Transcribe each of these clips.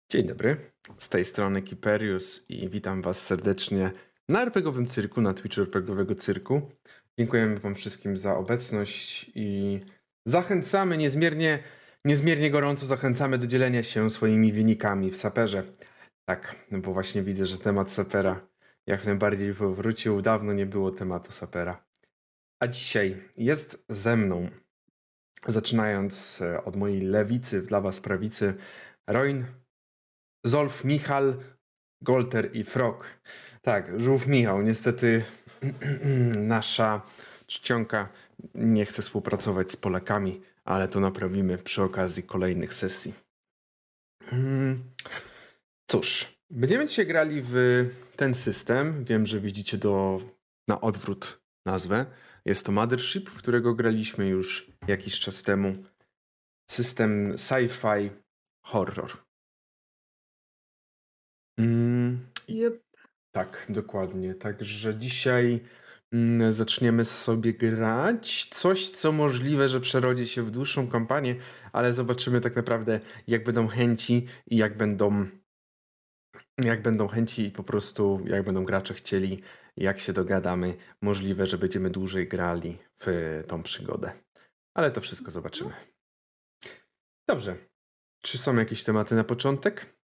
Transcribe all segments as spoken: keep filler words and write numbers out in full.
Dzień dobry, z tej strony Kiperius i witam was serdecznie na RPGowym Cyrku, na Twitchu RPGowego Cyrku. Dziękujemy wam wszystkim za obecność i zachęcamy niezmiernie, niezmiernie gorąco zachęcamy do dzielenia się swoimi wynikami w saperze. Tak, no bo właśnie widzę, że temat sapera jak najbardziej powrócił. Dawno nie było tematu sapera. A dzisiaj jest ze mną, zaczynając od mojej lewicy dla was prawicy, Roin, Zolf, Michal, Golter i Frog. Tak, Żółw Michał. Niestety nasza czcionka nie chce współpracować z Polakami, ale to naprawimy przy okazji kolejnych sesji. Cóż, będziemy dzisiaj grali w ten system. Wiem, że widzicie do, na odwrót nazwę. Jest to Mothership, w którego graliśmy już jakiś czas temu. System sci-fi horror. Mm, Yep. tak, dokładnie. Także dzisiaj mm, zaczniemy sobie grać coś, co możliwe, że przerodzi się w dłuższą kampanię, ale zobaczymy tak naprawdę, jak będą chęci i jak będą jak będą chęci i po prostu jak będą gracze chcieli, jak się dogadamy. Możliwe, że będziemy dłużej grali w tą przygodę. Ale to wszystko zobaczymy. Dobrze. Czy są jakieś tematy na początek?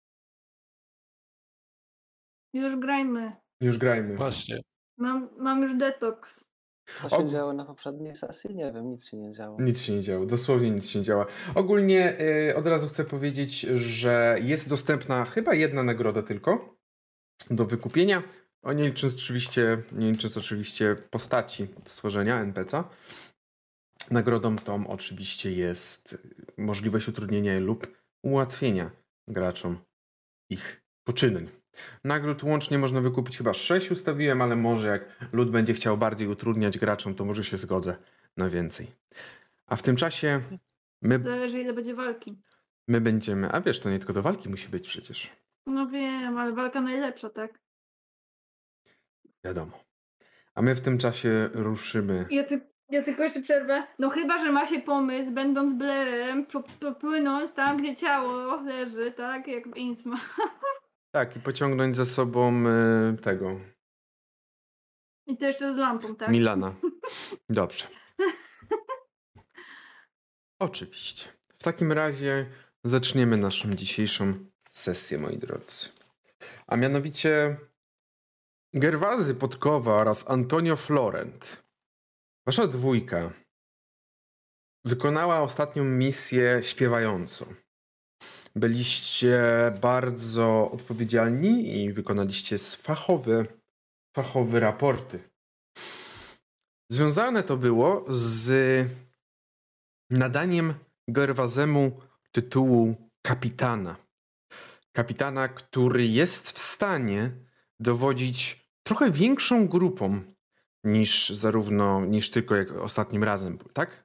Już grajmy. Już grajmy. Właśnie. Mam, mam już detoks. Co się Og- działo na poprzedniej sesji? Nie wiem, nic się nie działo. Nic się nie działo, dosłownie nic się nie działa. Ogólnie y, od razu chcę powiedzieć, że jest dostępna chyba jedna nagroda tylko do wykupienia. O, nie licząc oczywiście, nie licząc oczywiście postaci stworzenia en pe ce a. Nagrodą tą oczywiście jest możliwość utrudnienia lub ułatwienia graczom ich poczynań. Nagród łącznie można wykupić chyba sześć ustawiłem, ale może jak lud będzie chciał bardziej utrudniać graczom, to może się zgodzę na więcej. A w tym czasie my, Zależy, ile będzie walki. my będziemy... A wiesz, to nie tylko do walki musi być przecież. No wiem, ale walka najlepsza, tak? Wiadomo. A my w tym czasie ruszymy... Ja, ty, ja tylko jeszcze przerwę. No chyba, że ma się pomysł, będąc Blairem, popłynąć tam, gdzie ciało leży, tak? Jak w Innsma. Tak, i pociągnąć za sobą y, tego... I to jeszcze z lampą, tak? Milana. Dobrze. Oczywiście. W takim razie zaczniemy naszą dzisiejszą sesję, moi drodzy. A mianowicie Gerwazy Podkowa oraz Antonio Florent. Wasza dwójka wykonała ostatnią misję śpiewająco. Byliście bardzo odpowiedzialni i wykonaliście fachowe, fachowe raporty. Związane to było z nadaniem Gerwazemu tytułu kapitana. Kapitana, który jest w stanie dowodzić trochę większą grupą niż zarówno, niż tylko jak ostatnim razem, tak?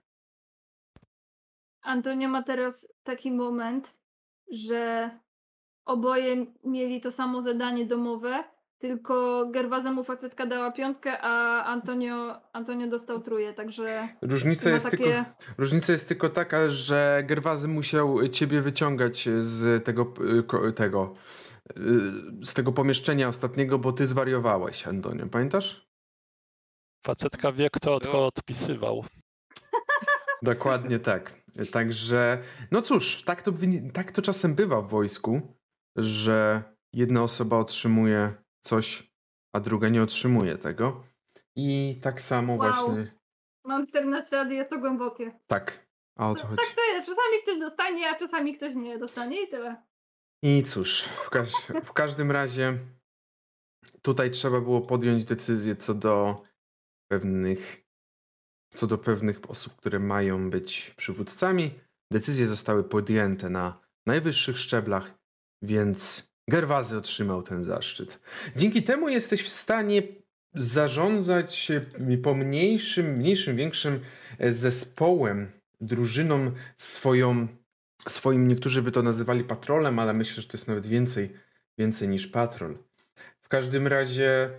Antonio ma teraz taki moment, że oboje mieli to samo zadanie domowe, tylko Gerwazemu facetka dała piątkę, a Antonio, Antonio dostał trójkę, także Różnica ma jest, takie... tylko, różnica jest tylko taka, że Gerwazy musiał ciebie wyciągać z tego, y, ko- tego, y, z tego pomieszczenia ostatniego, bo ty zwariowałeś, Antonio. Pamiętasz? Facetka wie, kto to odpisywał. Dokładnie tak. Także, no cóż, tak to, wyni- tak to czasem bywa w wojsku, że jedna osoba otrzymuje coś, a druga nie otrzymuje tego. I tak samo Wow. właśnie... Mam czternaście lat i jest to głębokie. Tak. A o co chodzi? Tak to jest. Czasami ktoś dostanie, a czasami ktoś nie dostanie i tyle. I cóż, w, każ- w każdym razie tutaj trzeba było podjąć decyzję co do pewnych co do pewnych osób, które mają być przywódcami. Decyzje zostały podjęte na najwyższych szczeblach, więc Gerwazy otrzymał ten zaszczyt. Dzięki temu jesteś w stanie zarządzać pomniejszym, mniejszym, większym zespołem, drużyną swoją, swoim, niektórzy by to nazywali patrolem, ale myślę, że to jest nawet więcej, więcej niż patrol. W każdym razie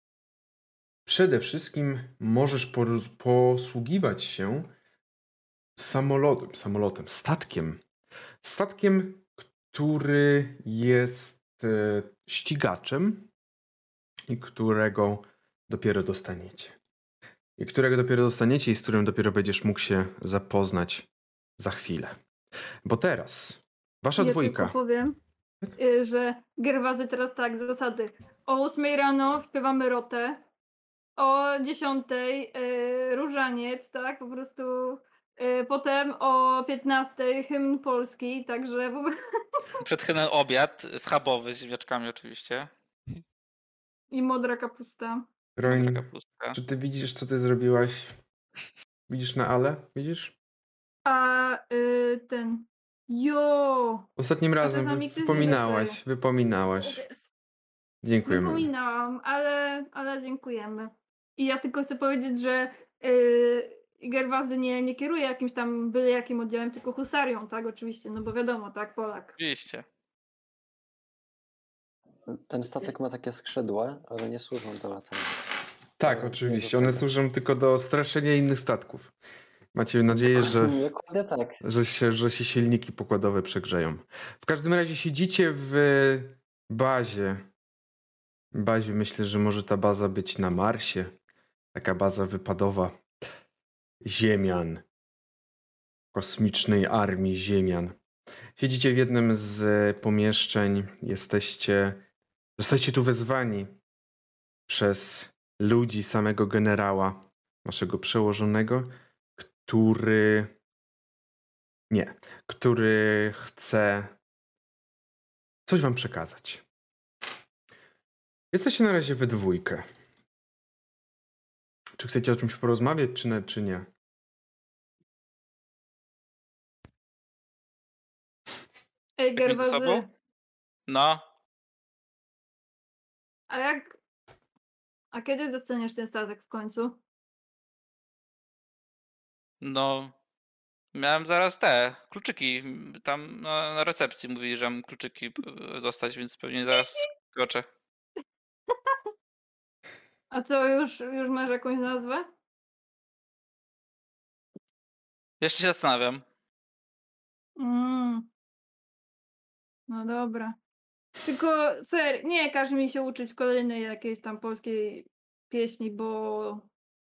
przede wszystkim możesz poruz- posługiwać się samolotem, samolotem, statkiem. Statkiem, który jest e, ścigaczem i którego dopiero dostaniecie. I którego dopiero dostaniecie i z którym dopiero będziesz mógł się zapoznać za chwilę. Bo teraz wasza Ja dwójka. tylko powiem, y, że Gerwazy teraz tak, zasady. O ósmej rano śpiewamy rotę, o dziesiątej y, różaniec, tak, po prostu y, potem o piętnastej hymn polski, także po prostu Przed hymnem obiad schabowy z ziemniaczkami oczywiście. i modra kapusta. Roin, Taka pustka. czy ty widzisz, co ty zrobiłaś? Widzisz na Ale? Widzisz? A y, ten, jo, Ostatnim razem czasami wy- ktoś nie wypominałaś, dostaje. wypominałaś. Dziękujemy. Wypominałam, ale, ale dziękujemy. I ja tylko chcę powiedzieć, że yy, Gerwazy nie, nie kieruje jakimś tam byle jakim oddziałem, tylko husarią, tak? Oczywiście, no bo wiadomo, tak, Polak. Oczywiście. Ten statek ma takie skrzydła, ale nie służą do latania. Tak, Ale oczywiście. nie do One tego. służą tylko do straszenia innych statków. Macie nadzieję, że, Dokładnie tak. że, się, że się silniki pokładowe przegrzeją. W każdym razie siedzicie w bazie. Bazie, myślę, że może ta baza być na Marsie. Taka baza wypadowa Ziemian. Kosmicznej armii Ziemian. Siedzicie w jednym z pomieszczeń. Jesteście... Zostajecie tu wezwani przez ludzi samego generała, waszego przełożonego, który... Nie. Który chce coś wam przekazać. Jesteście na razie we dwójkę. Czy chcecie o czymś porozmawiać, czy nie? Czy nie? Ej, Tak między Gerwazy, sobą? No. a jak... A kiedy dostaniesz ten statek w końcu? No. Miałem zaraz te kluczyki. Tam na, na recepcji mówili, że mam kluczyki e, dostać, więc pewnie zaraz skoczę. A co, już, już masz jakąś nazwę? Jeszcze się zastanawiam. Mm. No dobra. Tylko ser, nie każ mi się uczyć kolejnej jakiejś tam polskiej pieśni, bo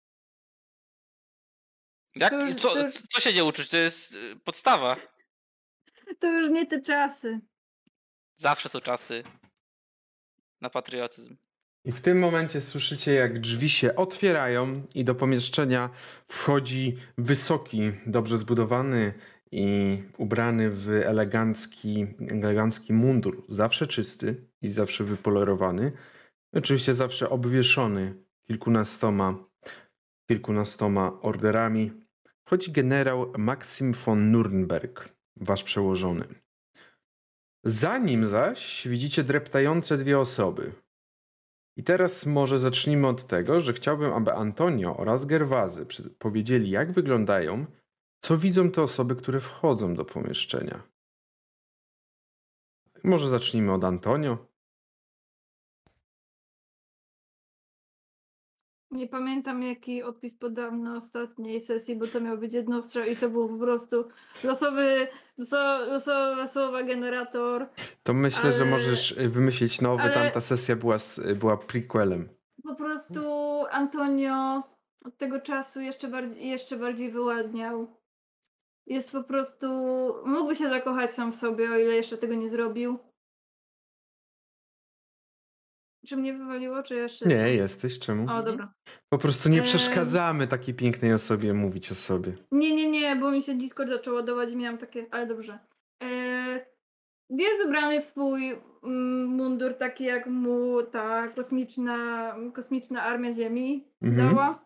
Jak? To już- Co, to już- co się nie uczyć? To jest y, podstawa. to już nie te czasy. Zawsze są czasy na patriotyzm. I w tym momencie słyszycie, jak drzwi się otwierają i do pomieszczenia wchodzi wysoki, dobrze zbudowany i ubrany w elegancki, elegancki mundur. Zawsze czysty i zawsze wypolerowany. Oczywiście zawsze obwieszony kilkunastoma, kilkunastoma orderami. Wchodzi generał Maxim von Nürnberg, wasz przełożony. Za nim zaś widzicie dreptające dwie osoby. I teraz może zacznijmy od tego, że chciałbym, aby Antonio oraz Gerwazy przy- powiedzieli, jak wyglądają, co widzą te osoby, które wchodzą do pomieszczenia. Może zacznijmy od Antonio. Nie pamiętam jaki odpis podałam na ostatniej sesji, bo to miał być jednostrzał i to był po prostu losowy, loso, loso, losowa generator. To myślę, że Ale- możesz y, wymyślić nowy. ale- Tamta sesja była, s- była prequelem. Po prostu Antonio od tego czasu jeszcze bardziej, jeszcze bardziej wyładniał. Jest po prostu... Mógłby się zakochać sam w sobie, o ile jeszcze tego nie zrobił. Czy mnie wywaliło, czy jeszcze... Nie, jesteś. Czemu? O, dobra. Po prostu nie Em. przeszkadzamy takiej pięknej osobie mówić o sobie. Nie, nie, nie, bo mi się Discord zaczął ładować i miałam takie... Ale dobrze. E, jest ubrany w swój mm, mundur, taki jak mu ta kosmiczna, kosmiczna armia Ziemi Mhm. dała.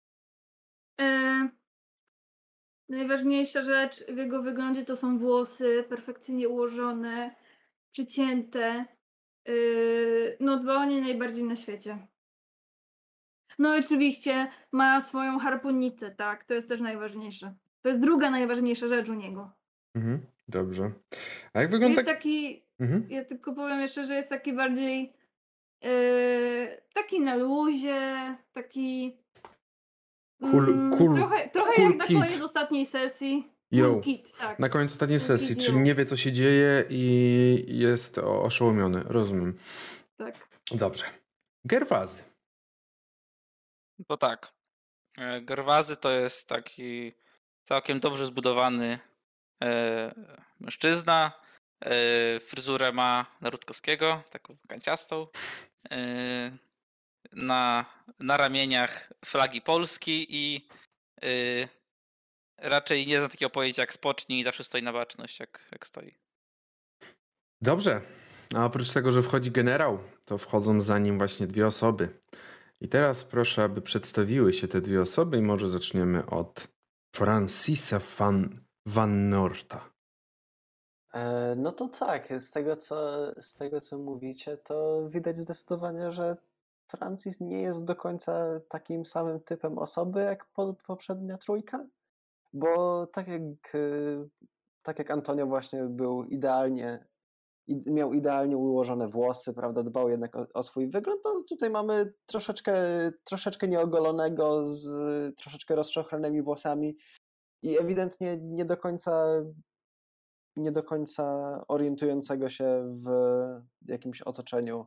E, najważniejsza rzecz w jego wyglądzie to są włosy perfekcyjnie ułożone, przycięte. Yy, no dba o nie najbardziej na świecie. No i oczywiście ma swoją harpunicę, tak, to jest też najważniejsze. To jest druga najważniejsza rzecz u niego. Mhm. Dobrze. A jak wygląda... Jest taki, Mhm. ja tylko powiem jeszcze, że jest taki bardziej yy, taki na luzie, taki Cool- mm, cool- trochę, trochę cool jak na kid. koniec ostatniej sesji. Yo. Toolkit, tak. Na końcu ostatniej Toolkit sesji, yo. czyli nie wie co się dzieje i jest o- oszołomiony. Rozumiem. Tak. Dobrze. Gerwazy. To tak. e, Gerwazy to jest taki całkiem dobrze zbudowany e, mężczyzna. E, fryzurę ma na Rutkowskiego, taką kanciastą. E, na, na ramieniach flagi Polski i e, raczej nie zna takiego pojęcia jak spocznij i zawsze stoi na baczność, jak, jak stoi. Dobrze. A oprócz tego, że wchodzi generał, to wchodzą za nim właśnie dwie osoby. I teraz proszę, aby przedstawiły się te dwie osoby i może zaczniemy od Francisa van, van Norta. E, No to tak, z tego, co, z tego co mówicie, to widać zdecydowanie, że Francis nie jest do końca takim samym typem osoby jak po, poprzednia trójka, bo tak jak, y, tak jak Antonio właśnie był idealnie, i- miał idealnie ułożone włosy, prawda, dbał jednak o, o swój wygląd, to tutaj mamy troszeczkę, troszeczkę nieogolonego z troszeczkę rozczochranymi włosami i ewidentnie nie do końca nie do końca orientującego się w jakimś otoczeniu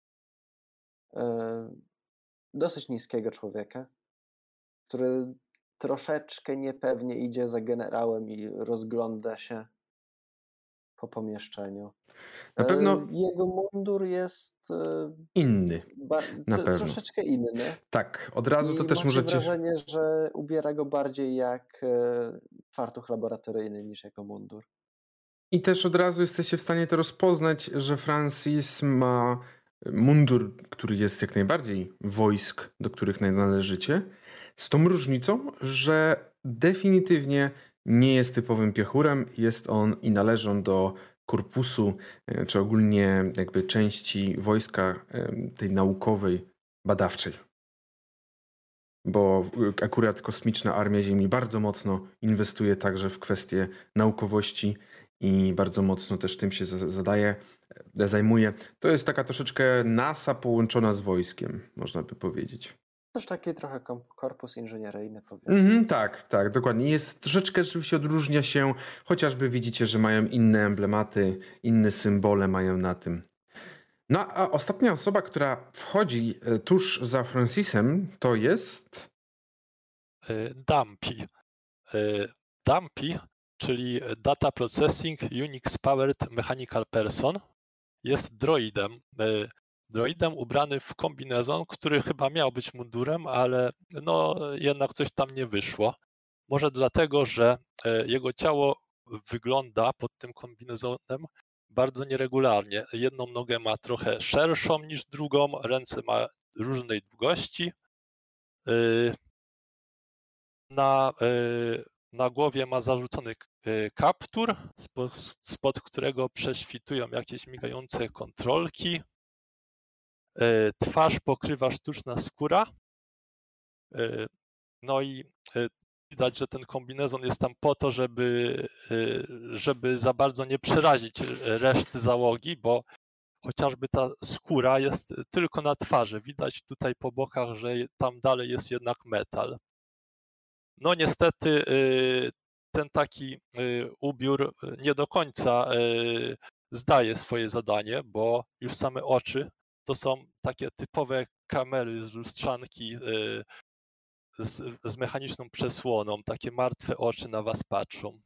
e, dosyć niskiego człowieka, który troszeczkę niepewnie idzie za generałem i rozgląda się po pomieszczeniu. Na E, pewno Jego mundur jest e, inny. ba- Na tro- pewno. troszeczkę inny Tak, od razu to i też macie możecie... wrażenie, że ubiera go bardziej jak e, fartuch laboratoryjny niż jako mundur. I też od razu jesteście w stanie to rozpoznać, że Francis ma mundur, który jest jak najbardziej wojsk, do których należycie, z tą różnicą, że definitywnie nie jest typowym piechurem, jest on i należy on do korpusu, e, czy ogólnie jakby części wojska e, tej naukowej, badawczej. Bo w- akurat kosmiczna Armia Ziemi bardzo mocno inwestuje także w kwestie naukowości i bardzo mocno też tym się za- zadaje, e, zajmuje. To jest taka troszeczkę NASA połączona z wojskiem, można by powiedzieć. Też taki trochę kom- korpus inżynieryjny, powiedzmy. Mhm, tak, tak, dokładnie. Jest troszeczkę rzeczywiście odróżnia się, chociażby widzicie, że mają inne emblematy, inne symbole mają na tym. No a ostatnia osoba, która wchodzi e, tuż za Francisem, to jest... Y, Dumpy. Y, Dumpy, czyli Data Processing Unix Powered Mechanical Person, jest droidem. Y, Droidem ubrany w kombinezon, który chyba miał być mundurem, ale no jednak coś tam nie wyszło. Może dlatego, że y, jego ciało wygląda pod tym kombinezonem bardzo nieregularnie. Jedną nogę ma trochę szerszą niż drugą, ręce ma różnej długości. Y, Na, y, na głowie ma zarzucony k- y, kaptur, spod, spod którego prześwitują jakieś migające kontrolki. Y, Twarz pokrywa sztuczna skóra. Y, No i y, widać, że ten kombinezon jest tam po to, żeby, y, żeby za bardzo nie przerazić reszty załogi, bo chociażby ta skóra jest tylko na twarzy. Widać tutaj po bokach, że tam dalej jest jednak metal. No niestety y, ten taki y, ubiór nie do końca y, zdaje swoje zadanie, bo już same oczy to są takie typowe kamery z lustrzanki y, z, z mechaniczną przesłoną, takie martwe oczy na was patrzą.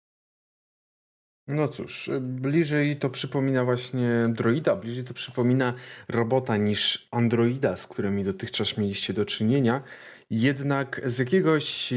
No cóż, bliżej to przypomina właśnie droida, bliżej to przypomina robota niż androida, z którymi dotychczas mieliście do czynienia. Jednak z jakiegoś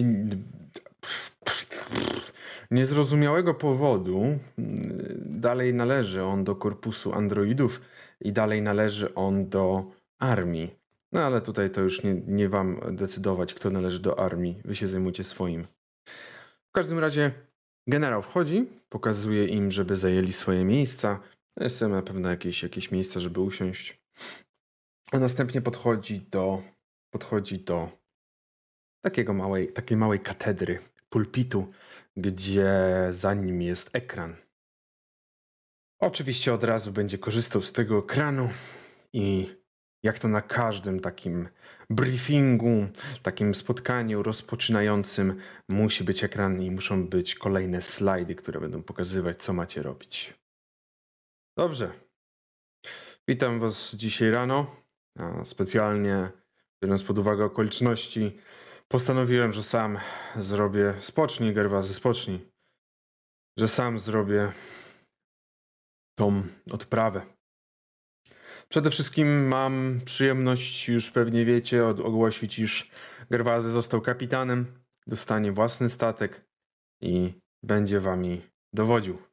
niezrozumiałego powodu dalej należy on do korpusu androidów i dalej należy on do armii. No ale tutaj to już nie, nie wam decydować, kto należy do armii. Wy się zajmujcie swoim. W każdym razie generał wchodzi, pokazuje im, żeby zajęli swoje miejsca. Jest na pewno jakieś, jakieś miejsca, żeby usiąść. A następnie podchodzi do, podchodzi do takiego małej, takiej małej katedry, pulpitu, gdzie za nim jest ekran. Oczywiście od razu będzie korzystał z tego ekranu i jak to na każdym takim briefingu, takim spotkaniu rozpoczynającym musi być ekran i muszą być kolejne slajdy, które będą pokazywać, co macie robić. Dobrze. Witam was dzisiaj rano. A specjalnie, biorąc pod uwagę okoliczności, postanowiłem, że sam zrobię... Spocznij, Gerwazy, spocznij. Że sam zrobię tą odprawę. Przede wszystkim mam przyjemność, już pewnie wiecie, ogłosić, iż Gerwazy został kapitanem, dostanie własny statek i będzie wami dowodził.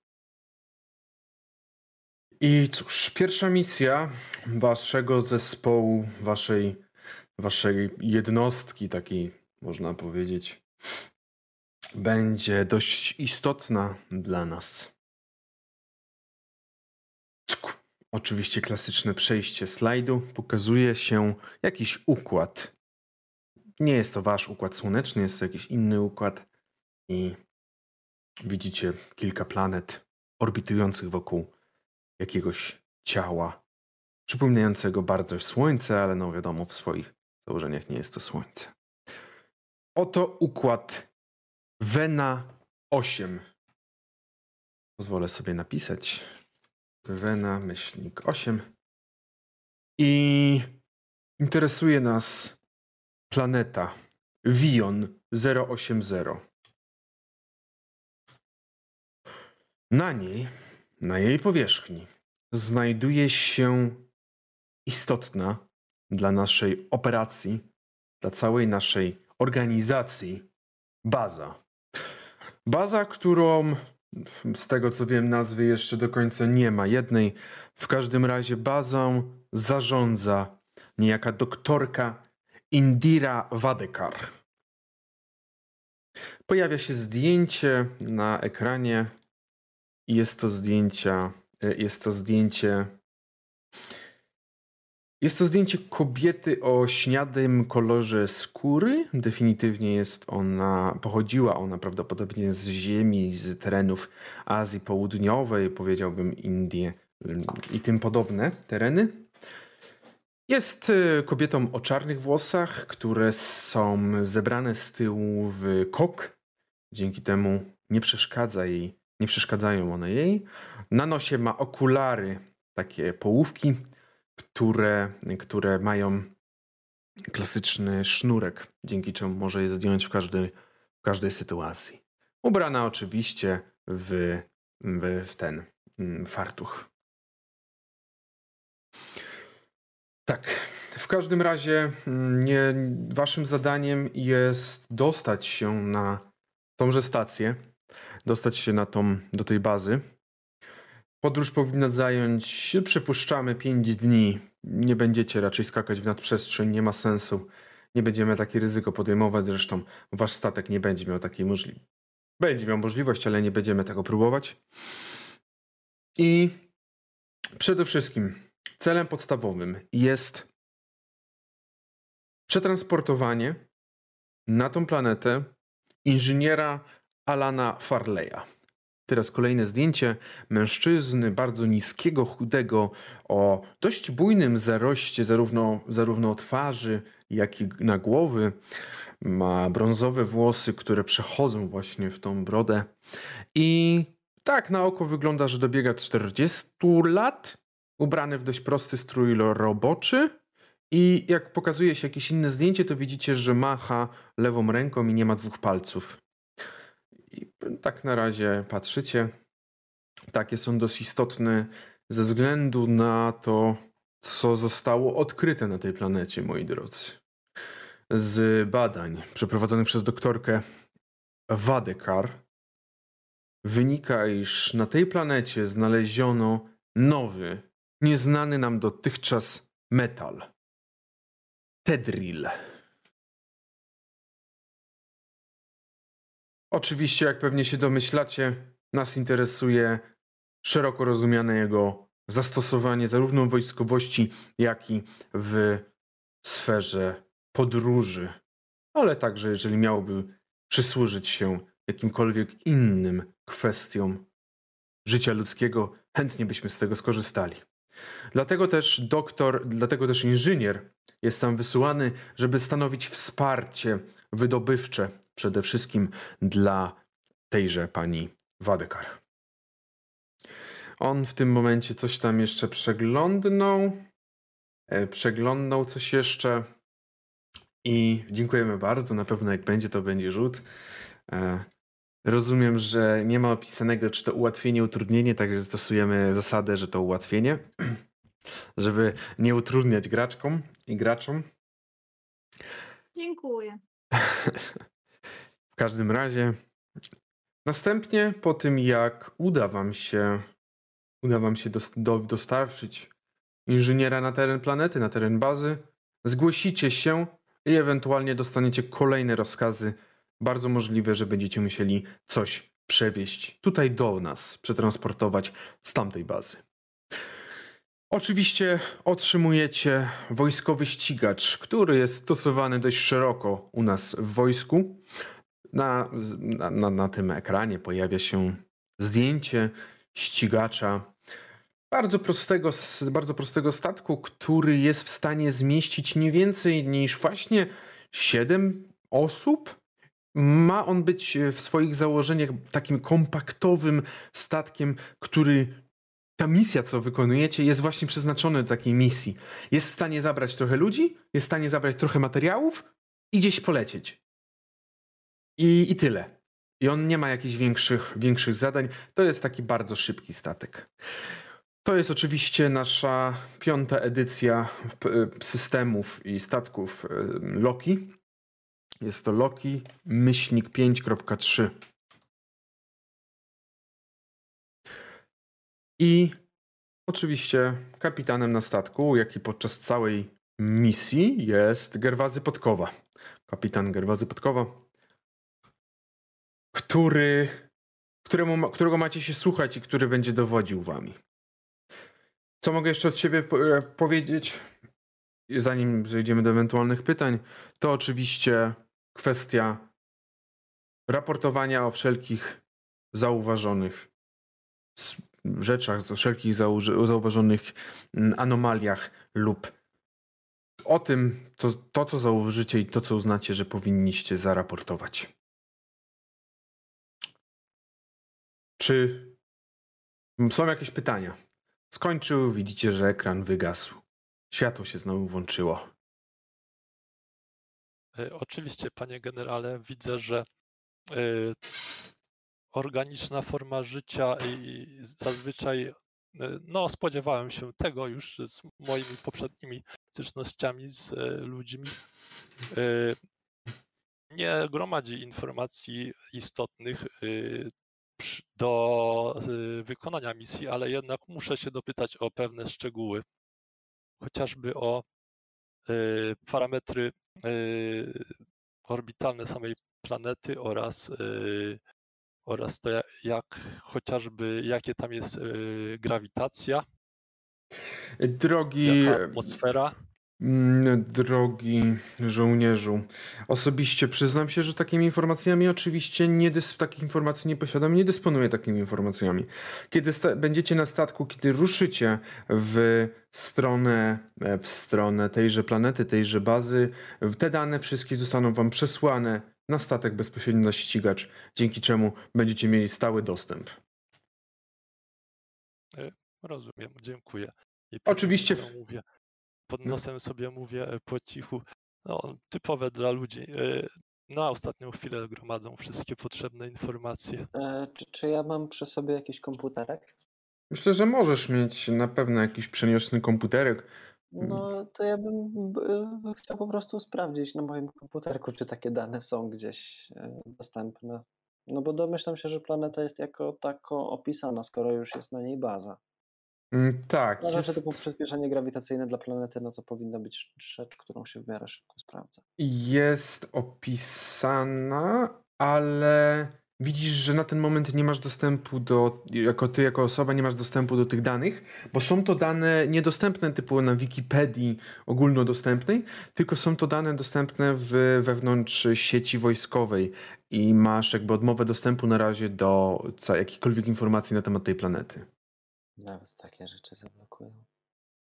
I cóż, pierwsza misja waszego zespołu, waszej, waszej jednostki, takiej można powiedzieć, będzie dość istotna dla nas. Oczywiście klasyczne przejście slajdu. Pokazuje się jakiś układ. Nie jest to wasz układ słoneczny, jest to jakiś inny układ. I widzicie kilka planet orbitujących wokół jakiegoś ciała, przypominającego bardzo Słońce, ale no wiadomo, w swoich założeniach nie jest to Słońce. Oto układ Vena osiem. Pozwolę sobie napisać Vena myślnik osiem. I interesuje nas planeta Vion zero osiem zero. Na niej, na jej powierzchni, znajduje się istotna dla naszej operacji, dla całej naszej organizacji baza. Baza, którą z tego co wiem nazwy jeszcze do końca nie ma jednej. W każdym razie bazą zarządza niejaka doktorka Indira Vadekar. Pojawia się zdjęcie na ekranie i jest to zdjęcie, jest to zdjęcie Jest to zdjęcie kobiety o śniadym kolorze skóry. Definitywnie jest ona, pochodziła ona prawdopodobnie z ziemi, z terenów Azji Południowej, powiedziałbym Indie i tym podobne tereny. Jest kobietą o czarnych włosach, które są zebrane z tyłu w kok. Dzięki temu nie przeszkadza jej, nie przeszkadzają one jej. Na nosie ma okulary, takie połówki, Które, które mają klasyczny sznurek, dzięki czemu może je zdjąć w każdej, w każdej sytuacji. Ubrana oczywiście w, w, w ten fartuch. Tak, w każdym razie nie, waszym zadaniem jest dostać się na tąże stację, dostać się na tą, do tej bazy. Podróż powinna zająć, przypuszczamy, pięć dni. Nie będziecie raczej skakać w nadprzestrzeń, nie ma sensu. Nie będziemy takie ryzyko podejmować, zresztą wasz statek nie będzie miał takiej możliwości. Będzie miał możliwość, ale nie będziemy tego próbować. I przede wszystkim celem podstawowym jest przetransportowanie na tą planetę inżyniera Alana Farleya. Teraz kolejne zdjęcie mężczyzny, bardzo niskiego, chudego, o dość bujnym zaroście zarówno, zarówno twarzy, jak i na głowy. Ma brązowe włosy, które przechodzą właśnie w tą brodę. I tak na oko wygląda, że dobiega czterdziestu lat. Ubrany w dość prosty strój roboczy. I jak pokazuje się jakieś inne zdjęcie, to widzicie, że macha lewą ręką i nie ma dwóch palców. I tak na razie patrzycie. Takie są dość istotne ze względu na to, co zostało odkryte na tej planecie, moi drodzy. Z badań przeprowadzonych przez doktorkę Vadekar wynika, iż na tej planecie znaleziono nowy, nieznany nam dotychczas metal. Tedril. Oczywiście, jak pewnie się domyślacie, nas interesuje szeroko rozumiane jego zastosowanie zarówno w wojskowości, jak i w sferze podróży. Ale także, jeżeli miałby przysłużyć się jakimkolwiek innym kwestiom życia ludzkiego, chętnie byśmy z tego skorzystali. Dlatego też doktor, dlatego też inżynier jest tam wysyłany, żeby stanowić wsparcie wydobywcze przede wszystkim dla tejże pani Wadekar. On w tym momencie coś tam jeszcze przeglądnął. E, przeglądnął coś jeszcze. I dziękujemy bardzo. Na pewno jak będzie, to będzie rzut. E, rozumiem, że nie ma opisanego, czy to ułatwienie, utrudnienie, także stosujemy zasadę, że to ułatwienie, żeby nie utrudniać graczkom i graczom. Dziękuję. W każdym razie następnie po tym, jak uda wam się uda wam się dos- do- dostarczyć inżyniera na teren planety, na teren bazy, zgłosicie się i ewentualnie dostaniecie kolejne rozkazy. Bardzo możliwe, że będziecie musieli coś przewieźć tutaj do nas, przetransportować z tamtej bazy. Oczywiście otrzymujecie wojskowy ścigacz, który jest stosowany dość szeroko u nas w wojsku. Na, na, na, na tym ekranie pojawia się zdjęcie ścigacza bardzo prostego, bardzo prostego statku, który jest w stanie zmieścić nie więcej niż właśnie siedem osób. Ma on być w swoich założeniach takim kompaktowym statkiem, który ta misja, co wykonujecie, jest właśnie przeznaczona do takiej misji. Jest w stanie zabrać trochę ludzi, jest w stanie zabrać trochę materiałów i gdzieś polecieć. I, i tyle. I on nie ma jakichś większych, większych zadań. To jest taki bardzo szybki statek. To jest oczywiście nasza piąta edycja systemów i statków Loki. Jest to Loki myślnik pięć kropka trzy. I oczywiście kapitanem na statku, jak i podczas całej misji, jest Gerwazy Podkowa. Kapitan Gerwazy Podkowa, który, któremu, którego macie się słuchać i który będzie dowodził wami. Co mogę jeszcze od siebie powiedzieć, zanim przejdziemy do ewentualnych pytań, to oczywiście kwestia raportowania o wszelkich zauważonych rzeczach, o wszelkich zauważonych anomaliach lub o tym, to, to co zauważycie i to, co uznacie, że powinniście zaraportować. Czy są jakieś pytania? Skończył, widzicie, że ekran wygasł. Światło się znowu włączyło. Oczywiście, panie generale, widzę, że y, organiczna forma życia i zazwyczaj, y, no spodziewałem się tego już z moimi poprzednimi stycznościami z y, ludźmi, y, nie gromadzi informacji istotnych y, przy, do y, wykonania misji, ale jednak muszę się dopytać o pewne szczegóły, chociażby o y, parametry y, orbitalne samej planety oraz, y, oraz to, jak, jak chociażby jakie tam jest y, grawitacja, Drogi, jaka atmosfera. Drogi żołnierzu, osobiście przyznam się, że takimi informacjami oczywiście nie dys- takich informacji nie posiadam, nie dysponuję takimi informacjami. Kiedy sta- będziecie na statku, kiedy ruszycie w stronę, w stronę tejże planety, tejże bazy, te dane wszystkie zostaną wam przesłane na statek bezpośrednio na ścigacz, dzięki czemu będziecie mieli stały dostęp. Rozumiem, dziękuję. I Oczywiście pod nosem mówię, pod nosem sobie mówię po cichu, no, typowe dla ludzi. Na ostatnią chwilę gromadzą wszystkie potrzebne informacje. E, czy, czy ja mam przy sobie jakiś komputerek? Myślę, że możesz mieć na pewno jakiś przeniosny komputerek. No to ja bym b- chciał po prostu sprawdzić na moim komputerku, czy takie dane są gdzieś e, dostępne. No bo domyślam się, że planeta jest jako tako opisana, skoro już jest na niej baza. Mm, tak, No zawsze jest, typu przyspieszenie grawitacyjne dla planety, no to powinna być rzecz, którą się w miarę szybko sprawdza. jest opisana, ale widzisz, że na ten moment nie masz dostępu do, jako ty, jako osoba nie masz dostępu do tych danych, bo są to dane niedostępne typu na Wikipedii ogólnodostępnej, tylko są to dane dostępne w, wewnątrz sieci wojskowej i masz jakby odmowę dostępu na razie do ca- jakichkolwiek informacji na temat tej planety. Nawet takie rzeczy zablokują.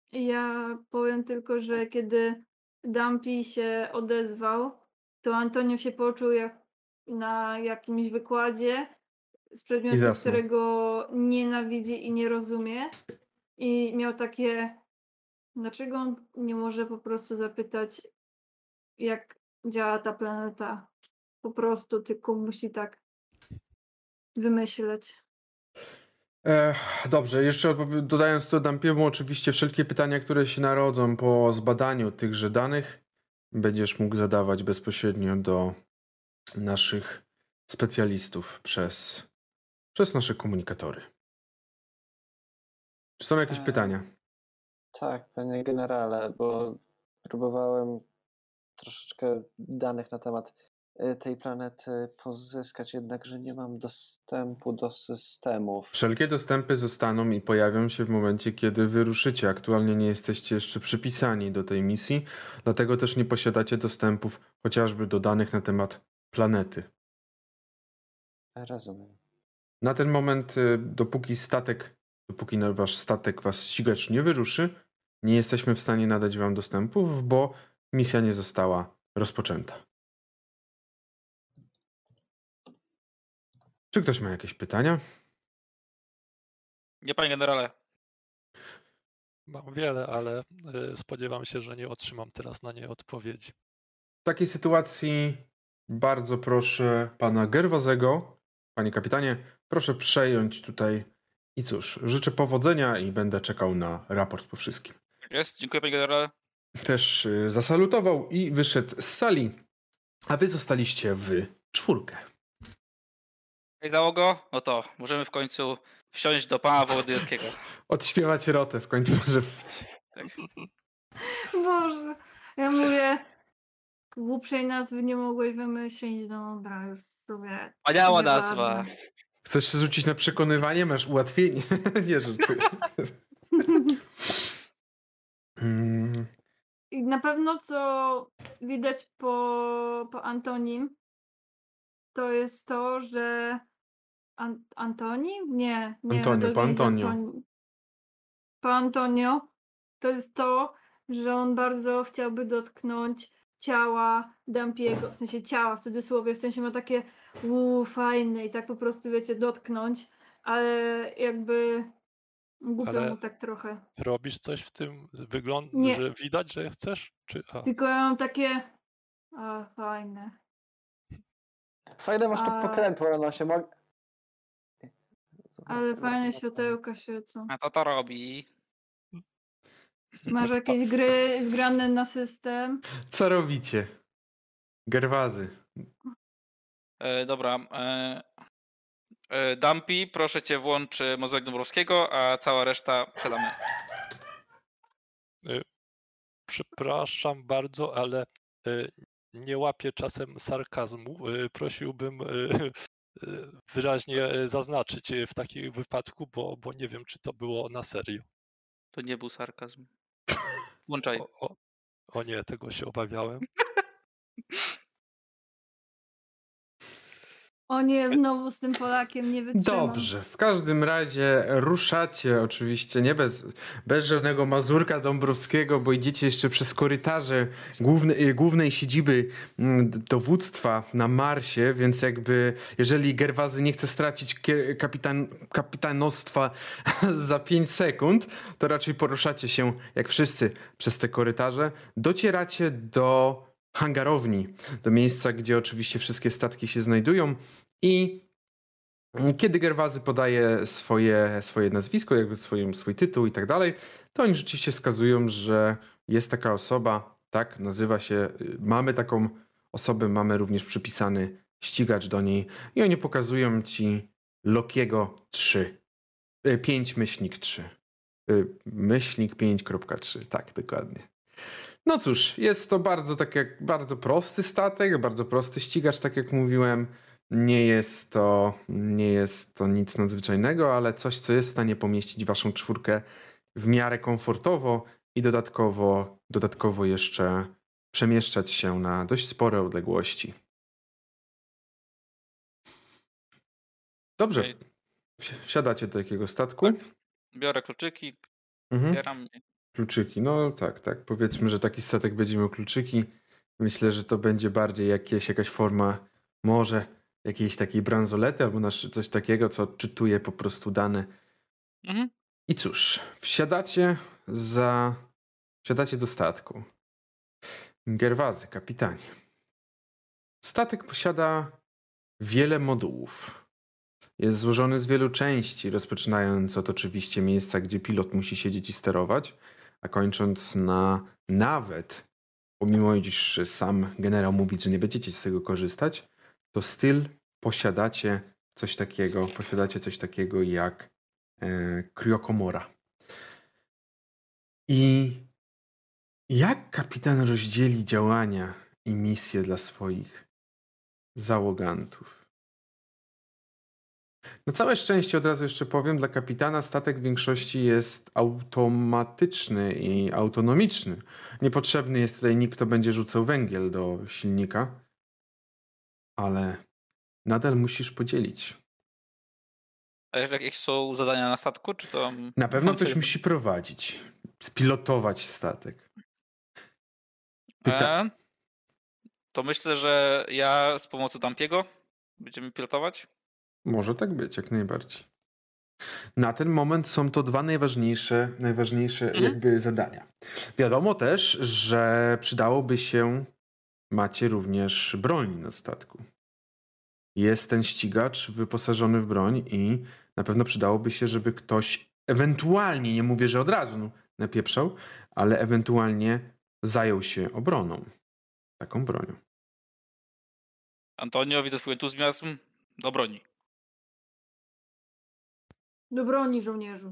Ja powiem tylko, że kiedy Dumpy się odezwał, to Antonio się poczuł jak na jakimś wykładzie z I przedmiotu, zasnął. którego nienawidzi i nie rozumie. I miał takie, dlaczego on nie może po prostu zapytać, jak działa ta planeta. Po prostu, tylko musi tak wymyśleć. E, dobrze, jeszcze odpowi- dodając to Dumpiemu, oczywiście wszelkie pytania, które się narodzą po zbadaniu tychże danych, będziesz mógł zadawać bezpośrednio do naszych specjalistów przez, przez nasze komunikatory. Czy są jakieś E, pytania? Tak, panie generale, bo próbowałem troszeczkę danych na temat y, tej planety pozyskać, jednakże nie mam dostępu do systemów. Wszelkie dostępy zostaną i pojawią się w momencie, kiedy wyruszycie. Aktualnie nie jesteście jeszcze przypisani do tej misji, dlatego też nie posiadacie dostępów chociażby do danych na temat planety. Rozumiem. Na ten moment, y, dopóki statek, dopóki na- wasz statek, was ścigacz nie wyruszy, nie jesteśmy w stanie nadać wam dostępów, bo misja nie została rozpoczęta. Czy ktoś ma jakieś pytania? Nie, panie generale. Mam wiele, ale y, spodziewam się, że nie otrzymam teraz na nie odpowiedzi. W takiej sytuacji bardzo proszę pana Gerwazego, panie kapitanie, proszę przejąć tutaj i cóż, życzę powodzenia i będę czekał na raport po wszystkim. Jest, dziękuję, panie generale. Też y, zasalutował i wyszedł z sali, a wy zostaliście w czwórkę. Hej, załogo, no to możemy w końcu wsiąść do pana Wołodyjskiego. Odśpiewać rotę w końcu, że... Tak. Boże, ja mówię, głupszej nazwy nie mogłeś wymyślić, no dobra, już sobie. Wspaniała nieważne. nazwa. Chcesz się rzucić na przekonywanie? Masz ułatwienie. Nie żartuję. Mm, I na pewno co widać po, po Antonim, to jest to, że An- Antoni? Nie, nie. Antonio, po Adolfin jest Antonio. Antoni- Po Antonio to jest to, że on bardzo chciałby dotknąć ciała Dumpiego, w sensie ciała w cudzysłowie, w sensie ma takie uuu, fajne i tak po prostu, wiecie, dotknąć, ale jakby głupio Ale- mu tak trochę. Robisz coś w tym, wygląd, Nie. że widać, że chcesz? Czy, a, Tylko ja mam takie, a fajne. Fajne masz tu A- pokrętło na nosie. Mog... Ale fajne światełka świecą. A co to robi? Masz jakieś gry wgrane na system? Co robicie? Gerwazy. E, dobra. E, e, Dumpy, proszę cię włącz e, Mozek Dąbrowskiego, a cała reszta przedamy. przepraszam bardzo, ale y, nie łapię czasem sarkazmu. Y, Prosiłbym y, y, wyraźnie y, zaznaczyć y, w takim wypadku, bo, bo nie wiem, czy to było na serio. To nie był sarkazm. Włączaj. O, o, o nie, tego się obawiałem. O nie, znowu z tym Polakiem nie wytrzymam. Dobrze, w każdym razie ruszacie oczywiście nie bez, bez żadnego Mazurka Dąbrowskiego, bo idziecie jeszcze przez korytarze główne, y, głównej siedziby mm, dowództwa na Marsie, więc jakby jeżeli Gerwazy nie chce stracić kier- kapitan, kapitanostwa za pięć sekund, to raczej poruszacie się jak wszyscy przez te korytarze. Docieracie do hangarowni, do miejsca, gdzie oczywiście wszystkie statki się znajdują i kiedy Gerwazy podaje swoje, swoje nazwisko, jakby swoim, swój tytuł i tak dalej, to oni rzeczywiście wskazują, że jest taka osoba, tak, nazywa się, mamy taką osobę, mamy również przypisany ścigacz do niej i oni pokazują ci Lokiego trzy, pięć myślnik trzy. Myślnik pięć kropka trzy, tak, dokładnie. No cóż, jest to bardzo tak jak bardzo prosty statek, bardzo prosty ścigacz, tak jak mówiłem. Nie jest to, nie jest to nic nadzwyczajnego, ale coś, co jest w stanie pomieścić waszą czwórkę w miarę komfortowo i dodatkowo, dodatkowo jeszcze przemieszczać się na dość spore odległości. Dobrze, Okej. wsi- wsiadacie do jakiego statku? Biorę kluczyki, Mhm. bieram. Kluczyki, no tak, tak. Powiedzmy, że taki statek będzie miał kluczyki. Myślę, że to będzie bardziej jakieś, jakaś forma może jakiejś takiej bransolety albo nasz, coś takiego, co czytuje po prostu dane. Mhm. I cóż, wsiadacie za... wsiadacie do statku. Gerwazy, kapitanie. Statek posiada wiele modułów. Jest złożony z wielu części, rozpoczynając od oczywiście miejsca, gdzie pilot musi siedzieć i sterować, a kończąc na nawet, pomimo iż sam generał mówi, że nie będziecie z tego korzystać, to styl posiadacie coś takiego, posiadacie coś takiego jak e, kryokomora. I jak kapitan rozdzieli działania i misje dla swoich załogantów? Na całe szczęście, od razu jeszcze powiem, dla kapitana statek w większości jest automatyczny i autonomiczny. Niepotrzebny jest tutaj nikt, kto będzie rzucał węgiel do silnika, ale nadal musisz podzielić. A jakie są zadania na statku? Czy to... Na pewno ktoś musi prowadzić, spilotować statek. Pyta- E, to myślę, że ja z pomocą Dampiego będziemy pilotować. Może tak być, jak najbardziej. Na ten moment są to dwa najważniejsze, najważniejsze Mhm. jakby zadania. Wiadomo też, że przydałoby się, macie również broń na statku. Jest ten ścigacz wyposażony w broń i na pewno przydałoby się, żeby ktoś ewentualnie, nie mówię, że od razu no, napieprzał, ale ewentualnie zajął się obroną. Taką bronią. Antonio, widzę twój entuzjazm. Do broni. Do broni, żołnierzu.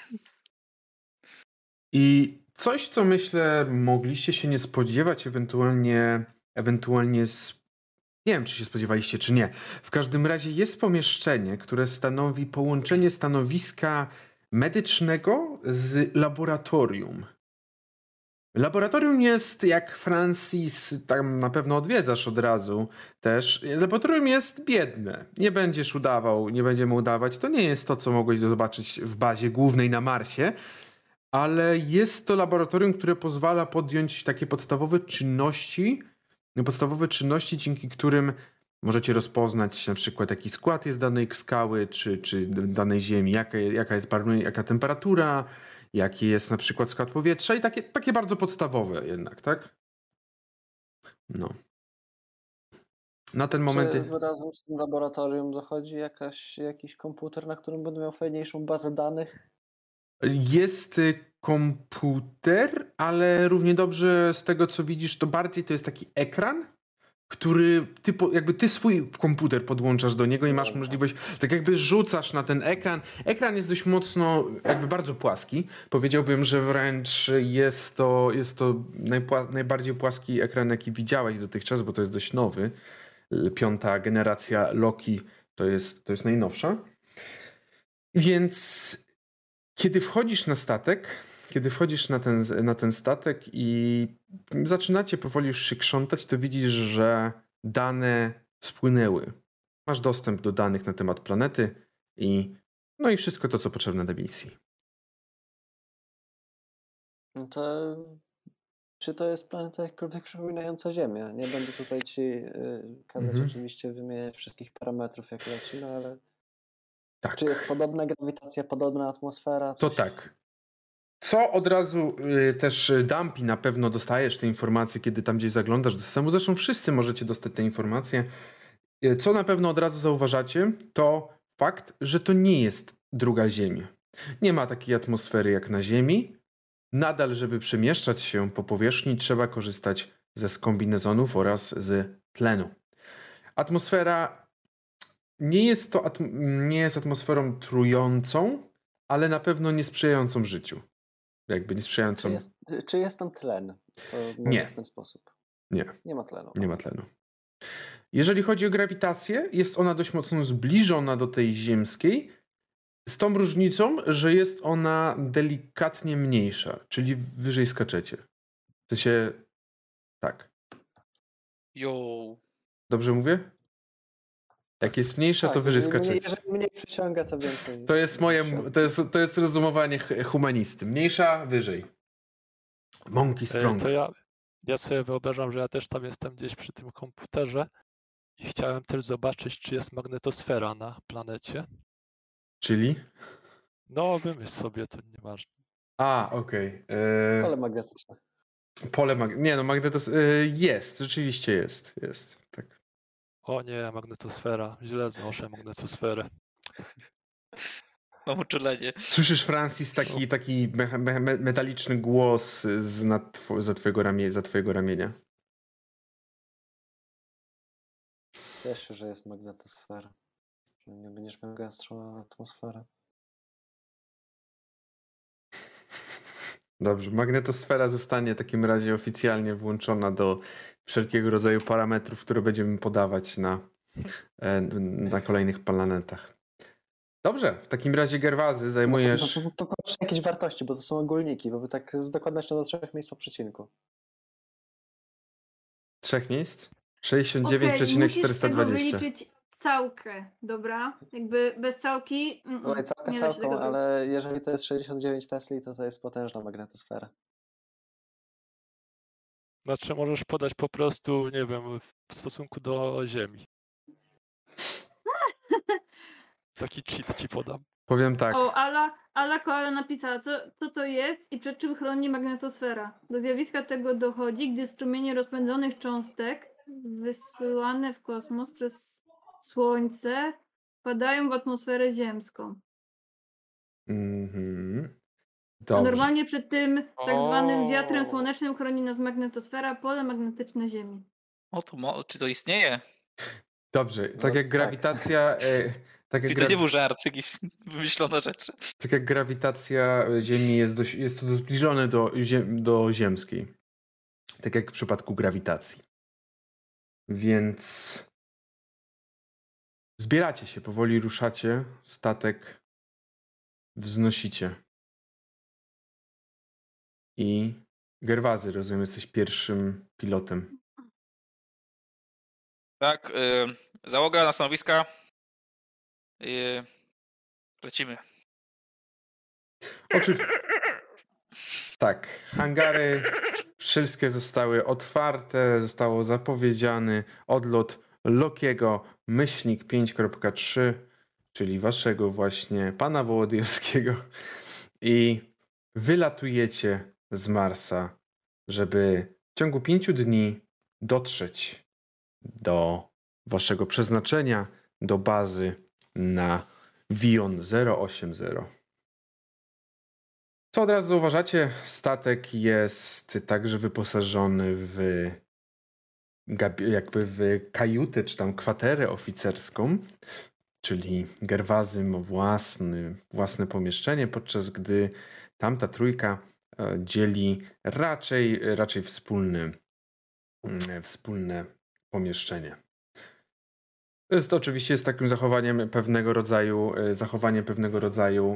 I coś, co myślę, mogliście się nie spodziewać, ewentualnie, ewentualnie z... nie wiem, czy się spodziewaliście, czy nie. W każdym razie jest pomieszczenie, które stanowi połączenie stanowiska medycznego z laboratorium. Laboratorium jest, jak Francis, tam na pewno odwiedzasz od razu też, laboratorium jest biedne. Nie będziesz udawał, nie będziemy udawać. To nie jest to, co mogłeś zobaczyć w bazie głównej na Marsie, ale jest to laboratorium, które pozwala podjąć takie podstawowe czynności, podstawowe czynności, dzięki którym możecie rozpoznać na przykład jaki skład jest danej skały, czy, czy danej ziemi, jaka, jaka jest jaka temperatura, jaki jest na przykład skład powietrza i takie, takie bardzo podstawowe jednak, tak? No. Na ten moment... Czy razem z tym laboratorium dochodzi jakaś, jakiś komputer, na którym będę miał fajniejszą bazę danych? Jest komputer, ale równie dobrze z tego, co widzisz, to bardziej to jest taki ekran, który ty, jakby ty swój komputer podłączasz do niego i masz możliwość, tak jakby rzucasz na ten ekran. Ekran jest dość mocno, jakby bardzo płaski. Powiedziałbym, że wręcz jest to, jest to najpła- najbardziej płaski ekran, jaki widziałeś dotychczas, bo to jest dość nowy. Piąta generacja Loki to jest, to jest najnowsza. Więc kiedy wchodzisz na statek, kiedy wchodzisz na ten, na ten statek i zaczynacie powoli już się krzątać, to widzisz, że dane spłynęły. Masz dostęp do danych na temat planety i no i wszystko to, co potrzebne do misji. No to czy to jest planeta jakkolwiek przypominająca Ziemię? Nie będę tutaj ci yy, kazać Mhm. oczywiście wymieniać wszystkich parametrów, jak leci, no ale Tak. czy jest podobna grawitacja, podobna atmosfera? To Coś? tak. Co od razu y, też Dampi na pewno dostajesz te informacje, kiedy tam gdzieś zaglądasz do systemu. Zresztą wszyscy możecie dostać te informacje. Y, co na pewno od razu zauważacie, to fakt, że to nie jest druga Ziemia. Nie ma takiej atmosfery jak na Ziemi. Nadal, żeby przemieszczać się po powierzchni, trzeba korzystać ze skombinezonów oraz z tlenu. Atmosfera nie jest to atm- nie jest atmosferą trującą, ale na pewno nie sprzyjającą życiu. Jakby nie sprzyjającą... Czy jest, czy jest tam tlen? To mówię Nie. w ten sposób. Nie. Nie ma tlenu. Nie ma tlenu. Jeżeli chodzi o grawitację, jest ona dość mocno zbliżona do tej ziemskiej, z tą różnicą, że jest ona delikatnie mniejsza, czyli wyżej skaczecie. W sensie... Tak. Yo. Dobrze mówię? Jak jest mniejsza, Tak, to wyżej jeżeli mnie, skaczecie. jeżeli mnie przyciąga, to więcej. To jest moje, to jest, to jest rozumowanie ch- humanisty. Mniejsza, wyżej. Monkey Strong. To ja, ja sobie wyobrażam, że ja też tam jestem gdzieś przy tym komputerze i chciałem też zobaczyć, czy jest magnetosfera na planecie. Czyli? No, wymyśl sobie, to nieważne. A, okej. Okay. Pole magnetyczne. Pole mag... Nie, no magnetos... Yy, jest, rzeczywiście jest. Jest, tak. O nie, magnetosfera. Źle znoszę magnetosferę. Mam uczulenie. Słyszysz, Francis, taki, taki me me metaliczny głos z nad two za, twojego ramie za twojego ramienia. Wiesz, że jest magnetosfera. Że nie będziesz miał gęstszą atmosferę. Dobrze, magnetosfera zostanie w takim razie oficjalnie włączona do wszelkiego rodzaju parametrów, które będziemy podawać na, na kolejnych planetach. Dobrze, w takim razie Gerwazy zajmujesz... No, poproszę jakieś wartości, bo to są ogólniki, bo tak z dokładnością do trzech miejsc po przecinku. Trzech miejsc? sześćdziesiąt dziewięć przecinek czterysta dwadzieścia. Okay, wyliczyć całkę, dobra? Jakby bez całki mm, Słuchaj, całkę nie da się całką, tego ale zrobić. jeżeli to jest sześćdziesiąt dziewięć Tesli, to to jest potężna magnetosfera. Znaczy możesz podać po prostu, nie wiem, w stosunku do Ziemi. Taki cheat ci podam. Powiem tak. O, Ala, Ala Koala napisała, co, co to jest i przed czym chroni magnetosfera. Do zjawiska tego dochodzi, gdy strumienie rozpędzonych cząstek wysyłane w kosmos przez Słońce wpadają w atmosferę ziemską. Mhm. A Dobrze. normalnie przed tym tak zwanym wiatrem O. słonecznym chroni nas magnetosfera, pole magnetyczne Ziemi. O, to mo- czy to istnieje? Dobrze, tak No jak tak. grawitacja... E, tak, jak Czy to nie gra... był żart, jakieś wymyślone rzeczy? tak jak grawitacja Ziemi jest, dość, jest to zbliżone do, ziem, do ziemskiej. Tak jak w przypadku grawitacji. Więc... Zbieracie się, powoli ruszacie, statek wznosicie. I Gerwazy, rozumiem, jesteś pierwszym pilotem. Tak, y, załoga na stanowiska. Y, lecimy. Oczywiście. Tak, hangary wszystkie zostały otwarte, zostało zapowiedziany odlot Lokiego myślnik pięć kropka trzy, czyli waszego właśnie pana Wołodyjowskiego, i wylatujecie z Marsa, żeby w ciągu pięciu dni dotrzeć do waszego przeznaczenia, do bazy na Vion zero osiem zero. Co od razu zauważacie, statek jest także wyposażony w jakby w kajutę czy tam kwaterę oficerską, czyli Gerwazy ma własny, własne pomieszczenie, podczas gdy tamta trójka dzieli raczej, raczej wspólny, wspólne pomieszczenie. To jest oczywiście z takim zachowaniem pewnego rodzaju, zachowaniem pewnego rodzaju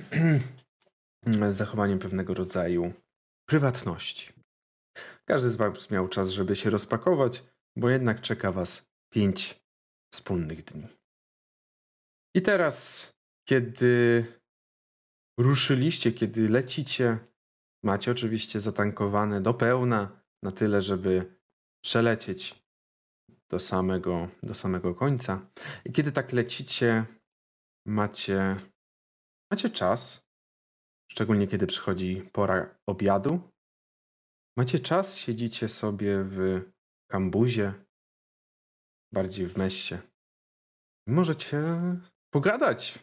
z zachowaniem pewnego rodzaju prywatności. Każdy z was miał czas, żeby się rozpakować, bo jednak czeka was pięć wspólnych dni. I teraz, kiedy ruszyliście, kiedy lecicie, macie oczywiście zatankowane do pełna, na tyle, żeby przelecieć do samego, do samego końca. I kiedy tak lecicie, macie, macie czas, szczególnie kiedy przychodzi pora obiadu. Macie czas, siedzicie sobie w kambuzie, bardziej w meście. Możecie pogadać.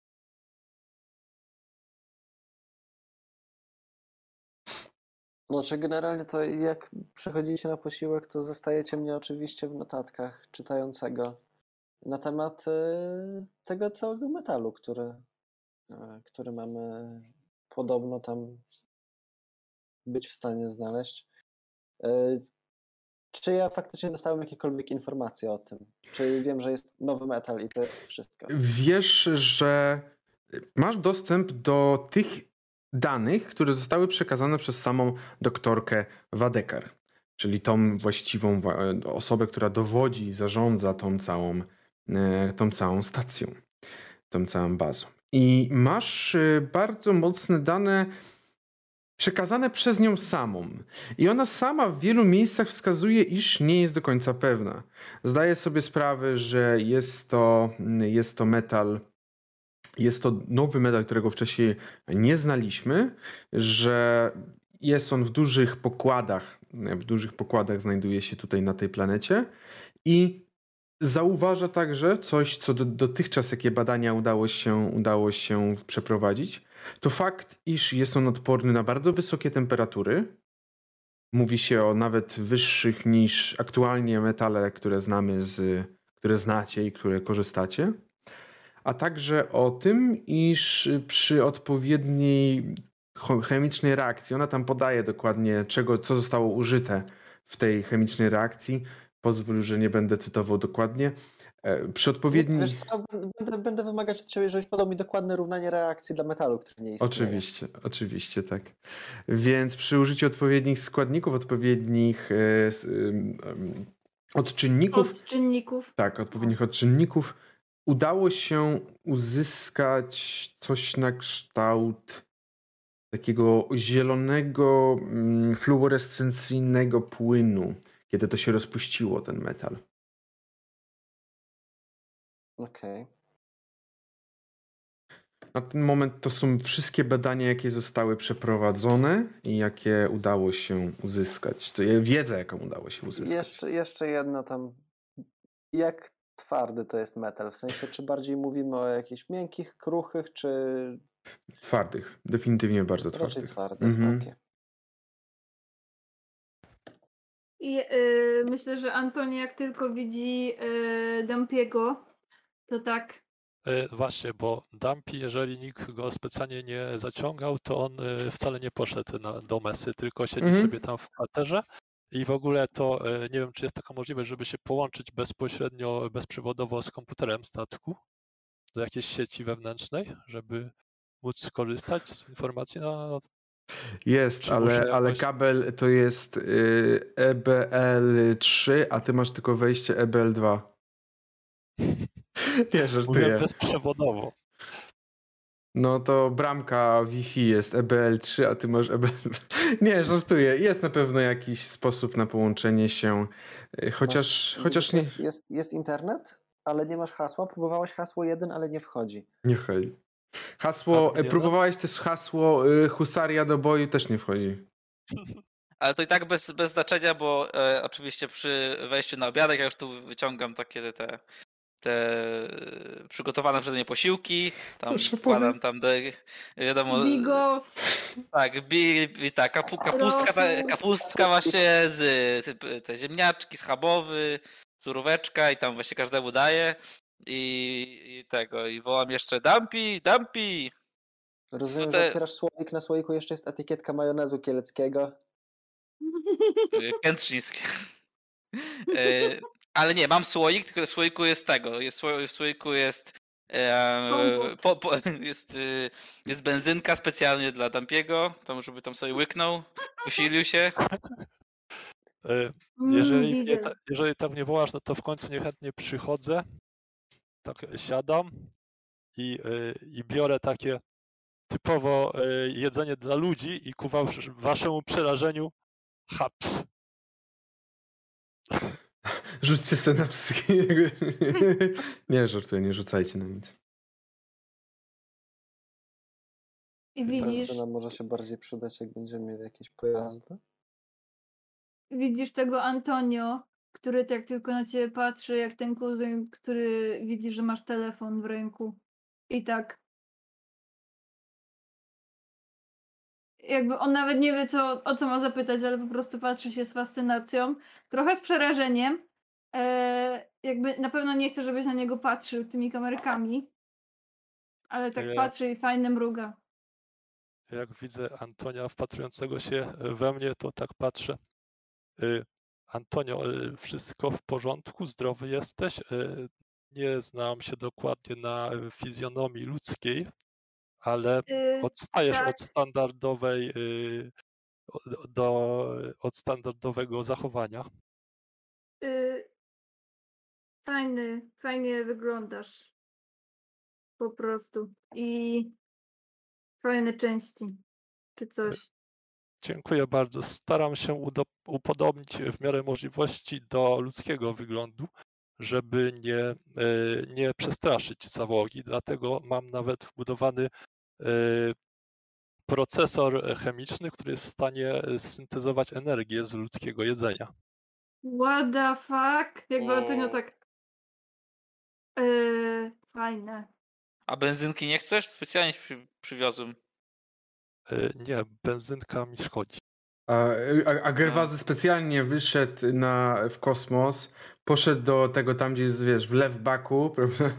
Znaczy generalnie to jak przychodzicie na posiłek, to zostajecie mnie oczywiście w notatkach czytającego na temat y, tego całego metalu, który, y, który mamy podobno tam być w stanie znaleźć. Y, czy ja faktycznie dostałem jakiekolwiek informacje o tym? Czy wiem, że jest nowy metal i to jest wszystko? Wiesz, że masz dostęp do tych danych, które zostały przekazane przez samą doktorkę Wadekar, czyli tą właściwą osobę, która dowodzi, zarządza tą całą, tą całą stacją, tą całą bazą. I masz bardzo mocne dane przekazane przez nią samą. I ona sama w wielu miejscach wskazuje, iż nie jest do końca pewna. Zdaje sobie sprawę, że jest to, jest to metal, jest to nowy metal, którego wcześniej nie znaliśmy, że jest on w dużych pokładach, w dużych pokładach znajduje się tutaj na tej planecie i zauważa także coś, co do, dotychczas, jakie badania udało się, udało się przeprowadzić, to fakt, iż jest on odporny na bardzo wysokie temperatury. Mówi się o nawet wyższych niż aktualnie metale, które znamy, z, które znacie i które korzystacie. A także o tym, iż przy odpowiedniej chemicznej reakcji, ona tam podaje dokładnie, czego, co zostało użyte w tej chemicznej reakcji. Pozwól, że nie będę cytował dokładnie. Przy odpowiedniej... Wiesz co, będę, będę wymagać od ciebie, żebyś podał mi dokładne równanie reakcji dla metalu, który nie istnieje. Oczywiście, oczywiście, tak. Więc przy użyciu odpowiednich składników, odpowiednich e, e, odczynników, Odczynników. tak, odpowiednich odczynników, udało się uzyskać coś na kształt takiego zielonego, mm, fluorescencyjnego płynu, kiedy to się rozpuściło, ten metal. Okej. Na ten moment to są wszystkie badania, jakie zostały przeprowadzone i jakie udało się uzyskać. To jest wiedza, jaką udało się uzyskać. Jeszcze, jeszcze jedna tam. Jak twardy to jest metal? W sensie, czy bardziej mówimy o jakichś miękkich, kruchych, czy Twardych. Definitywnie bardzo raczej twardych. twardych? Mhm. Okej. I y, myślę, że Antoni jak tylko widzi y, Dampiego, to tak. E, Właśnie, bo Dumpy, jeżeli nikt go specjalnie nie zaciągał, to on e, wcale nie poszedł na, do mesy, tylko siedzi Mhm. sobie tam w kwaterze i w ogóle to e, nie wiem, czy jest taka możliwość, żeby się połączyć bezpośrednio, bezprzewodowo z komputerem statku do jakiejś sieci wewnętrznej, żeby móc korzystać z informacji na... Jest, Czy muszę ale, ale jakoś- kabel to jest y, E B L trzy, a ty masz tylko wejście E B L dwa. Nie, Mówię żartuję. bezprzewodowo. No to bramka Wi-Fi jest E B L trzy, a ty masz E B L dwa. Nie, żartuję. Jest na pewno jakiś sposób na połączenie się, y, chociaż, Masz- chociaż nie, jest, jest, jest internet, ale nie masz hasła. Próbowałeś hasło jeden, ale nie wchodzi. nie wchodzi. Hasło, Admin jeden? próbowałeś też hasło y, husaria do boju, też nie wchodzi. Ale to i tak bez, bez znaczenia, bo e, oczywiście przy wejściu na obiadek ja już tu wyciągam takie te, te przygotowane przeze mnie posiłki, tam Proszę wkładam tam do, wiadomo, Bigos. tak, bi, bi, tak kapu, kapustka, ta, Rosół. kapustka właśnie z te, te ziemniaczki, schabowy, suróweczka i tam właśnie każdemu daję i, i tego, i wołam jeszcze Dumpy, Dumpy! Rozumiem, Te- że otwierasz słoik, na słoiku jeszcze jest etykietka majonezu kieleckiego. Kętrzyńskie. E, ale nie, mam słoik, tylko w słoiku jest tego. Jest, sło- w słoiku jest, e, Kompot. po, po, jest, e, jest benzynka specjalnie dla Dampiego, tam, żeby tam sobie łyknął, usilił się. E, Mm, Jeżeli, mnie, diesel. ta, jeżeli tam nie wołasz, no to w końcu niechętnie przychodzę, tak siadam i, e, i biorę takie typowo e, jedzenie dla ludzi i ku wasz, waszemu przerażeniu haps. Rzućcie sobie na psychi. Nie, żartuję, nie rzucajcie na nic. I To widzisz, nam może się bardziej przydać, jak będziemy mieli jakieś pojazdy. widzisz tego Antonio, który tak tylko na ciebie patrzy, jak ten kuzyn, który widzi, że masz telefon w ręku. I tak. Jakby on nawet nie wie, co, o co ma zapytać, ale po prostu patrzy się z fascynacją. Trochę z przerażeniem. E, jakby na pewno nie chce, żebyś na niego patrzył tymi kamerkami. Ale tak Nie. patrzy i fajnie mruga. Jak widzę Antonia wpatrującego się we mnie, to tak patrzę. Y, Antonio, y, wszystko w porządku? Zdrowy jesteś? Y, Nie znam się dokładnie na fizjonomii ludzkiej, ale Y, odstajesz tak. od standardowej, y, o- do, od standardowego zachowania. y, fajny, fajnie wyglądasz. Po prostu. I fajne części. Czy coś. Dziękuję bardzo. Staram się udo- upodobnić w miarę możliwości do ludzkiego wyglądu, żeby nie, e, nie przestraszyć załogi. Dlatego mam nawet wbudowany e, procesor chemiczny, który jest w stanie syntezować energię z ludzkiego jedzenia. What the fuck? Jakby Antonio O. tak... Yy, fajne. A benzynki nie chcesz? Specjalnie ci przy, przywiozłem. E, Nie, benzynka mi szkodzi. A, a, a Gerwazy specjalnie wyszedł na, w kosmos, poszedł do tego tam, gdzie jest, wiesz, w lew baku, prawda?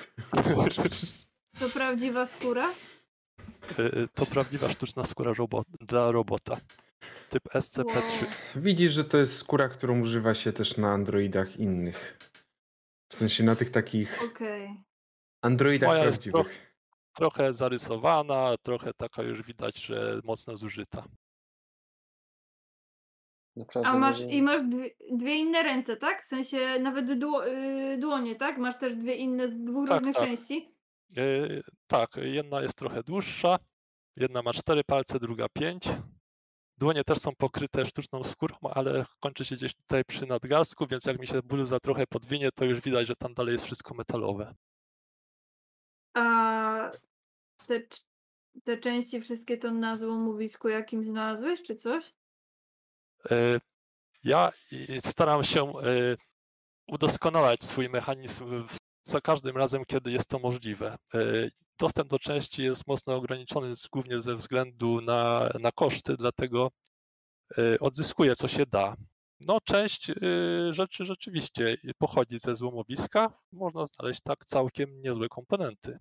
To prawdziwa skóra? E, To prawdziwa sztuczna skóra robot, dla robota. Typ S C P trzy. Wow. Widzisz, że to jest skóra, którą używa się też na androidach innych. W sensie na tych takich Okej. androidach Moja jest prawdziwych. Trochę zarysowana, trochę taka już widać, że mocno zużyta. Naprawdę A masz nie i wiem. masz dwie, dwie inne ręce, tak? W sensie nawet dło, yy, dłonie, tak? Masz też dwie inne z dwóch Tak, różnych tak. części. E, Tak, jedna jest trochę dłuższa, jedna ma cztery palce, druga pięć. Dłonie też są pokryte sztuczną skórą, ale kończy się gdzieś tutaj przy nadgarstku, więc jak mi się bluza trochę podwinie, to już widać, że tam dalej jest wszystko metalowe. A te, cz- te części wszystkie to na złomowisku jakimś znalazłeś, czy coś? E, Ja i- staram się e, udoskonalać swój mechanizm w- za każdym razem, kiedy jest to możliwe. E, Dostęp do części jest mocno ograniczony z- głównie ze względu na, na koszty, dlatego e, odzyskuję co się da. No, część e, rzeczy rzeczywiście pochodzi ze złomowiska. Można znaleźć tak całkiem niezłe komponenty.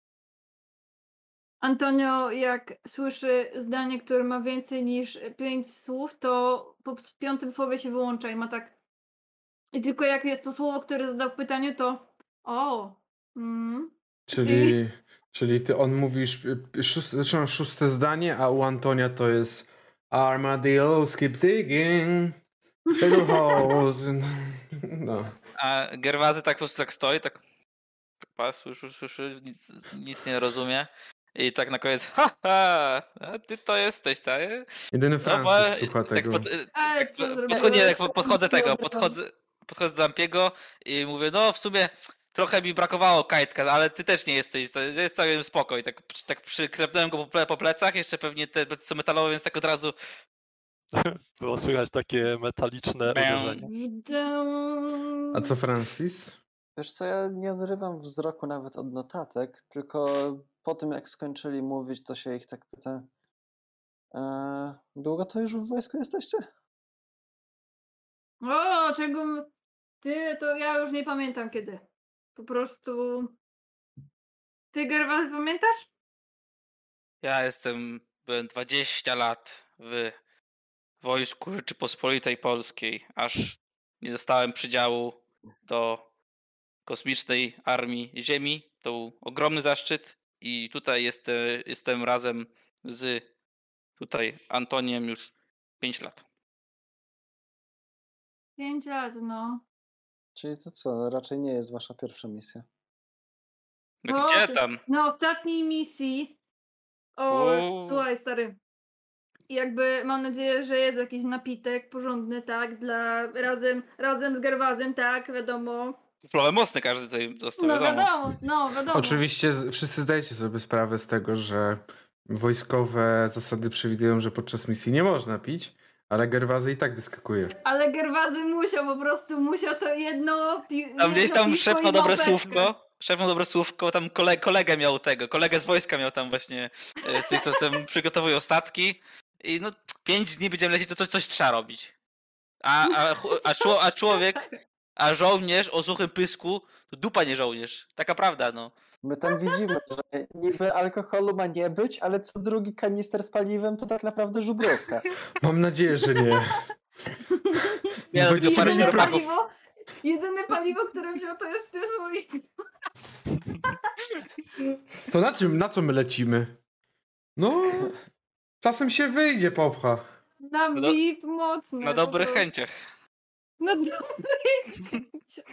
Antonio, jak słyszy zdanie, które ma więcej niż pięć słów, to po ps- piątym słowie się wyłącza i ma tak. I tylko jak jest to słowo, które zadał w pytaniu, to o. Mm. Czyli, czyli ty on mówisz, y, szóst, zaczynasz szóste zdanie, a u Antonia to jest Armadillos keep digging little holes. No. A Gerwazy tak po prostu tak stoi, tak pas, słyszy, słyszy, nic, nic nie rozumie. I tak na koniec, haha, a ty to jesteś, tak? Jedyny No, Francis bo- słucha jak tego. pod, Ale jak co po- zrobiłeś? podchodzę, jak Co podchodzę tego, zrobiłeś? podchodzę, podchodzę do Lampiego i mówię, no w sumie trochę mi brakowało kajtka, ale ty też nie jesteś, to jest całkiem spoko. I tak, tak przyklepnąłem go po, ple, po plecach, jeszcze pewnie te są metalowe, więc tak od razu Było słychać takie metaliczne Bam. uderzenie. A co Francis? Wiesz co, ja nie odrywam wzroku nawet od notatek, tylko po tym jak skończyli mówić, to się ich tak pyta. E, długo to już w wojsku jesteście? O, czego. m- Ty, to ja już nie pamiętam kiedy. Po prostu. Ty, Gerwas, pamiętasz? ja jestem, byłem dwadzieścia lat w wojsku Rzeczypospolitej Polskiej, aż nie dostałem przydziału do kosmicznej armii Ziemi. To był ogromny zaszczyt i tutaj jest, jestem razem z tutaj Antoniem już pięć lat. Pięć lat, no. Czyli to co, raczej nie jest wasza pierwsza misja. No No, gdzie ty- tam? Na ostatniej misji. O, Uuu. słuchaj, stary. Jakby mam nadzieję, że jest jakiś napitek porządny, tak? Dla razem, razem z Gerwazem, tak, wiadomo. Kuflowe mocne każdy tutaj dostał, No wiadomo. wiadomo, no wiadomo. Oczywiście z- wszyscy zdajecie sobie sprawę z tego, że wojskowe zasady przewidują, że podczas misji nie można pić, ale Gerwazy i tak wyskakuje. Ale Gerwazy musiał, po prostu musiał to jedno pi- Tam gdzieś jedno tam piwko szepnął i dobre małpeczkę. słówko. Szepnął dobre słówko, tam kole, kolegę miał tego, kolegę z wojska miał tam właśnie, e, z tych, co tam przygotowują statki. I no, pięć dni będziemy lecieć, to coś, coś trzeba robić. A, a, chu- a, czło, a człowiek, a żołnierz o suchym pysku, to dupa nie żołnierz. Taka prawda, no. My tam widzimy, że niby alkoholu ma nie być, ale co drugi kanister z paliwem to tak naprawdę żubrówka. Mam nadzieję, że nie. Nie, no, Bo tylko dzisiaj parę nie Jedyne pra- czterpaków. paliwo, jedyne paliwo, które wziął, to jest w tym słoiku. To na czym, na co my lecimy? No, czasem się wyjdzie popcha. Na No do- V I P mocno. Na po dobrych prostu. chęciach. Na dobrych chęciach.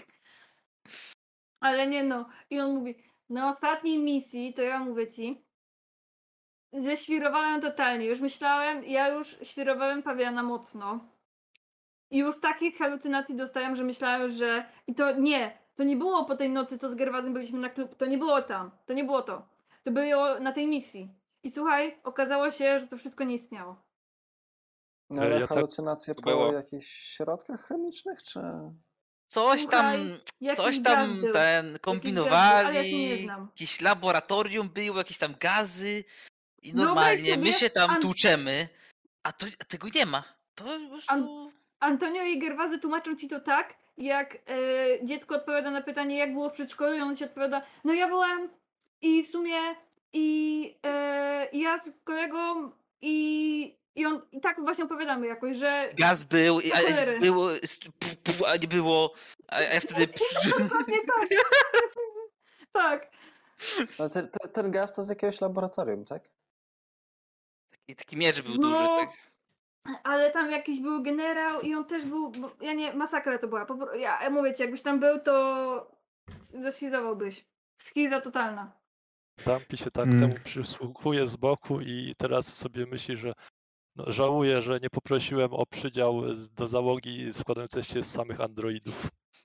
Ale nie no. I on mówi, na ostatniej misji, to ja mówię ci, ześwirowałem totalnie. Już myślałem, ja już świrowałem pawiana mocno. I już takich halucynacji dostałem, że myślałem, że... I to nie, to nie było po tej nocy, co z Gerwazem byliśmy na klub. To nie było tam. To nie było to. To było na tej misji. I słuchaj, okazało się, że to wszystko nie istniało. No ale Ja tak- halucynacje to po było. jakichś środkach chemicznych, czy... Coś tam, Słuchaj, jakiś coś gaz tam był. ten gaz był, kombinowali, ale ja się nie znam. jakieś laboratorium było, jakieś tam gazy i Wyobraź normalnie my sobie, się tam An- tłuczemy, a, to, a tego nie ma. To po prostu... Antonio i Gerwazy tłumaczą ci to tak, jak e, dziecko odpowiada na pytanie, jak było w przedszkolu, i on ci odpowiada, no ja byłem i w sumie i e, ja z kolegą i, i on i tak właśnie opowiadamy jakoś, że Gaz był, i- a, a cholery. było, st- pu- pu- a nie było, a, a ja wtedy... Dokładnie tak. Tak. No, ten, ten, ten gaz to z jakiegoś laboratorium, tak? Taki, taki miecz był No, duży. Tak. ale tam jakiś był generał i on też był, bo, ja nie, masakra to była. Po, pro- ja mówię ci, jakbyś tam był, to zeschizowałbyś. Schiza totalna. Dampi się tak Mm. temu przysłuchuje z boku i teraz sobie myśli, że no, żałuje, że nie poprosiłem o przydział z- do załogi składającej się z samych androidów.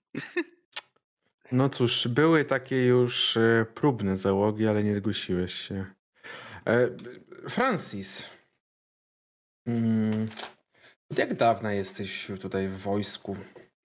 No cóż, były takie już e, próbne załogi, ale nie zgłosiłeś się. E, Francis, mm, od jak dawna jesteś tutaj w wojsku?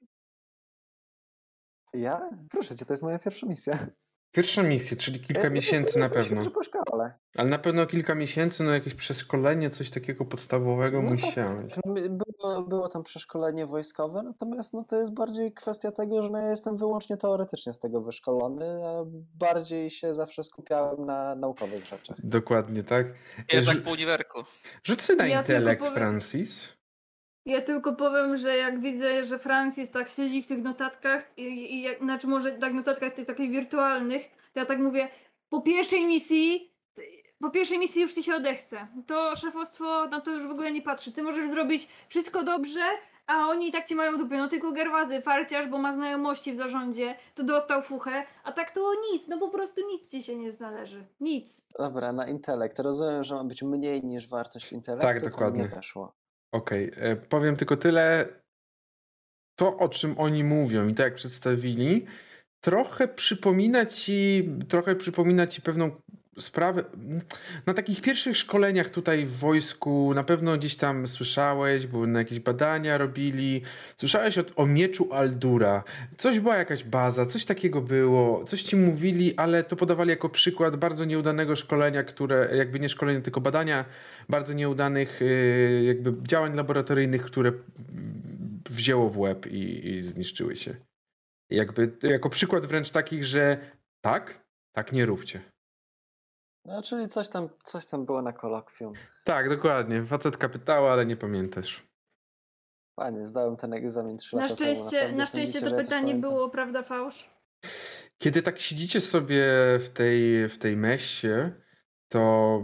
Ja? Proszę cię, to jest moja pierwsza misja. Pierwsza misja, czyli kilka Ja miesięcy jestem, na jestem pewno. świeży po szkole. Ale na pewno kilka miesięcy, no jakieś przeszkolenie, coś takiego podstawowego No tak, musiałeś. Było, było tam przeszkolenie wojskowe, natomiast no, to jest bardziej kwestia tego, że no, ja jestem wyłącznie teoretycznie z tego wyszkolony, a bardziej się zawsze skupiałem na naukowych rzeczach. Dokładnie, tak? Jest Rzu- jak po uniwerku. Rzuć sobie na Ja tylko intelekt, powiem- Francis. Ja tylko powiem, że jak widzę, że Francis tak siedzi w tych notatkach, i, i jak, znaczy może tak notatkach tych takich wirtualnych, to ja tak mówię, po pierwszej misji, po pierwszej misji już ci się odechce. To szefostwo na to już w ogóle nie patrzy. Ty możesz zrobić wszystko dobrze, a oni i tak ci mają dupy. No tylko Gerwazy, farciarz, bo ma znajomości w zarządzie, to dostał fuchę, a tak to nic, no po prostu nic ci się nie znależy. Nic. Dobra, na intelekt. Rozumiem, że ma być mniej niż wartość intelektu, Tak, to dokładnie. nie weszło. Okej, e, powiem tylko tyle. To, o czym oni mówią i tak jak przedstawili, trochę przypomina ci, trochę przypomina ci pewną sprawę. Na takich pierwszych szkoleniach tutaj w wojsku na pewno gdzieś tam słyszałeś, bo na jakieś badania robili. Słyszałeś o, o mieczu Aldura. Coś była jakaś baza, coś takiego było, coś ci mówili, ale to podawali jako przykład bardzo nieudanego szkolenia, które, jakby nie szkolenia, tylko badania bardzo nieudanych yy, jakby działań laboratoryjnych, które wzięło w łeb i, i zniszczyły się. Jakby jako przykład wręcz takich, że tak, tak nie róbcie. No, czyli coś tam, coś tam było na kolokwium. Tak, dokładnie. Facetka pytała, ale nie pamiętasz. Panie, zdałem ten egzamin trzy Na lata temu. szczęście, Naprawdę na sądzicie, szczęście to że ja coś pytanie pamiętam? było prawda fałsz. Kiedy tak siedzicie sobie w tej, w tej meście, to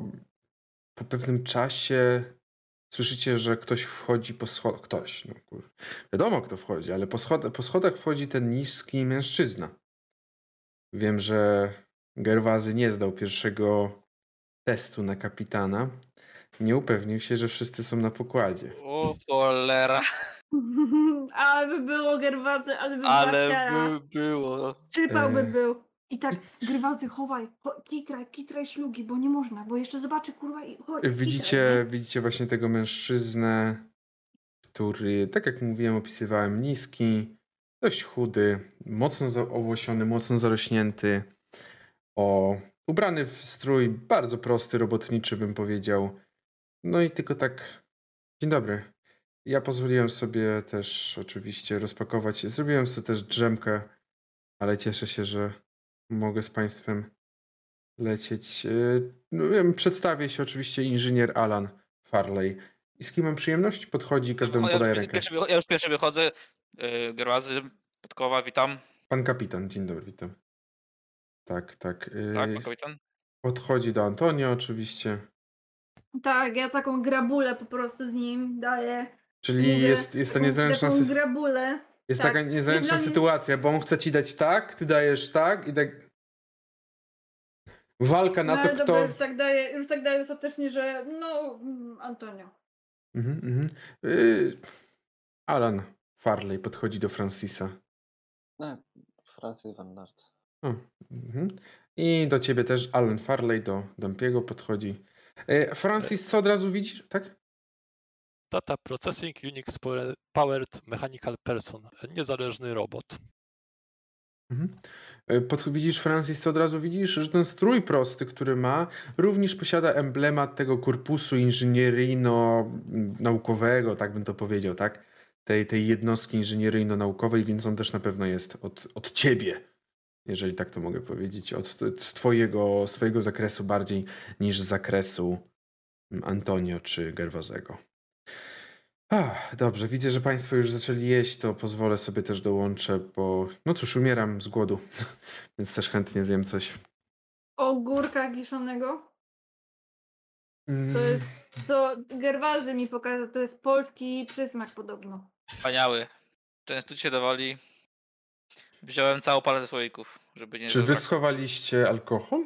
po pewnym czasie słyszycie, że ktoś wchodzi po schodach. Ktoś, no kur... Wiadomo kto wchodzi, ale po, schod po schodach wchodzi ten niski mężczyzna. Wiem, że Gerwazy nie zdał pierwszego testu na kapitana. Nie upewnił się, że wszyscy są na pokładzie. O cholera. Ale by było Gerwazy, ale by Ale chciała. by było. Przypał by E. był. I tak, Gerwazy, chowaj, cho- kitraj, kitraj szlugi, bo nie można, bo jeszcze zobaczy, kurwa, i chodź, Widzicie, kitraj, nie? widzicie właśnie tego mężczyznę, który, tak jak mówiłem, opisywałem, niski, dość chudy, mocno owłosiony, mocno zarośnięty, o, ubrany w strój bardzo prosty, robotniczy bym powiedział. No i tylko tak, dzień dobry. Ja pozwoliłem sobie też oczywiście rozpakować, zrobiłem sobie też drzemkę, ale cieszę się, że mogę z Państwem lecieć. Yy, No, wiem, przedstawię się oczywiście inżynier Alan Farley. I z kim mam przyjemność? Podchodzi, każdemu Ja już, podaje pierwszy, rękę. pierwszy, wycho- ja już pierwszy wychodzę. Yy, Gerwazy, Podkowa, witam. Pan kapitan, dzień dobry, witam. Tak, tak. yy, Tak, pan kapitan? Podchodzi do Antonio oczywiście. Tak, ja taką grabulę po prostu z nim daję. Czyli Mówię, jest, jest ta taką- niezręczna, Taką sy- grabulę. jest tak. taka niezręczna Jest dla mnie- sytuacja, bo on chce ci dać tak, ty dajesz tak i tak. walka na No to, ale dobra, kto... już tak daje, już tak daje ostatecznie, że no mm, Antonio. Mhm, mhm. Y, Alan Farley podchodzi do Francisa. No, Francis Van Nart. O, mhm. I do ciebie też Alan Farley, do Dampiego podchodzi. E, Francis, co od razu widzisz? Tak? Data Processing Unix Powered Mechanical Person. Niezależny robot. Mhm. E, Pod, widzisz, Francis, co od razu widzisz? Że ten strój prosty, który ma, również posiada emblemat tego korpusu inżynieryjno-naukowego, tak bym to powiedział, tak? Tej, tej jednostki inżynieryjno-naukowej, więc on też na pewno jest od, od ciebie, jeżeli tak to mogę powiedzieć, od, z twojego, swojego zakresu bardziej niż z zakresu Antonio czy Gerwazego. Ach, dobrze, widzę, że Państwo już zaczęli jeść, to pozwolę sobie też dołączę, bo no cóż, umieram z głodu, więc też chętnie zjem coś. Ogórka kiszonego? Mm, To jest, to Gerwazy mi pokazał, to jest polski przysmak podobno. Wspaniały. Częstujcie się do woli. Wziąłem całą paletę słoików, żeby nie Czy wy zabrakło. schowaliście alkohol?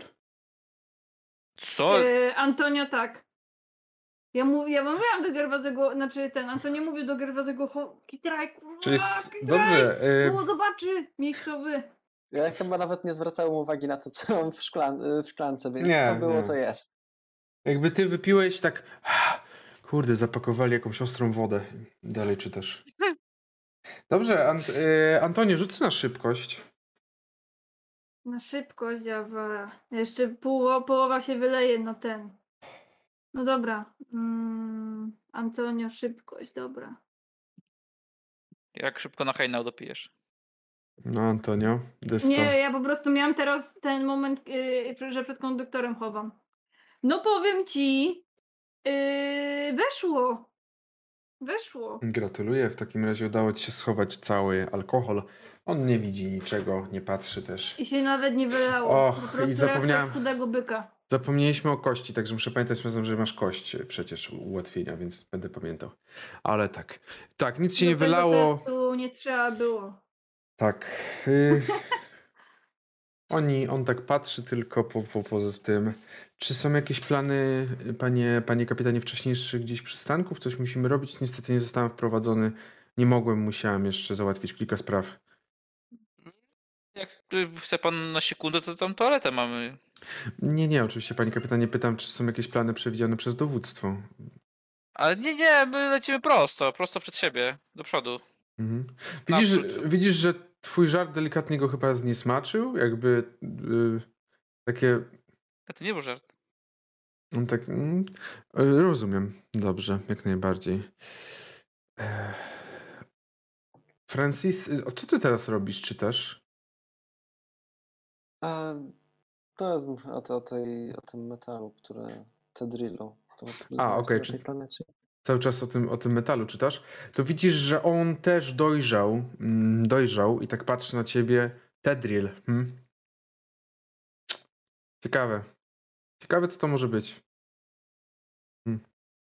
Co? E, Antonio tak. Ja, mów, ja mówiłam do Gerwazego, znaczy ten, Antonio mówił do Gerwazego, ho, kitraj, kurwa, Czyli s- kitraj, dobrze, y, było zobaczy, miejscowy. Ja chyba nawet nie zwracałem uwagi na to, co mam w, szklan- w szklance, więc Nie, co było, nie. to jest. jakby ty wypiłeś tak, kurde, zapakowali jakąś ostrą wodę. Dalej czytasz. Dobrze, Ant, y, Antonio, rzuć na szybkość. Na szybkość, Jawa. Jeszcze pół, połowa się wyleje na ten. No dobra. Mm, Antonio, szybkość, dobra. Jak szybko na hejnał dopijesz? No, Antonio, dysto. Nie, ja po prostu miałam teraz ten moment, yy, że przed konduktorem chowam. No powiem ci, yy, weszło. Weszło. Gratuluję, w takim razie udało ci się schować cały alkohol. On nie widzi niczego, nie patrzy też. I się nawet nie wylało. Och, po i prostu zapomniałem. refleks chudego byka. Zapomnieliśmy o kości, także muszę pamiętać razem, że masz kość przecież ułatwienia, więc będę pamiętał. Ale tak. Tak, nic się Do nie tego wylało. testu nie trzeba było. Tak. Y... Oni, on tak patrzy tylko po, po, poza tym. Czy są jakieś plany, panie, panie kapitanie, wcześniejszych gdzieś przystanków? Coś musimy robić? Niestety nie zostałem wprowadzony. Nie mogłem, musiałem jeszcze załatwić kilka spraw. Jak y, chce pan na sekundę, to tam toaletę mamy. Nie, nie, oczywiście, panie kapitanie, pytam, czy są jakieś plany przewidziane przez dowództwo. Ale nie, nie, my lecimy prosto, prosto przed siebie, do przodu. Mhm. Widzisz, Naprzód. widzisz, że twój żart delikatnie go chyba zniesmaczył? Jakby y, takie... A to nie był żart. On tak... Mm, y, rozumiem. Dobrze, jak najbardziej. Ech. Francis, y, co ty teraz robisz? Czytasz? A, to jest o, to, o, tej, o tym metalu, które... te drillu. To A, okej, na czy- tej planecie. Cały czas o tym, o tym metalu czytasz? To widzisz, że on też dojrzał, mm, dojrzał i tak patrzy na ciebie. Tedril. Hmm? Ciekawe. Ciekawe, co to może być. Hmm.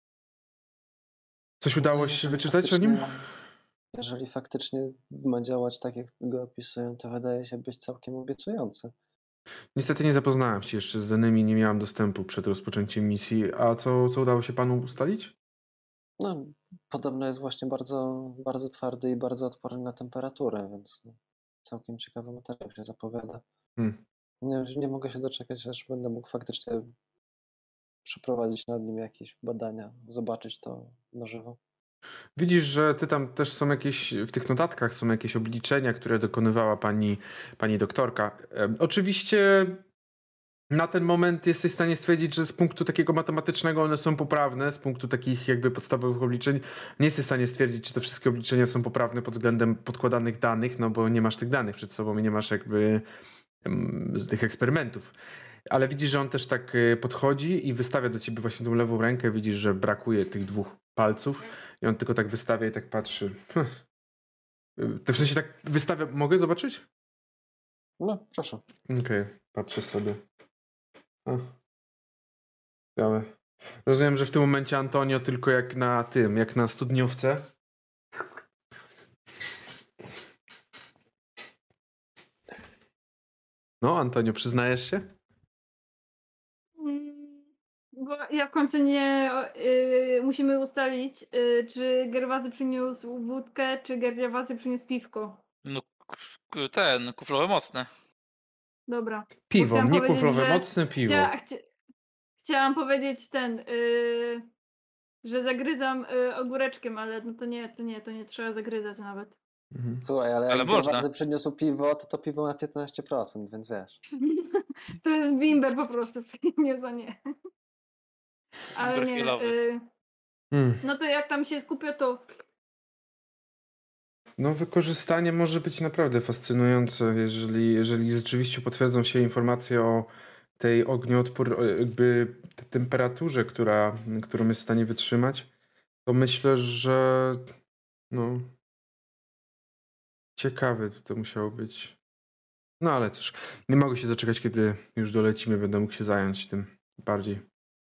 Coś udało się Jeżeli wyczytać o nim? faktycznie- Jeżeli faktycznie ma działać tak, jak go opisują, to wydaje się być całkiem obiecujący. Niestety nie zapoznałem się jeszcze z danymi, nie miałem dostępu przed rozpoczęciem misji. A co, co udało się panu ustalić? No, podobno jest właśnie bardzo, bardzo twardy i bardzo odporny na temperaturę, więc całkiem ciekawy materiał się zapowiada. Hmm. Nie, nie mogę się doczekać, aż będę mógł faktycznie przeprowadzić nad nim jakieś badania, zobaczyć to na żywo. Widzisz, że ty tam też są jakieś, w tych notatkach są jakieś obliczenia, które dokonywała pani, pani doktorka. Em, oczywiście na ten moment jesteś w stanie stwierdzić, że z punktu takiego matematycznego one są poprawne, z punktu takich jakby podstawowych obliczeń nie jesteś w stanie stwierdzić, czy te wszystkie obliczenia są poprawne pod względem podkładanych danych, no bo nie masz tych danych przed sobą i nie masz jakby em, z tych eksperymentów. Ale widzisz, że on też tak y, podchodzi i wystawia do ciebie właśnie tą lewą rękę, widzisz, że brakuje tych dwóch palców i on tylko tak wystawia i tak patrzy. Y, To w sensie tak wystawia, mogę zobaczyć? No, proszę. Okej, patrzę sobie. A. Ciekawe. Rozumiem, że w tym momencie Antonio tylko jak na tym, jak na studniówce. No, Antonio, przyznajesz się? Bo ja w końcu nie... Yy, musimy ustalić, yy, czy Gerwazy przyniósł wódkę, czy Gerwazy przyniósł piwko. No k- ten, kuflowe mocne. Dobra. Bo Piwo, chciałam nie powiedzieć, kuflowe, że mocne piwo. Chcia, chcia, chciałam powiedzieć ten, yy, że zagryzam yy, ogóreczkiem, ale no to nie, to nie, to nie trzeba zagryzać nawet. Mhm. Słuchaj, ale Ale jak można. Gerwazy przyniósł piwo, to to piwo ma piętnaście procent, więc wiesz. To jest bimber po prostu, nie za nie. Ale Bimber nie, chmielowy. yy, Mm. no to jak tam się skupię, to No wykorzystanie może być naprawdę fascynujące, jeżeli, jeżeli rzeczywiście potwierdzą się informacje o tej ognioodpór, jakby tej temperaturze, która, którą jest w stanie wytrzymać, to myślę, że no ciekawe to musiało być. No ale cóż, nie mogę się doczekać, kiedy już dolecimy, będę mógł się zająć tym bardziej.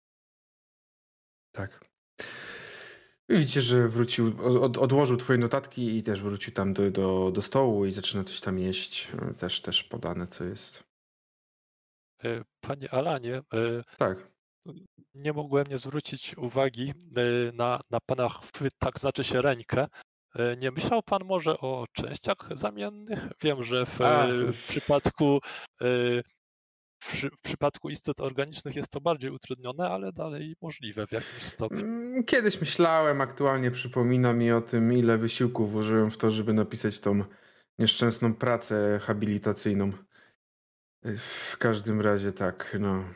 Tak. Widzicie, że wrócił, od, odłożył twoje notatki i też wrócił tam do, do, do stołu i zaczyna coś tam jeść. Też, też podane, co jest. E, Panie Alanie, e, Tak. nie mogłem nie zwrócić uwagi e, na, na pana chwyt, tak znaczy się rękę. E, Nie myślał pan może o częściach zamiennych? Wiem, że w, A, e, w przypadku e, w, przy- w przypadku istot organicznych jest to bardziej utrudnione, ale dalej możliwe w jakimś stopniu. Mm, Kiedyś myślałem, aktualnie przypomina mi o tym, ile wysiłku włożyłem w to, żeby napisać tą nieszczęsną pracę habilitacyjną. W każdym razie tak, no.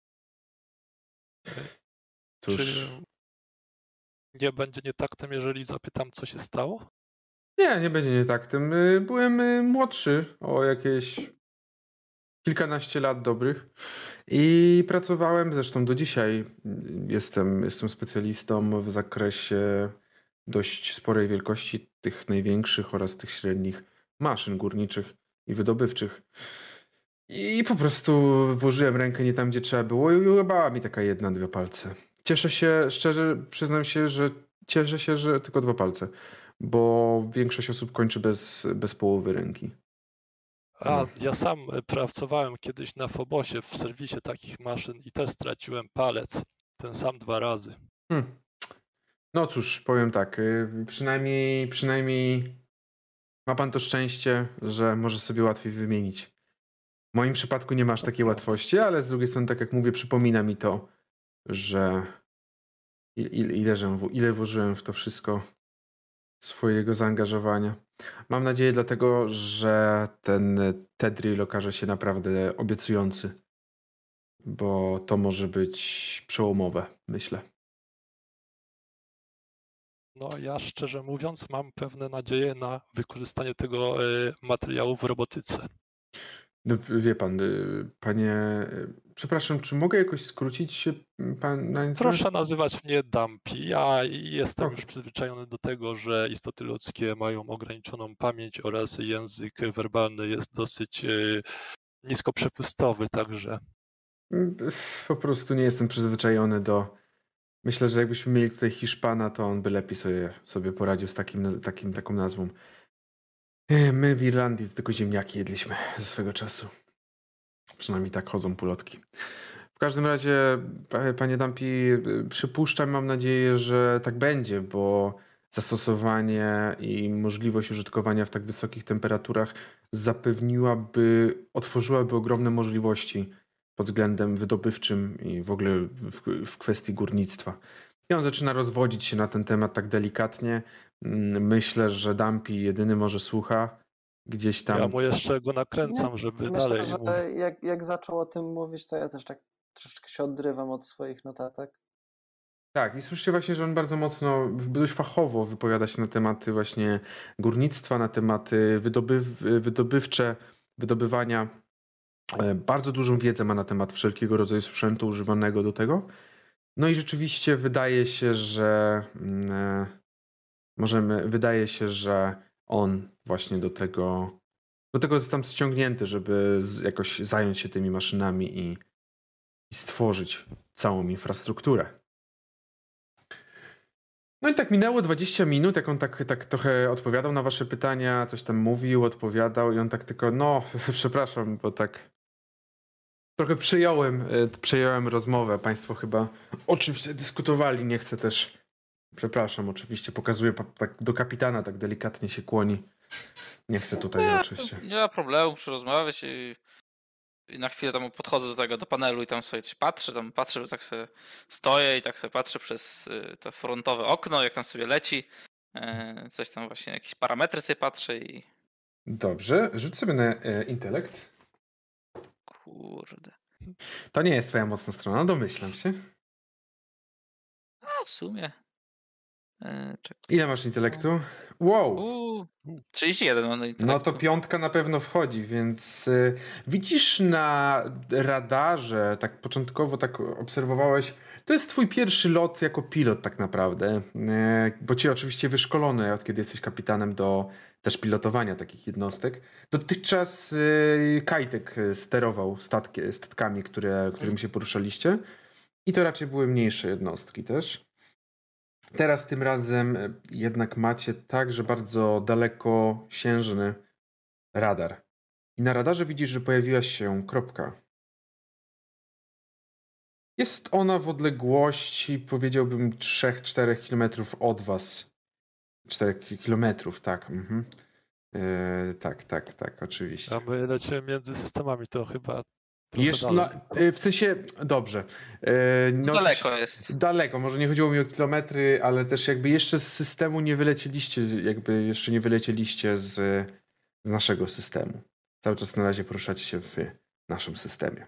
Cóż, Czy nie będzie nietaktem, jeżeli zapytam, co się stało? nie, nie będzie nie tak. Tym y, byłem y, młodszy o jakieś kilkanaście lat dobrych i pracowałem, zresztą do dzisiaj y, jestem, jestem specjalistą w zakresie dość sporej wielkości tych największych oraz tych średnich maszyn górniczych i wydobywczych. I po prostu włożyłem rękę nie tam, gdzie trzeba było i ujebała mi taka jedna, dwa palce. Cieszę się, szczerze przyznam się, że cieszę się, że tylko dwa palce, bo większość osób kończy bez, bez połowy ręki. A, No. ja sam e, pracowałem kiedyś na Fobosie w serwisie takich maszyn i też straciłem palec. Ten sam dwa razy. Hmm. No cóż, powiem tak, y, przynajmniej, przynajmniej ma pan to szczęście, że może sobie łatwiej wymienić. W moim przypadku nie masz takiej łatwości, ale z drugiej strony, tak jak mówię, przypomina mi to, że ile, ile, że- ile włożyłem w to wszystko swojego zaangażowania. Mam nadzieję dlatego, że ten Tedrill okaże się naprawdę obiecujący, bo to może być przełomowe, myślę. No ja szczerze mówiąc mam pewne nadzieje na wykorzystanie tego e, materiału w robotyce. No, wie pan, y, panie, y, przepraszam, czy mogę jakoś skrócić się pan na nic? Proszę nazywać mnie Dumpy. Ja jestem Ok. już przyzwyczajony do tego, że istoty ludzkie mają ograniczoną pamięć oraz język werbalny jest dosyć e, niskoprzepustowy, także Mm, Po prostu nie jestem przyzwyczajony do... Myślę, że jakbyśmy mieli tutaj Hiszpana, to on by lepiej sobie, sobie poradził z takim, naz- takim, taką nazwą. E, My w Irlandii to tylko ziemniaki jedliśmy ze swego czasu. Przynajmniej tak chodzą pulotki. W każdym razie, pa- panie Dumpy, y, przypuszczam, mam nadzieję, że tak będzie, bo zastosowanie i możliwość użytkowania w tak wysokich temperaturach zapewniłaby, otworzyłaby ogromne możliwości pod względem wydobywczym i w ogóle w, w kwestii górnictwa. I on zaczyna rozwodzić się na ten temat tak delikatnie. Mm, Myślę, że Dumpy jedyny może słucha gdzieś tam. ja mu jeszcze go nakręcam, Nie, żeby Myślę, dalej że mówił. jak, jak zaczął o tym mówić, to ja też tak troszeczkę się odrywam od swoich notatek. Tak, i słyszycie właśnie, że on bardzo mocno, dość fachowo wypowiada się na tematy właśnie górnictwa, na tematy wydobyw, wydobywcze, wydobywania. E, Bardzo dużą wiedzę ma na temat wszelkiego rodzaju sprzętu używanego do tego. No i rzeczywiście wydaje się, że mm, e, możemy, wydaje się, że on właśnie do tego, do tego został ściągnięty, żeby z, jakoś zająć się tymi maszynami i, i stworzyć całą infrastrukturę. No i tak minęło dwadzieścia minut, jak on tak, tak trochę odpowiadał na wasze pytania, coś tam mówił, odpowiadał i on tak tylko, no, przepraszam, bo tak Trochę przejąłem, e, przejąłem rozmowę. Państwo chyba o czymś dyskutowali. Nie chcę też... Przepraszam, oczywiście. Pokazuję pa- tak do kapitana, tak delikatnie się kłoni. Nie chcę tutaj Nie, oczywiście. Nie ma problemu, muszę rozmawiać i, i na chwilę tam podchodzę do tego, do panelu i tam sobie coś patrzę, tam patrzę, tak sobie stoję i tak sobie patrzę przez y, to frontowe okno, jak tam sobie leci. E, coś tam właśnie, jakieś parametry sobie patrzę i Dobrze, rzuć sobie na e, intelekt. kurde. To nie jest twoja mocna strona, domyślam się. A w sumie. E, czekaj. Ile masz intelektu? Wow! Uuu, trzydzieści jeden mam na No intelektu. to piątka na pewno wchodzi, więc y, widzisz na radarze, tak początkowo tak obserwowałeś, to jest twój pierwszy lot jako pilot tak naprawdę, y, bo cię oczywiście wyszkolony od kiedy jesteś kapitanem do też pilotowania takich jednostek. Dotychczas y, Kajtek sterował statki, statkami, które, którymi się poruszaliście i to raczej były mniejsze jednostki też. Teraz tym razem jednak macie także bardzo dalekosiężny radar. I na radarze widzisz, że pojawiła się kropka. Jest ona w odległości, powiedziałbym, trzy do czterech kilometrów od was. czterech kilometrów, tak. Mhm. Yy, tak, tak, tak, oczywiście. A my lecimy między systemami, to chyba trochę Jeszcze, dalej. no, yy, w sensie, dobrze. Yy, no, Daleko jest. Daleko, może nie chodziło mi o kilometry, ale też jakby jeszcze z systemu nie wylecieliście, jakby jeszcze nie wylecieliście z, z naszego systemu. Cały czas na razie poruszacie się w naszym systemie.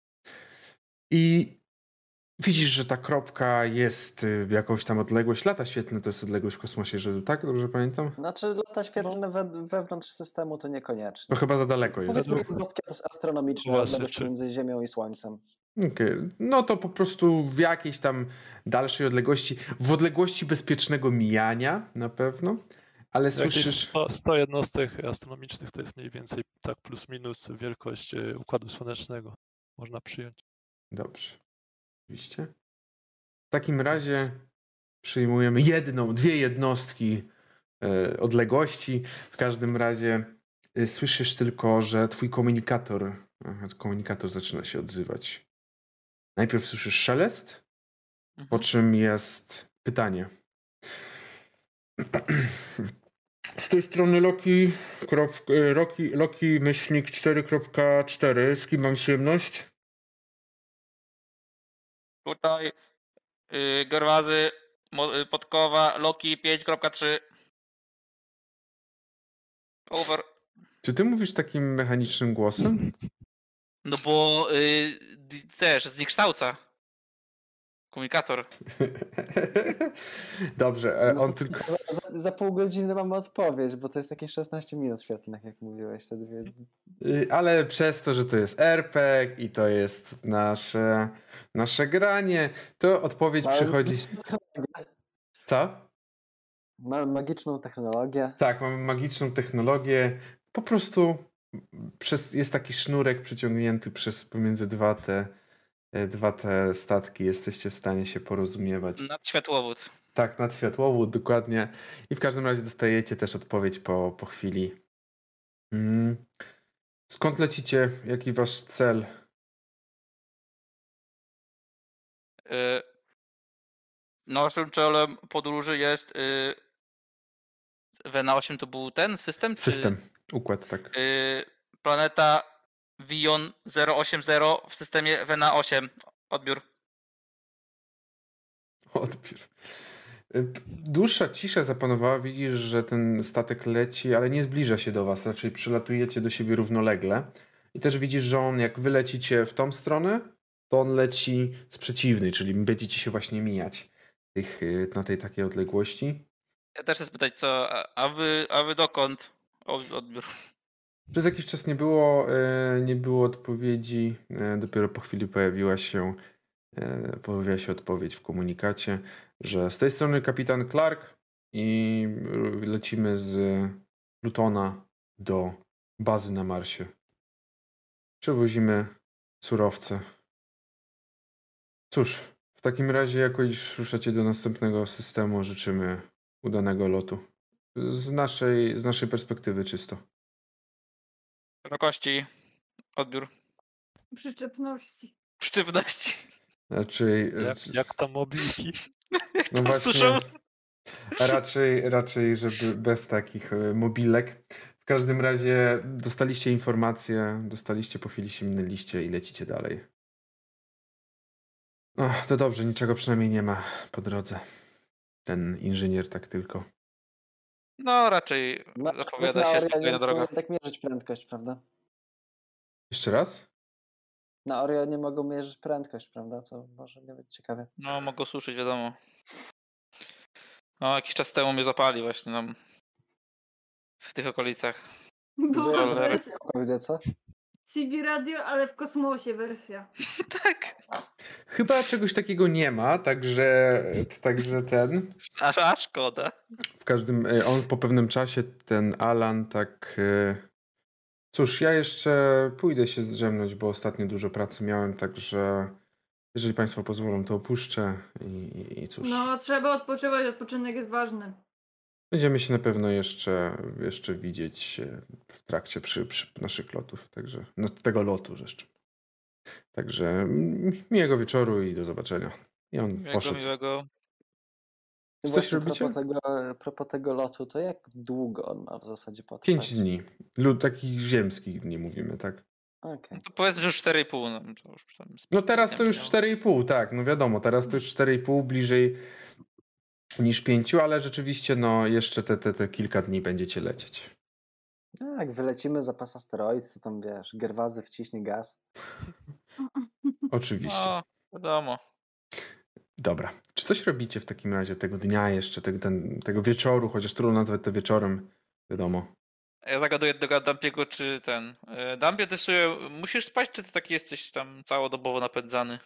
I widzisz, że ta kropka jest y, jakąś tam odległość. Lata świetlne to jest odległość w kosmosie, że tak? Dobrze pamiętam? Znaczy lata świetlne we, wewnątrz systemu to niekoniecznie. To chyba za daleko jest. Powiedzmy jednostki astronomiczne, Właśnie, odległość czy- między Ziemią i Słońcem. Okej, no to po prostu w jakiejś tam dalszej odległości, w odległości bezpiecznego mijania na pewno, ale Jakieś słyszysz... sto, sto jednostek astronomicznych to jest mniej więcej tak plus minus wielkość e, Układu Słonecznego. Można przyjąć. Dobrze, oczywiście. W takim razie przyjmujemy jedną, dwie jednostki e, odległości. W każdym razie e, słyszysz tylko, że twój komunikator, aha, komunikator zaczyna się odzywać. Najpierw słyszysz szelest, po czym jest pytanie. Z tej strony Loki, krop, e, Loki, Loki myślnik cztery kropka cztery. Z kim mam przyjemność? Tutaj yy, Gerwazy, Mo- y, Podkowa, Loki pięć kropka trzy. Over. Czy ty mówisz takim mechanicznym głosem? No bo yy, d- też zniekształca. Komunikator. Dobrze, e, No on to tylko... za, za, za pół godziny mamy odpowiedź, bo to jest jakieś szesnaście minut świetlnych, jak mówiłeś. Te dwie... Y, Ale przez to, że to jest er pe gie i to jest nasze, nasze granie, to odpowiedź Mamy przychodzi... magiczną technologię. Co? Mamy magiczną technologię. Tak, mamy magiczną technologię. Po prostu przez, jest taki sznurek przyciągnięty przez pomiędzy dwa te, e, dwa te statki. Jesteście w stanie się porozumiewać. Nadświatłowód. Tak, nad światłowód, dokładnie. I w każdym razie dostajecie też odpowiedź po, po chwili. Mm. Skąd lecicie? Jaki wasz cel? Yy, naszym celem podróży jest yy, Wena osiem to był ten system? System, układ, tak. Czy, yy, planeta Vion zero osiem zero w systemie Wena osiem. Odbiór. Odbiór. Y, Dłuższa cisza zapanowała. Widzisz, że ten statek leci, ale nie zbliża się do was. Raczej przylatujecie do siebie równolegle. I też widzisz, że on jak wy lecicie w tą stronę, to on leci z przeciwnej, czyli będziecie się właśnie mijać tych, y, na tej takiej odległości. Ja też chcę spytać, co, a, a wy, a wy dokąd? Od- Odbiór. Przez jakiś czas nie było, e, nie było odpowiedzi. E, dopiero po chwili pojawiła się, e, pojawiła się odpowiedź w komunikacie, że z tej strony kapitan Clark i r- lecimy z Plutona do bazy na Marsie. Przewozimy surowce. Cóż, w takim razie, jako iż ruszacie do następnego systemu, życzymy udanego lotu. Z naszej, z naszej perspektywy czysto. Szerokości. Odbiór. Przyczepności. Przyczepności. Raczej, Jak, jak tam mobilki? no Tam właśnie, suszą. raczej, raczej, żeby bez takich e, mobilek. W każdym razie dostaliście informację, dostaliście, po chwili się minęliście i lecicie dalej. No, to dobrze, niczego przynajmniej nie ma po drodze. Ten inżynier tak tylko. No raczej No, zapowiada na się Orionie spokojna droga. mogą tak mierzyć prędkość, prawda? Jeszcze raz? Na Orionie mogą mierzyć prędkość, prawda? To może nie być ciekawe. No mogą suszyć, wiadomo. No jakiś czas temu mnie zapali właśnie tam w tych okolicach. Była Cholera. wersja Widzę, co? C B Radio, ale w kosmosie wersja. Tak. Chyba czegoś takiego nie ma, także, także ten. A, a szkoda. W każdym, e, on po pewnym czasie, ten Alan, tak. e, Cóż, ja jeszcze pójdę się zdrzemnąć, bo ostatnio dużo pracy miałem, także jeżeli Państwo pozwolą, to opuszczę i, i cóż. No, trzeba odpoczywać, odpoczynek jest ważny. Będziemy się na pewno jeszcze, jeszcze widzieć e, w trakcie przy, przy naszych lotów, także no, tego lotu jeszcze. Także mm, miłego wieczoru i do zobaczenia. I on Miłego, poszedł. miłego. Coś Właśnie robicie? propos tego, propos tego lotu, to jak długo on ma w zasadzie potrwać? Pięć dni. Lud takich ziemskich dni mówimy, tak? Okej. No to powiedzmy, że już cztery i pół. No, to już tam z No teraz dnia to już minęło. cztery i pół, tak, no wiadomo, teraz to już cztery i pół, bliżej niż pięciu, ale rzeczywiście no jeszcze te, te, te kilka dni będziecie lecieć. No, jak wylecimy za pas asteroid, to tam wiesz, Gerwazy wciśnie gaz. Oczywiście. No, wiadomo. Dobra. Czy coś robicie w takim razie tego dnia jeszcze, tego, ten, tego wieczoru, chociaż trudno nazwać to wieczorem, wiadomo. Ja zagaduję do Dampiego, czy ten... e, Dampie, ty sobie musisz spać, czy ty taki jesteś tam całodobowo napędzany?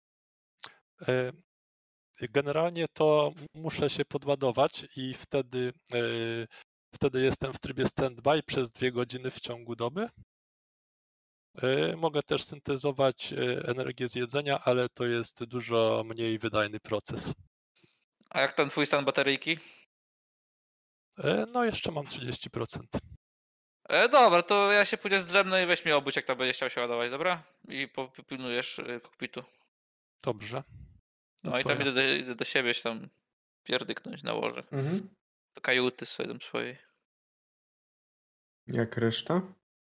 E, Generalnie to muszę się podładować i wtedy, e, wtedy jestem w trybie standby przez dwie godziny w ciągu doby. E, Mogę też syntezować e, energię z jedzenia, ale to jest dużo mniej wydajny proces. A jak ten twój stan bateryjki? E, No jeszcze mam trzydzieści procent. E, dobra, to ja się pójdę zdrzemnę i weź mnie obudź, jak tam będziesz chciał się ładować, dobra? I po- popilnujesz y, kokpitu. Dobrze. No, No i to tam ja. idę do, idę do siebie się tam pierdyknąć na łoże. Mhm. Do kajuty sobie tam swojej. Jak reszta?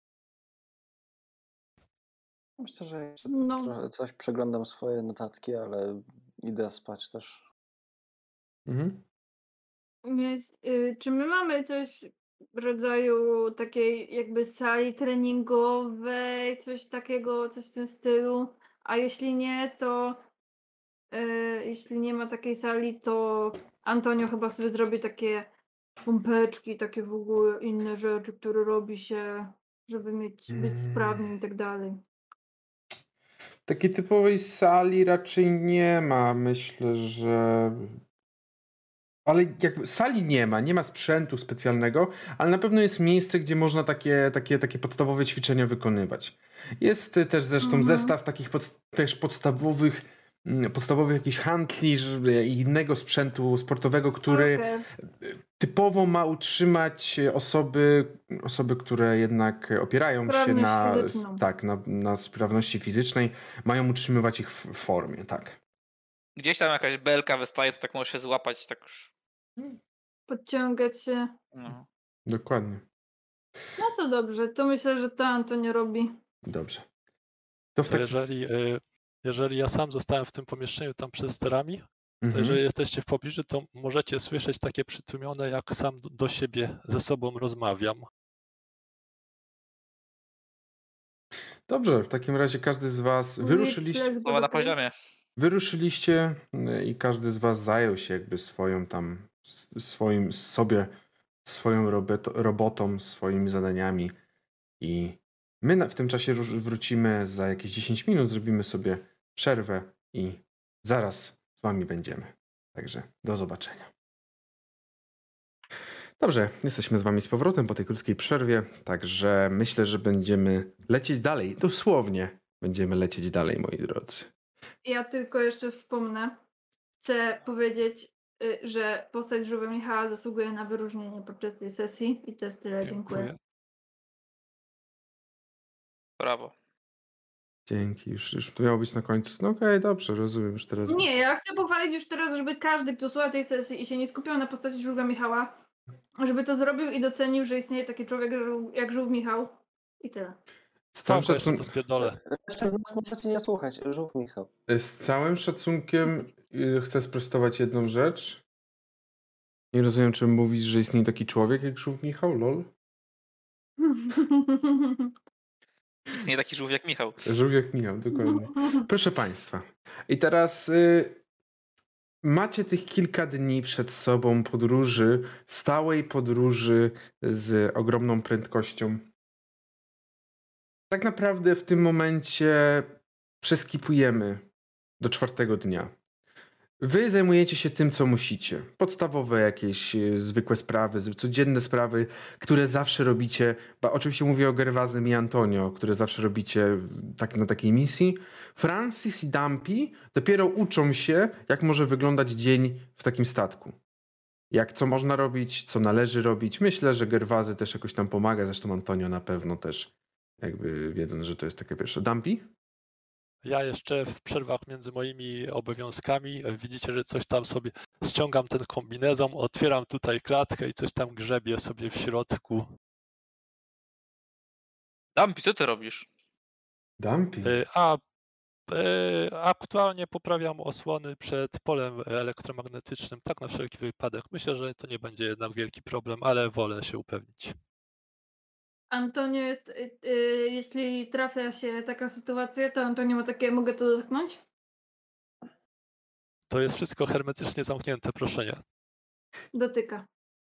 Myślę, że jeszcze No. trochę coś przeglądam swoje notatki, ale idę spać też. Mhm. Więc, y, czy my mamy coś w rodzaju takiej jakby sali treningowej, coś takiego, coś w tym stylu? A jeśli nie, to y, jeśli nie ma takiej sali, to Antonio chyba sobie zrobi takie pompeczki, takie w ogóle inne rzeczy, które robi się, żeby mieć, być Mm. sprawnym i tak dalej. Takiej typowej sali raczej nie ma. Myślę, że. Ale jakby sali nie ma, nie ma sprzętu specjalnego, ale na pewno jest miejsce, gdzie można takie, takie, takie podstawowe ćwiczenia wykonywać. Jest y, też zresztą Mhm. zestaw takich pod, też podstawowych, mm, podstawowych jakichś handli że- i innego sprzętu sportowego, który Okej. typowo ma utrzymać osoby, osoby, które jednak opierają się Sprawność na, fizyczną. tak, na, na sprawności fizycznej, mają utrzymywać ich w w formie, tak. Gdzieś tam jakaś belka wystaje, to tak możesz się złapać, tak już. Podciągać się. No. Dokładnie. No to dobrze, to myślę, że to Antonio robi. Dobrze. To w To takim... jeżeli, e, jeżeli ja sam zostałem w tym pomieszczeniu tam przed sterami, to Mhm. jeżeli jesteście w pobliżu, to możecie słyszeć takie przytłumione, jak sam do- do siebie ze sobą rozmawiam. Dobrze, w takim razie każdy z was Mój wyruszyliście, flex Słowa na był okej? poziomie. wyruszyliście y, i każdy z was zajął się jakby swoją tam, s- swoim sobie, swoją robeto, robotą, swoimi zadaniami i my na, w tym czasie rusz- wrócimy za jakieś dziesięć minut, zrobimy sobie przerwę i zaraz z wami będziemy. Także do zobaczenia. Dobrze, jesteśmy z wami z powrotem po tej krótkiej przerwie, także myślę, że będziemy lecieć dalej. Dosłownie będziemy lecieć dalej, moi drodzy. Ja tylko jeszcze wspomnę. Chcę powiedzieć, y, że postać Żółwia Michała zasługuje na wyróżnienie podczas tej sesji i to jest tyle. Dziękuję. Dziękuję. Brawo. Dzięki, już, już to miało być na końcu. No okej, okay, dobrze, rozumiem już teraz. Nie, ja chcę pochwalić już teraz, żeby każdy, kto słucha tej sesji i się nie skupiał na postaci Żółwia Michała, żeby to zrobił i docenił, że istnieje taki człowiek jak Żółw Michał. I tyle. Z całym, Tam szacun... to spierdolę. Jeszcze z nas możecie nie słuchać, Żółw Michał. z całym szacunkiem chcę sprostować jedną rzecz. Nie rozumiem, czym mówisz, że istnieje taki człowiek jak Żółw Michał, lol? Istnieje taki żółw jak Michał. Żółw jak Michał, dokładnie. Proszę Państwa. I teraz y, macie tych kilka dni przed sobą podróży, stałej podróży z ogromną prędkością. Tak naprawdę w tym momencie przeskipujemy do czwartego dnia. Wy zajmujecie się tym, co musicie. Podstawowe jakieś zwykłe sprawy, codzienne sprawy, które zawsze robicie. Bo oczywiście mówię o Gerwazym i Antonio, które zawsze robicie tak, na takiej misji. Francis i Dumpy dopiero uczą się, jak może wyglądać dzień w takim statku. Jak co można robić, co należy robić. Myślę, że Gerwazy też jakoś tam pomaga, zresztą Antonio na pewno też, jakby wiedząc, że to jest takie pierwsze. Dumpy? Ja jeszcze w przerwach między moimi obowiązkami widzicie, że coś tam sobie ściągam ten kombinezon, otwieram tutaj klatkę i coś tam grzebię sobie w środku. Dumpy, co ty robisz? Dumpy? A e, aktualnie poprawiam osłony przed polem elektromagnetycznym, tak na wszelki wypadek. Myślę, że to nie będzie jednak wielki problem, ale wolę się upewnić. Antonio jest, y, y, jeśli trafia się taka sytuacja, to Antonio ma takie, mogę to dotknąć? To jest wszystko hermetycznie zamknięte, proszę nie. Dotyka.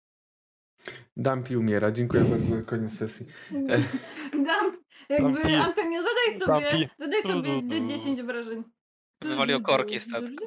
Dumpy umiera, dziękuję bardzo, koniec sesji. Dump, jakby Dumpy. Antonio, zadaj sobie, Dumpy. zadaj sobie dziesięć obrażeń. Wywali o korki statku.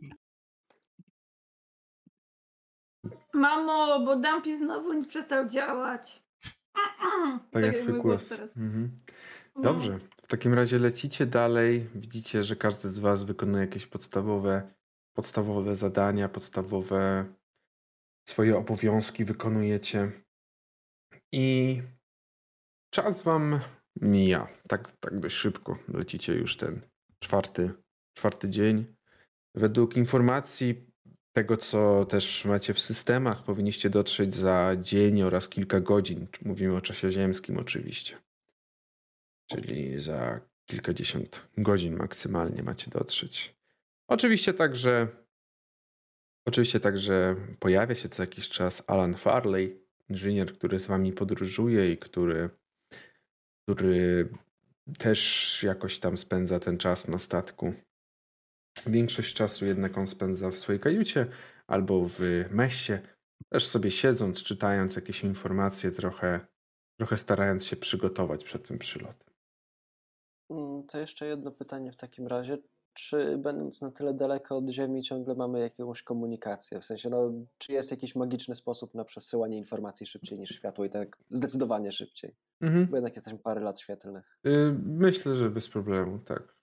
Mamo, bo Dumpy znowu nie przestał działać. Tak jak mój twój głos głos. teraz. Mhm. No. Dobrze, w takim razie lecicie dalej. Widzicie, że każdy z was wykonuje jakieś podstawowe, podstawowe zadania, podstawowe swoje obowiązki wykonujecie. I czas wam mija. Tak, tak dość szybko. Lecicie już ten czwarty, czwarty dzień. Według informacji tego, co też macie w systemach, powinniście dotrzeć za dzień oraz kilka godzin. Mówimy o czasie ziemskim oczywiście. Czyli za kilkadziesiąt godzin maksymalnie macie dotrzeć. Oczywiście także, oczywiście także pojawia się co jakiś czas Alan Farley, inżynier, który z wami podróżuje i który, który też jakoś tam spędza ten czas na statku. Większość czasu jednak on spędza w swojej kajucie albo w meście, też sobie siedząc, czytając jakieś informacje, trochę, trochę starając się przygotować przed tym przylotem. To jeszcze jedno pytanie w takim razie. Czy będąc na tyle daleko od Ziemi ciągle mamy jakąś komunikację? W sensie, no, czy jest jakiś magiczny sposób na przesyłanie informacji szybciej niż światło i tak zdecydowanie szybciej? Mhm. Bo jednak jesteśmy parę lat świetlnych. Yy, myślę, że bez problemu, tak.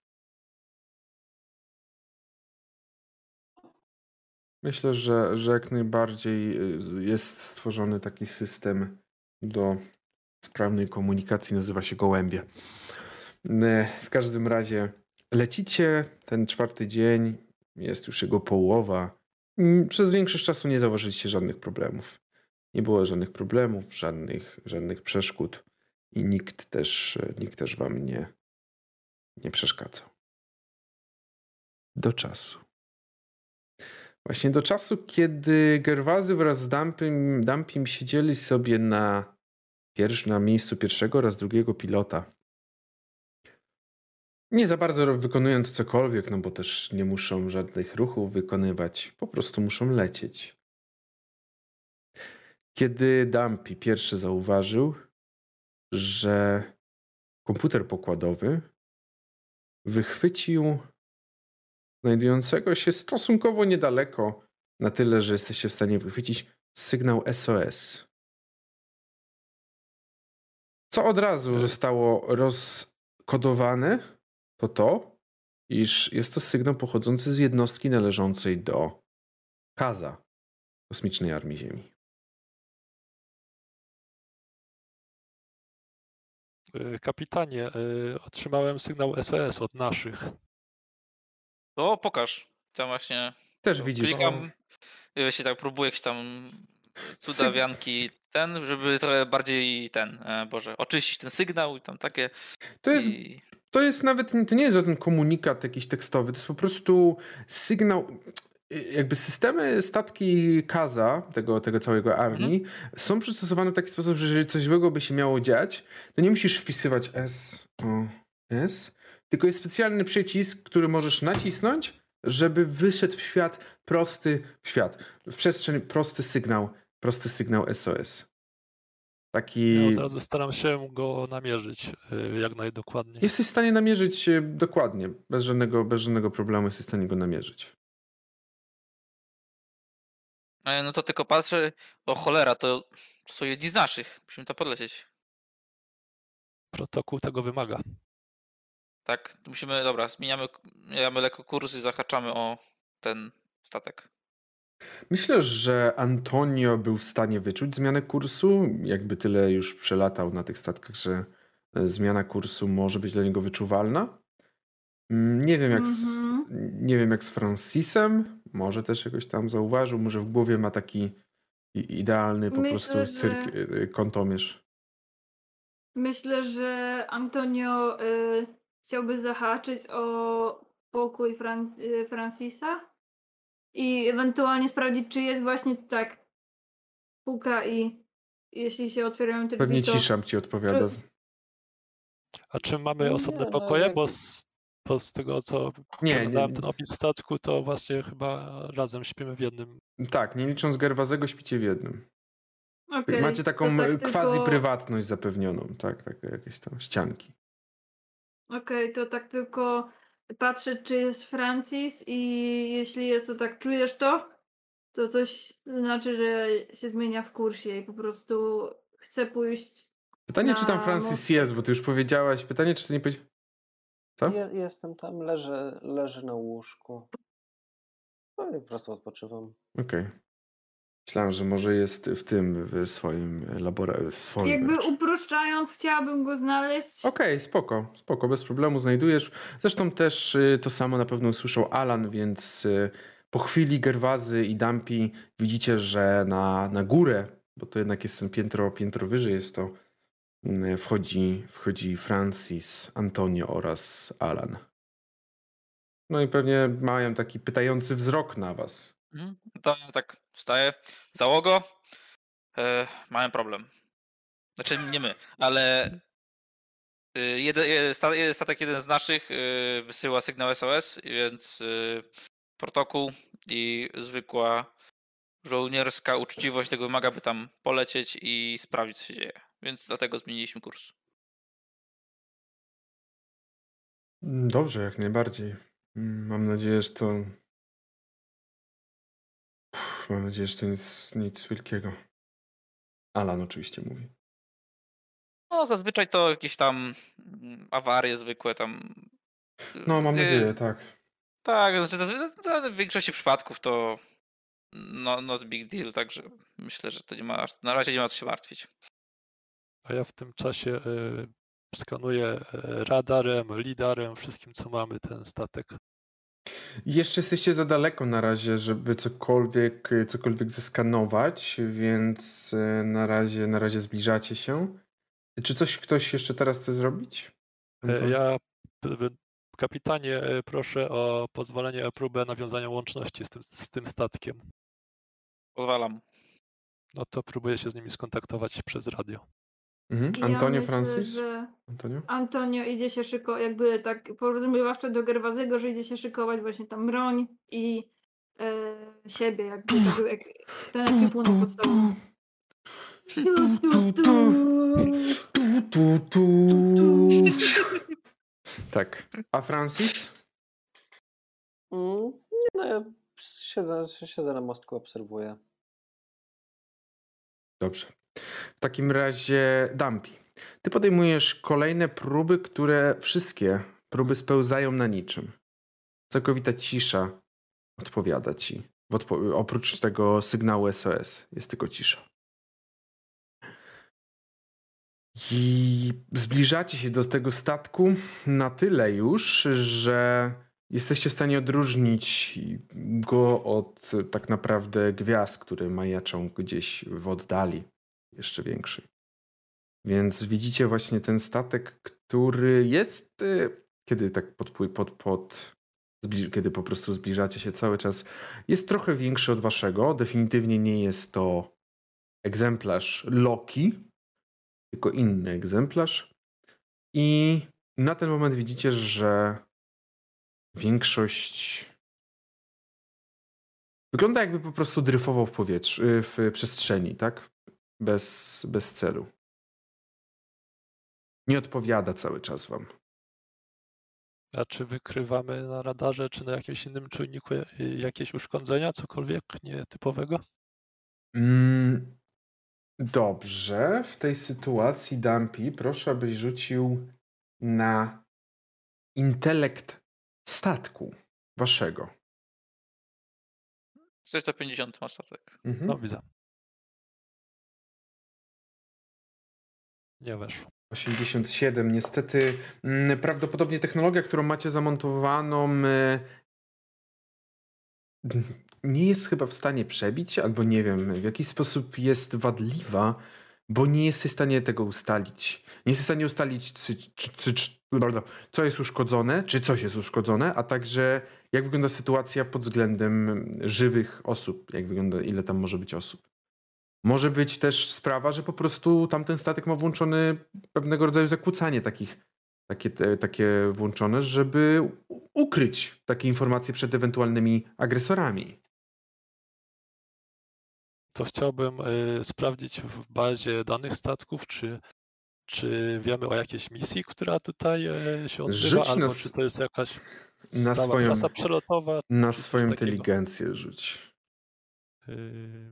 Myślę, że, że jak najbardziej jest stworzony taki system do sprawnej komunikacji, nazywa się Gołębie. W każdym razie lecicie ten czwarty dzień, jest już jego połowa. Przez większość czasu nie zauważyliście żadnych problemów. Nie było żadnych problemów, żadnych, żadnych przeszkód i nikt też, nikt też wam nie, nie przeszkadzał. Do czasu. Właśnie do czasu, kiedy Gerwazy wraz z Dumpym, Dumpym siedzieli sobie na, pierwszy, na miejscu pierwszego oraz drugiego pilota. Nie za bardzo wykonując cokolwiek, no bo też nie muszą żadnych ruchów wykonywać, po prostu muszą lecieć. Kiedy Dumpy pierwszy zauważył, że komputer pokładowy wychwycił znajdującego się stosunkowo niedaleko, na tyle, że jesteście w stanie wychwycić sygnał S O S. Co od razu zostało rozkodowane, to to, iż jest to sygnał pochodzący z jednostki należącej do Kaza, Kosmicznej Armii Ziemi. Y, Kapitanie, y, otrzymałem sygnał S O S od naszych. O, pokaż. Tam właśnie Też to widzisz. klikam. I właśnie tak próbuję jakieś tam cudawianki ten, żeby trochę bardziej ten, e, Boże, oczyścić ten sygnał i tam takie. To jest, I... to jest nawet, to nie jest żaden komunikat jakiś tekstowy, to jest po prostu sygnał, jakby systemy statki Kaza, tego, tego całego armii, mhm. są przystosowane w taki sposób, że jeżeli coś złego by się miało dziać, to nie musisz wpisywać S, o, S, tylko jest specjalny przycisk, który możesz nacisnąć, żeby wyszedł w świat prosty, w świat, w przestrzeń prosty sygnał, prosty sygnał S O S. Taki... Ja od razu staram się go namierzyć y, jak najdokładniej. Jesteś w stanie namierzyć dokładnie, bez żadnego, bez żadnego problemu jesteś w stanie go namierzyć. No to tylko patrzę, o cholera, to, to są jedni z naszych, musimy to podlecieć. Protokół tego wymaga. Tak, musimy, dobra, zmieniamy, zmieniamy lekko kurs i zahaczamy o ten statek. Myślę, że Antonio był w stanie wyczuć zmianę kursu, jakby tyle już przelatał na tych statkach, że zmiana kursu może być dla niego wyczuwalna. Nie wiem jak z, mm-hmm. nie wiem jak z Francisem, może też jakoś tam zauważył, może w głowie ma taki idealny po Myślę, prostu cyrk, że... kątomierz. Myślę, że Antonio y, chciałby zahaczyć o pokój Fran- y, Francisa i ewentualnie sprawdzić, czy jest właśnie tak puka i jeśli się otwierają te drzwi, Pewnie to... Ciszam ci odpowiada. Czy... A czy mamy Nie, osobne no pokoje? jak- Bo z, bo z tego, co Nie, przeglądałem nie. ten opis statku, to właśnie chyba razem śpimy w jednym. Tak, nie licząc Gerwazego, śpicie w jednym. Okej, Macie taką to tak quasi tylko... prywatność zapewnioną, tak, takie jakieś tam ścianki. Okej, to tak tylko patrzę, czy jest Francis i jeśli jest, to tak czujesz to, to coś znaczy, że się zmienia w kursie i po prostu chce pójść. Pytanie, Na czy tam Francis mostek. jest, bo ty już powiedziałaś. Pytanie, czy ty nie powiedziałeś. Co? Je, jestem tam, leżę, leżę na łóżku. No i po prostu odpoczywam. Okej. Okay. Myślałem, że może jest w tym, w swoim laboratorium. Jakby uproszczając, chciałabym go znaleźć. Okej, okay, spoko, spoko, bez problemu znajdziesz. Zresztą też y, to samo na pewno usłyszał Alan, więc y, po chwili Gerwazy i Dumpy widzicie, że na, na górę, bo to jednak jest ten piętro, piętro wyżej jest to, y, wchodzi, wchodzi Francis, Antonio oraz Alan. No i pewnie mają taki pytający wzrok na was. Mhm. To tak wstaję. Załogo, e, mamy problem. Znaczy nie my, ale y, jeden, jeden, sta- statek jeden z naszych y, wysyła sygnał S O S, więc y, protokół i zwykła żołnierska uczciwość tego wymaga, by tam polecieć i sprawdzić, co się dzieje. Więc dlatego zmieniliśmy kurs. Dobrze, jak najbardziej. Mam nadzieję, że to... Mam nadzieję, że to nic, nic wielkiego. Alan oczywiście mówi. No, zazwyczaj to jakieś tam awarie zwykłe tam. No, mam y, nadzieję, tak. Tak, znaczy zazwyczaj w większości przypadków to no, not big deal, także myślę, że to nie ma, na razie nie ma co się martwić. A ja w tym czasie y, skanuję radarem, lidarem, wszystkim, co mamy, ten statek. Jeszcze jesteście za daleko na razie, żeby cokolwiek, cokolwiek zeskanować, więc na razie, na razie zbliżacie się. Czy coś ktoś jeszcze teraz chce zrobić? Y, ja, y, kapitanie, y, proszę o pozwolenie o próbę nawiązania łączności z tym, z tym statkiem. Pozwalam. No to próbuję się z nimi skontaktować przez radio. Mhm. Ja Antonio, myślę, Francis? że Antonio? Antonio idzie się szykować, jakby tak porozumiewawczo do Gerwazego, że idzie się szykować właśnie tam broń i e, siebie, jakby tak, jak ten ekwipunek podstawowy. Tu, tu, tu. Tu, tu, tu. Tak. A Francis? Mm, nie no, ja siedzę, siedzę na mostku, obserwuję. Dobrze. W takim razie Dumpy. Ty podejmujesz kolejne próby, które wszystkie próby spełzają na niczym. Całkowita cisza odpowiada ci. Odpo- oprócz tego sygnału S O S jest tylko cisza. I zbliżacie się do tego statku na tyle już, że jesteście w stanie odróżnić go od tak naprawdę gwiazd, które majaczą gdzieś w oddali jeszcze większej. Więc widzicie właśnie ten statek, który jest, kiedy tak pod, pod, pod kiedy po prostu zbliżacie się cały czas, jest trochę większy od waszego. Definitywnie nie jest to egzemplarz Loki, tylko inny egzemplarz. I na ten moment widzicie, że większość wygląda, jakby po prostu dryfował w powietrzu, w przestrzeni, tak? Bez, bez celu. Nie odpowiada cały czas wam. A czy wykrywamy na radarze, czy na jakimś innym czujniku jakieś uszkodzenia, cokolwiek nietypowego? Mm, dobrze. W tej sytuacji, Dumpy, proszę, abyś rzucił na intelekt statku waszego. Coś do pięćdziesiąt ma statek. Mhm. No widzę. Nie weszło. osiemdziesiąt siedem. Niestety mm, prawdopodobnie technologia, którą macie zamontowaną, y, nie jest chyba w stanie przebić, albo nie wiem, w jakiś sposób jest wadliwa, bo nie jesteś w stanie tego ustalić. Nie jesteś w stanie ustalić, czy, czy, czy, co jest uszkodzone, czy coś jest uszkodzone, a także jak wygląda sytuacja pod względem żywych osób, jak wygląda, ile tam może być osób. Może być też sprawa, że po prostu tamten statek ma włączony pewnego rodzaju zakłócanie takich, takie, te, takie włączone, żeby ukryć takie informacje przed ewentualnymi agresorami. To chciałbym y, sprawdzić w bazie danych statków, czy, czy wiemy o jakiejś misji, która tutaj y, się odbywa, Rzuć albo na, czy to jest jakaś na stała swoją, trasa przelotowa. na czy swoją coś takiego. inteligencję rzuć. Y,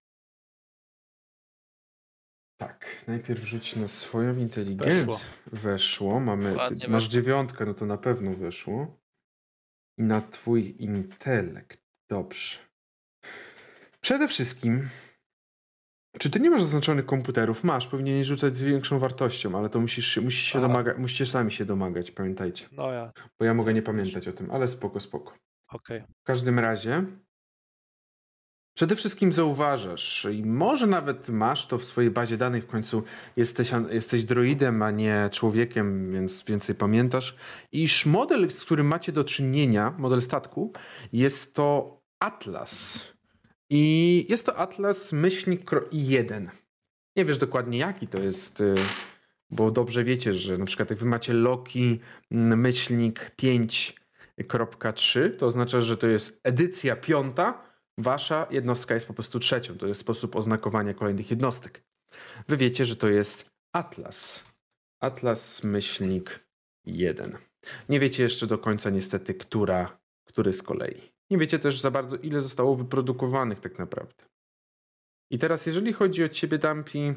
Tak, najpierw rzuć na swoją inteligencję. Weszło. Weszło. Mamy, ty, Ładnie masz weszło. dziewiątkę, no to na pewno weszło. I na twój intelekt. Dobrze. Przede wszystkim, czy ty nie masz zaznaczonych komputerów? Masz, powinieneś rzucać z większą wartością, ale to musisz, się- musisz się Aha. domagać, musicie sami się domagać, pamiętajcie. no ja, Bo ja mogę nie pamiętać o tym, ale spoko, spoko. okej. W każdym razie, przede wszystkim zauważasz, i może nawet masz to w swojej bazie danych, w końcu jesteś, jesteś droidem, a nie człowiekiem, więc więcej pamiętasz, iż model, z którym macie do czynienia, model statku, jest to Atlas. I jest to Atlas myślnik jeden. Nie wiesz dokładnie jaki to jest, bo dobrze wiecie, że na przykład jak wy macie Loki myślnik pięć kropka trzy, to oznacza, że to jest edycja piąta, wasza jednostka jest po prostu trzecią. To jest sposób oznakowania kolejnych jednostek. Wy wiecie, że to jest Atlas. Atlas myślnik jeden. Nie wiecie jeszcze do końca niestety, która, który z kolei. Nie wiecie też za bardzo, ile zostało wyprodukowanych tak naprawdę. I teraz jeżeli chodzi o ciebie, Dumpy,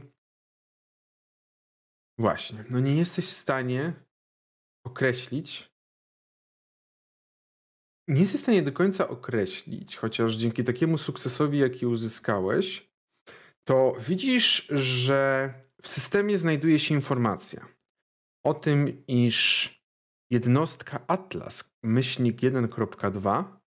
właśnie, no nie jesteś w stanie określić, nie jesteś w stanie do końca określić, chociaż dzięki takiemu sukcesowi, jaki uzyskałeś, to widzisz, że w systemie znajduje się informacja o tym, iż jednostka Atlas, myślnik jeden kropka dwa,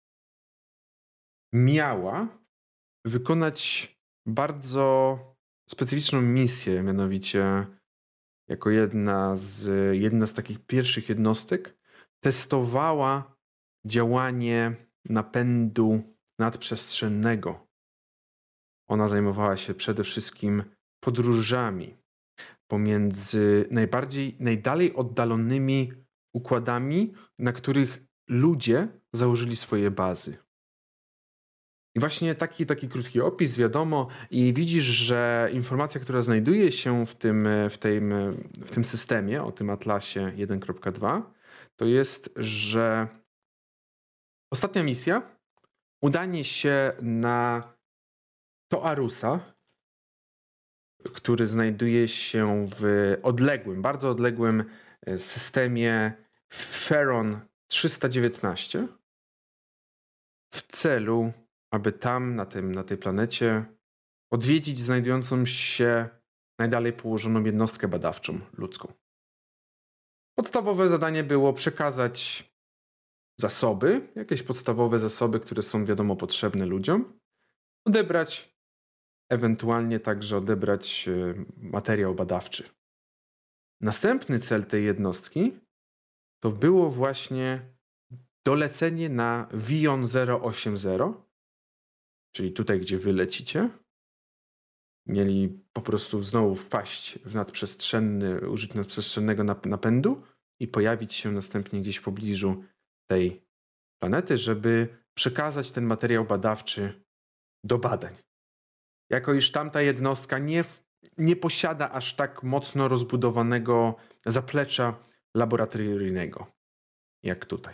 miała wykonać bardzo specyficzną misję, mianowicie jako jedna z, jedna z takich pierwszych jednostek testowała działanie napędu nadprzestrzennego. Ona zajmowała się przede wszystkim podróżami pomiędzy najbardziej, najdalej oddalonymi układami, na których ludzie założyli swoje bazy. I właśnie taki, taki krótki opis, wiadomo, i widzisz, że informacja, która znajduje się w tym, w tym, w tym systemie, o tym Atlasie jeden kropka dwa, to jest, że ostatnia misja, udanie się na Toarusa, który znajduje się w odległym, bardzo odległym systemie Ferron trzysta dziewiętnaście, w celu, aby tam, na, tym, na tej planecie, odwiedzić znajdującą się najdalej położoną jednostkę badawczą ludzką. Podstawowe zadanie było przekazać zasoby, jakieś podstawowe zasoby, które są wiadomo potrzebne ludziom, odebrać, ewentualnie także odebrać materiał badawczy. Następny cel tej jednostki to było właśnie dolecenie na Vion zero osiem zero, czyli tutaj, gdzie wy lecicie. Mieli po prostu znowu wpaść w nadprzestrzenny, użyć nadprzestrzennego napędu i pojawić się następnie gdzieś w pobliżu tej planety, żeby przekazać ten materiał badawczy do badań. Jako iż tamta jednostka nie, nie posiada aż tak mocno rozbudowanego zaplecza laboratoryjnego, jak tutaj.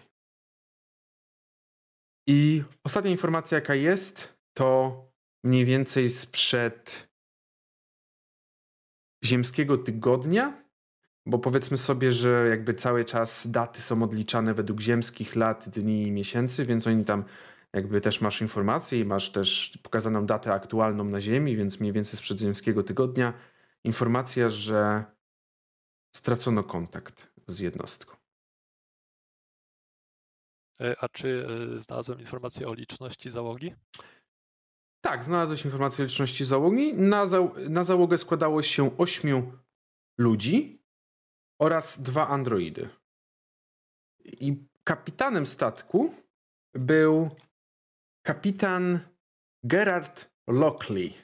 I ostatnia informacja, jaka jest, to mniej więcej sprzed ziemskiego tygodnia, bo powiedzmy sobie, że jakby cały czas daty są odliczane według ziemskich lat, dni i miesięcy, więc oni tam jakby też masz informacje i masz też pokazaną datę aktualną na Ziemi, więc mniej więcej sprzed ziemskiego tygodnia informacja, że stracono kontakt z jednostką. A czy znalazłem informację o liczności załogi? Tak, znalazłeś informację o liczności załogi. Na, za na załogę składało się ośmiu ludzi oraz dwa androidy. I kapitanem statku był kapitan Gerard Lockley.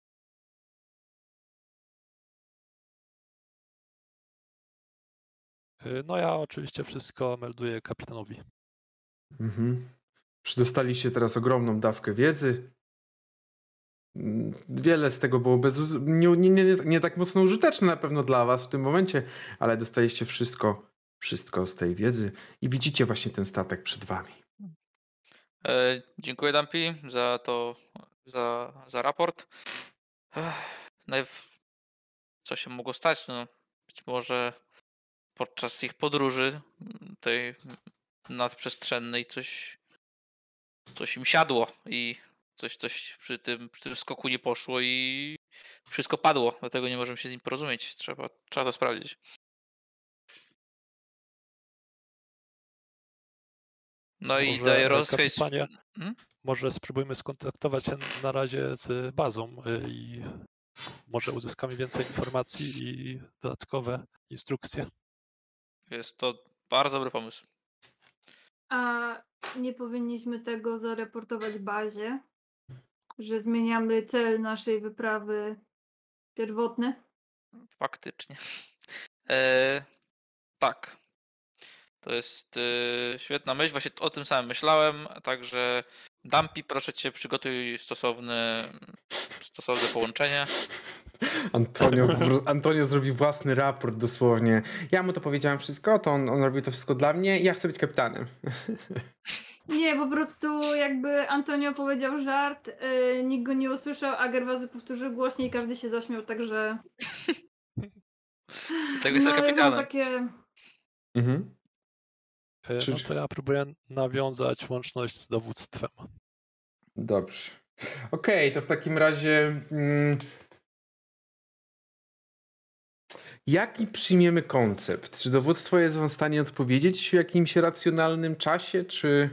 No ja oczywiście wszystko melduję kapitanowi. Mhm. Przydostaliście teraz ogromną dawkę wiedzy. Wiele z tego było bez, nie, nie, nie, nie tak mocno użyteczne na pewno dla was w tym momencie, ale dostaliście wszystko, wszystko z tej wiedzy i widzicie właśnie ten statek przed wami. E, dziękuję Dumpy za to, za, za raport. Ech, no i w- co się mogło stać? No, być może podczas ich podróży m, tej nadprzestrzennej coś, coś im siadło i coś, coś przy tym, przy tym skoku nie poszło i wszystko padło. Dlatego nie możemy się z nim porozumieć. Trzeba, trzeba to sprawdzić. No i Może, daję e, rozkaz. kapitanie, Hmm? Może spróbujmy skontaktować się na razie z bazą y, i może uzyskamy więcej informacji i dodatkowe instrukcje. Jest to bardzo dobry pomysł. A nie powinniśmy tego zareportować bazie, że zmieniamy cel naszej wyprawy pierwotny? Faktycznie. E, tak. To jest e, świetna myśl. Właśnie o tym samym myślałem. Także Dumpy, proszę cię, przygotuj stosowne, stosowne połączenie. Antonio, Antonio zrobił własny raport dosłownie. Ja mu to powiedziałem wszystko, to on, on robi to wszystko dla mnie i ja chcę być kapitanem. Nie, po prostu jakby Antonio powiedział żart, yy, nikt go nie usłyszał, a Gerwazy powtórzył głośniej i każdy się zaśmiał, także... Tak jest no, kapitanem. no takie... Mhm. Y, Czy- No to ja próbuję nawiązać łączność z dowództwem. Dobrze. Okej, to w takim razie mm, jaki przyjmiemy koncept? Czy dowództwo jest wam w stanie odpowiedzieć w jakimś racjonalnym czasie, czy...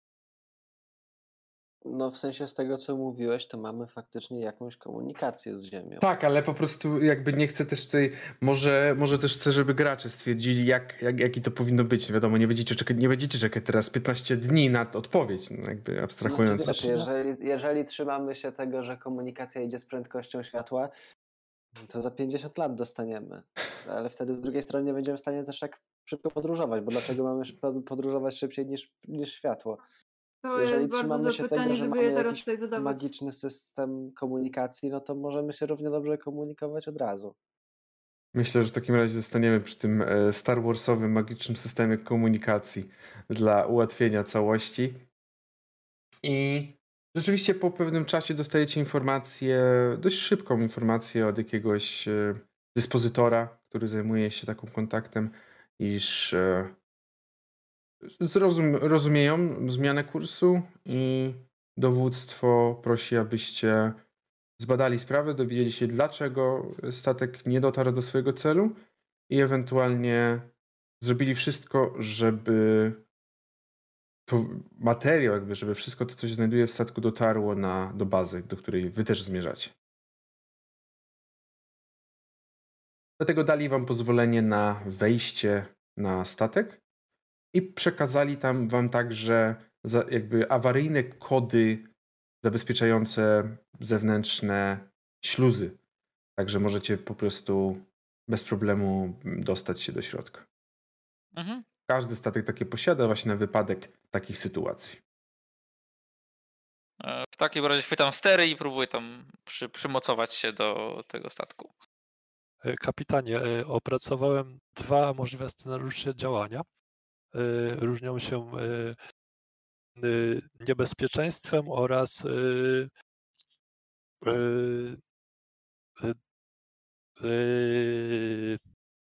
No w sensie z tego, co mówiłeś, to mamy faktycznie jakąś komunikację z Ziemią. Tak, ale po prostu jakby nie chcę też tutaj, może, może też chcę, żeby gracze stwierdzili, jak, jak, jaki to powinno być. Wiadomo, nie będziecie czekać, nie będziecie czekać teraz piętnaście dni na odpowiedź, no jakby abstrahując. No, czy wiesz, jeżeli, jeżeli trzymamy się tego, że komunikacja idzie z prędkością światła, to za pięćdziesiąt lat dostaniemy. Ale wtedy z drugiej strony nie będziemy w stanie też tak szybko podróżować, bo dlaczego mamy szy- podróżować szybciej niż, niż światło? To Jeżeli jest bardzo trzymamy dobre się pytanie, tego, że żeby mamy je teraz jakiś tutaj zadawać. magiczny system komunikacji, no to możemy się równie dobrze komunikować od razu. Myślę, że w takim razie zostaniemy przy tym e, Star Warsowym magicznym systemie komunikacji dla ułatwienia całości. I rzeczywiście po pewnym czasie dostajecie informację, dość szybką informację od jakiegoś e, dyspozytora, który zajmuje się taką kontaktem, iż e, zrozum, rozumieją zmianę kursu i dowództwo prosi, abyście zbadali sprawę, dowiedzieli się, dlaczego statek nie dotarł do swojego celu i ewentualnie zrobili wszystko, żeby to materiał, jakby, żeby wszystko to, co się znajduje w statku, dotarło na, do bazy, do której wy też zmierzacie. Dlatego dali wam pozwolenie na wejście na statek i przekazali tam wam także za, jakby awaryjne kody zabezpieczające zewnętrzne śluzy. Także możecie po prostu bez problemu dostać się do środka. Mhm. Każdy statek takie posiada właśnie na wypadek takich sytuacji. E, W takim razie chwytam stery i próbuję tam przy, przymocować się do tego statku. E, Kapitanie, e, opracowałem dwa możliwe scenariusze działania. E, Różnią się e, e, niebezpieczeństwem oraz e, e, e, e,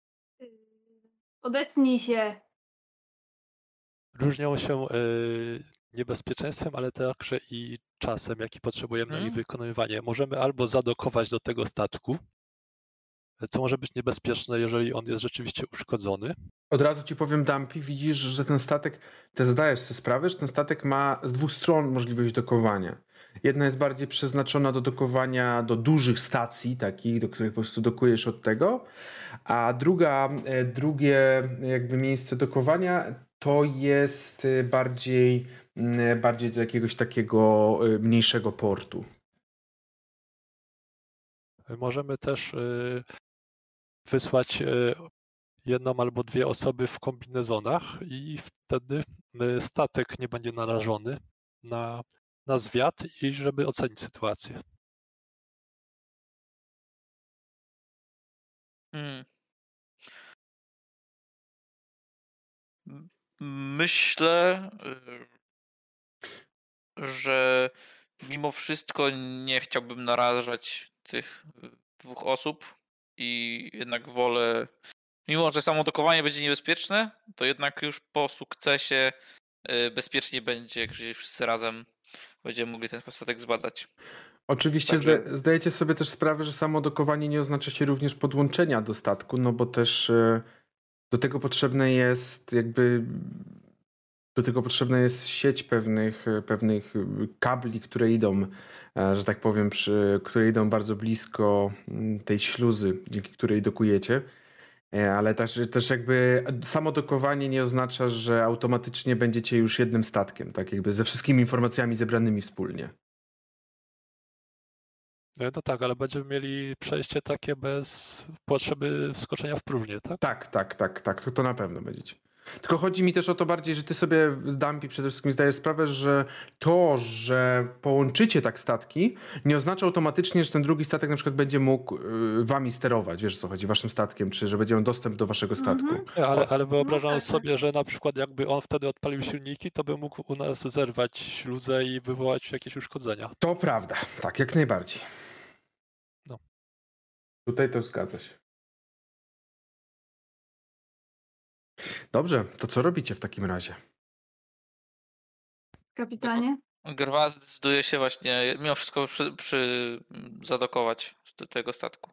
Odetnij się. różnią się e, niebezpieczeństwem, ale także i czasem, jaki potrzebujemy na ich Mhm. wykonywanie. Możemy albo zadokować do tego statku, co może być niebezpieczne, jeżeli on jest rzeczywiście uszkodzony. Od razu ci powiem, Dumpy, widzisz, że ten statek, ty zdajesz sobie sprawę, że ten statek ma z dwóch stron możliwość dokowania. Jedna jest bardziej przeznaczona do dokowania do dużych stacji, takich, do których po prostu dokujesz od tego, a druga, e, drugie jakby miejsce dokowania to jest e, bardziej, m, bardziej do jakiegoś takiego e, mniejszego portu. Możemy też y, wysłać y, jedną albo dwie osoby w kombinezonach i wtedy y, statek nie będzie narażony na, na zwiat i żeby ocenić sytuację. Hmm. M- Myślę, y, że mimo wszystko nie chciałbym narażać tych y, dwóch osób i jednak wolę, mimo że samo dokowanie będzie niebezpieczne, to jednak już po sukcesie y, bezpiecznie będzie, jeżeli wszyscy razem będziemy mogli ten statek zbadać. Oczywiście Także- zda- zdajecie sobie też sprawę, że samo dokowanie nie oznacza się również podłączenia do statku, no bo też e, do tego potrzebne jest jakby do tego potrzebna jest sieć pewnych, e, pewnych kabli, które idą, e, że tak powiem, przy, które idą bardzo blisko mm, tej śluzy, dzięki której dokujecie. E, Ale też, też jakby samo dokowanie nie oznacza, że automatycznie będziecie już jednym statkiem, tak jakby ze wszystkimi informacjami zebranymi wspólnie. No tak, ale będziemy mieli przejście takie bez potrzeby wskoczenia w próżnię, tak? Tak, tak, tak, tak, to, to na pewno będziecie. Tylko chodzi mi też o to bardziej, że ty sobie, Dumpy, przede wszystkim zdajesz sprawę, że to, że połączycie tak statki, nie oznacza automatycznie, że ten drugi statek na przykład będzie mógł y, wami sterować, wiesz o co chodzi, waszym statkiem, czy że będzie miał dostęp do waszego statku. Mhm. Nie, ale, O, ale wyobrażam No tak, sobie, że na przykład jakby on wtedy odpalił silniki, to by mógł u nas zerwać śluzę i wywołać jakieś uszkodzenia. to prawda, tak, jak najbardziej. No. Tutaj to zgadza się. Dobrze, to co robicie w takim razie? Kapitanie? Gerwa zdecyduje się właśnie mimo wszystko przy, przy zadokować z te- tego statku.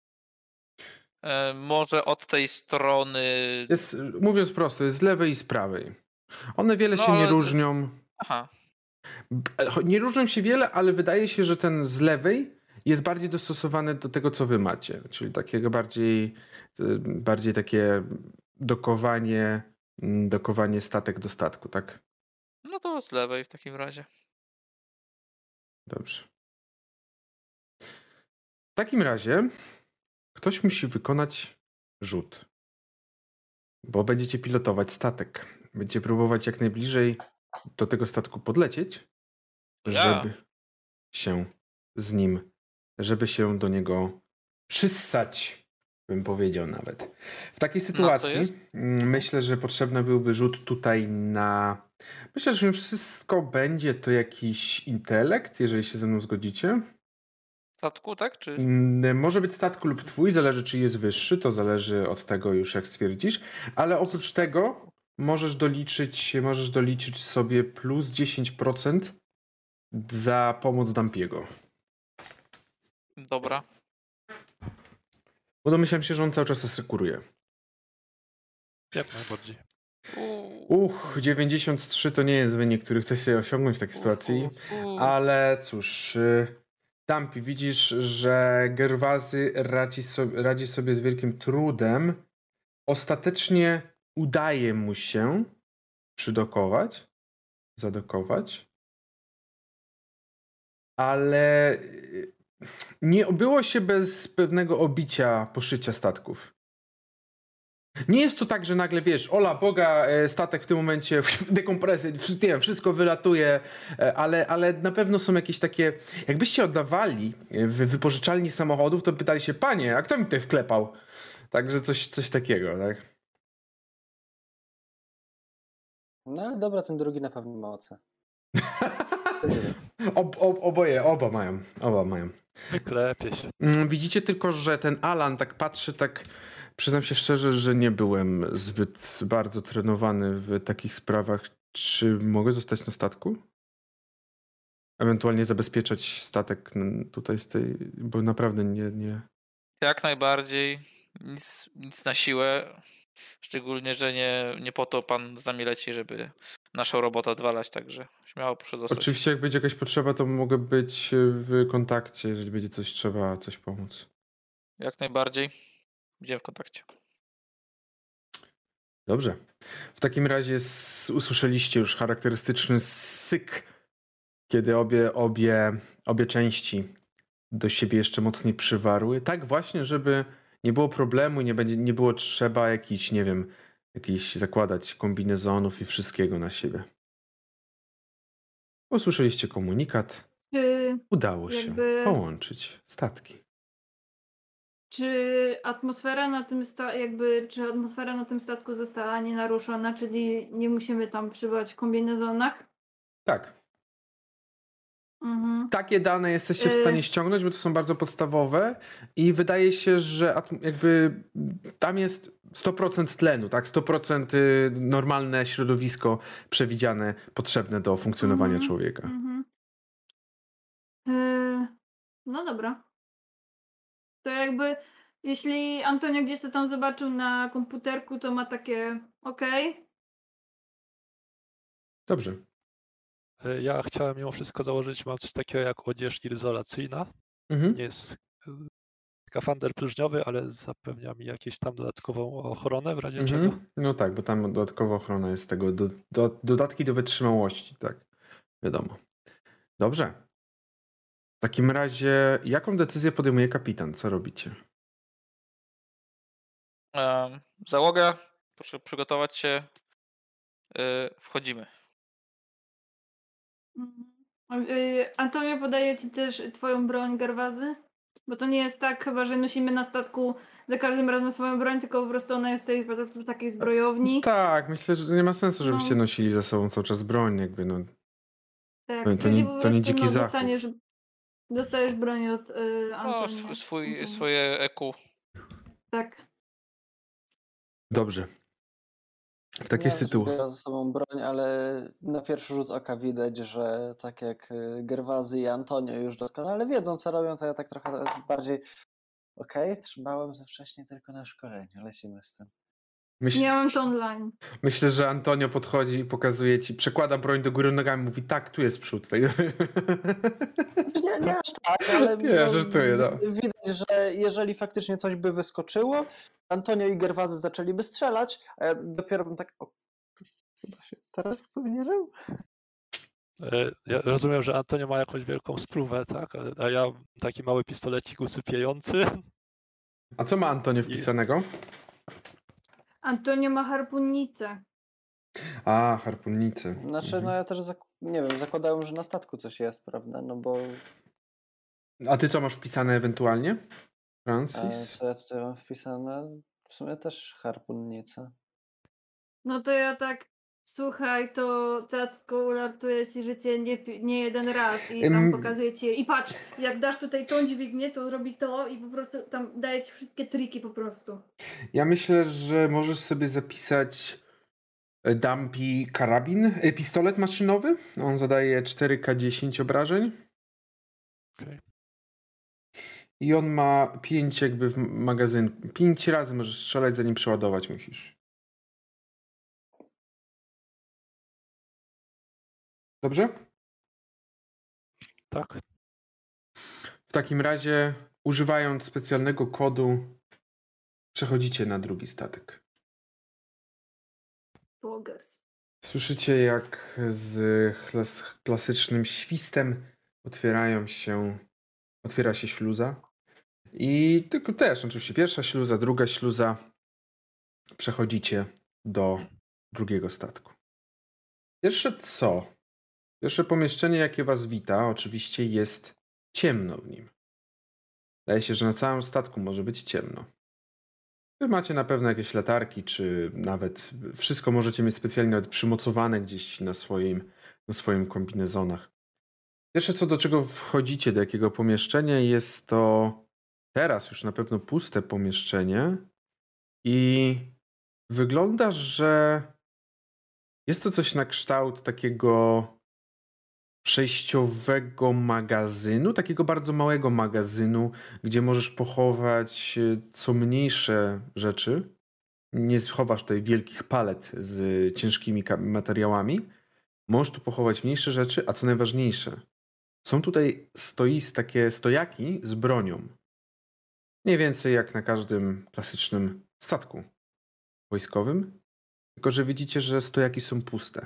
E, może od tej strony. Jest, mówiąc prosto, jest z lewej i z prawej. One wiele No, się nie ale- różnią. Aha. B- Nie różnią się wiele, ale wydaje się, że ten z lewej jest bardziej dostosowany do tego, co wy macie. Czyli takiego bardziej, y, bardziej takie dokowanie, mm, dokowanie statek do statku, tak? No to z lewej w takim razie. Dobrze. W takim razie ktoś musi wykonać rzut. Bo będziecie pilotować statek. Będziecie próbować jak najbliżej do tego statku podlecieć, Ja. żeby się z nim, żeby się do niego przyssać, bym powiedział nawet. W takiej sytuacji jest? mm, myślę, że potrzebny byłby rzut tutaj na... Myślę, że wszystko będzie to jakiś intelekt, jeżeli się ze mną zgodzicie. Statku, tak? Czy. Mm, Może być statku lub twój, zależy czy jest wyższy, to zależy od tego już jak stwierdzisz, ale oprócz tego możesz doliczyć, możesz doliczyć sobie plus dziesięć procent za pomoc Dumpiego. Dobra. Bo domyślam się, że on cały czas asekuruje. Jak najbardziej. Uch, dziewięćdziesiąt trzy to nie jest wynik, który chce się osiągnąć w takiej sytuacji. Ale cóż, Dumpy, widzisz, że Gerwazy radzi sobie, radzi sobie z wielkim trudem. Ostatecznie udaje mu się przydokować, zadokować, ale nie obyło się bez pewnego obicia, poszycia statków. Nie jest to tak, że nagle, wiesz, ola Boga, statek w tym momencie dekompresja, nie wiem, wszystko wylatuje, ale, ale na pewno są jakieś takie, jakbyście oddawali w wypożyczalni samochodów, to pytali się, panie, a kto mi tutaj wklepał? Także coś, coś takiego, tak? No ale dobra, ten drugi na pewno ma oce. Ob, ob, oboje, oba mają, oba mają. Wyklepie się. Widzicie tylko, że ten Alan tak patrzy, tak przyznam się szczerze, że nie byłem zbyt bardzo trenowany w takich sprawach. Czy mogę zostać na statku? Ewentualnie zabezpieczać statek tutaj z tej, bo naprawdę nie... nie... Jak najbardziej. Nic, nic na siłę. Szczególnie, że nie, nie po to pan z nami leci, żeby naszą robotę odwalać, także śmiało proszę zostać. Oczywiście jak będzie jakaś potrzeba, to mogę być w kontakcie, jeżeli będzie coś trzeba, coś pomóc. Jak najbardziej. Będziemy w kontakcie. Dobrze. W takim razie usłyszeliście już charakterystyczny syk, kiedy obie, obie, obie części do siebie jeszcze mocniej przywarły. Tak właśnie, żeby nie było problemu i nie, będzie, nie było trzeba jakiś, nie wiem, jakiś zakładać kombinezonów i wszystkiego na siebie. Usłyszeliście komunikat. Czy Udało jakby... się połączyć statki. Czy atmosfera na tym sta- jakby, czy atmosfera na tym statku została nienaruszona, czyli nie musimy tam przybywać w kombinezonach? Tak. Mhm. Takie dane jesteście w stanie ściągnąć, bo to są bardzo podstawowe i wydaje się, że jakby tam jest sto procent tlenu, tak? sto procent normalne środowisko przewidziane, potrzebne do funkcjonowania Mhm. człowieka. Mhm. Yy, no dobra. To jakby, jeśli Antonio gdzieś to tam zobaczył na komputerku, to ma takie okej. Okay. Dobrze. Ja chciałem mimo wszystko założyć, mam coś takiego jak odzież izolacyjna. Mhm. Nie jest skafander próżniowy, ale zapewnia mi jakąś tam dodatkową ochronę w razie Mhm. czego. No tak, bo tam dodatkowa ochrona jest tego, do, do, dodatki do wytrzymałości, tak. Wiadomo. Dobrze. W takim razie, jaką decyzję podejmuje kapitan? Co robicie? Um, załoga, proszę przygotować się. Yy, wchodzimy. Yy, Antonio, podaje ci też twoją broń, Gerwazy? Bo to nie jest tak chyba, że nosimy na statku za każdym razem swoją broń, tylko po prostu ona jest tej, w takiej zbrojowni. Tak, myślę, że nie ma sensu, żebyście No. nosili za sobą cały czas broń, jakby no. Tak, No, to nie- po to nie prostu, dziki no, zachód. dostaniesz, dostajesz broń od yy, O, Antonia. sw- swój, Mhm. swoje E Q. Tak. Dobrze. W takiej Ja sytuacji. biorę ze sobą broń, ale na pierwszy rzut oka widać, że tak jak y, Gerwazy i Antonio już doskonale wiedzą, co robią, to ja tak trochę bardziej okej, okay, trzymałem ze wcześniej tylko na szkoleniu, lecimy z tym. Myśl, Miałem to online. myślę, że Antonio podchodzi i pokazuje ci, przekłada broń do góry nogami, mówi tak, tu jest przód. Tak. Nie, nie aż tak, ale Nie, żartuję, no. widać, że jeżeli faktycznie coś by wyskoczyło, Antonio i Gerwazy zaczęliby strzelać, a ja dopiero bym tak, o, chyba się teraz powinienem? Ja rozumiem, że Antonio ma jakąś wielką spluwę, tak? A ja taki mały pistolecik usypiający. A co ma Antonio wpisanego? Antonio ma harpunnicę. A, harpunnicy. Znaczy, Mhm. no ja też, zak- nie wiem, zakładałem, że na statku coś jest, prawda, no bo... A ty co masz wpisane ewentualnie? E, Francis? co ja tutaj mam wpisane? W sumie też harpunnica. No to ja tak, słuchaj, to Cacko uratuje ci życie nie, pi- nie jeden raz i tam Ym. pokazuje ci, i patrz, jak dasz tutaj tą dźwignię, to robi to i po prostu tam daje ci wszystkie triki po prostu. Ja myślę, że możesz sobie zapisać e, Dumpy karabin, e, pistolet maszynowy. On zadaje cztery K dziesięć obrażeń. Okay. i on ma pięć jakby w magazyn. Pięć razy możesz strzelać, zanim przeładować musisz. Dobrze? Tak. W takim razie, używając specjalnego kodu, przechodzicie na drugi statek. Bogers. Słyszycie, jak z klas- klasycznym świstem otwierają się, otwiera się śluza. I tylko też, oczywiście, pierwsza śluza, druga śluza. Przechodzicie do drugiego statku. Pierwsze co? Pierwsze pomieszczenie, jakie was wita, oczywiście jest ciemno w nim. Wydaje się, że na całym statku może być ciemno. Wy macie na pewno jakieś latarki, czy nawet wszystko możecie mieć specjalnie nawet przymocowane gdzieś na swoim, na swoim kombinezonach. Pierwsze co do czego wchodzicie, do jakiego pomieszczenia, jest to teraz już na pewno puste pomieszczenie i wygląda, że jest to coś na kształt takiego przejściowego magazynu, takiego bardzo małego magazynu, gdzie możesz pochować co mniejsze rzeczy. Nie schowasz tutaj wielkich palet z ciężkimi materiałami. Możesz tu pochować mniejsze rzeczy, a co najważniejsze, są tutaj stois, takie stojaki z bronią. Mniej więcej jak na każdym klasycznym statku wojskowym, tylko że widzicie, że stojaki są puste.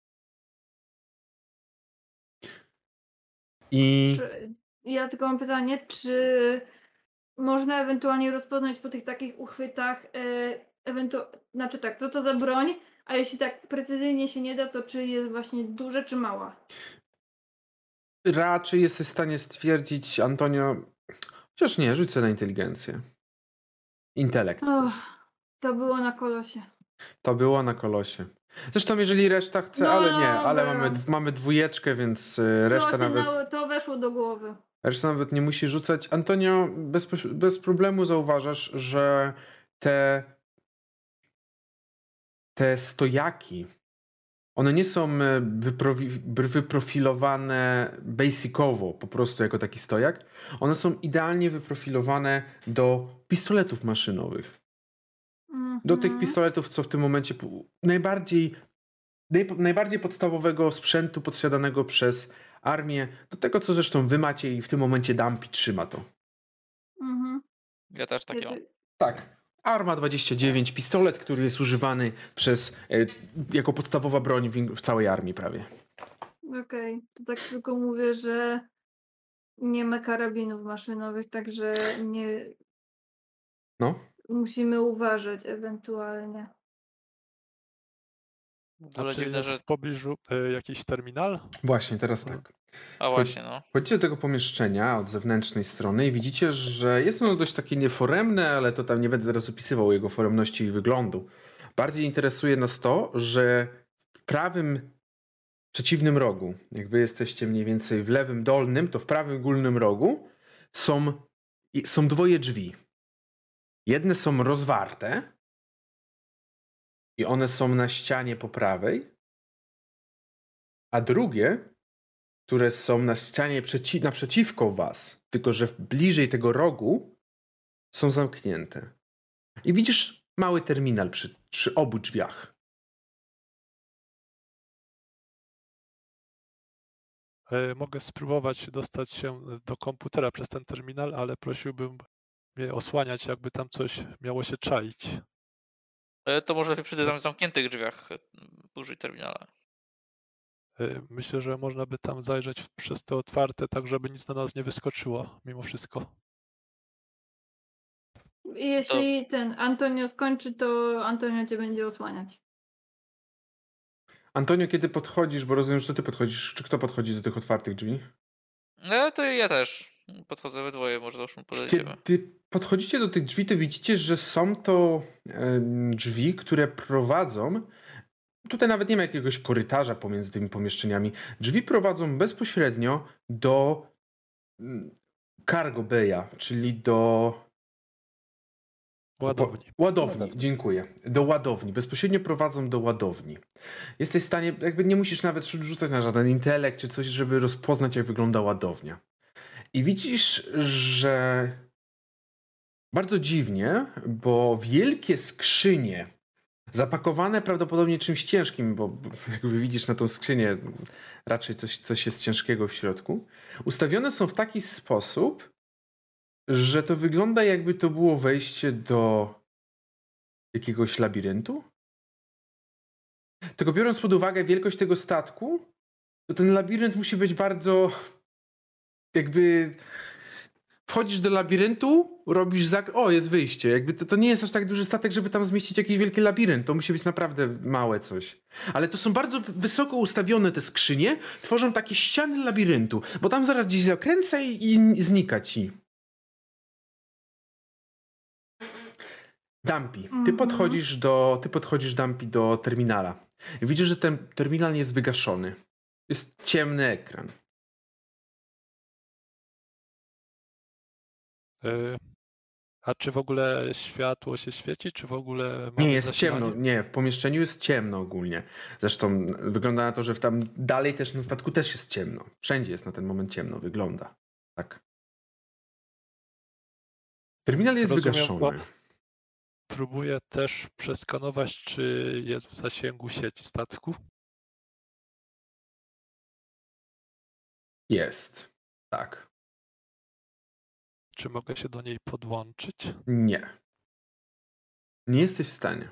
I Czy, ja tylko mam pytanie, czy można ewentualnie rozpoznać po tych takich uchwytach, e, ewentu- znaczy tak, co to za broń, a jeśli tak precyzyjnie się nie da, to czy jest właśnie duża, czy mała? raczej jesteś w stanie stwierdzić, Antonio, chociaż nie, rzucę na inteligencję. Intelekt. Och, to było na kolosie. To było na kolosie. Zresztą jeżeli reszta chce, No, ale nie, ale dobra. mamy, mamy dwójeczkę, więc y, reszta to, się nawet, na, to weszło do głowy. reszta nawet nie musi rzucać. Antonio, bez, bez problemu zauważasz, że te, te stojaki, one nie są wyprofi- wyprofilowane basicowo, po prostu jako taki stojak. One są idealnie wyprofilowane do pistoletów maszynowych. Do tych pistoletów, co w tym momencie najbardziej, naj, najbardziej podstawowego sprzętu posiadanego przez armię, do tego, co zresztą wy macie i w tym momencie Dumpy trzyma to. Mhm. Ja też takie mam. Tak. Arma dwadzieścia dziewięć, pistolet, który jest używany przez, e, jako podstawowa broń w, w całej armii prawie. Okej, okay. To tak tylko mówię, że nie ma karabinów maszynowych, także nie... No. Musimy uważać ewentualnie. W A ogóle czy dziwne, jest że... w pobliżu y, jakiś terminal? Właśnie, teraz tak. A właśnie, no. Wchodzicie do tego pomieszczenia od zewnętrznej strony i widzicie, że jest ono dość takie nieforemne, ale to tam nie będę teraz opisywał jego foremności i wyglądu. Bardziej interesuje nas to, że w prawym przeciwnym rogu, jak wy jesteście mniej więcej w lewym dolnym, to w prawym górnym rogu są, są dwoje drzwi. Jedne są rozwarte i one są na ścianie po prawej, a drugie, które są na ścianie przeci- naprzeciwko was, tylko że bliżej tego rogu, są zamknięte. I widzisz mały terminal przy, przy obu drzwiach. Y, mogę spróbować dostać się do komputera przez ten terminal, ale prosiłbym mnie osłaniać, jakby tam coś miało się czaić. E, To może lepiej przy tych zamkniętych drzwiach e, użyć terminala. Y, Myślę, że można by tam zajrzeć przez te otwarte, tak żeby nic na nas nie wyskoczyło, mimo wszystko. I jeśli ten Antonio skończy, to Antonio cię będzie osłaniać. Antonio, kiedy podchodzisz, bo rozumiem, że ty podchodzisz, czy kto podchodzi do tych otwartych drzwi? No to ja też. Podchodzę we dwoje, może załóżmy podejdziemy. Kiedy podchodzicie do tych drzwi, to widzicie, że są to e, drzwi, które prowadzą. Tutaj nawet nie ma jakiegoś korytarza pomiędzy tymi pomieszczeniami. Drzwi prowadzą bezpośrednio do cargo bay'a, czyli do Ładowni. Ładowni, Ładowni. dziękuję. Do ładowni. Bezpośrednio prowadzą do ładowni. Jesteś w stanie, jakby nie musisz nawet rzucać na żaden intelekt czy coś, żeby rozpoznać, jak wygląda ładownia. I widzisz, że bardzo dziwnie, bo wielkie skrzynie, zapakowane prawdopodobnie czymś ciężkim, bo jakby widzisz na tą skrzynię, raczej coś, coś jest ciężkiego w środku, ustawione są w taki sposób, że to wygląda, jakby to było wejście do jakiegoś labiryntu. Tylko biorąc pod uwagę wielkość tego statku, to ten labirynt musi być bardzo jakby wchodzisz do labiryntu, robisz zak... O, jest wyjście. Jakby to, to nie jest aż tak duży statek, żeby tam zmieścić jakiś wielki labirynt. To musi być naprawdę małe coś. Ale to są bardzo wysoko ustawione te skrzynie, tworzą takie ściany labiryntu, bo tam zaraz gdzieś zakręca i, i znika ci. Dumpy, ty podchodzisz do, ty podchodzisz Dumpy do terminala. Widzisz, że ten terminal jest wygaszony. Jest ciemny ekran. Y, A czy w ogóle światło się świeci, czy w ogóle mamy Nie, jest zasilanie? ciemno. Nie, w pomieszczeniu jest ciemno ogólnie. Zresztą wygląda na to, że w tam dalej też na statku też jest ciemno. Wszędzie jest na ten moment ciemno. Wygląda. Tak. Terminal jest Rozumiem, wygaszony. bo próbuję też przeskanować, czy jest w zasięgu sieć statku. Jest. Tak. Czy mogę się do niej podłączyć? Nie. Nie jesteś w stanie.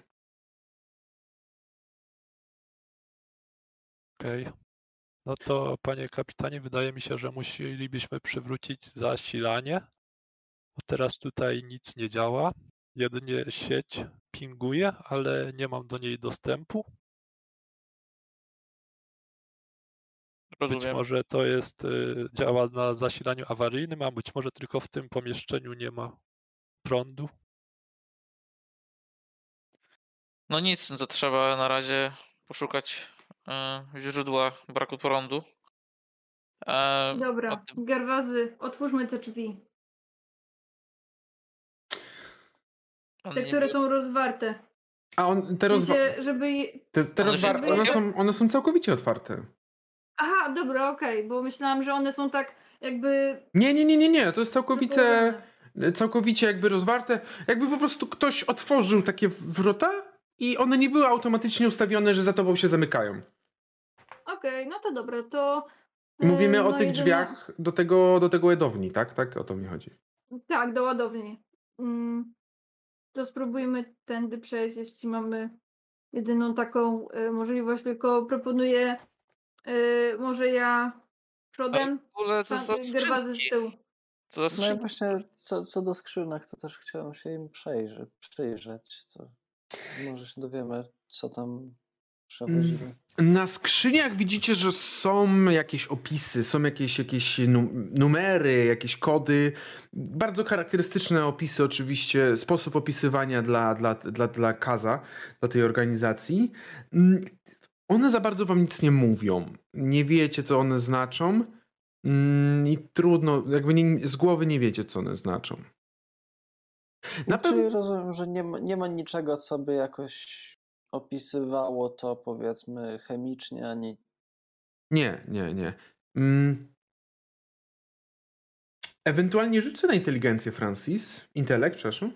Okej. No to, panie kapitanie, wydaje mi się, że musielibyśmy przywrócić zasilanie. Bo teraz tutaj nic nie działa. Jedynie sieć pinguje, ale nie mam do niej dostępu. Być Rozumiem. może to jest, y, działa na zasilaniu awaryjnym, a być może tylko w tym pomieszczeniu nie ma prądu. No nic, no to trzeba na razie poszukać e, źródła braku prądu. E, o Dobra, tym- Gerwazy, otwórzmy te drzwi. on Te, nie które był- są rozwarte. A on te W rozwa... sensie, żeby... je- te, te One rozwa... się one, boją? są, one są całkowicie otwarte. Aha, dobra, okej, bo myślałam, że one są tak jakby... Nie, nie, nie, nie, nie. To jest całkowite... zapołożone. Całkowicie jakby rozwarte. Jakby po prostu ktoś otworzył takie wrota i one nie były automatycznie ustawione, że za tobą się zamykają. Okej, no to dobra, to... I mówimy e, o no tych jedyne- drzwiach do tego, do tego ładowni, tak? Tak? O to mi chodzi. Tak, do ładowni. Mm, to spróbujmy tędy przejść, jeśli mamy jedyną taką e, możliwość, tylko proponuję e, może ja Ale przodem, w ogóle co za pan Gerwazy z skrzynki? tyłu. Co za No ja skrzynki? właśnie co, co do skrzynek, to też chciałem się im przejrzeć, przyjrzeć. To może się dowiemy, co tam przewozili. Na skrzyniach widzicie, że są jakieś opisy, są jakieś, jakieś nu- numery, jakieś kody. Bardzo charakterystyczne opisy oczywiście, sposób opisywania dla, dla, dla, dla Kaza, dla tej organizacji. Mm, One za bardzo wam nic nie mówią. Nie wiecie, co one znaczą. Mm, I trudno, jakby nie, z głowy nie wiecie, co one znaczą. Na No, czyli pewno... rozumiem, że nie ma, nie ma niczego, co by jakoś opisywało to, powiedzmy, chemicznie, ani Nie, nie, nie. Mm. Ewentualnie rzucę na inteligencję, Francis. Intelekt, przepraszam.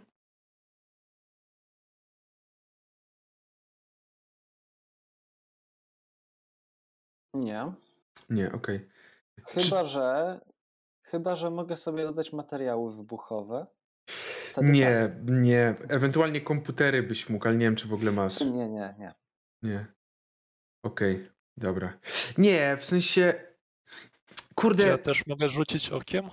nie. Nie, okej. Chyba, że chyba, że mogę sobie dodać materiały wybuchowe. Wtedy Nie, tak. nie. Ewentualnie komputery byś mógł, ale nie wiem, czy w ogóle masz. Nie, nie, nie. Nie. Okej, dobra. Nie, w sensie... Czy Kurde... ja też mogę rzucić okiem?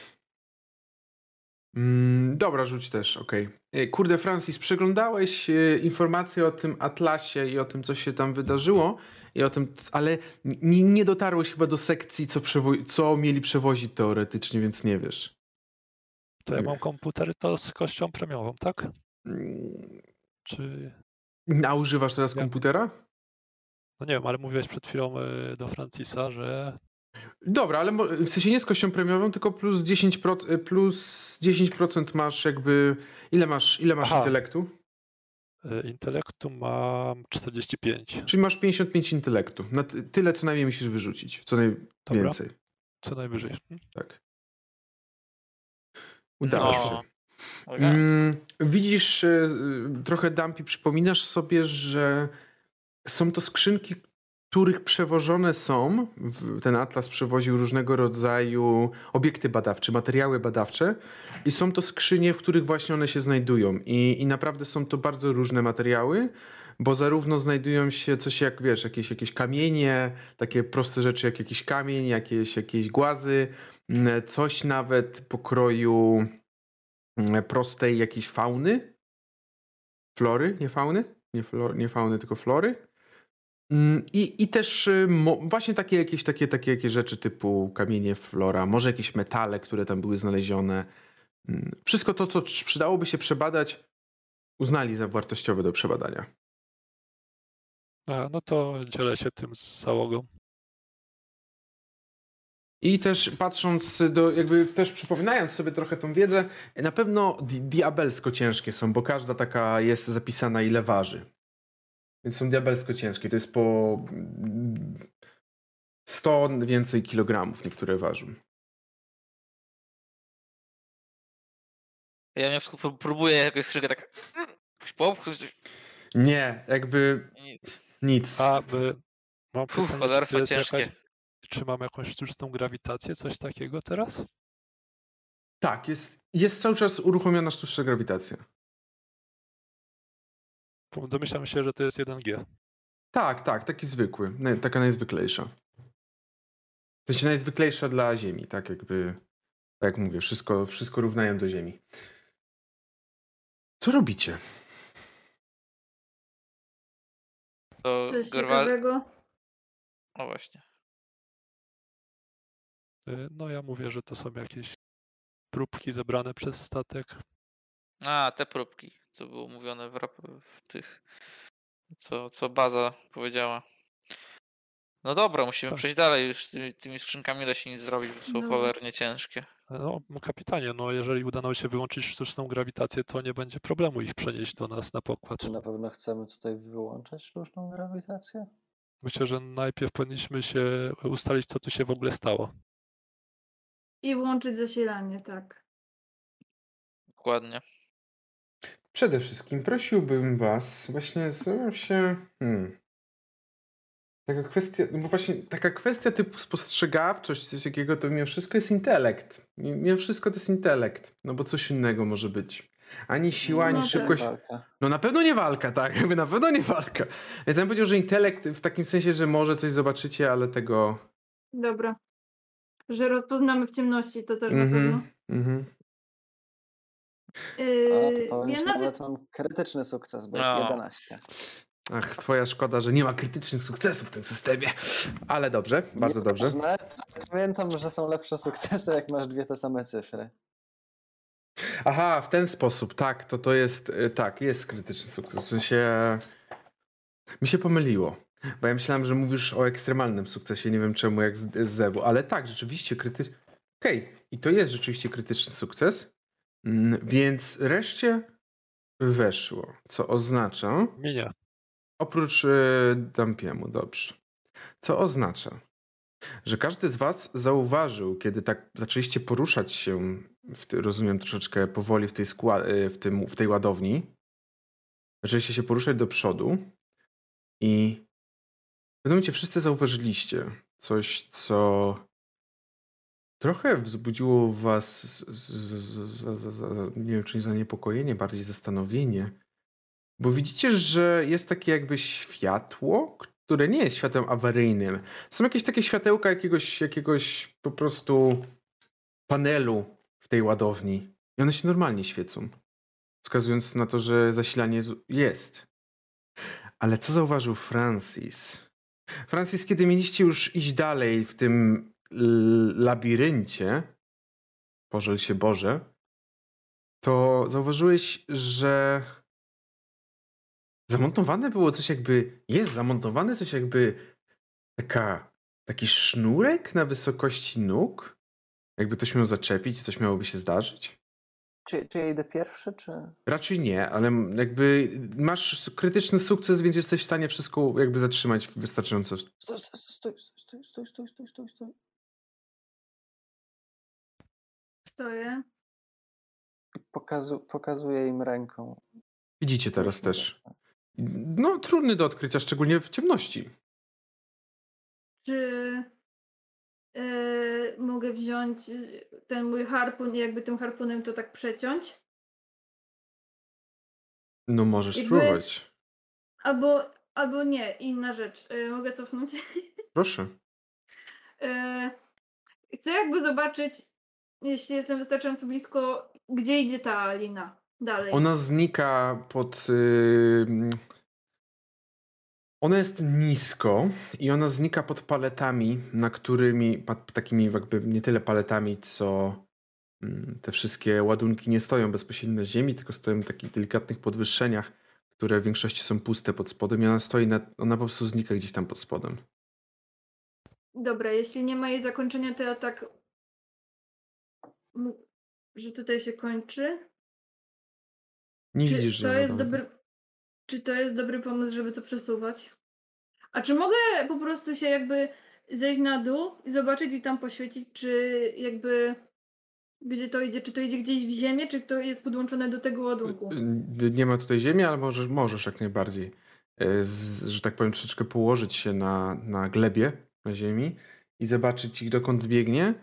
Mm, dobra, rzuć też, okej. E, Kurde, Francis, przeglądałeś e, informacje o tym atlasie i o tym, co się tam wydarzyło, i o tym, ale n- nie dotarłeś chyba do sekcji, co, przewo- co mieli przewozić teoretycznie, więc nie wiesz. To ja Nie. mam komputer to z kością premiową, tak? Mm, Czy... A używasz teraz Ja. komputera? No nie wiem, ale mówiłeś przed chwilą y, do Francisa, że Dobra, ale mo- w sensie nie z kością premiową, tylko plus dziesięć procent, plus dziesięć procent masz jakby... Ile masz, ile masz Aha. intelektu? y, intelektu mam czterdzieści pięć. Czyli masz pięćdziesiąt pięć intelektu. Na ty- tyle co najmniej musisz wyrzucić. Co Dobra. najwięcej. Co najwyżej. Hmm? Tak. Udało No. się. Elegancko. Mm, widzisz, y, trochę Dumpy, przypominasz sobie, że są to skrzynki, których przewożone są, w, ten atlas przewoził różnego rodzaju obiekty badawcze, materiały badawcze i są to skrzynie, w których właśnie one się znajdują i, i naprawdę są to bardzo różne materiały, bo zarówno znajdują się coś jak, wiesz, jakieś, jakieś kamienie, takie proste rzeczy jak jakiś kamień, jakieś, jakieś głazy, mm, coś nawet pokroju mm, prostej jakiejś fauny, flory, nie fauny, nie, flo, nie fauny, tylko flory. Mm, I, i też y, mo, właśnie takie jakieś takie, takie jakieś rzeczy typu kamienie flora, może jakieś metale, które tam były znalezione. Mm, Wszystko to, co trz- przydałoby się przebadać, uznali za wartościowe do przebadania. A, no to dzielę się tym z załogą. I też patrząc do, jakby też przypominając sobie trochę tą wiedzę, na pewno di- diabelsko ciężkie są, bo każda taka jest zapisana ile waży. Więc są diabelsko ciężkie. To jest po mm, sto więcej kilogramów niektóre ważą. Ja na przykład próbuję jakoś skrzynkę tak... Jakoś popchnąć, coś- Nie, jakby nic. nic. A my, mam Fuh, pytanie, cholerstwo czy, jest ciężkie. jakaś, czy mam jakąś sztuczną grawitację, coś takiego teraz? Tak, jest, jest cały czas uruchomiona sztuczna grawitacja. Bo domyślam się, że to jest jeden G. Tak, tak, taki zwykły. naj- Taka najzwyklejsza. W sensie najzwyklejsza dla Ziemi, tak jakby, tak jak mówię, wszystko, wszystko równają do Ziemi. Co robicie? To Coś Gerwa... ciekawego. No właśnie. Y, No ja mówię, że to są jakieś próbki zebrane przez statek. A, te próbki, co było mówione w, rap- w tych... Co, co baza powiedziała. No dobra, musimy Tak. przejść dalej. Już tymi, tymi skrzynkami da się nic zrobić, bo są Dobra. cholernie ciężkie. No, kapitanie, no jeżeli uda nam się wyłączyć sztuczną grawitację, to nie będzie problemu ich przenieść do nas na pokład. Czy na pewno chcemy tutaj wyłączać sztuczną grawitację? Myślę, że najpierw powinniśmy się ustalić, co tu się w ogóle stało. I włączyć zasilanie, tak. Dokładnie. Przede wszystkim prosiłbym was, właśnie zastanawiam się, hmm, taka kwestia, no bo właśnie taka kwestia typu spostrzegawczość, coś takiego, to mimo wszystko jest intelekt. Mimo wszystko to jest intelekt, no bo coś innego może być. Ani siła, ani No tak. szybkość. Walka. No na pewno nie walka, tak, jakby na pewno nie walka. Więc ja bym powiedział, że intelekt w takim sensie, że może coś zobaczycie, ale tego... Dobra. Że rozpoznamy w ciemności, to też na Mhm, pewno. mhm. A Yy, to powiem ja ci, nawet nawet mam krytyczny sukces, bo jest No. jedenaście. Ach, twoja szkoda, że nie ma krytycznych sukcesów w tym systemie. Ale dobrze, bardzo dobrze. Nieważne, pamiętam, że są lepsze sukcesy, jak masz dwie te same cyfry. Aha, w ten sposób, tak, to to jest, y, tak, jest krytyczny sukces. W sensie, mi się pomyliło, bo ja myślałem, że mówisz o ekstremalnym sukcesie, nie wiem czemu, jak z, z Zewu, ale tak, rzeczywiście krytyczny, okej, i to jest rzeczywiście krytyczny sukces, mm, więc reszcie weszło, co oznacza, Minie. oprócz y, Dampiemu, dobrze, co oznacza, że każdy z was zauważył, kiedy tak zaczęliście poruszać się, w ty, rozumiem, troszeczkę powoli w tej, skła- y, w, tym, w tej ładowni, zaczęliście się poruszać do przodu i w pewnym momencie wszyscy zauważyliście coś, co trochę wzbudziło w was, z, z, z, z, z, z, nie wiem, czy nie zaniepokojenie, bardziej zastanowienie, bo widzicie, że jest takie jakby światło, które nie jest światłem awaryjnym. Są jakieś takie światełka jakiegoś, jakiegoś po prostu panelu w tej ładowni i one się normalnie świecą, wskazując na to, że zasilanie z- jest. Ale co zauważył Francis? Francis, kiedy mieliście już iść dalej w tym l- labiryncie, pożal się Boże, to zauważyłeś, że zamontowane było coś jakby, jest zamontowane coś jakby taka, taki sznurek na wysokości nóg, jakby ktoś miał zaczepić, coś miałoby się zdarzyć. Czy, czy ja idę pierwszy, czy... Raczej nie, ale jakby masz krytyczny sukces, więc jesteś w stanie wszystko jakby zatrzymać wystarczająco. Stój, stój, stój, stój, stój, stój, stój, stój, stój. stoję. pokazu, pokazuję im ręką. Widzicie teraz Myślę, też. że- No, trudny do odkrycia, szczególnie w ciemności. Czy e, mogę wziąć ten mój harpun i jakby tym harpunem to tak przeciąć? No, możesz Jakby- spróbować. Albo, albo nie, inna rzecz. E, mogę cofnąć? Proszę. E, chcę jakby zobaczyć, jeśli jestem wystarczająco blisko, gdzie idzie ta lina dalej. Ona znika pod... Yy... Ona jest nisko i ona znika pod paletami, na którymi, pod takimi jakby nie tyle paletami, co mm, te wszystkie ładunki nie stoją bezpośrednio na ziemi, tylko stoją w takich delikatnych podwyższeniach, które w większości są puste pod spodem i ona stoi, na, ona po prostu znika gdzieś tam pod spodem. Dobra, jeśli nie ma jej zakończenia, to ja tak... m- że tutaj się kończy. Nie Czy widzisz, że to ona jest tam- dobry... Czy to jest dobry pomysł, żeby to przesuwać? A czy mogę po prostu się jakby zejść na dół i zobaczyć i tam poświecić, czy jakby gdzie to idzie? Czy to idzie gdzieś w ziemię, czy to jest podłączone do tego ładunku? Y, Nie ma tutaj ziemi, ale możesz, możesz jak najbardziej, y, z, że tak powiem, troszeczkę położyć się na, na glebie, na ziemi i zobaczyć, dokąd biegnie.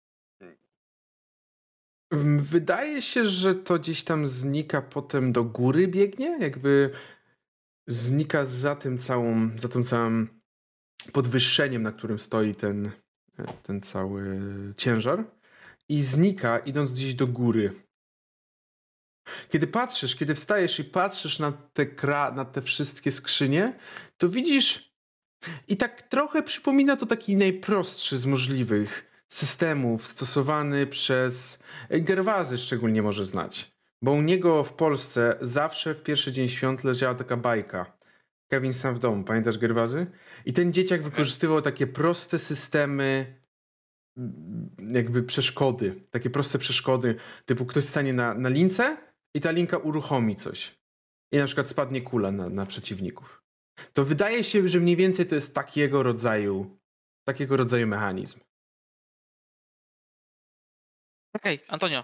Ym, Wydaje się, że to gdzieś tam znika, potem do góry biegnie, jakby znika za tym całą, za tym całym podwyższeniem, na którym stoi ten, ten cały ciężar i znika, idąc gdzieś do góry. Kiedy patrzysz, kiedy wstajesz i patrzysz na te, kra, na te wszystkie skrzynie, to widzisz i tak trochę przypomina to taki najprostszy z możliwych systemów stosowany przez Gerwazy, szczególnie może znać. Bo u niego w Polsce zawsze w pierwszy dzień świąt leżała taka bajka. Kevin sam w domu, pamiętasz Gerwazy? I ten dzieciak wykorzystywał takie proste systemy, jakby przeszkody, takie proste przeszkody, typu ktoś stanie na, na lince i ta linka uruchomi coś. I na przykład spadnie kula na, na przeciwników. To wydaje się, że mniej więcej to jest takiego rodzaju, takiego rodzaju mechanizm. Okej, Antonio,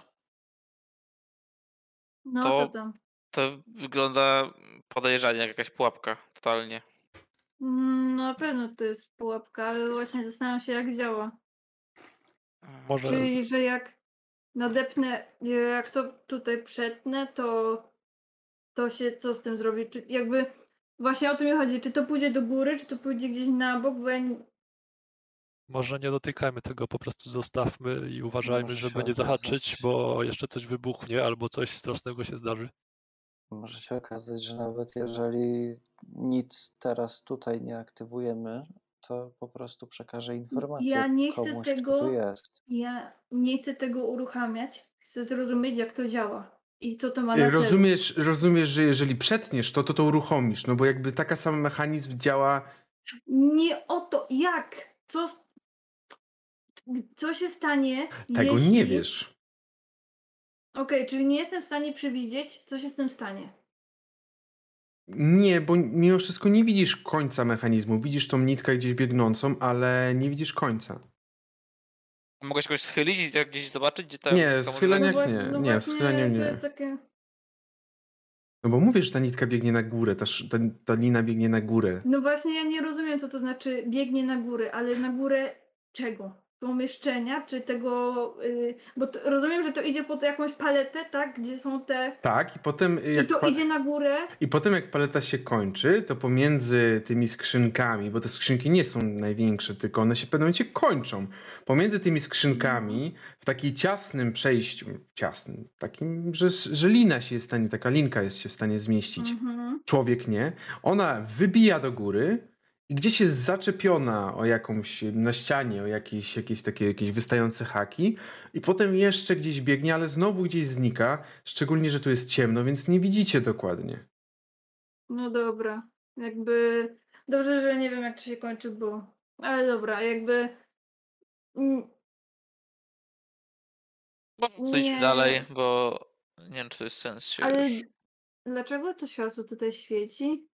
No to- co tam? to wygląda podejrzanie jak jakaś pułapka, totalnie. Mm, No na pewno to jest pułapka, ale właśnie zastanawiam się, jak działa. Może Czyli, że jak nadepnę, jak to tutaj przetnę, to to się co z tym zrobi? Czy jakby właśnie o to mi chodzi, czy to pójdzie do góry, czy to pójdzie gdzieś na bok, bo ja nie- Może nie dotykajmy tego, po prostu zostawmy i uważajmy, Może się żeby nie okazać. zahaczyć, bo jeszcze coś wybuchnie albo coś strasznego się zdarzy. Może się okazać, że nawet jeżeli nic teraz tutaj nie aktywujemy, to po prostu przekaże informację Ja nie chcę komuś, tego- kto tu jest. ja nie chcę tego uruchamiać. Chcę zrozumieć, jak to działa i co to ma na celu. Rozumiesz, rozumiesz, że jeżeli przetniesz to, to to uruchomisz, no bo jakby taka sam mechanizm działa. Nie o to, jak? Co, co się stanie, Tego jeśli... nie wiesz. Okej, czyli nie jestem w stanie przewidzieć, co się z tym stanie. Nie, bo mimo wszystko nie widzisz końca mechanizmu. Widzisz tą nitkę gdzieś biegnącą, ale nie widzisz końca. Mogę się jakoś schylić i tak gdzieś zobaczyć, gdzie ta Nie, nitka może schylenie- lecieć? Jak bo- nie, no nie, właśnie schylenie nie. To jest takie... No bo mówisz, że ta nitka biegnie na górę, ta, sz- ta, ta lina biegnie na górę. No właśnie ja nie rozumiem, co to znaczy biegnie na górę, ale na górę czego? Pomieszczenia, czy tego... y, bo to, rozumiem, że to idzie pod jakąś paletę, tak? Gdzie są te... Tak, i potem y, jak I to pa- idzie na górę. I potem jak paleta się kończy, to pomiędzy tymi skrzynkami, bo te skrzynki nie są największe, tylko one się w pewnym momencie kończą. Pomiędzy tymi skrzynkami w takim ciasnym przejściu, ciasnym, takim, że, że lina się jest w stanie, taka linka jest się w stanie zmieścić. Mhm. Człowiek nie. Ona wybija do góry i gdzieś jest zaczepiona o jakąś, na ścianie, o jakieś, jakieś takie jakieś wystające haki i potem jeszcze gdzieś biegnie, ale znowu gdzieś znika, szczególnie, że tu jest ciemno, więc nie widzicie dokładnie. No dobra. Jakby... Dobrze, że nie wiem, jak to się kończy, bo... Ale dobra, jakby... mm, Może idźmy Nie. dalej, bo nie wiem, czy to jest sens się Ale już... dlaczego to światło tutaj świeci?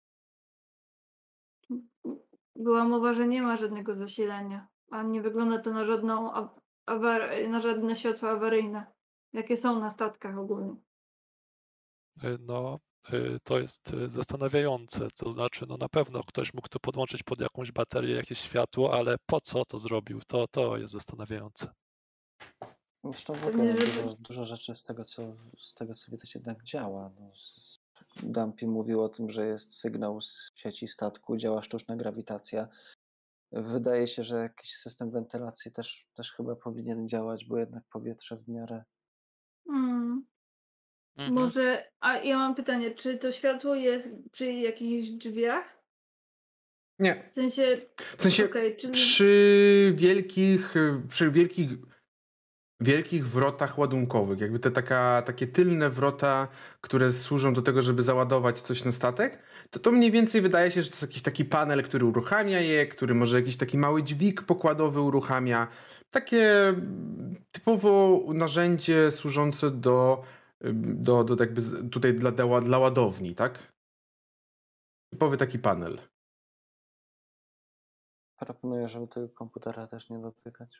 Była mowa, że nie ma żadnego zasilania, a nie wygląda to na żadną a- awar- na żadne światło awaryjne. jakie są na statkach ogólnie. Y, No, y, to jest y, zastanawiające. To znaczy, no na pewno ktoś mógł to podłączyć pod jakąś baterię, jakieś światło, ale po co to zrobił? To, to jest zastanawiające. Zresztą w Pewnie, ogóle żeby- dużo, dużo rzeczy z tego, co, z tego, co widać, jednak działa. No, z- Dumpy mówił o tym, że jest sygnał z sieci statku, działa sztuczna grawitacja. Wydaje się, że jakiś system wentylacji też, też chyba powinien działać, bo jednak powietrze w miarę... Mm. Mhm. Może, a ja mam pytanie, czy to światło jest przy jakichś drzwiach? Nie. W sensie, W sensie okej, czyli przy wielkich, przy wielkich, wielkich wrotach ładunkowych, jakby te taka, takie tylne wrota, które służą do tego, żeby załadować coś na statek, to to mniej więcej wydaje się, że to jest jakiś taki panel, który uruchamia je, który może jakiś taki mały dźwig pokładowy uruchamia. Takie typowo narzędzie służące do, do, do jakby z- tutaj dla, dla, dla ładowni, tak? Typowy taki panel. Proponuję, żeby tego komputera też nie dotykać.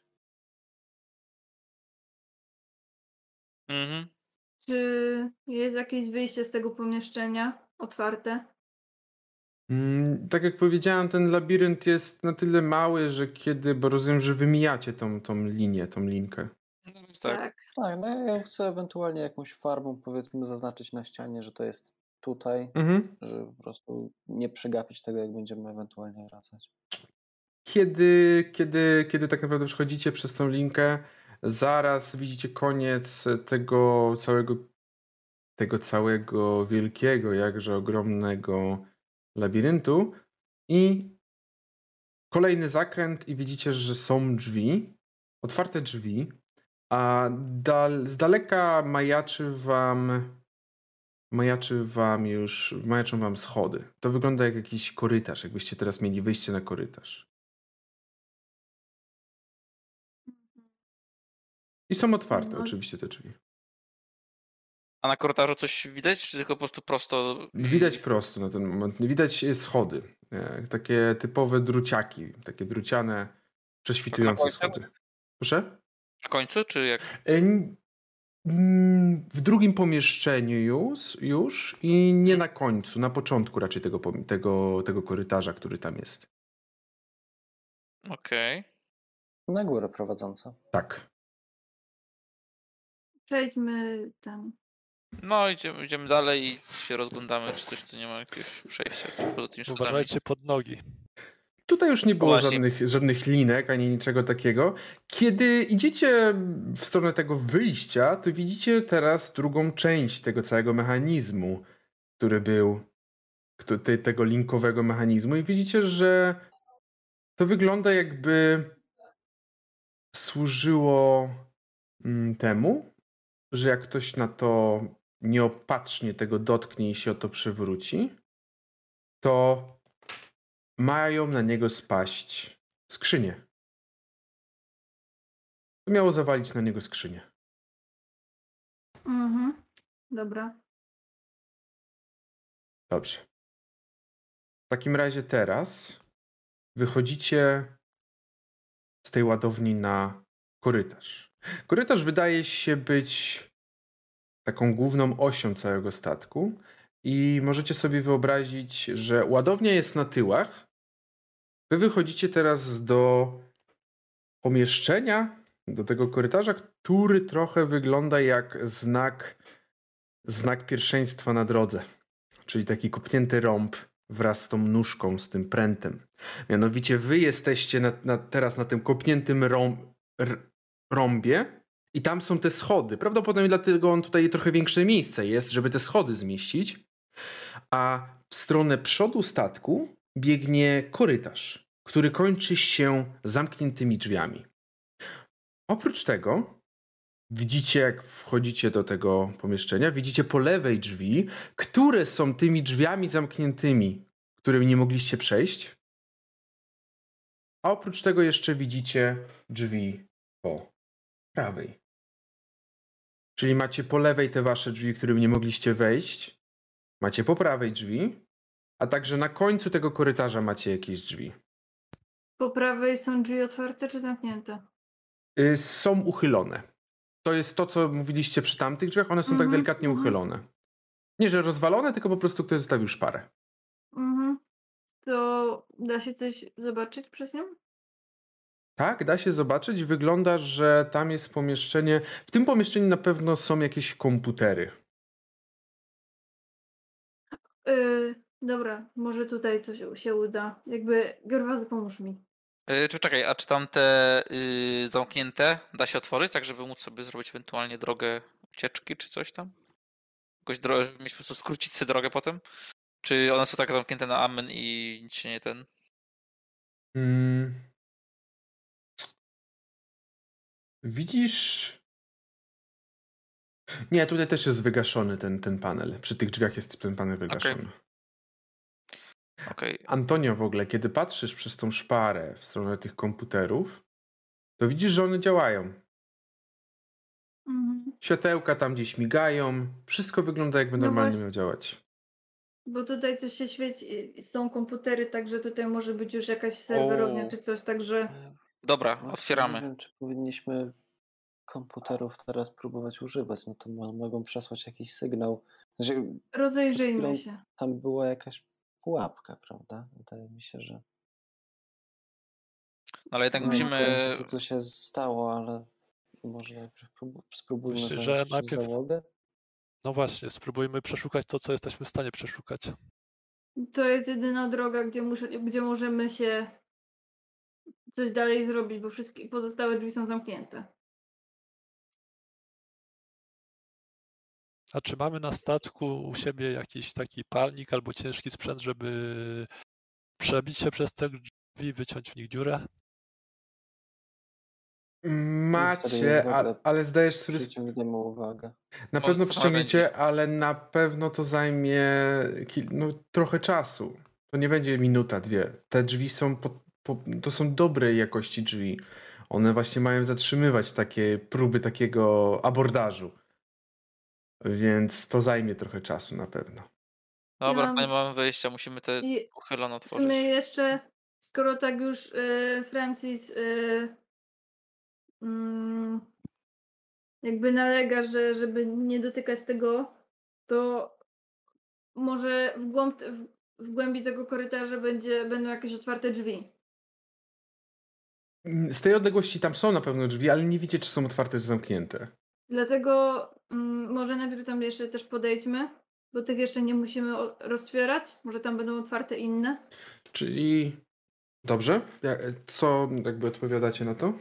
Mhm. czy jest jakieś wyjście z tego pomieszczenia otwarte? Mm, tak jak powiedziałem, ten labirynt jest na tyle mały, że kiedy, bo rozumiem, że wymijacie tą, tą linię, tą linkę. No więc tak. Tak. Tak, no ja ją chcę ewentualnie jakąś farbą, powiedzmy, zaznaczyć na ścianie, że to jest tutaj, Mhm. żeby po prostu nie przegapić tego, jak będziemy ewentualnie wracać. Kiedy, kiedy, kiedy tak naprawdę przechodzicie przez tą linkę, zaraz widzicie koniec tego całego, tego całego wielkiego, jakże ogromnego labiryntu i kolejny zakręt i widzicie, że są drzwi, otwarte drzwi, a dal, z daleka majaczy wam majaczy wam już, majaczą wam schody. To wygląda jak jakiś korytarz, jakbyście teraz mieli wyjście na korytarz. I są otwarte No. oczywiście te drzwi. A na korytarzu coś widać, czy tylko po prostu prosto? i- Widać prosto na ten moment. Widać schody. e, Takie typowe druciaki. Takie druciane, prześwitujące końcu? schody. Proszę? Na końcu, czy jak? E, n- mm, W drugim pomieszczeniu już, już i nie na końcu, na początku raczej tego, pom- tego, tego korytarza, który tam jest. Okej. Na górę prowadząca. Tak. Przejdźmy tam. No idziemy, idziemy dalej i się rozglądamy, czy coś tu nie ma jakiegoś przejścia, czy poza tymi schodami. Uważajcie pod nogi. Tutaj już nie było Właśnie. żadnych, żadnych linek ani niczego takiego. Kiedy idziecie w stronę tego wyjścia, to widzicie teraz drugą część tego całego mechanizmu, który był, kto- te- tego linkowego mechanizmu i widzicie, że to wygląda jakby służyło mm, temu, że jak ktoś na to nieopatrznie tego dotknie i się o to przewróci, to mają na niego spaść skrzynie. To miało zawalić na niego skrzynię. Mhm. Dobra. Dobrze. W takim razie teraz wychodzicie z tej ładowni na korytarz. Korytarz wydaje się być taką główną osią całego statku i możecie sobie wyobrazić, że ładownia jest na tyłach. Wy wychodzicie teraz do pomieszczenia, do tego korytarza, który trochę wygląda jak znak, znak pierwszeństwa na drodze. Czyli taki kopnięty rąb wraz z tą nóżką, z tym prętem. Mianowicie wy jesteście na, na, teraz na tym kopniętym rąb, r, rąbie i tam są te schody. Prawdopodobnie dlatego on tutaj trochę większe miejsce jest, żeby te schody zmieścić. A w stronę przodu statku biegnie korytarz, który kończy się zamkniętymi drzwiami. Oprócz tego widzicie, jak wchodzicie do tego pomieszczenia, widzicie po lewej drzwi, które są tymi drzwiami zamkniętymi, którymi nie mogliście przejść. A oprócz tego jeszcze widzicie drzwi po prawej. Czyli macie po lewej te wasze drzwi, którymi nie mogliście wejść. Macie po prawej drzwi, a także na końcu tego korytarza macie jakieś drzwi. Po prawej są drzwi otwarte czy zamknięte? Y, Są uchylone. to jest to, co mówiliście przy tamtych drzwiach, one są tak Mhm, delikatnie mhm. uchylone. Nie, że rozwalone, tylko po prostu ktoś zostawił szparę. Mhm. To da się coś zobaczyć przez nią? Tak, da się zobaczyć. Wygląda, że tam jest pomieszczenie. W tym pomieszczeniu na pewno są jakieś komputery. Yy, dobra, może tutaj coś się uda. Jakby, Gerwazy, pomóż mi. Yy, czy czekaj, a czy tam te yy, zamknięte da się otworzyć, tak żeby móc sobie zrobić ewentualnie drogę ucieczki, czy coś tam? Jakoś drogę, żeby mieć po prostu skrócić sobie drogę potem? Czy one są tak zamknięte na amen i nic się nie ten... Hmm. Widzisz? Nie, tutaj też jest wygaszony ten, ten panel. Przy tych drzwiach jest ten panel wygaszony. Okej. Antonio, w ogóle, kiedy patrzysz przez tą szparę w stronę tych komputerów, to widzisz, że one działają. Mhm. Światełka tam gdzieś migają. Wszystko wygląda, jakby No normalnie właśnie. miało działać. Bo tutaj coś się świeci, są komputery, także tutaj może być już jakaś serwerownia O. czy coś, także Dobra, Właśnie otwieramy. Nie wiem, czy powinniśmy komputerów teraz próbować używać. No to mo- mogą przesłać jakiś sygnał. Znaczy, przed rozejrzyjmy chwilą się. tam była jakaś pułapka, prawda? Wydaje mi się, że. No ale jednak Nie wiem musimy... pojęcia, co tu się stało, ale może najpierw prób- spróbujmy Myślę, że znaleźć najpierw- załogę. No właśnie, spróbujmy przeszukać to, co jesteśmy w stanie przeszukać. To jest jedyna droga, gdzie, muszę, gdzie możemy się coś dalej zrobić, bo wszystkie pozostałe drzwi są zamknięte. A czy mamy na statku u siebie jakiś taki palnik albo ciężki sprzęt, żeby przebić się przez te drzwi, wyciąć w nich dziurę? Macie, w ogóle a, ale zdajesz sobie... sp- Przyciągniemy uwagę. Na Może pewno to przyciągniecie, narzędzi. ale na pewno to zajmie kil... no, trochę czasu. To nie będzie minuta, dwie. Te drzwi są... Po... Po... To są dobrej jakości drzwi. One właśnie mają zatrzymywać takie próby takiego abordażu. Więc to zajmie trochę czasu na pewno. Dobra, Ja- nie mamy wyjścia, musimy te I uchylone w sumie otworzyć. jeszcze, skoro tak już y, Francis y, mm, jakby nalega, że żeby nie dotykać tego, to może w, głąb, w, w głębi tego korytarza będzie, będą jakieś otwarte drzwi. Z tej odległości tam są na pewno drzwi, ale nie wiecie, czy są otwarte, czy zamknięte. Dlatego mm, może najpierw tam jeszcze też podejdźmy, bo tych jeszcze nie musimy o- roztwierać. Może tam będą otwarte inne. Czyli... Dobrze. Ja- Co jakby odpowiadacie na to?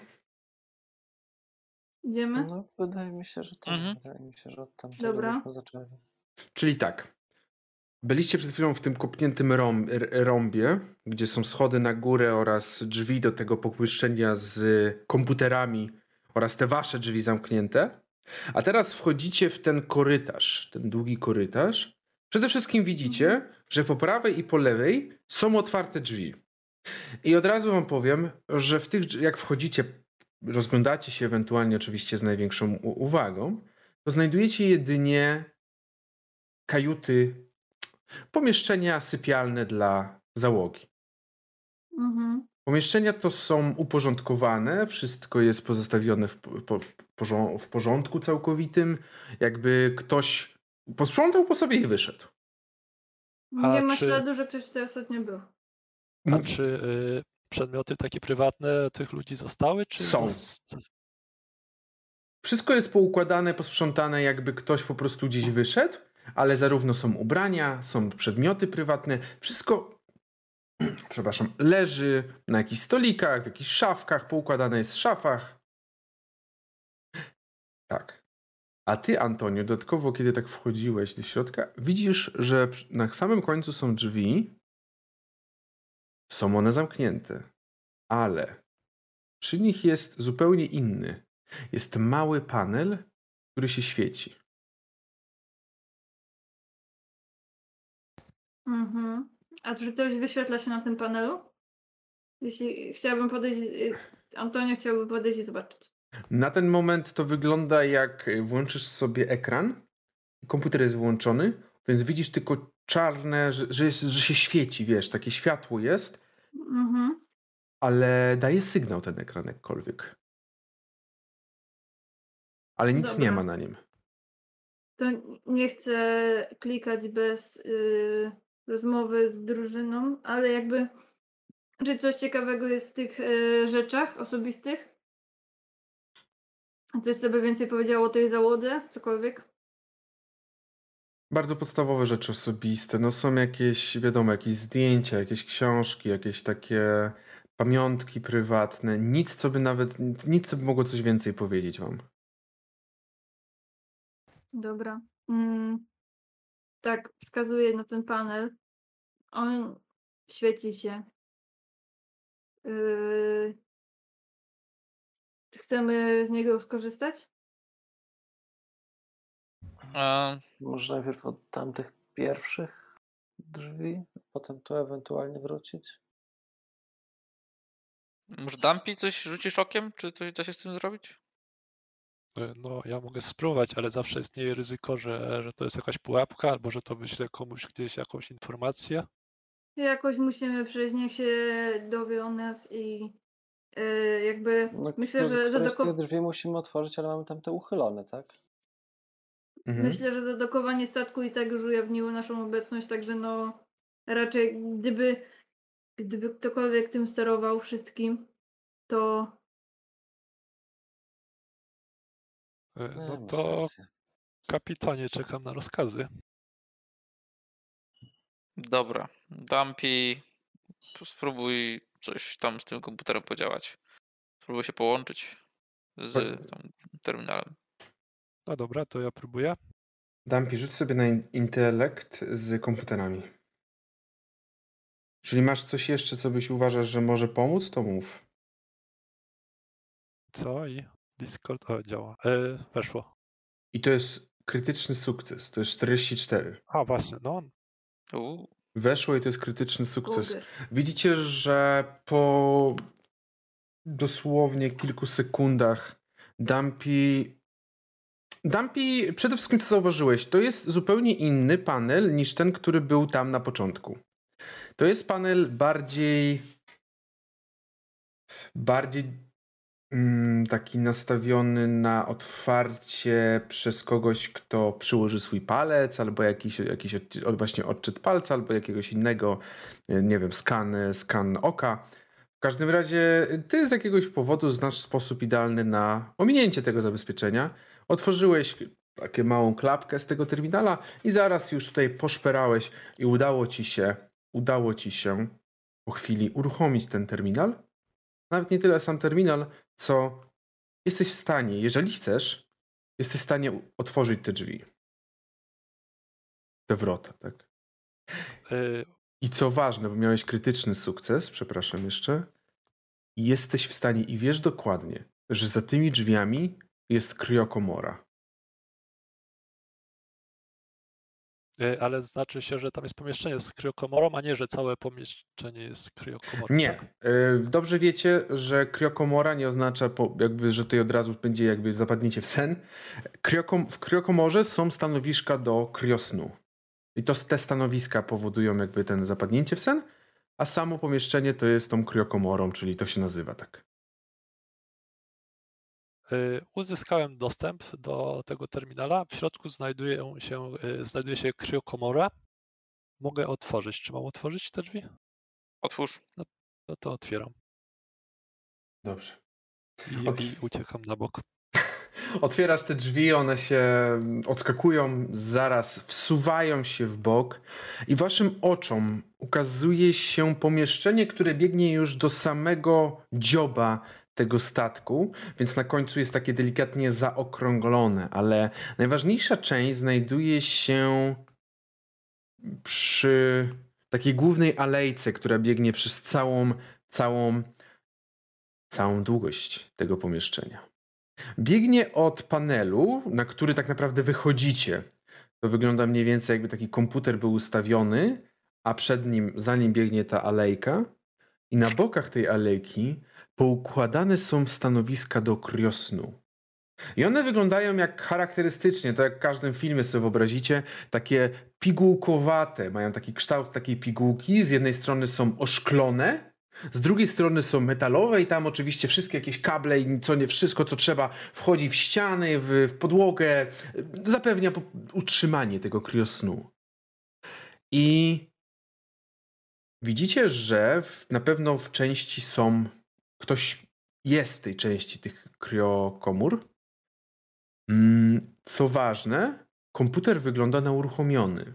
Idziemy? No, wydaje mi się, że tak. Mhm. Wydaje mi się, że od tamtego Dobra. byśmy zaczęli. Czyli tak. Byliście przed chwilą w tym kopniętym rąb, r- rąbie, gdzie są schody na górę oraz drzwi do tego pomieszczenia z komputerami oraz te wasze drzwi zamknięte. A teraz wchodzicie w ten korytarz, ten długi korytarz. Przede wszystkim widzicie, że po prawej i po lewej są otwarte drzwi. I od razu wam powiem, że w tych, drz- jak wchodzicie, rozglądacie się ewentualnie oczywiście z największą u- uwagą, to znajdujecie jedynie kajuty, pomieszczenia sypialne dla załogi. Mhm. Pomieszczenia to są uporządkowane, wszystko jest pozostawione w, po, porząd- w porządku całkowitym, jakby ktoś posprzątał po sobie i wyszedł. A Nie ma czy- śladu, że ktoś tutaj ostatnio był. A Mów- czy y, przedmioty takie prywatne tych ludzi zostały? Czy Są. zos- Wszystko jest poukładane, posprzątane, jakby ktoś po prostu gdzieś wyszedł, ale zarówno są ubrania, są przedmioty prywatne, wszystko, przepraszam, leży na jakichś stolikach, w jakichś szafkach, poukładane jest w szafach. Tak. A ty, Antonio, dodatkowo, kiedy tak wchodziłeś do środka, widzisz, że przy- na samym końcu są drzwi, są one zamknięte, ale przy nich jest zupełnie inny. Jest mały panel, który się świeci. Mhm. A czy coś wyświetla się na tym panelu? Jeśli chciałabym podejść, y, Antonio chciałby podejść i zobaczyć. Na ten moment to wygląda, jak włączysz sobie ekran, komputer jest włączony, więc widzisz tylko czarne, że, że, jest, że się świeci, wiesz, takie światło jest, Mhm. ale daje sygnał ten ekran jakkolwiek. ale nic Dobra. nie ma na nim. To nie chcę klikać bez y, rozmowy z drużyną, ale jakby czy coś ciekawego jest w tych y, rzeczach osobistych? Coś, co by więcej powiedziało o tej załodze? Cokolwiek? Bardzo podstawowe rzeczy osobiste. No są jakieś, wiadomo, jakieś zdjęcia, jakieś książki, jakieś takie pamiątki prywatne. Nic, co by nawet, nic, co by mogło coś więcej powiedzieć wam. Dobra. Mm, tak, wskazuję na ten panel. On świeci się. Yy, czy chcemy z niego skorzystać? E, Może najpierw od tamtych pierwszych drzwi, potem tu ewentualnie wrócić. może Dumpy coś rzucisz okiem? Czy coś da się z tym zrobić? E, No, ja mogę spróbować, ale zawsze istnieje ryzyko, że, że to jest jakaś pułapka, albo że to wyśle komuś gdzieś jakąś informację. Jakoś musimy przejść, niech się dowie o nas i yy, jakby No, myślę, no, że, że któreś z tych doko- drzwi musimy otworzyć, ale mamy tam te uchylone, tak? Mhm. myślę, że zadokowanie statku i tak już ujawniło naszą obecność, także no raczej gdyby gdyby ktokolwiek tym sterował wszystkim, to E, Nie, No masz to rację. kapitanie, czekam na rozkazy. Dobra. Dumpy, spróbuj coś tam z tym komputerem podziałać. Spróbuj się połączyć z tam, terminalem. No dobra, to ja próbuję. Dumpy, rzuć sobie na in- intelekt z komputerami. Jeżeli masz coś jeszcze, co byś uważasz, że może pomóc, to mów. Co? I Discord, o, działa. E, weszło. I to jest krytyczny sukces. To jest czterdzieści cztery. A, właśnie, no. Uuu. Weszło i to jest krytyczny sukces. Ogers. Widzicie, że po dosłownie kilku sekundach Dumpy... Dumpy, przede wszystkim co zauważyłeś, to jest zupełnie inny panel niż ten, który był tam na początku. To jest panel bardziej bardziej mm, taki nastawiony na otwarcie przez kogoś, kto przyłoży swój palec, albo jakiś, jakiś odci- od- właśnie odczyt palca, albo jakiegoś innego, e, nie wiem, skan, skan oka. W każdym razie ty z jakiegoś powodu znasz sposób idealny na ominięcie tego zabezpieczenia. Otworzyłeś taką małą klapkę z tego terminala i zaraz już tutaj poszperałeś i udało ci się, udało ci się po chwili uruchomić ten terminal. Nawet nie tyle sam terminal, co jesteś w stanie, jeżeli chcesz, jesteś w stanie u- otworzyć te drzwi. Te wrota, tak? E, I co ważne, bo miałeś krytyczny sukces, przepraszam jeszcze, jesteś w stanie i wiesz dokładnie, że za tymi drzwiami jest kryokomora. e, ale znaczy się, że tam jest pomieszczenie z kryokomorą, a nie, że całe pomieszczenie jest kryokomorą. Nie. Tak? y, Dobrze wiecie, że kryokomora nie oznacza po, jakby, że tutaj od razu będzie jakby zapadnięcie w sen. Kryokom, w kryokomorze są stanowiska do kryosnu. I to te stanowiska powodują jakby ten zapadnięcie w sen, a samo pomieszczenie to jest tą kryokomorą, czyli to się nazywa tak. E, Uzyskałem dostęp do tego terminala. W środku znajduje się, e, znajduje się kryokomora. Mogę otworzyć. Czy mam otworzyć te drzwi? Otwórz. No to otwieram. Dobrze. I, Otw- i uciekam na bok. Otwierasz te drzwi, one się odskakują, zaraz wsuwają się w bok i waszym oczom ukazuje się pomieszczenie, które biegnie już do samego dzioba tego statku, więc na końcu jest takie delikatnie zaokrąglone, ale najważniejsza część znajduje się przy takiej głównej alejce, która biegnie przez całą, całą, całą długość tego pomieszczenia. Biegnie od panelu, na który tak naprawdę wychodzicie. To wygląda mniej więcej jakby taki komputer był ustawiony, a przed nim, za nim biegnie ta alejka i na bokach tej alejki poukładane są stanowiska do kryosnu. I one wyglądają jak charakterystycznie, to jak w każdym filmie sobie wyobrazicie, takie pigułkowate, mają taki kształt takiej pigułki, z jednej strony są oszklone, Z drugiej strony są metalowe i tam oczywiście wszystkie jakieś kable i co nie, wszystko co trzeba wchodzi w ściany, w, w podłogę, zapewnia po- utrzymanie tego kriosnu. I widzicie, że w, na pewno w części są, ktoś jest w tej części tych kriokomór. Mm, Co ważne, komputer wygląda na uruchomiony.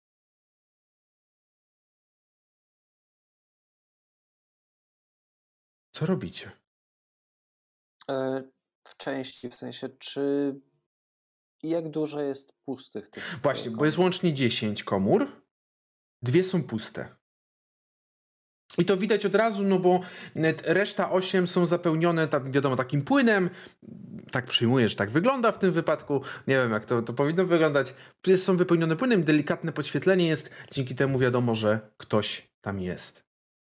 Co robicie? E, W części, w sensie, czy jak dużo jest pustych tych Właśnie, bo komór? jest łącznie dziesięć komór, dwie są puste. I to widać od razu, no bo net- reszta osiem są zapełnione, tak, wiadomo, takim płynem. Tak przyjmuję, że tak wygląda w tym wypadku. Nie wiem, jak to, to powinno wyglądać. Są wypełnione płynem, delikatne podświetlenie jest. Dzięki temu wiadomo, że ktoś tam jest.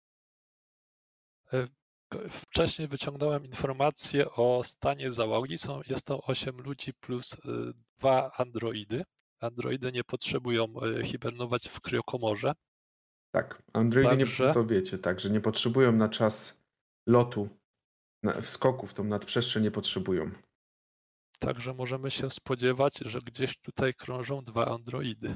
E, k- Wcześniej wyciągnąłem informację o stanie załogi. Są, jest to osiem ludzi plus y, dwa androidy. Androidy nie potrzebują y, hibernować w kryokomorze. Tak, androidy nie, Także- to wiecie, tak, że nie potrzebują na czas lotu, na, wskoku w tą nadprzestrzeń nie potrzebują. Także możemy się spodziewać, że gdzieś tutaj krążą dwa androidy.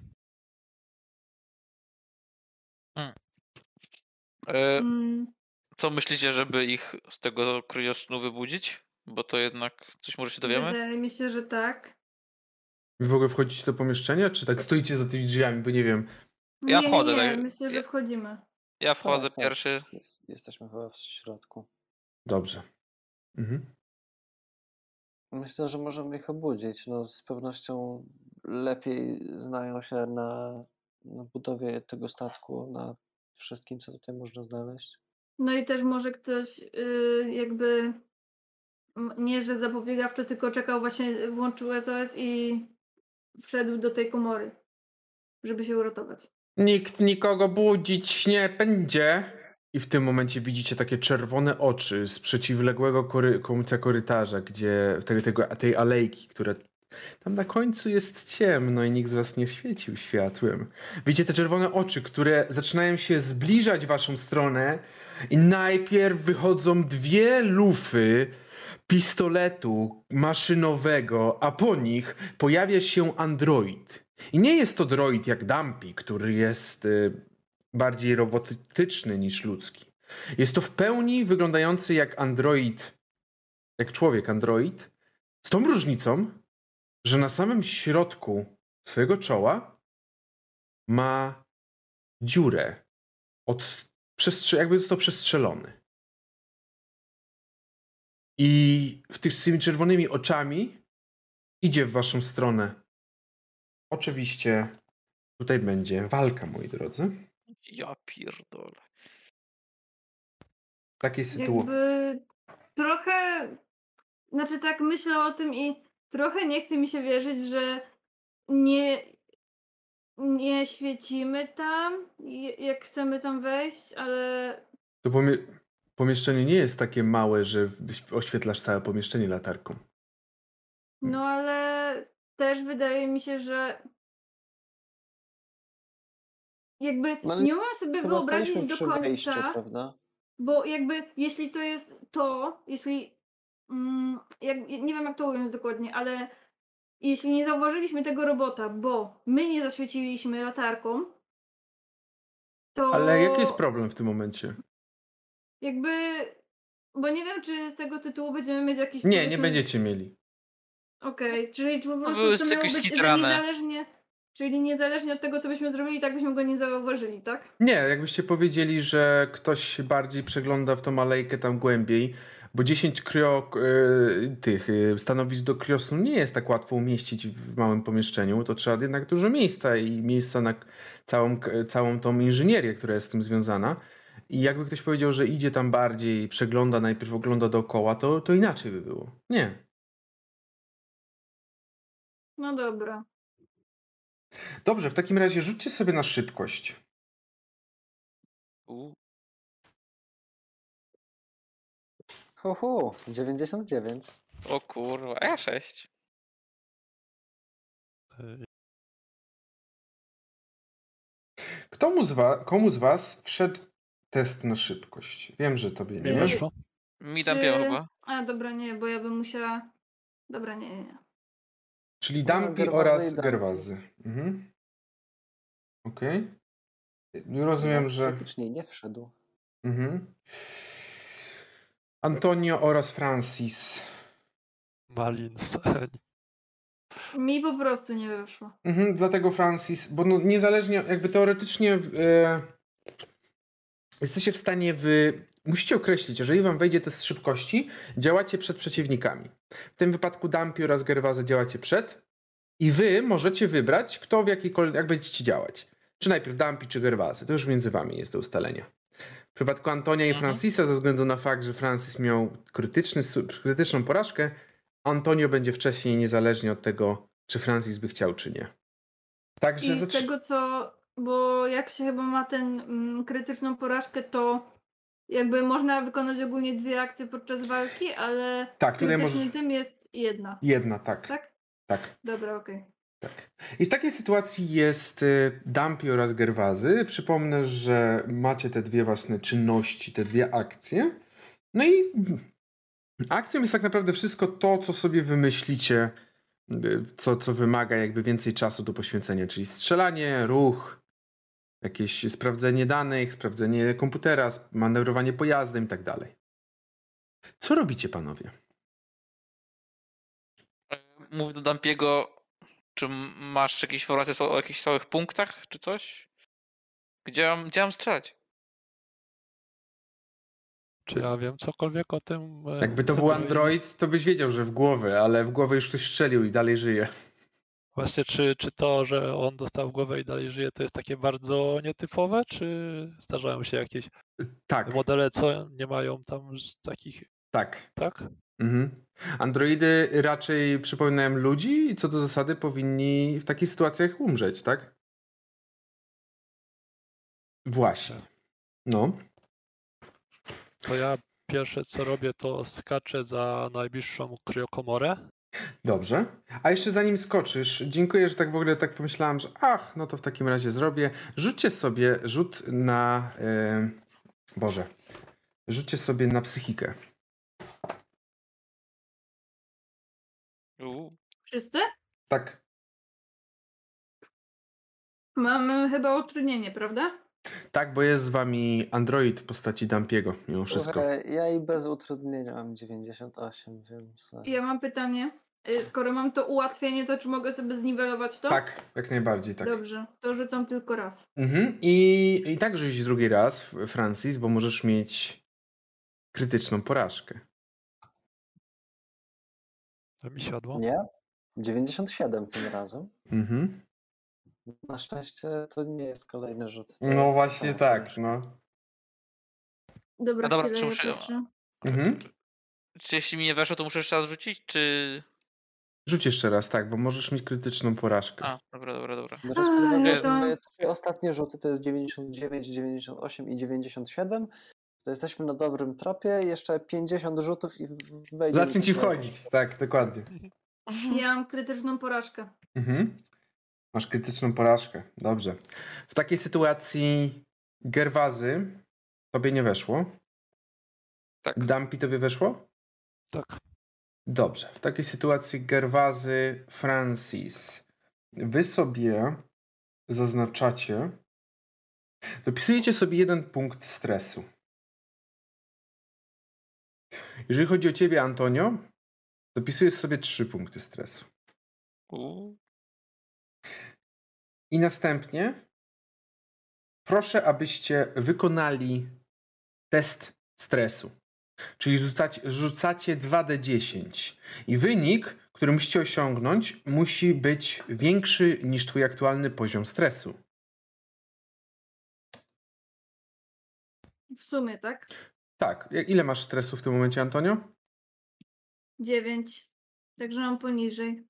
E, Mm, Co myślicie, żeby ich z tego kryosnu wybudzić? Bo to jednak coś może się dowiemy? Wydaje mi się, że tak. Wy w ogóle wchodzicie do pomieszczenia, czy tak stoicie za tymi drzwiami, bo nie wiem. Ja nie, wchodzę, Nie, nie. tak. Myślę, że Ja- wchodzimy. Ja wchodzę Tak, tak, pierwszy. jest- jest- Jesteśmy chyba w środku. Dobrze. Mhm. Myślę, że możemy ich obudzić. No, z pewnością lepiej znają się na, na budowie tego statku, na wszystkim, co tutaj można znaleźć. No i też może ktoś y, jakby m, nie, że zapobiegawczo, tylko czekał właśnie, włączył S O S i wszedł do tej komory, żeby się uratować. Nikt nikogo budzić nie będzie. I w tym momencie widzicie takie czerwone oczy z przeciwległego kory, końca korytarza, gdzie tego, tego, tej alejki, które tam na końcu jest ciemno i nikt z was nie świecił światłem. Widzicie te czerwone oczy, które zaczynają się zbliżać w waszą stronę i najpierw wychodzą dwie lufy pistoletu maszynowego, a po nich pojawia się android. I nie jest to droid jak Dumpy, który jest y, bardziej robotyczny niż ludzki. Jest to w pełni wyglądający jak android, jak człowiek android, z tą różnicą, że na samym środku swojego czoła ma dziurę, od przestrze- jakby został przestrzelony. I w tych z tymi czerwonymi oczami idzie w waszą stronę. Oczywiście tutaj będzie walka, moi drodzy. Ja pierdolę. W takiej sytuacji. Jakby trochę, znaczy tak myślę o tym i trochę nie chce mi się wierzyć, że nie, nie świecimy tam, i- jak chcemy tam wejść, ale To pomie- pomieszczenie nie jest takie małe, że w- oświetlasz całe pomieszczenie latarką. no ale też wydaje mi się, że jakby No ale nie umiem sobie Chyba wyobrazić staliśmy do przy wejściu, końca, prawda? bo jakby jeśli to jest to, jeśli mm, jak, nie wiem jak to ująć dokładnie, ale jeśli nie zauważyliśmy tego robota, bo my nie zaświeciliśmy latarką, to Ale jaki jest problem w tym momencie? jakby, bo nie wiem, czy z tego tytułu będziemy mieć jakiś... Nie, nie powiedzmy- będziecie mieli. Okej, czyli po były prostu to miało jakieś być, że skitrane. niezależnie, czyli niezależnie od tego, co byśmy zrobili, tak byśmy go nie zauważyli, tak? Nie, jakbyście powiedzieli, że ktoś bardziej przegląda w tą alejkę tam głębiej, bo dziesięć kryo, y, tych y, stanowisk do kriosnu nie jest tak łatwo umieścić w małym pomieszczeniu, to trzeba jednak dużo miejsca i miejsca na całą, k- całą tą inżynierię, która jest z tym związana. I jakby ktoś powiedział, że idzie tam bardziej, przegląda, najpierw ogląda dookoła, to, to inaczej by było. Nie. No dobra. Dobrze, w takim razie rzućcie sobie na szybkość. U, Hu, hu, dziewięćdziesiąt dziewięć. o kurwa, a ja sześć. Y, Komu z, wa- komu z was wszedł test na szybkość. Wiem, że tobie Nie nie. weszło. Mi Czy- Dampiego chyba. A dobra, nie, bo ja bym musiała... Dobra, nie, nie, nie. Czyli No, Dampi Gerwazy oraz i Dampi. Gerwazy. Mhm. Okej. Rozumiem, No, że... Faktycznie nie wszedł. Mhm. Antonio oraz Francis. Malins. Mi po prostu nie wyszło. Mhm, dlatego Francis, bo no niezależnie, jakby teoretycznie e, jesteście w stanie wy... Musicie określić, jeżeli wam wejdzie test szybkości, działacie przed przeciwnikami. W tym wypadku Dampi oraz Gerwazy działacie przed i wy możecie wybrać, kto w jakiejkolwiek, jak będziecie działać. Czy najpierw Dampi, czy Gerwazy. To już między wami jest do ustalenia. W przypadku Antonia i Mhm. Francisa, ze względu na fakt, że Francis miał krytyczny, su- krytyczną porażkę, Antonio będzie wcześniej, niezależnie od tego, czy Francis by chciał, czy nie. Także I z zacz- tego co... Bo jak się chyba ma ten mm, krytyczną porażkę, to jakby można wykonać ogólnie dwie akcje podczas walki, ale Tak, z tutaj krytycznym możesz- tym jest jedna. jedna, tak. Tak? Tak. Dobra, okej. Tak. I w takiej sytuacji jest y, Dampi oraz Gerwazy. Przypomnę, że macie te dwie własne czynności, te dwie akcje. No i akcją jest tak naprawdę wszystko to, co sobie wymyślicie, y, co, co wymaga jakby więcej czasu do poświęcenia, czyli strzelanie, ruch, jakieś sprawdzenie danych, sprawdzenie komputera, manewrowanie pojazdem i tak dalej. Co robicie, panowie? Mów do Dampiego, czy m- masz jakieś informacje o jakichś stałych punktach, czy coś? Gdzie mam, gdzie mam strzelać? Czy ja wiem cokolwiek o tym? e, Jakby to był droidzie? android, to byś wiedział, że w głowę, ale w głowę już ktoś strzelił i dalej żyje. Właśnie, czy, czy to, że on dostał w głowę i dalej żyje, to jest takie bardzo nietypowe, czy zdarzają się jakieś Tak, modele, co nie mają tam z takich, tak. tak? Mhm. Androidy raczej przypominają ludzi i co do zasady powinni w takich sytuacjach umrzeć, tak? Właśnie. No. To ja pierwsze co robię, to skaczę za najbliższą kryokomorę. Dobrze. A jeszcze zanim skoczysz, dziękuję, że tak w ogóle tak pomyślałam, że ach, no to w takim razie zrobię. Rzućcie sobie rzut na... E, Boże. Rzućcie sobie na psychikę. U, Wszyscy? Tak. Mamy chyba utrudnienie, prawda? Tak, bo jest z wami android w postaci Dampiego, mimo wszystko. Słuchaj, ja i bez utrudnienia mam dziewięćdziesiąt osiem, więc... e, Ja mam pytanie. Y, Skoro mam to ułatwienie, to czy mogę sobie zniwelować to? Tak, jak najbardziej, tak. Dobrze, to rzucam tylko raz. Mhm. I, I tak rzuć drugi raz, Francis, bo możesz mieć krytyczną porażkę. To mi siadło. Nie? dziewięćdziesiąt siedem tym razem. Mhm. Na szczęście to nie jest kolejny rzut. To No właśnie tak, tak, wiesz. no. Dobra, A dobra, chwilę, czy ja muszę- patrzę. Mhm. Czy jeśli mi nie weszło, to muszę jeszcze raz rzucić, czy... Rzuć jeszcze raz, tak, bo możesz mieć krytyczną porażkę. A, dobra, dobra, dobra. Biorąc A, pod uwagę, ja że to- moje trzy ostatnie rzuty to jest dziewięćdziesiąt dziewięć, dziewięćdziesiąt osiem i dziewięćdziesiąt siedem, to jesteśmy na dobrym tropie. Jeszcze pięćdziesiąt rzutów i w- wejdzie... Zacznie mi ci to- wchodzić, tak, dokładnie. Ja mam krytyczną porażkę. Mhm. Masz krytyczną porażkę, dobrze. W takiej sytuacji Gerwazy tobie nie weszło. Tak. Dampi tobie weszło? Tak. Dobrze. W takiej sytuacji Gerwazy, Francis, wy sobie zaznaczacie, dopisujecie sobie jeden punkt stresu. Jeżeli chodzi o ciebie, Antonio, dopisujesz sobie trzy punkty stresu. U, I następnie proszę, abyście wykonali test stresu. Czyli rzucacie, rzucacie dwa d dziesięć. I wynik, który musicie osiągnąć, musi być większy niż twój aktualny poziom stresu. W sumie, tak? Tak. Ile masz stresu w tym momencie, Antonio? Dziewięć. Także mam poniżej.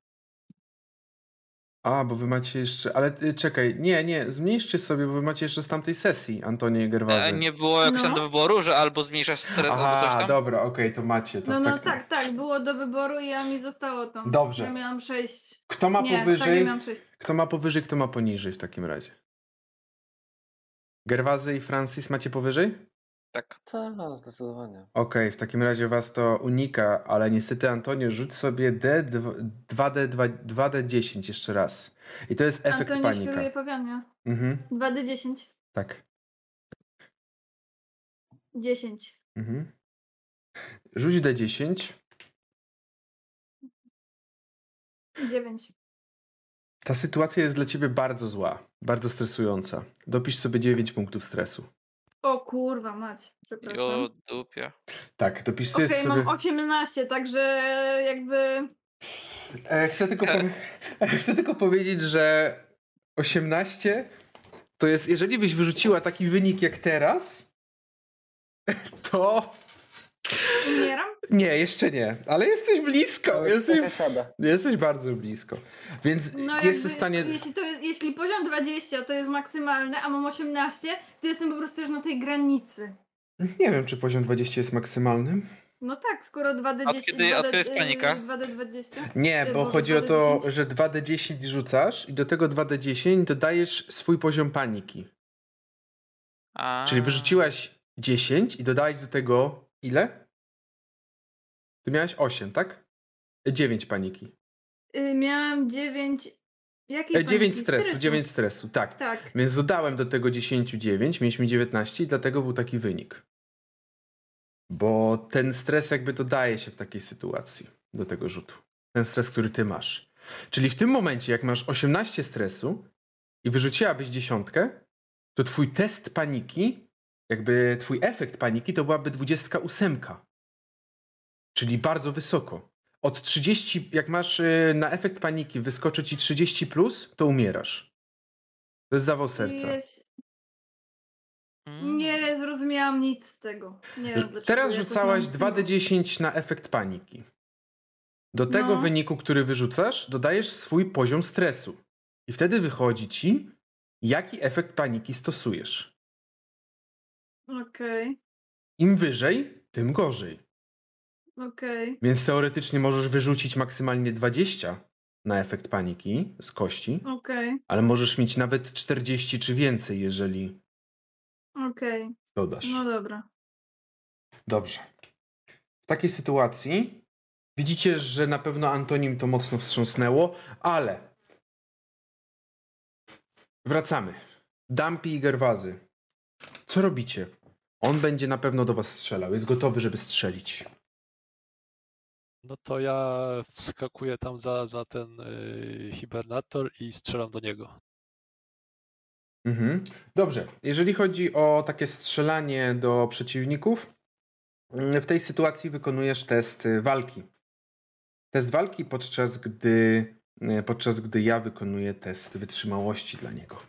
A, bo wy macie jeszcze... Ale y, czekaj, nie, nie, zmniejszcie sobie, bo wy macie jeszcze z tamtej sesji, Antonio i Gerwazy. A nie było jakoś tam No. do wyboru, że albo zmniejszasz stres, albo coś Aha, tam? dobra, okej, to macie. To No, w no takim- tak, tak, było do wyboru i ja mi zostało tam. Dobrze. Ja miałam sześć. Kto ma Nie, tak, powyżej? ja miałam sześć. Kto ma powyżej, kto ma poniżej w takim razie? Gerwazy i Francis macie powyżej? Tak. Tak, zdecydowanie. Okej, w takim razie was to unika, ale niestety Antonio, rzuć sobie D dwa D dwa D dziesięć jeszcze raz. I to jest efekt Antonio panika. świruje Fabiania. Mhm, dwa D dziesięć. tak. dziesięć. Mhm. Rzuć D dziesięć. dziewięć. Ta sytuacja jest dla ciebie bardzo zła, bardzo stresująca. Dopisz sobie dziewięć punktów stresu. O kurwa mać. Przepraszam. Jo, dupia. Tak, dopisz Okej, sobie... mam osiemnaście, także jakby... E, chcę, tylko powie... chcę tylko powiedzieć, że osiemnaście to jest, jeżeli byś wyrzuciła taki wynik jak teraz, to... Umieram? Nie, jeszcze nie, ale jesteś blisko. Jesteś, Trochę siada. jesteś bardzo blisko. Więc No jesteś jakby, w stanie... jeśli, to jest, jeśli poziom dwadzieścia to jest maksymalny, a mam osiemnaście, to jestem po prostu już na tej granicy. Nie wiem, czy poziom dwadzieścia jest maksymalnym. No tak, skoro dwa D Od dziesięć... kiedy- dwa D, od kiedy jest panika? y, dwa D dwadzieścia? Nie, Y, bo Boże, chodzi o dwa D to, dziesięć. że dwa D dziesięć rzucasz i do tego dwa D dziesięć dodajesz swój poziom paniki. A... Czyli wyrzuciłaś dziesięć i dodałeś do tego ile? Ty miałeś osiem, tak? dziewięć paniki. Y, miałam dziewięć... Jakiej E, dziewięć paniki? stresu, dziewięć stresu, tak. Tak. Więc dodałem do tego dziesięć dziewięć, mieliśmy dziewiętnaście i dlatego był taki wynik. Bo ten stres jakby dodaje się w takiej sytuacji do tego rzutu. Ten stres, który ty masz. Czyli w tym momencie, jak masz osiemnaście stresu i wyrzuciłabyś dziesiątkę, to twój test paniki, jakby twój efekt paniki to byłaby dwudziestka ósemka. Czyli bardzo wysoko. Od trzydziestu, jak masz y, na efekt paniki wyskoczy ci trzydzieści plus, to umierasz. To jest zawał serca. Jest... Mm. Nie zrozumiałam nic z tego. Nie wiem dlaczego. Teraz jakoś rzucałaś mam- dwa D dziesięć na efekt paniki. Do tego No. wyniku, który wyrzucasz, dodajesz swój poziom stresu. I wtedy wychodzi ci, jaki efekt paniki stosujesz. Okej, Im wyżej, tym gorzej. okej, Więc teoretycznie możesz wyrzucić maksymalnie dwadzieścia na efekt paniki z kości, okej, ale możesz mieć nawet czterdzieści czy więcej, jeżeli okej. dodasz. No dobra. Dobrze. W takiej sytuacji widzicie, że na pewno Antonim to mocno wstrząsnęło, ale wracamy. Dumpy i Gerwazy. Co robicie? On będzie na pewno do was strzelał. Jest gotowy, żeby strzelić. No to ja wskakuję tam za, za ten y, hibernator i strzelam do niego. Mhm. Dobrze. Jeżeli chodzi o takie strzelanie do przeciwników, w tej sytuacji wykonujesz test y, walki. Test walki, podczas gdy, y, podczas gdy ja wykonuję test wytrzymałości dla niego.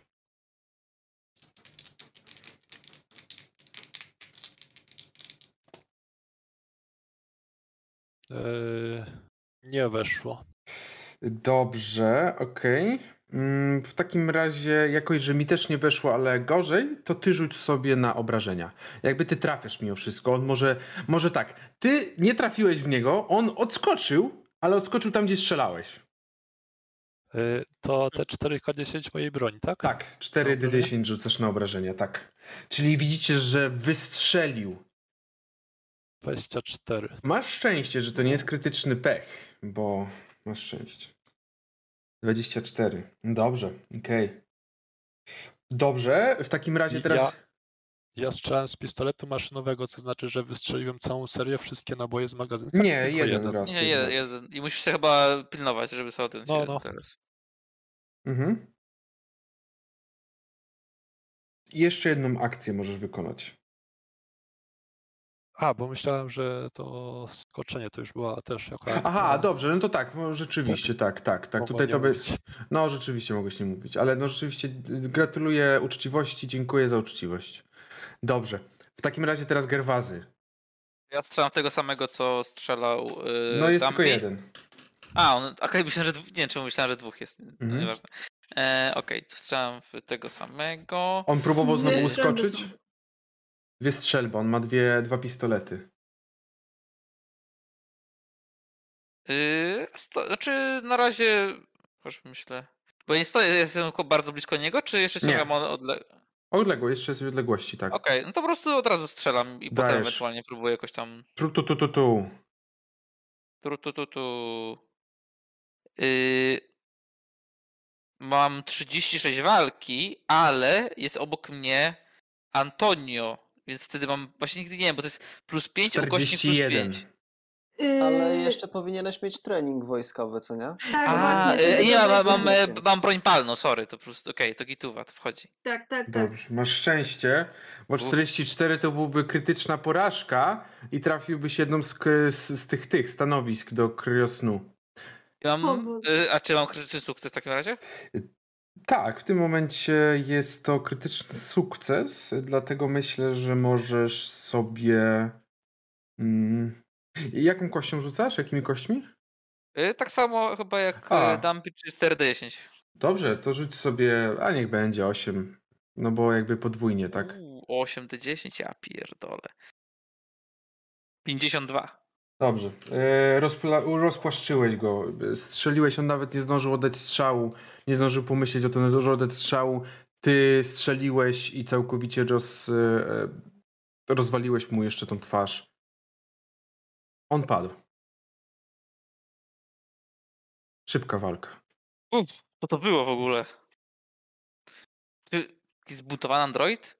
Y, nie weszło. Dobrze, okej. Mm, W takim razie, jakoś, że mi też nie weszło, ale gorzej, to ty rzuć sobie na obrażenia. Jakby ty trafisz mimo wszystko. On może, może tak, ty nie trafiłeś w niego, on odskoczył, ale odskoczył tam, gdzie strzelałeś. Y, to te cztery K dziesięć mojej broni, tak? Tak, cztery D dziesięć rzucasz na obrażenia, tak. Czyli widzicie, że wystrzelił. dwadzieścia cztery. Masz szczęście, że to nie jest krytyczny pech, bo masz szczęście. dwadzieścia cztery. Dobrze, okej. Dobrze, w takim razie teraz... Ja, ja strzelałem z pistoletu maszynowego, co znaczy, że wystrzeliłem całą serię, wszystkie naboje z magazynka. czy Nie, tylko jeden raz. Nie, jeden jeden, raz. jeden. I musisz się chyba pilnować, żeby sobie odjąć No, jeden no. teraz. Mhm. I jeszcze jedną akcję możesz wykonać. A, bo myślałem, że to skoczenie to już była też jako akcja. Aha, dobrze, no to tak, no rzeczywiście, tak, tak, tak. Mogłem Tutaj nie to by... mówić. No, rzeczywiście mogłeś nie mówić, ale no rzeczywiście y, gratuluję uczciwości, dziękuję za uczciwość. Dobrze. W takim razie teraz Gerwazy. Ja strzelam w tego samego, co strzelał yy, No jest Dumpy. tylko jeden. A, on, okej, myślałem, że dwóch, nie wiem czemu myślałem, że dwóch jest, no Mhm. nieważne. E, okej, to strzelam w tego samego. On próbował znowu Dwie uskoczyć? strzelby są. Dwie strzelby, on ma dwie, dwa pistolety. Yy, sto, znaczy na razie, już myślę, bo ja nie stoję, jestem tylko bardzo blisko niego, czy jeszcze ciągle Nie. mam odle... Odległość, jeszcze jest w odległości, tak. Okej, no to po prostu od razu strzelam i potem Dajesz. ewentualnie próbuję jakoś tam... Tu, tu, tu, tu, tu. Tu, tu, tu, tu. Yy, mam trzydzieści sześć walki, ale jest obok mnie Antonio, więc wtedy mam, właśnie nigdy nie wiem, bo to jest plus pięć, ukośnik plus czterdzieści jeden. pięć. Ale Yy, jeszcze powinieneś mieć trening wojskowy, co nie? Tak, A, właśnie. yy, tego nie, mam, dodaj- mam, e, pięć. mam broń palną, sorry, to po prostu, okej, to gituwa, to wchodzi. Tak, tak, tak. Dobrze, masz szczęście, bo Uf. czterdzieści cztery to byłby krytyczna porażka i trafiłbyś jedną z, k- z, z tych tych stanowisk do kryosnu. Ja mam, Powód. yy, a czy mam krytyczny sukces w takim razie? Tak, w tym momencie jest to krytyczny sukces, dlatego myślę, że możesz sobie... Mm, jaką kością rzucasz? Jakimi kośćmi? Yy, tak samo chyba jak A. e, Dumpy czy cztery d dziesięć. Dobrze, to rzuć sobie, a niech będzie osiem, no bo jakby podwójnie, tak? Uuu, osiem d dziesięć, ja pierdolę. pięćdziesiąt dwa. Dobrze. E, rozpla- rozpłaszczyłeś go. Strzeliłeś, on nawet nie zdążył oddać strzału. Nie zdążył pomyśleć o tym, nie zdążył oddać strzału. Ty strzeliłeś i całkowicie roz, e, rozwaliłeś mu jeszcze tą twarz. On padł. Szybka walka. Uff, co to było w ogóle? Czy jakiś zbutowany android?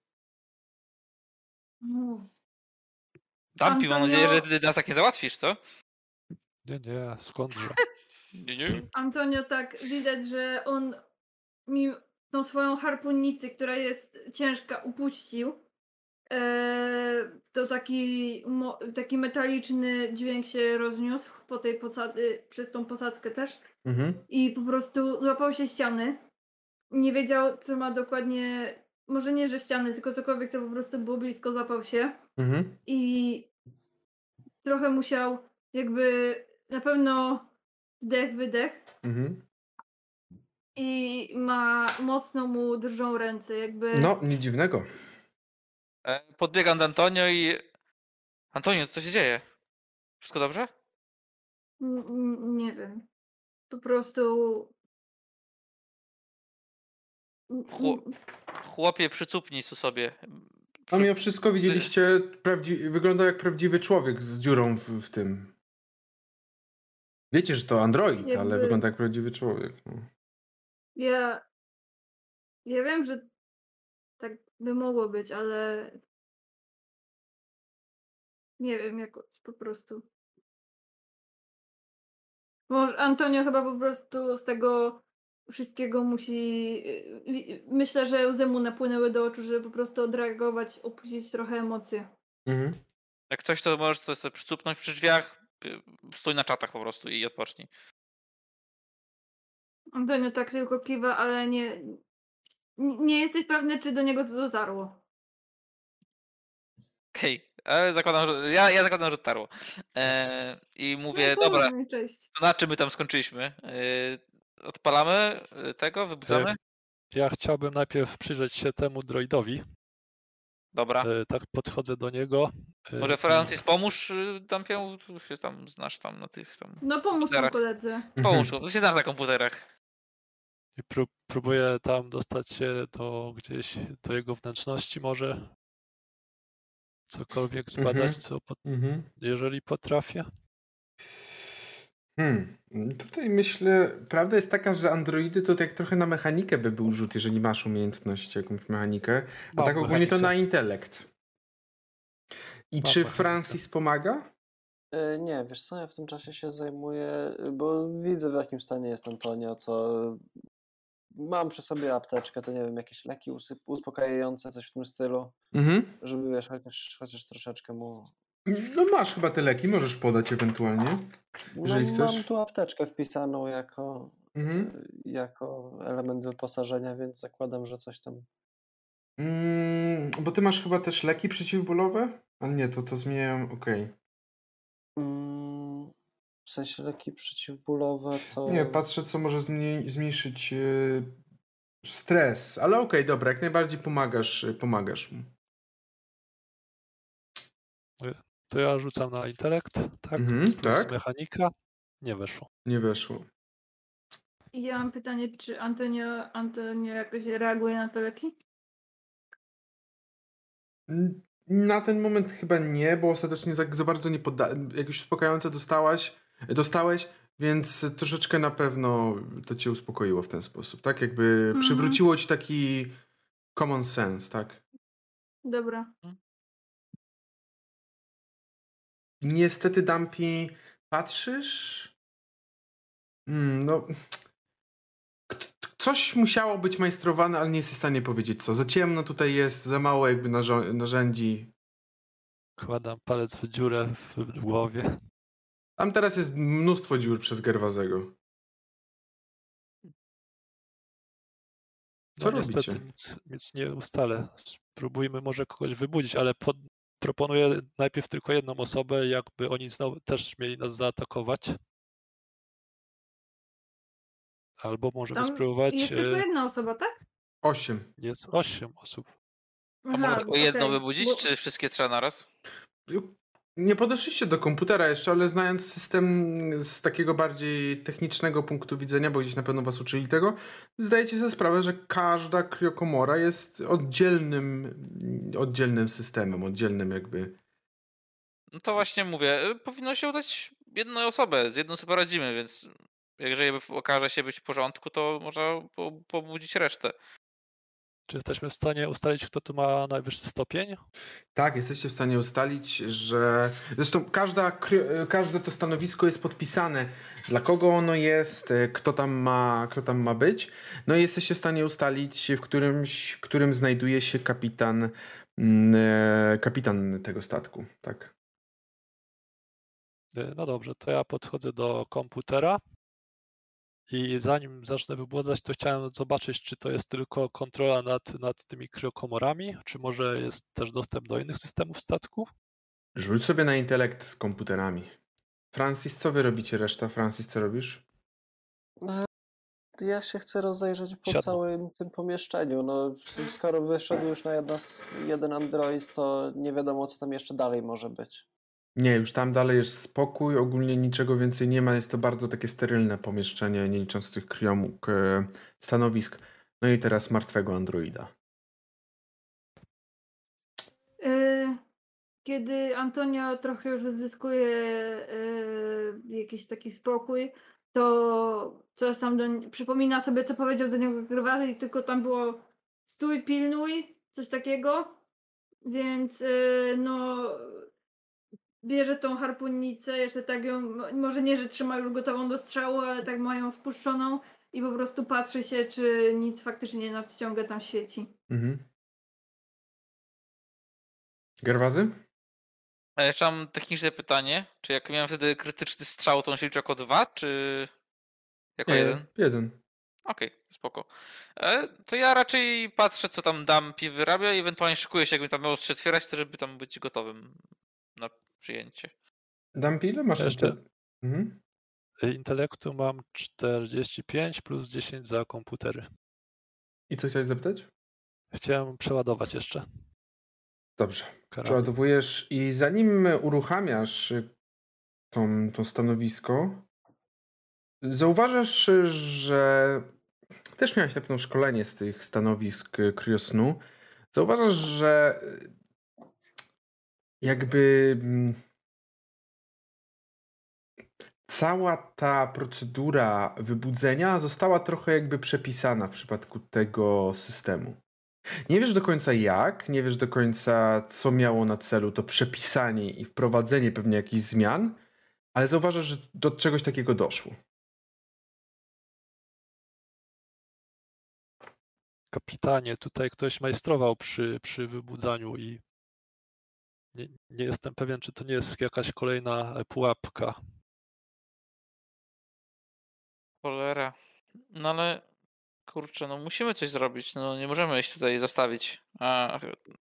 Mów. Dumpy, mam nadzieję, że Antonio- ty nas tak nie załatwisz, co? Nie, nie, skądże. Nie, nie. Antonio, tak widać, że on mi tą swoją harpunnicę, która jest ciężka, upuścił. Eee, to taki, mo- taki metaliczny dźwięk się rozniósł po tej posady, przez tą posadzkę też. Mhm. I po prostu złapał się ściany. Nie wiedział, co ma dokładnie. Może nie, że ściany, tylko cokolwiek, co po prostu było blisko, złapał się. Mhm. I trochę musiał jakby na pewno wdech, wydech. Mhm. I ma mocno mu drżą ręce, jakby. No, nic dziwnego. E, Podbiegam do Antonio i... Antonio, co się dzieje? Wszystko dobrze? N- n- nie wiem. Po prostu. N- Chło- n- Chłopie, przycupnij tu sobie. A mimo wszystko widzieliście, prawdzi- wygląda jak prawdziwy człowiek z dziurą w, w tym. Wiecie, że to android, Jakby- ale wygląda jak prawdziwy człowiek. No. Ja. Ja wiem, że tak by mogło być, ale. Nie wiem, jakoś po prostu. Może Antonio chyba po prostu z tego wszystkiego musi. y, wi- Myślę, że łzy mu napłynęły do oczu, żeby po prostu odreagować, opuścić trochę emocje. Mhm. Jak coś, to możesz to sobie przycupnąć przy drzwiach. y, Stój na czatach po prostu i odpocznij. Antonio tak tylko kiwa, ale nie. n- Nie jesteś pewny, czy do niego to dotarło. Okej, ale zakładam, że... Ja, ja zakładam, że dotarło. E, I mówię, No, dobra, powiedz mi, cześć. to na czym my tam skończyliśmy? E, odpalamy y, tego? Wybudzamy? Ja chciałbym najpierw przyjrzeć się temu droidowi. Dobra. E, Tak podchodzę do niego. e, Może i- Francis pomóż y, Dumpiemu? Tu się tam znasz tam na tych tam... No pomóż mu Zaraz. koledze. Pomóż mu, tu się znasz na komputerach. I pró- próbuję tam dostać się do gdzieś, do jego wnętrzności może. Cokolwiek zbadać, Mhm. co pot- Mhm. jeżeli potrafię. Hmm. Tutaj myślę, prawda jest taka, że androidy to tak trochę na mechanikę by był rzut, jeżeli masz umiejętność, jakąś mechanikę. A Mam tak ogólnie to mechanikę. na intelekt. I Mam czy mechanikę. Francis pomaga? E, Nie, wiesz co, ja w tym czasie się zajmuję, bo widzę w jakim stanie jest Antonio, to mam przy sobie apteczkę, to nie wiem, jakieś leki usyp- uspokajające, coś w tym stylu, Mhm. żeby wiesz, chociaż, chociaż troszeczkę mu... No masz chyba te leki, możesz podać ewentualnie. Jeżeli no, chcesz. Mam tu apteczkę wpisaną jako, Mhm. jako element wyposażenia, więc zakładam, że coś tam... Mm, bo ty masz chyba też leki przeciwbólowe? A nie, to to zmieniają, okej. Mm, w sensie leki przeciwbólowe to... Nie, patrzę co może zmniej- zmniejszyć yy, stres, ale okej, dobra, jak najbardziej pomagasz, yy, pomagasz mu. To ja rzucam na intelekt, tak? Mhm, Plus tak. mechanika. Nie weszło. Nie weszło. I ja mam pytanie, czy Antonio, Antonio jakoś reaguje na te leki? N- Na ten moment chyba nie, bo ostatecznie za, za bardzo nie podda... jakieś uspokajające dostałaś, dostałeś, więc troszeczkę na pewno to cię uspokoiło w ten sposób, tak? Jakby Mhm. przywróciło ci taki common sense, tak? Dobra. Niestety, Dumpy, patrzysz? Mm, no... K- Coś musiało być majstrowane, ale nie jesteś w stanie powiedzieć co. Za ciemno tutaj jest, za mało jakby narzo- narzędzi. Kładam palec w dziurę w głowie. Tam teraz jest mnóstwo dziur przez Gerwazego. Co No niestety robicie? nic, nic nie ustalę. Spróbujmy może kogoś wybudzić, ale pod, proponuję najpierw tylko jedną osobę, jakby oni znowu też mieli nas zaatakować. Albo możemy Tam spróbować. jest tylko e, jedna osoba, tak? Osiem. Jest osiem osób. A mogę Aha, tylko jedną okej, wybudzić, bo- czy wszystkie trzeba naraz? Nie podeszliście do komputera jeszcze, ale znając system z takiego bardziej technicznego punktu widzenia, bo gdzieś na pewno was uczyli tego, zdajecie sobie sprawę, że każda kriokomora jest oddzielnym, oddzielnym systemem, oddzielnym jakby... No to właśnie mówię, y, powinno się udać jedną osobę, z jedną sobie poradzimy, więc jeżeli okaże się być w porządku, to można po- pobudzić resztę. Czy jesteśmy w stanie ustalić, kto tu ma najwyższy stopień? Tak, jesteście w stanie ustalić, że... Zresztą każda, kry- każde to stanowisko jest podpisane, dla kogo ono jest, kto tam ma, kto tam ma być. No i jesteście w stanie ustalić, w którymś, którym znajduje się kapitan, mm, e, kapitan tego statku, tak. E, No dobrze, to ja podchodzę do komputera i zanim zacznę wybudzać, to chciałem zobaczyć, czy to jest tylko kontrola nad, nad tymi kryokomorami, czy może jest też dostęp do innych systemów statku? Rzuć sobie na intelekt z komputerami. Francis, co wy robicie reszta? Francis, co robisz? E, Ja się chcę rozejrzeć po Siadło. całym tym pomieszczeniu. No, s- skoro wyszedł już na jedna, s- jeden Android, to nie wiadomo, co tam jeszcze dalej może być. Nie, już tam dalej jest spokój, ogólnie niczego więcej nie ma, jest to bardzo takie sterylne pomieszczenie, nie licząc tych kriomuk, e, stanowisk. No i teraz martwego androida. Y, Kiedy Antonio trochę już zyskuje y, jakiś taki spokój, to coś tam do, nie- przypomina sobie, co powiedział do niego Gerwazy i tylko tam było stój, pilnuj, coś takiego. Więc y, no bierze tą harpunnicę, jeszcze tak ją, mo- może nie, że trzyma już gotową do strzału, ale tak ma ją spuszczoną i po prostu patrzy się, czy nic faktycznie nie nadciąga, tam świeci. Mhm. Gerwazy? A jeszcze mam techniczne pytanie. Czy jak miałem wtedy krytyczny strzał, to on się liczy jako dwa, czy jako jeden? Jeden. Okej, spoko. E, to ja raczej patrzę, co tam Dumpy wyrabia i ewentualnie szykuję się, jakbym tam miał się otwierać, to żeby tam być gotowym na przyjęcie. Dumpy, ile masz? Jeszcze. Intel- Mhm. E, Intelektu mam czterdzieści pięć plus dziesięć za komputery. I co chciałeś zapytać? Chciałem przeładować jeszcze. Dobrze. karabin. Przeładowujesz i zanim uruchamiasz y, tą, to stanowisko, zauważasz, y, że też miałeś na pewno szkolenie z tych stanowisk y, kryosnu. Zauważasz, że y, jakby mm, cała ta procedura wybudzenia została trochę jakby przepisana w przypadku tego systemu. Nie wiesz do końca jak, nie wiesz do końca co miało na celu to przepisanie i wprowadzenie pewnie jakichś zmian, ale zauważasz, że do czegoś takiego doszło. Kapitanie, tutaj ktoś majstrował przy, przy wybudzaniu i nie, nie jestem pewien, czy to nie jest jakaś kolejna e, pułapka. Cholera. No ale kurczę, no musimy coś zrobić. No nie możemy ich tutaj zostawić. A,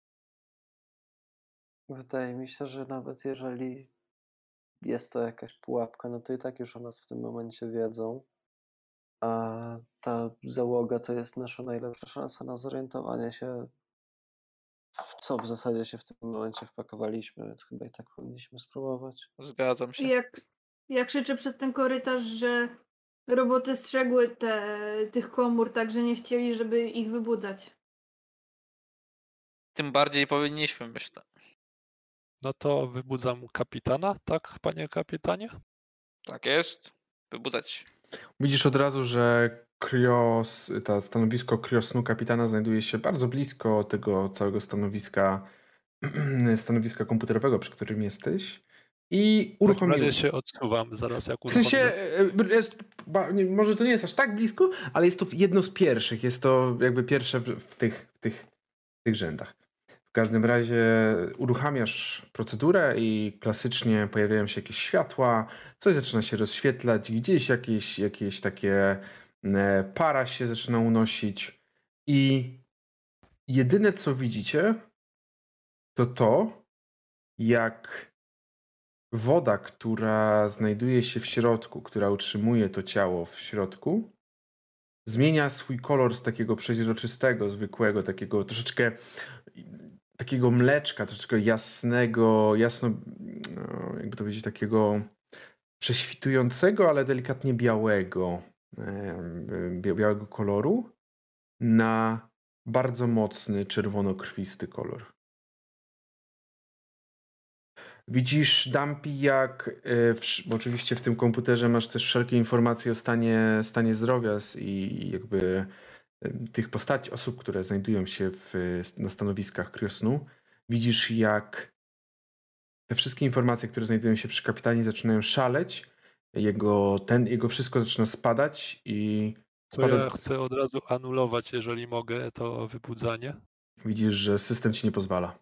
Wydaje mi się, że nawet jeżeli jest to jakaś pułapka, no to i tak już o nas w tym momencie wiedzą. A ta załoga to jest nasza najlepsza szansa na zorientowanie się, w co w zasadzie się w tym momencie wpakowaliśmy, więc chyba i tak powinniśmy spróbować. zgadzam się. I jak, jak krzyczę przez ten korytarz, że roboty strzegły te, tych komór, tak że nie chcieli, żeby ich wybudzać. tym bardziej powinniśmy, myślę. No to wybudzam kapitana, tak, panie kapitanie? Tak jest. Wybudzać. Widzisz od razu, że krios, to stanowisko kriosnu kapitana znajduje się bardzo blisko tego całego stanowiska stanowiska komputerowego, przy którym jesteś. I W takim uruchomił. razie się odsuwam zaraz jak W sensie, uruchomię. e, jest, ba- nie, może to nie jest aż tak blisko, ale jest to jedno z pierwszych. Jest to jakby pierwsze w, w, tych, w, tych, w tych rzędach. W każdym razie uruchamiasz procedurę i klasycznie pojawiają się jakieś światła, coś zaczyna się rozświetlać, gdzieś jakieś, jakieś takie e, para się zaczyna unosić i jedyne co widzicie to to, jak woda, która znajduje się w środku, która utrzymuje to ciało w środku, zmienia swój kolor z takiego przeźroczystego, zwykłego, takiego troszeczkę takiego mleczka, troszeczkę jasnego, jasno, no, jakby to powiedzieć, takiego prześwitującego, ale delikatnie białego, e, białego koloru na bardzo mocny, czerwono-krwisty kolor. Widzisz, Dumpy, jak y, w, bo oczywiście w tym komputerze masz też wszelkie informacje o stanie, stanie zdrowia i jakby y, tych postaci, osób, które znajdują się w, na stanowiskach kriosnu. Widzisz, jak te wszystkie informacje, które znajdują się przy kapitanie, zaczynają szaleć. Jego, ten, jego wszystko zaczyna spadać i To spada... ja chcę od razu anulować, jeżeli mogę, to wybudzanie. Widzisz, że system ci nie pozwala.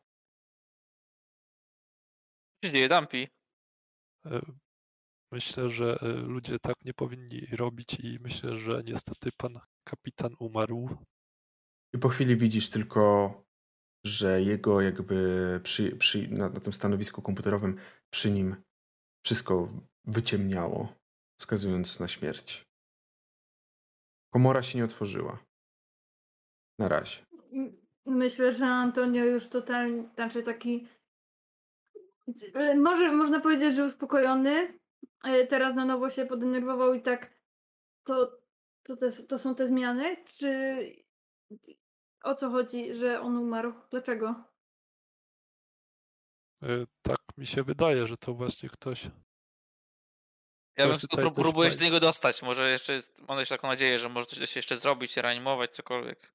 Co się dzieje, Dumpy? E, Myślę, że e, ludzie tak nie powinni robić i myślę, że niestety pan kapitan umarł. I po chwili widzisz tylko, że jego jakby przy, przy, na, na tym stanowisku komputerowym przy nim wszystko wyciemniało, wskazując na śmierć. Komora się nie otworzyła. Na razie. Myślę, że Antonio już totalnie, znaczy taki, może można powiedzieć, że uspokojony, teraz na nowo się podenerwował i tak, to, to, te, to są te zmiany, czy o co chodzi, że on umarł? Dlaczego? E, Tak mi się wydaje, że to właśnie ktoś. Ja Ktoś bym tutaj pró- coś próbuję się ma- do niego dostać. Może jeszcze jest, mam jeszcze taką nadzieję, że może coś się jeszcze zrobić, reanimować, cokolwiek.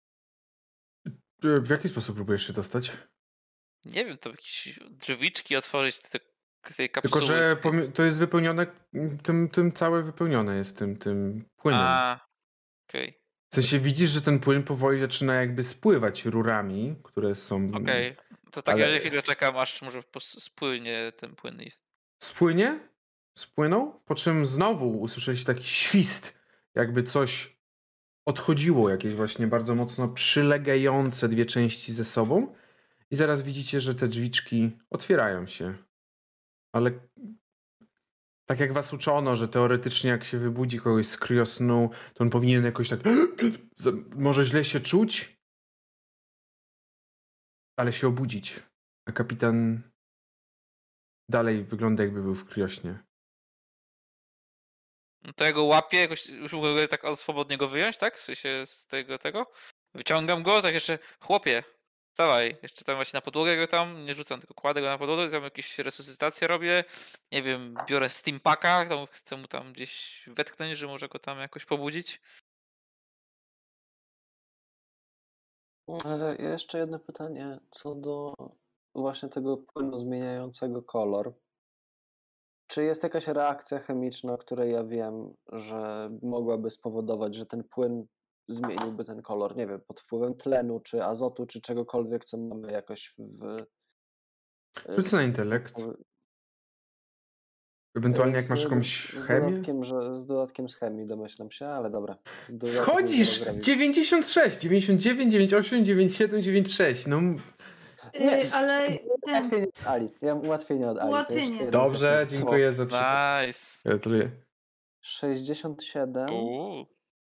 W jaki sposób próbujesz się dostać? Nie wiem, to jakieś drzwiczki otworzyć te, tej kapsuły. Tylko, że tej- pomie- to jest wypełnione, tym, tym całe wypełnione jest tym, tym płynem. A, okej, W sensie widzisz, że ten płyn powoli zaczyna jakby spływać rurami, które są... okej. To w takim Ale- razie chwilę czekam, aż może pos- spłynie ten płyn. i- Spłynie? Spłynął? Po czym znowu usłyszeliście taki świst, jakby coś odchodziło, jakieś właśnie bardzo mocno przylegające dwie części ze sobą i zaraz widzicie, że te drzwiczki otwierają się. Ale tak jak was uczono, że teoretycznie jak się wybudzi kogoś z kriosnu, to on powinien jakoś tak może źle się czuć, ale się obudzić. A kapitan dalej wygląda jakby był w kriośnie. No to ja go łapię, jakoś już mogę go tak swobodnie go wyjąć, tak? W sensie z tego, tego. Wyciągam go, tak jeszcze, chłopie, dawaj, jeszcze tam właśnie na podłogę go tam, nie rzucam, tylko kładę go na podłogę, tam jakieś resuscytacje robię, nie wiem, biorę steampaka, tam chcę mu tam gdzieś wetknąć, że może go tam jakoś pobudzić. Ale jeszcze jedno pytanie co do właśnie tego płynu zmieniającego kolor. Czy jest jakaś reakcja chemiczna, o której ja wiem, że mogłaby spowodować, że ten płyn zmieniłby ten kolor, nie wiem, pod wpływem tlenu, czy azotu, czy czegokolwiek, co mamy jakoś w... Rzucę na intelekt. Ewentualnie jak z, masz jakąś z chemię. Dodatkiem, że, z dodatkiem z chemii domyślam się, ale dobra. Dodatek Schodzisz! możemy zrobić. dziewięćdziesiąt sześć, dziewięćdziesiąt dziewięć, dziewięćdziesiąt osiem, dziewięćdziesiąt siedem, dziewięćdziesiąt sześć. No Nie, Yy, ale ten, Ułatwienie od Ali. Ja mam ułatwienie od Ali. to Ułatwienie. jeszcze jedno dobrze, pytanie. dziękuję za przypomnienie. Nice. Gratuluję. sześćdziesiąt siedem. Uuu.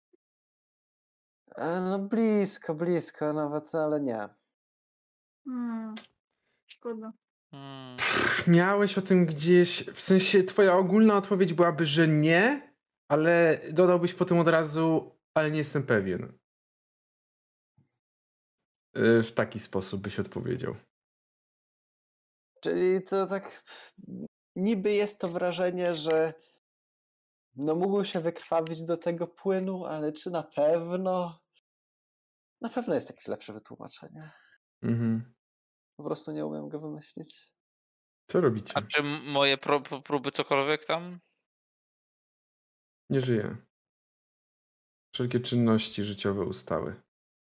E, No blisko, blisko nawet, ale nie. hmm, szkoda. Hmm. Miałeś o tym gdzieś, w sensie twoja ogólna odpowiedź byłaby, że nie, ale dodałbyś potem od razu, ale nie jestem pewien. y, w taki sposób byś odpowiedział? Czyli to tak niby jest to wrażenie, że no mógł się wykrwawić do tego płynu, ale czy na pewno? Na pewno jest jakieś lepsze wytłumaczenie. Mhm. Po prostu nie umiem go wymyślić. Co robicie? A czy moje pró- pró- próby cokolwiek tam? Nie żyje. Wszelkie czynności życiowe ustały.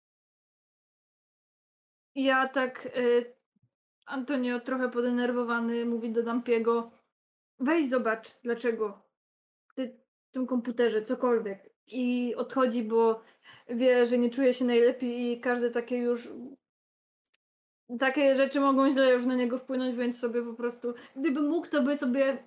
Ja tak, y, Antonio trochę podenerwowany mówi do Dampiego, weź zobacz dlaczego ty w tym komputerze, cokolwiek. I odchodzi, bo wie, że nie czuje się najlepiej i każde takie już takie rzeczy mogą źle już na niego wpłynąć, więc sobie po prostu, gdyby mógł, to by sobie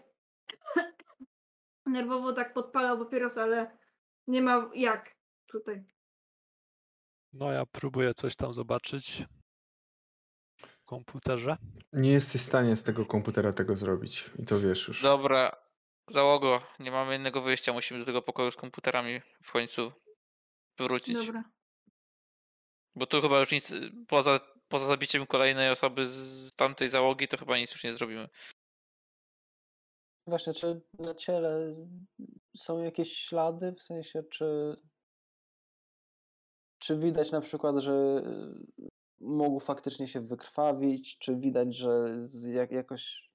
nerwowo tak podpalał papieros, ale nie ma jak tutaj. No ja próbuję coś tam zobaczyć w komputerze. Nie jesteś w stanie z tego komputera tego zrobić. I to wiesz już. Dobra, załogo, nie mamy innego wyjścia, musimy do tego pokoju z komputerami w końcu wrócić. Dobra. Bo tu chyba już nic, poza, poza zabiciem kolejnej osoby z tamtej załogi, to chyba nic już nie zrobimy. Właśnie, czy na ciele są jakieś ślady? W sensie, czy, czy widać na przykład, że mógł faktycznie się wykrwawić? Czy widać, że z- jak, jakoś...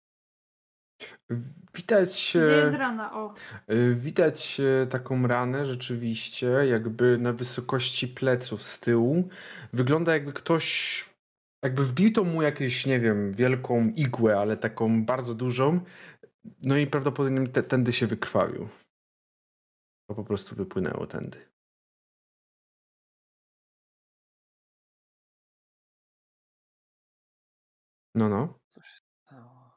Widać, Gdzie jest e, rana? O. y, widać e, taką ranę rzeczywiście, jakby na wysokości pleców z tyłu. Wygląda jakby ktoś, jakby wbito mu jakąś, nie wiem, wielką igłę, ale taką bardzo dużą. No i prawdopodobnie te, tędy się wykrwawił. To po prostu wypłynęło tędy. No, no. Co się stało?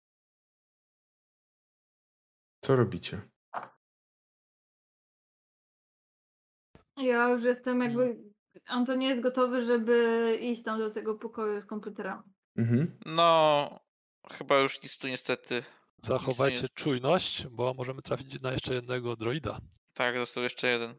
Co robicie? Ja już jestem jakby, Antonio jest gotowy, żeby iść tam do tego pokoju z komputerami. Mhm. No, chyba już nic tu niestety. Zachowajcie jest- czujność, bo możemy trafić na jeszcze jednego droida. Tak, został jeszcze jeden.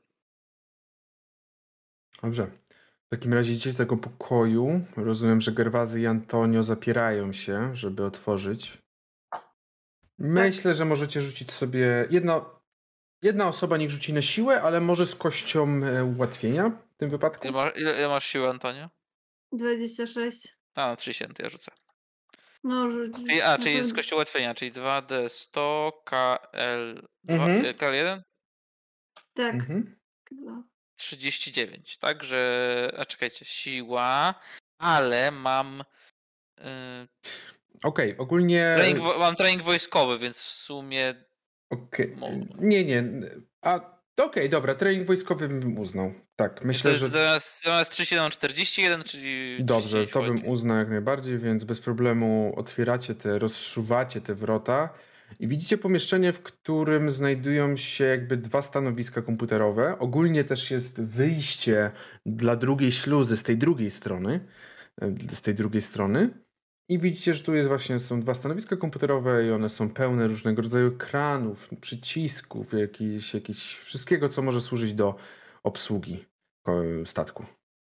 Dobrze. W takim razie idziecie do tego pokoju. Rozumiem, że Gerwazy i Antonio zapierają się, żeby otworzyć. Myślę, że możecie rzucić sobie... Jedna, jedna osoba niech rzuci na siłę, ale może z kością e, ułatwienia w tym wypadku. Ile, ma, ile, ile masz siły, Antonio? dwadzieścia sześć. A, no trzysięcy, ja rzucę. No, rzuć. Czyli, a, czyli z naprawdę. kości ułatwienia, czyli dwa D sto, K L dwa, Mhm. K L jeden? Tak. Mhm. trzydzieści dziewięć, tak? Że, a czekajcie, siła, ale mam yy, Okej, ogólnie... trening, wo- mam trening wojskowy, więc w sumie Okej. Mo- Nie, nie. A okej, dobra, trening wojskowy bym uznał. Tak, myślę, myślę, że... że zamiast, zamiast trzydzieści siedem mam czterdzieści jeden, czyli Dobrze, trzydzieści dziewięć to bym wchodzi. uznał jak najbardziej, więc bez problemu otwieracie te, rozszuwacie te wrota i widzicie pomieszczenie, w którym znajdują się jakby dwa stanowiska komputerowe. Ogólnie też jest wyjście dla drugiej śluzy z tej drugiej strony, e, z tej drugiej strony. I widzicie, że tu jest właśnie, są dwa stanowiska komputerowe i one są pełne różnego rodzaju ekranów, przycisków, jakiś, jakiś, wszystkiego, co może służyć do obsługi e, statku.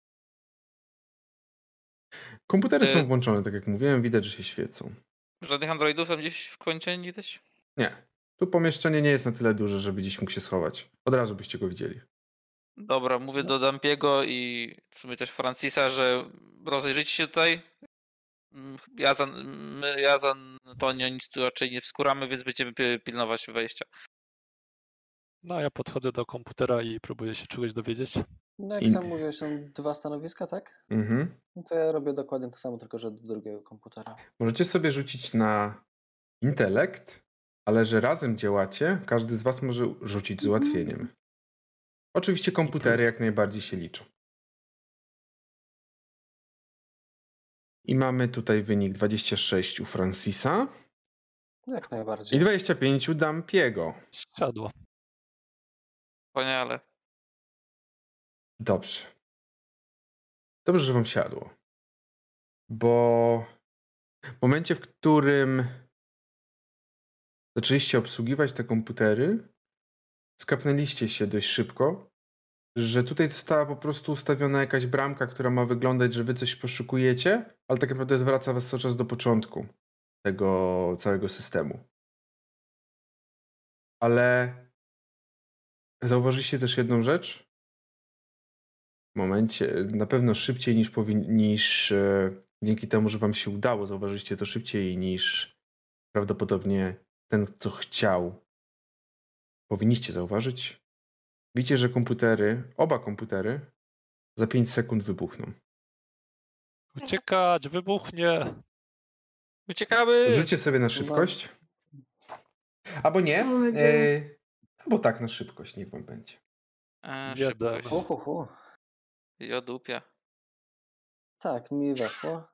Komputery Y- są włączone, tak jak mówiłem, widać, że się świecą. Żadnych androidów tam gdzieś w końcu nie widać? Nie. Tu pomieszczenie nie jest na tyle duże, żeby gdzieś mógł się schować. Od razu byście go widzieli. Dobra, mówię do Dampiego i w sumie też Francisa, że rozejrzyjcie się tutaj. Mm, Ja za, my, ja za Antonio nic tu raczej nie wskuramy, więc będziemy pi- pilnować wejścia. No ja podchodzę do komputera i próbuję się czegoś dowiedzieć. No jak I- sam mówiłeś, są dwa stanowiska, tak? Mhm. No to ja robię dokładnie to samo, tylko że do drugiego komputera. Możecie sobie rzucić na intelekt, ale że razem działacie, każdy z was może rzucić z ułatwieniem. Oczywiście komputery jak najbardziej się liczą. I mamy tutaj wynik dwadzieścia sześć u Francisa No jak i najbardziej. dwadzieścia pięć u Dampiego. Siadło. Wspaniale. Dobrze. Dobrze, że wam siadło. Bo w momencie, w którym zaczęliście obsługiwać te komputery, skapnęliście się dość szybko że tutaj została po prostu ustawiona jakaś bramka, która ma wyglądać, że wy coś poszukujecie, ale tak naprawdę zwraca was cały czas do początku tego całego systemu. Ale zauważyliście też jedną rzecz? W momencie, na pewno szybciej niż, powin- niż e, dzięki temu, że wam się udało, zauważyliście to szybciej niż prawdopodobnie ten, co chciał. Powinniście zauważyć. Widzicie, że komputery, oba komputery za pięć sekund wybuchną. Uciekać, wybuchnie. Uciekamy! Rzućcie sobie na szybkość. Albo nie. Oh my God. E, albo tak, na szybkość, niech wam będzie. E, Jeden. szybkość. Hu, hu, hu. Jodupia. Tak, mi weszło.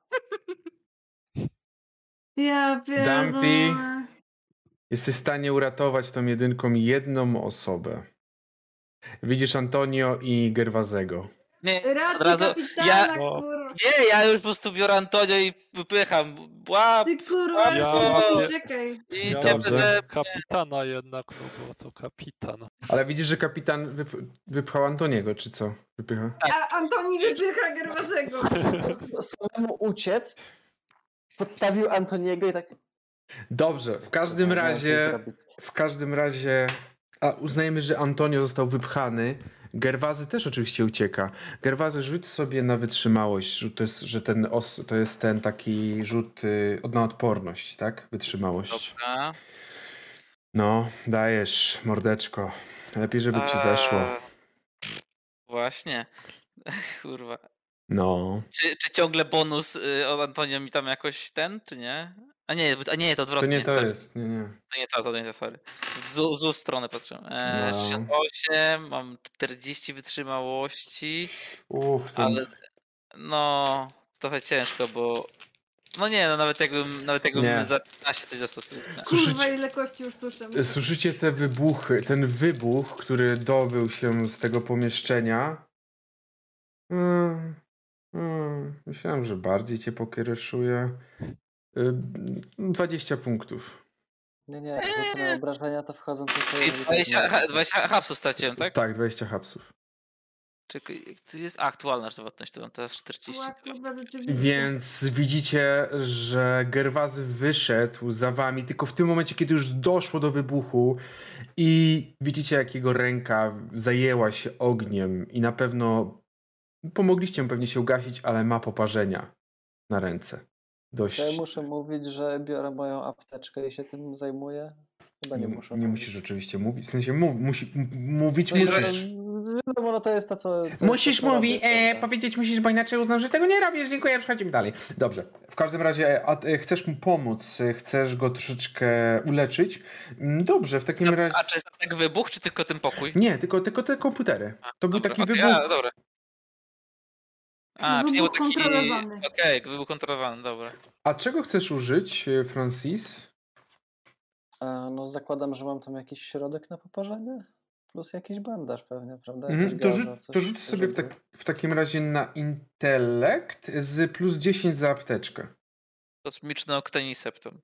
Ja Dumpy. pierdolę. Jesteś w stanie uratować tą jedynką jedną osobę. Widzisz Antonio i Gerwazego. Nie, Ratuj od razu. kapitana, Ja, No. kurwa. nie, ja już po prostu biorę Antonio i wypycham. Łap Ty kurwa, Ja ja łapię- czekaj. i Ja cię Dobrze. będę. kapitana jednak, no bo to kapitan. Ale widzisz, że kapitan wyp- wypchał Antoniego, czy co? Wypycha? A Antoni wypycha Gerwazego. Samemu uciec, podstawił Antoniego i tak... Dobrze, w każdym Miałem coś razie, zrobić. w każdym razie, a uznajemy, że Antonio został wypchany. Gerwazy też oczywiście ucieka. Gerwazy, rzuć sobie na wytrzymałość, rzut to jest, że ten os, to jest ten taki rzut y, na odporność, tak? Wytrzymałość. Dobra. No, dajesz, mordeczko. Lepiej, żeby ci A, weszło. Właśnie. Kurwa. No. Czy, czy ciągle bonus y, od Antonio mi tam jakoś ten, czy nie? A nie, a nie, to To odwrotnie. nie to sorry. jest, nie, nie. To nie to, to nie to, sorry. W złą, złą stronę patrzę. E, No. sześćdziesiąt osiem, mam czterdzieści wytrzymałości, Uff, ten... ale no trochę ciężko, bo no nie, no nawet jakbym, nawet jakbym Nie. za piętnaście coś dostał. to nie. Słyszycie- Kurwa, ile kości już słyszę. Słyszycie te wybuchy, ten wybuch, który dobył się z tego pomieszczenia. Mm, mm, myślałem, że bardziej cię pokiereszuje. Y, dwadzieścia punktów. Nie, nie, rzuty na obrażenia to wchodzą tylko... I jeżeli dwadzieścia, to jest ha- dwadzieścia hapsów straciłem, tak? Tak, dwadzieścia hapsów. Czekaj, to jest a, aktualna żywotność, to mam teraz czterdzieści. Ła, kurwa, rzeczywiście. Więc widzicie, że Gerwazy wyszedł za wami tylko w tym momencie, kiedy już doszło do wybuchu i widzicie, jak jego ręka zajęła się ogniem i na pewno pomogliście mu pewnie się ugasić, ale ma poparzenia na ręce. Dość. Czy ja muszę mówić, że biorę moją apteczkę i się tym zajmuję? Chyba nie, Nie, muszę. nie mówić. musisz oczywiście mówić. W sensie mów, musi, m- mówić No i musisz. Wiadomo, no to jest to, co... to jest Musisz to, co mówić, robię, e, prawda? powiedzieć musisz, bo inaczej uznam, że tego nie robisz. Dziękuję, przechodzimy dalej. Dobrze. W każdym razie a, e, chcesz mu pomóc, e, chcesz go troszeczkę uleczyć. Mm, Dobrze, w takim razie. A czy jest tak wybuch, czy tylko ten pokój? Nie, tylko, tylko te komputery. To był Dobra, taki okej, wybuch. A, dobra. A, czyli był Wybuch taki... kontrolowany. Okej, wybuch kontrolowany, dobra. A czego chcesz użyć, e, Francis? A, no zakładam, że mam tam jakiś środek na poparzenie? Plus jakiś bandaż pewnie, prawda? Mhm, Jakaś to, gaza, rzuć, coś, to rzuć sobie w, żeby- tak, w takim razie na intelekt z plus dziesięć za apteczkę. Kosmiczny okteniseptum.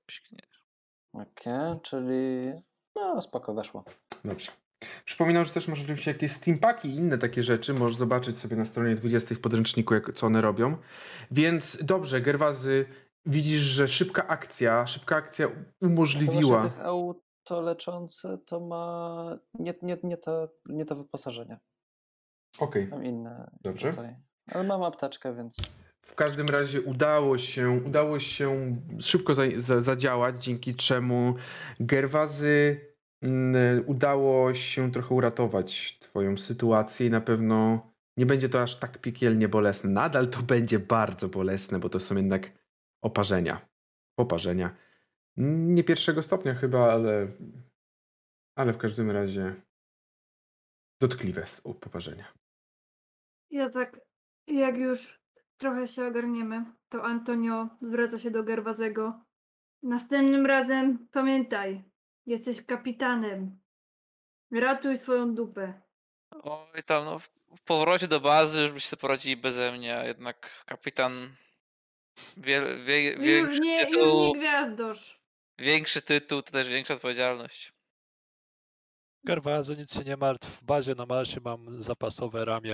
Okej, czyli... No spoko, weszło. Dobrze. Przypominam, że też masz oczywiście jakieś steampaki i inne takie rzeczy. Możesz zobaczyć sobie na stronie dwudziestej w podręczniku, jak, co one robią. Więc dobrze, Gerwazy, widzisz, że szybka akcja, szybka akcja To umożliwiła. właśnie tych autoleczące to ma... Nie, nie, nie, to, nie to wyposażenie. Okej, Mam inne Dobrze. tutaj. Ale mam apteczkę, więc... w każdym razie udało się, udało się szybko za, za, zadziałać, dzięki czemu Gerwazy mm, udało się trochę uratować twoją sytuację i na pewno nie będzie to aż tak piekielnie bolesne. Nadal to będzie bardzo bolesne, bo to są jednak oparzenia. Poparzenia. Nie pierwszego stopnia chyba, ale ale w każdym razie dotkliwe s- u- poparzenia. Ja tak, jak już trochę się ogarniemy, to Antonio zwraca się do Gerwazego. Następnym razem pamiętaj, jesteś kapitanem. Ratuj swoją dupę. Oj, tam no, w w powrocie do bazy już byście sobie poradzili beze mnie, a jednak kapitan wie, wie, Już większy, nie, już tytuł, nie gwiazdosz. większy tytuł to też większa odpowiedzialność. Gerwazy, nic się nie martw. W bazie na Marsie mam zapasowe ramię.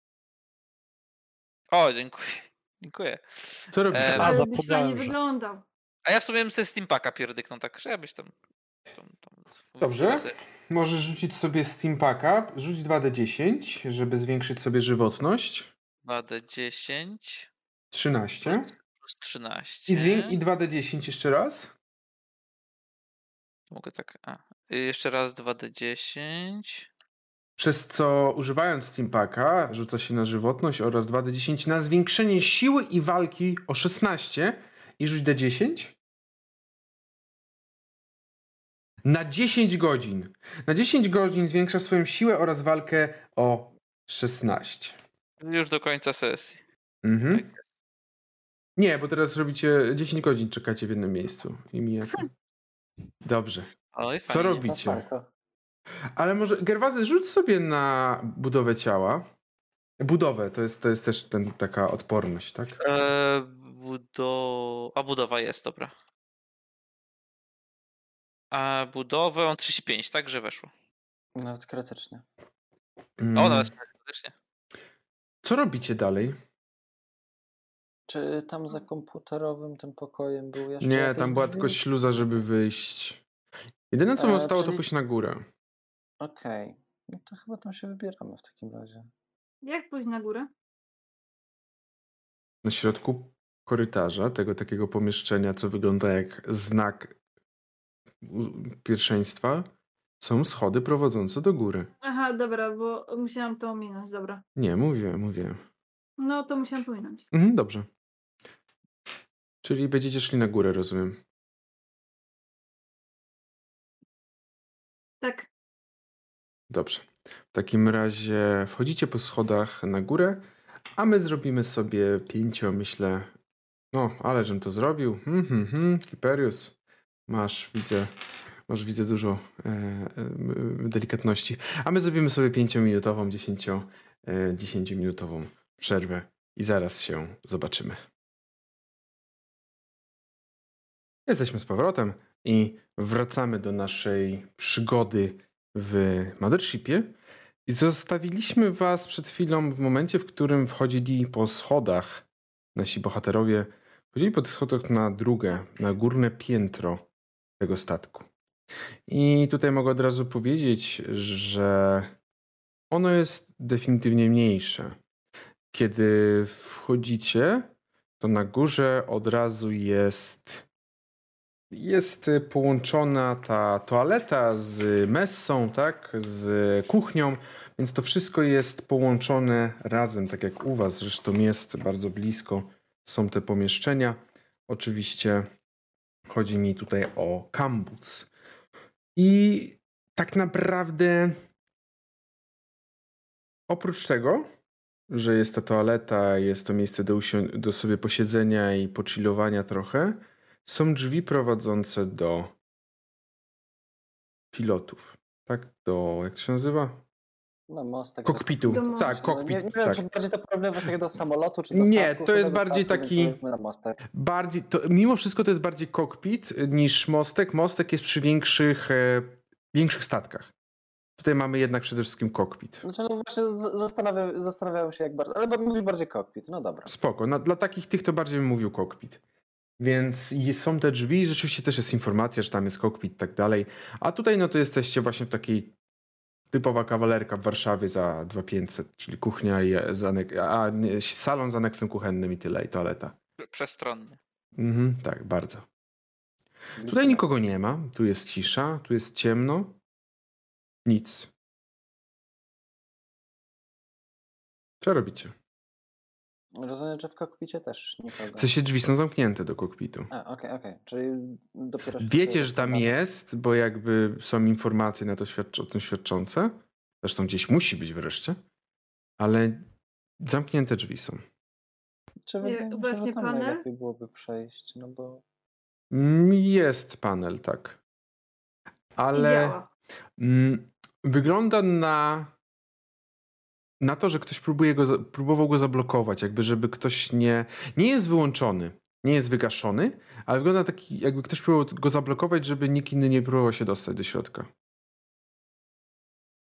O, dziękuję. Dziękuję. Co robisz? E, A, Ale byś zapomniałem, fajnie że- wyglądał. A ja w sumie bym sobie Steampaka pierdyknął, tak, żebyś tam... tam, tam Dobrze. Możesz rzucić sobie Steampaka. Rzuć dwa d dziesięć, żeby zwiększyć sobie żywotność. dwa d dziesięć trzynaście. plus trzynaście. I, zwię- i dwa d dziesięć jeszcze raz. Mogę tak... A. Y, Jeszcze raz dwa d dziesięć. Przez co używając Steampaka rzuca się na żywotność oraz dwa d dziesięć na zwiększenie siły i walki o szesnaście i rzuć d dziesięć. Na dziesięć godzin. Na dziesięć godzin zwiększa swoją siłę oraz walkę o szesnaście. Już do końca sesji. Mhm. Nie, bo teraz robicie dziesięć godzin, czekacie w jednym miejscu i mija to. Dobrze. Oj, Co fajnie. robicie? Marko. Ale może Gerwazy, rzuć sobie na budowę ciała. Budowę, to jest, to jest też ten, taka odporność, tak? E, budo... A budowa jest, dobra. A budowę on trzydzieści pięć, tak, że weszło. Nawet krytycznie. Mm. O, nawet faktycznie. Co robicie dalej? Czy tam za komputerowym tym pokojem był jeszcze Nie, jakieś tam była drzwi? tylko śluza, żeby wyjść. Jedyne, co E, mu zostało, to czyli- pójść na górę. Okej. No to chyba tam się wybieramy w takim razie. Jak pójść na górę? Na środku korytarza, tego takiego pomieszczenia, co wygląda jak znak u- pierwszeństwa, są schody prowadzące do góry. Aha, dobra, bo musiałam to ominąć, dobra. Nie, mówię, mówię. No to musiałam pominąć. Mhm, dobrze. Czyli będziecie szli na górę, rozumiem. Tak. Dobrze. W takim razie wchodzicie po schodach na górę, a my zrobimy sobie pięcio, myślę. No, ale żem to zrobił. Hmm, hmm, hmm. Kiperius, masz, widzę, masz, widzę dużo e, e, delikatności. A my zrobimy sobie pięciominutową, dziesięcio, e, dziesięciominutową przerwę i zaraz się zobaczymy. Jesteśmy z powrotem i wracamy do naszej przygody w Mothershipie. I zostawiliśmy was przed chwilą w momencie, w którym wchodzili po schodach nasi bohaterowie. Wchodzili po tych schodach na drugie, na górne piętro tego statku. I tutaj mogę od razu powiedzieć, że ono jest definitywnie mniejsze. Kiedy wchodzicie, to na górze od razu jest jest połączona ta toaleta z messą, tak, z kuchnią, więc to wszystko jest połączone razem, tak jak u was, zresztą jest bardzo blisko, są te pomieszczenia. Oczywiście chodzi mi tutaj o kampus. I tak naprawdę oprócz tego, że jest ta toaleta, jest to miejsce do, usio- do sobie posiedzenia i pochillowania trochę, są drzwi prowadzące do pilotów. Tak? Do, jak to się nazywa? No mostek. Kokpitu. Do mostu. Tak, kokpit. Nie, nie wiem, tak. czy bardziej to porównywać jak do samolotu, czy do Nie, statku. to jest Chyba do bardziej statku, taki- więc powiedzmy na mostek. Bardziej, to, mimo wszystko to jest bardziej kokpit niż mostek. Mostek jest przy większych, e, większych statkach. Tutaj mamy jednak przede wszystkim kokpit. Znaczy, no właśnie z- zastanawiam, zastanawiałem się jak bardzo, ale bo mówisz bardziej kokpit, no dobra. Spoko. Na, dla takich tych to bardziej bym mówił kokpit. Więc i są te drzwi, rzeczywiście też jest informacja, że tam jest kokpit i tak dalej. A tutaj no to jesteście właśnie w takiej typowa kawalerka w Warszawie za dwa tysiące pięćset, czyli kuchnia i z anek- a nie, salon z aneksem kuchennym i tyle, i toaleta. Przestronnie. Mhm, tak, bardzo. Tutaj nikogo nie ma, tu jest cisza, tu jest ciemno. Nic. Co robicie? Rozumiem, że w kokpicie też nikogo. W sensie drzwi są zamknięte do kokpitu. A, okej, okej. Czyli dopiero się Wiecie, czuje że tam standard. jest, bo jakby są informacje na to świadczy- o tym świadczące. Zresztą gdzieś musi być wreszcie. Ale zamknięte drzwi są. Czy wydaje mi się, właśnie że tam panel? najlepiej byłoby przejść, no bo... Mm, Jest panel, tak. I Ale działa. mm, wygląda na, na to, że ktoś próbuje go, za- próbował go zablokować, jakby żeby ktoś nie... Nie jest wyłączony, nie jest wygaszony, ale wygląda taki, jakby ktoś próbował go zablokować, żeby nikt inny nie próbował się dostać do środka.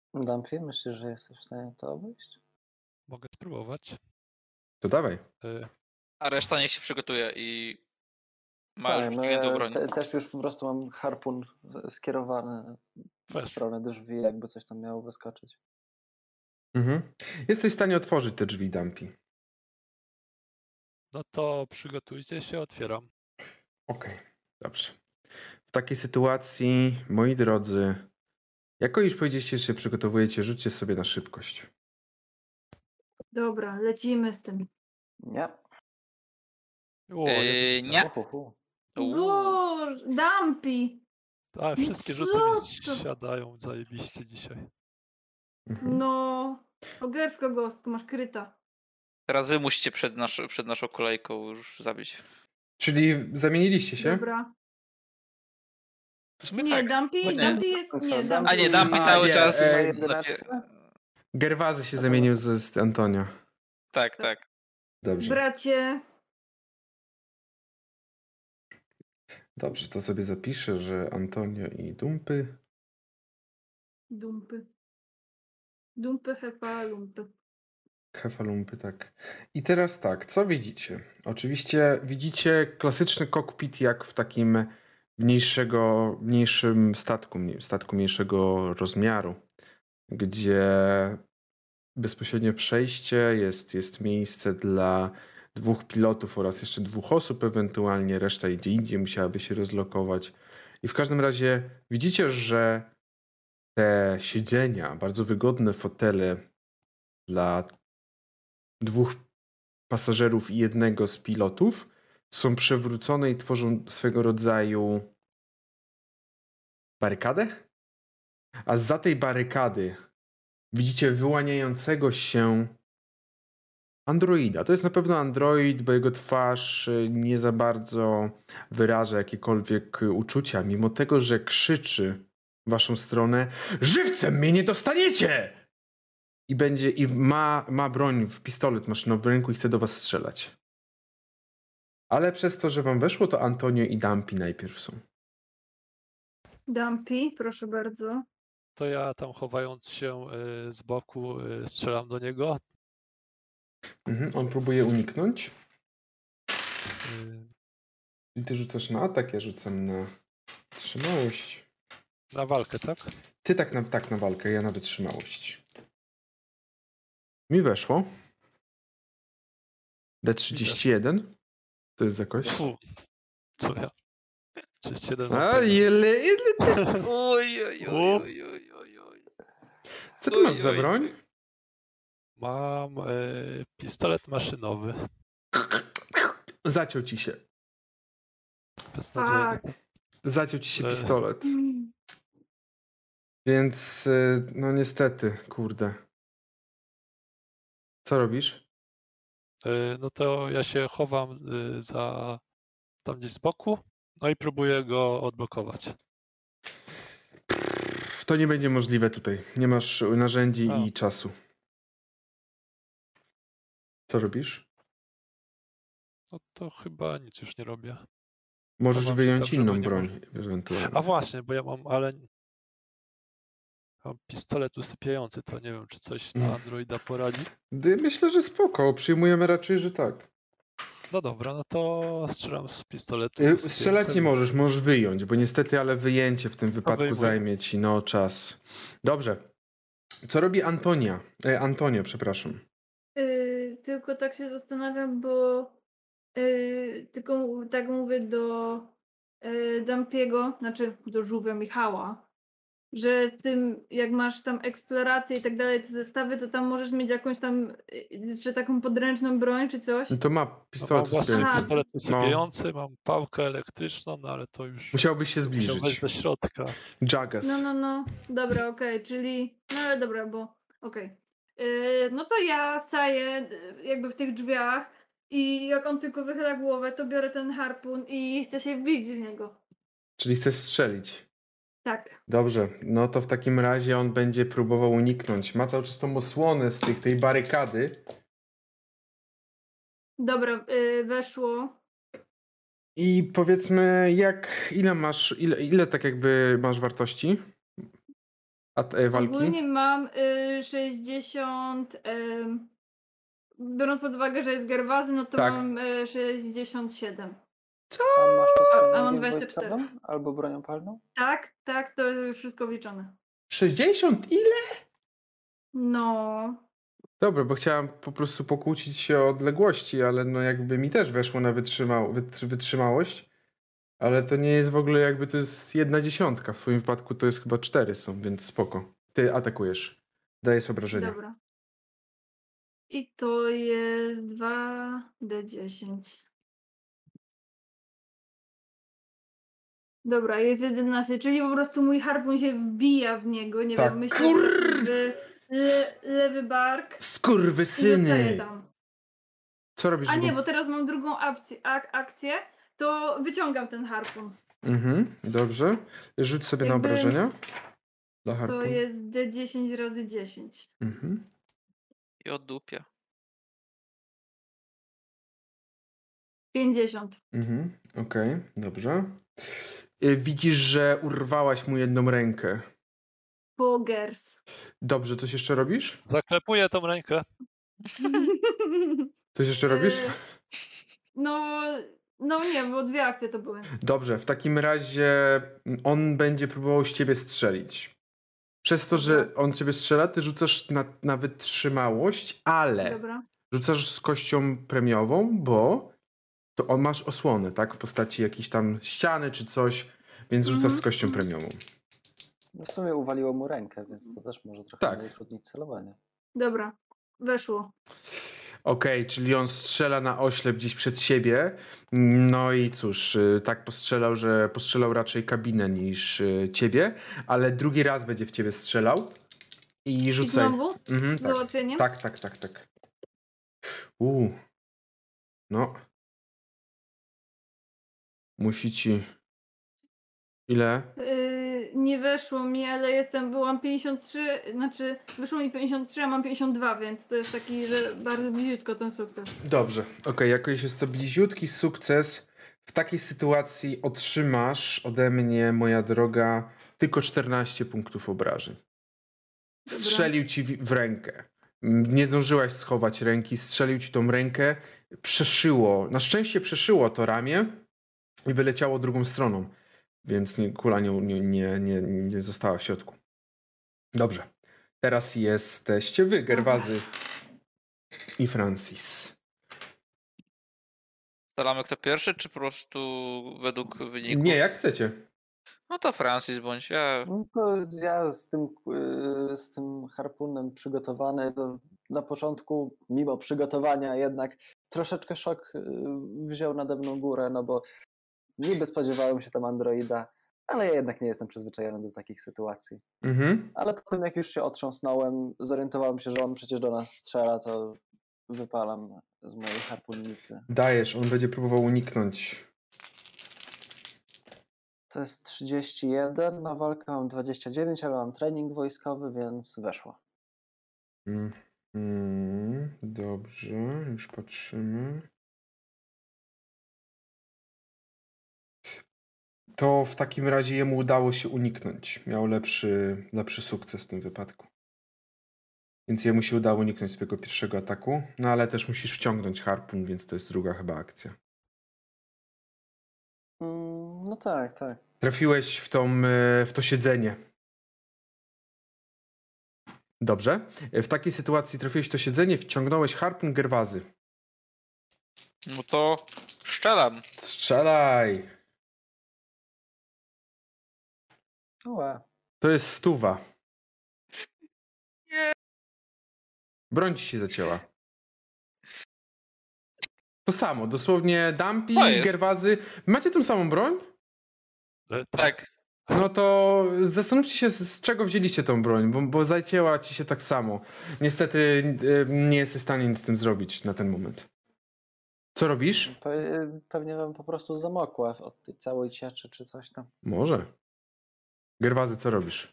Dumpy, myślisz, że jesteś w stanie to obejść? Mogę spróbować. To dawaj. Y, A reszta niech się przygotuje i ma już Tak, no wciągniętą ja broń. te, też już po prostu mam harpun z- skierowany w Weź. stronę drzwi, jakby coś tam miało wyskoczyć. Mhm. Jesteś w stanie otworzyć te drzwi, Dumpy. No to przygotujcie się, otwieram. Okej, dobrze. W takiej sytuacji, moi drodzy, jako już powiedzieliście, że się przygotowujecie, rzućcie sobie na szybkość. Dobra, lecimy z tym. Nie. O, Yy, jedynka. nie. Uhuhu. Uuu. Boże, Dumpy! A, wszystkie rzuty Co mi to? siadają zajebiście dzisiaj. Mhm. No, ogersko gostku, masz kryta. Teraz wy musicie przed, nasz, przed naszą kolejką już zabić. Czyli zamieniliście się? Dobra. W sumie Nie, tak. Dumpy, No nie. Dumpy jest... Co, Nie, Dumpy- Dumpy... A nie, Dumpy A, cały nie, czas... e, Ma jedyneczkę? Gerwazy się To zamienił z, z Antonio. Tak, tak. Dobrze. Bracie, Dobrze, to sobie zapiszę, że Antonio i Dumpy. dumpy. Dumpy, hepa, lumpy. Hefalumpy, tak. I teraz tak, co widzicie? Oczywiście widzicie klasyczny kokpit jak w takim mniejszego, mniejszym statku, mniej- statku mniejszego rozmiaru, gdzie bezpośrednio przejście jest, jest miejsce dla dwóch pilotów oraz jeszcze dwóch osób, ewentualnie reszta gdzie indziej musiałaby się rozlokować. I w każdym razie widzicie, że te siedzenia, bardzo wygodne fotele dla dwóch pasażerów i jednego z pilotów są przewrócone i tworzą swego rodzaju barykadę. A zza tej barykady widzicie wyłaniającego się androida. To jest na pewno android, bo jego twarz y, nie za bardzo wyraża jakiekolwiek y, uczucia, mimo tego, że krzyczy w waszą stronę: żywcem mnie nie dostaniecie! I będzie, i ma, ma broń, w pistolet maszynowy w ręku i chce do was strzelać. Ale przez to, że wam weszło, to Antonio i Dumpy najpierw są. Dumpy, proszę bardzo. To ja tam chowając się y, z boku y, strzelam do niego. Mhm, on próbuje uniknąć. Y, I ty rzucasz na atak, ja rzucam na wytrzymałość. na walkę, tak? Ty tak na, tak na walkę, ja na wytrzymałość. Mi weszło. D trzydzieści jeden. To jest jakoś. Fu. Co ja? trzydzieści jeden. A, ile, ile ty... Oj, oj, oj, oj, oj, oj, oj. Co ty masz za broń? Mam y, pistolet maszynowy. Zaciął ci się. Beznadziejny. Tak. Zaciął ci się E. pistolet. Mm. Więc, y, no niestety, kurde. Co robisz? Y, no to ja się chowam y, za tam gdzieś z boku, no i próbuję go odblokować. To nie będzie możliwe tutaj. Nie masz narzędzi A. i czasu. Co robisz? No to chyba nic już nie robię. Możesz Chowam się wyjąć tak, żeby inną nie broń. Ewentualnie. A właśnie, bo ja mam, ale mam pistolet usypiający, to nie wiem, czy coś na Androida poradzi. Dy- Myślę, że spoko. Przyjmujemy raczej, że tak. No dobra, no to strzelam z pistoletu. Y, usypiającego. Strzelać nie możesz, możesz wyjąć, bo niestety, ale wyjęcie w tym wypadku wyjmuję. zajmie ci no czas. Dobrze. Co robi Antonia? E, Antonio, przepraszam. Yy, tylko tak się zastanawiam, bo yy, tylko m- tak mówię do yy, Dumpiego, znaczy do żółwia Michała, że tym, jak masz tam eksplorację i tak dalej, te zestawy, to tam możesz mieć jakąś tam, yy, że taką podręczną broń czy coś. No to ma No, mam pistolet właśnie usypiający. Aha. pistolet usypiający, mam pałkę elektryczną, no ale to już Musiałbyś się musiał wejść zbliżyć. do środka. Jagas. No, no, no. Dobra, okej, czyli. No ale dobra, bo. Okej. Yy, no to ja staję yy, jakby w tych drzwiach i jak on tylko wychyla głowę, to biorę ten harpun i chcę się wbić w niego. Czyli chcesz strzelić. Tak. Dobrze, no to w takim razie on będzie próbował uniknąć. Ma cały czas tą osłonę z tych, tej barykady. Dobra, yy, weszło. I powiedzmy, jak, ile masz, ile, ile tak jakby masz wartości? A te walki? Ogólnie mam y, sześćdziesiąt. ym, biorąc pod uwagę, że jest Gerwazy, no to Tak. mam y, sześćdziesiąt siedem. A masz to z A- a mam treningiem dwadzieścia cztery. wojskowym albo bronią palną? Tak, tak, to jest już wszystko wliczone. sześćdziesiąt ile? No. Dobra, bo chciałam po prostu pokłócić się o odległości, ale no jakby mi też weszło na wytrzymał, wytr- wytrzymałość. Ale to nie jest w ogóle jakby to jest jedna dziesiątka. W twoim wypadku to jest chyba cztery są, więc spoko. Ty atakujesz. Dajesz obrażenia. Dobra. I to jest dwa d dziesięć. Dobra, jest jedenaście, czyli po prostu mój harpun się wbija w niego, nie Tak. wiem, myślę, Kurr! w le, lewy bark i zostaje Skurwysyny! tam. Co robisz? A żeby- nie, bo teraz mam drugą akcję, ak- akcję, to wyciągam ten harpun. Mhm, dobrze. Rzuć sobie na Jakby- obrażenia. Dla To harpun. jest d dziesięć razy dziesięć. Mhm. I od dupia. pięćdziesiąt. Mhm. Okej, dobrze. Y, Widzisz, że urwałaś mu jedną rękę. Pogers. Dobrze, coś jeszcze robisz? Zaklepuję tą rękę. Coś jeszcze robisz? E, No, no nie, bo dwie akcje to były. Dobrze, w takim razie on będzie próbował z ciebie strzelić. Przez to, że Dobra. on ciebie strzela, ty rzucasz na, na wytrzymałość, ale Dobra. rzucasz z kością premiową, bo to on masz osłonę, tak? W postaci jakiejś tam ściany czy coś, więc rzucasz Mhm. z kością premiową. No w sumie uwaliło mu rękę, więc to też może trochę Tak. utrudnić celowanie. Dobra. Weszło. Okej, czyli on strzela na oślep gdzieś przed siebie. No i cóż, y, tak postrzelał, że postrzelał raczej kabinę niż y, ciebie, ale drugi raz będzie w ciebie strzelał. I I rzucaj. znowu? Mhm, Z tak. ułatwieniem? tak, tak, tak, tak. Uuu. No. Musi ci. Ile? Yy, nie weszło mi, ale jestem, byłam pięćdziesiąt trzy, znaczy wyszło mi pięćdziesiąt trzy, a mam pięćdziesiąt dwa, więc to jest taki, że bardzo bliziutko ten sukces. Dobrze. Okej, jakoś jest to bliziutki sukces. W takiej sytuacji otrzymasz ode mnie, moja droga, tylko czternaście punktów obrażeń. Dobra. Strzelił ci w, w rękę. Mm, Nie zdążyłaś schować ręki, strzelił ci tą rękę, przeszyło, na szczęście przeszyło to ramię i wyleciało drugą stroną, więc nie, kula nie, nie, nie, nie, nie została w środku. Dobrze. Teraz jesteście wy, Gerwazy i Francis. Strzelamy kto pierwszy, czy po prostu według wyniku? Nie, jak chcecie. No to Francis bądź ja. No to ja z tym, y, z tym harpunem przygotowany, to na początku, mimo przygotowania, jednak troszeczkę szok y, wziął nade mną górę, no bo niby spodziewałem się tam androida, ale ja jednak nie jestem przyzwyczajony do takich sytuacji. Mhm. Ale potem jak już się otrząsnąłem, zorientowałem się, że on przecież do nas strzela, to wypalam z mojej harpunnicy. Dajesz, on będzie próbował uniknąć. To jest trzydzieści jeden, na walkę mam dwadzieścia dziewięć, ale mam trening wojskowy, więc weszło. Mhm. Dobrze, już patrzymy. To w takim razie jemu udało się uniknąć. Miał lepszy, lepszy sukces w tym wypadku. Więc jemu się udało uniknąć swojego pierwszego ataku. No ale też musisz wciągnąć harpun, więc to jest druga chyba akcja. Mm, no tak, tak. Trafiłeś w, tą, e, w to siedzenie. Dobrze. E, W takiej sytuacji trafiłeś w to siedzenie, wciągnąłeś harpun Gerwazy. No to strzelam. Strzelaj! Ła. To jest stuwa. Nie. Broń ci się zacięła. To samo, dosłownie Dumpy, To jest. Gerwazy. Macie tą samą broń? E, Tak. No to zastanówcie się, z z czego wzięliście tą broń, bo, bo zacięła ci się tak samo. Niestety y, nie jesteś w stanie nic z tym zrobić na ten moment. Co robisz? Pe- pewnie bym po prostu zamokła od tej całej cieczy czy coś tam. Może. Gerwazy, co robisz?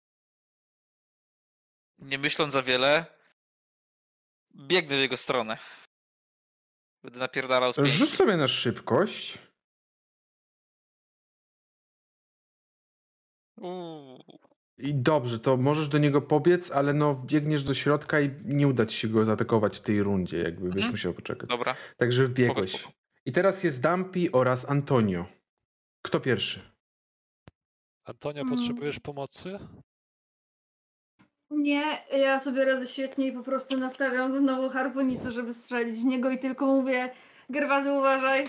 Nie myśląc za wiele, biegnę w jego stronę. Będę napierdalał z Rzuć pięści. sobie na szybkość. Uuu. I dobrze, to możesz do niego pobiec, ale no biegniesz do środka i nie uda ci się go zaatakować w tej rundzie, jakby byś Mhm. musiał poczekać. Dobra. Także Spoko, wbiegłeś. spoko. I teraz jest Dumpy oraz Antonio. Kto pierwszy? Antonio, Mm. potrzebujesz pomocy? Nie, ja sobie radzę świetnie i po prostu nastawiam znowu harpunicę, żeby strzelić w niego i tylko mówię: Gerwazy, uważaj.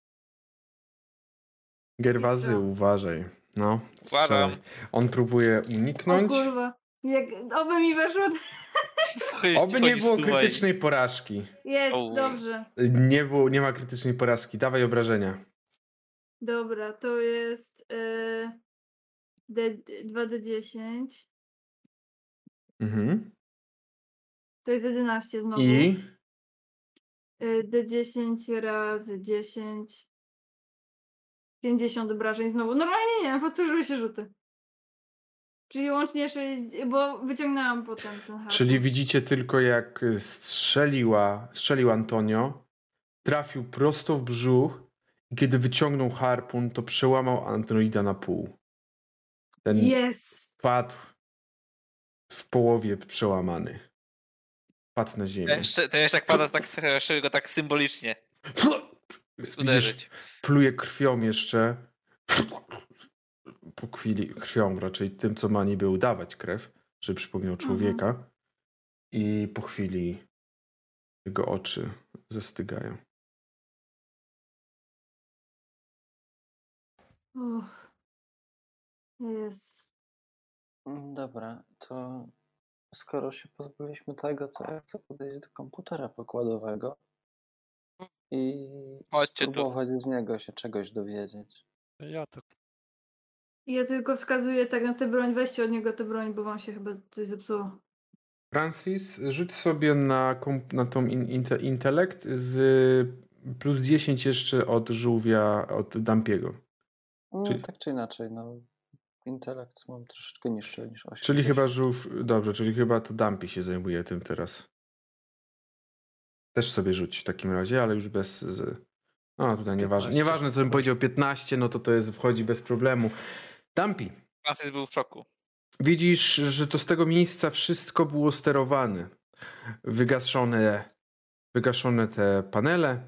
Gerwazy, Strzelam. uważaj. No, Układam. strzelaj. On próbuje O uniknąć. kurwa. Jak, oby mi weszło. Oby nie było krytycznej porażki. Jest, Au. dobrze. Nie, było, nie ma krytycznej porażki. Dawaj obrażenia. Dobra, to jest yy, D, dwa D dziesięć. Mhm. To jest jedenaście znowu. I Y, D dziesięć razy dziesięć. pięćdziesiąt obrażeń znowu. Normalnie nie, powtórzyły się rzuty. Czyli łącznie sześć, bo wyciągnęłam potem ten harpun. czyli widzicie tylko jak strzeliła, strzelił Antonio, trafił prosto w brzuch i kiedy wyciągnął harpun, to przełamał androida na pół. Ten Jest! padł w połowie przełamany. Padł na ziemię. To jeszcze, to jeszcze jak pada, tak jeszcze go tak symbolicznie Widzisz, uderzyć. pluje krwią jeszcze. Po chwili, krwią raczej tym, co ma niby udawać krew, żeby przypomniał człowieka. Mhm. I po chwili jego oczy zastygają. Uff. Jest. Mm, Dobra, to skoro się pozbyliśmy tego, to ja chcę podejść do komputera pokładowego i Chodźcie tu. spróbować z niego się czegoś dowiedzieć. Ja tak. Ja tylko wskazuję tak na tę broń, weźcie od niego tę broń, bo wam się chyba coś zepsuło. Francis, rzuć sobie na, komp- na tą in- inte- intelekt z plus dziesięć jeszcze od żółwia, od Dumpiego. No, Czyli- tak czy inaczej, no intelekt mam troszeczkę niższy niż osiem. Czyli chyba żółw, dobrze, czyli chyba to Dumpy się zajmuje tym teraz. Też sobie rzuć w takim razie, ale już bez... Z... O, tutaj nieważne. piętnaście. Nieważne, co bym powiedział, piętnaście, no to to jest, wchodzi bez problemu. Dumpy, Francis był w szoku. widzisz, że to z tego miejsca wszystko było sterowane. Wygaszone, wygaszone te panele,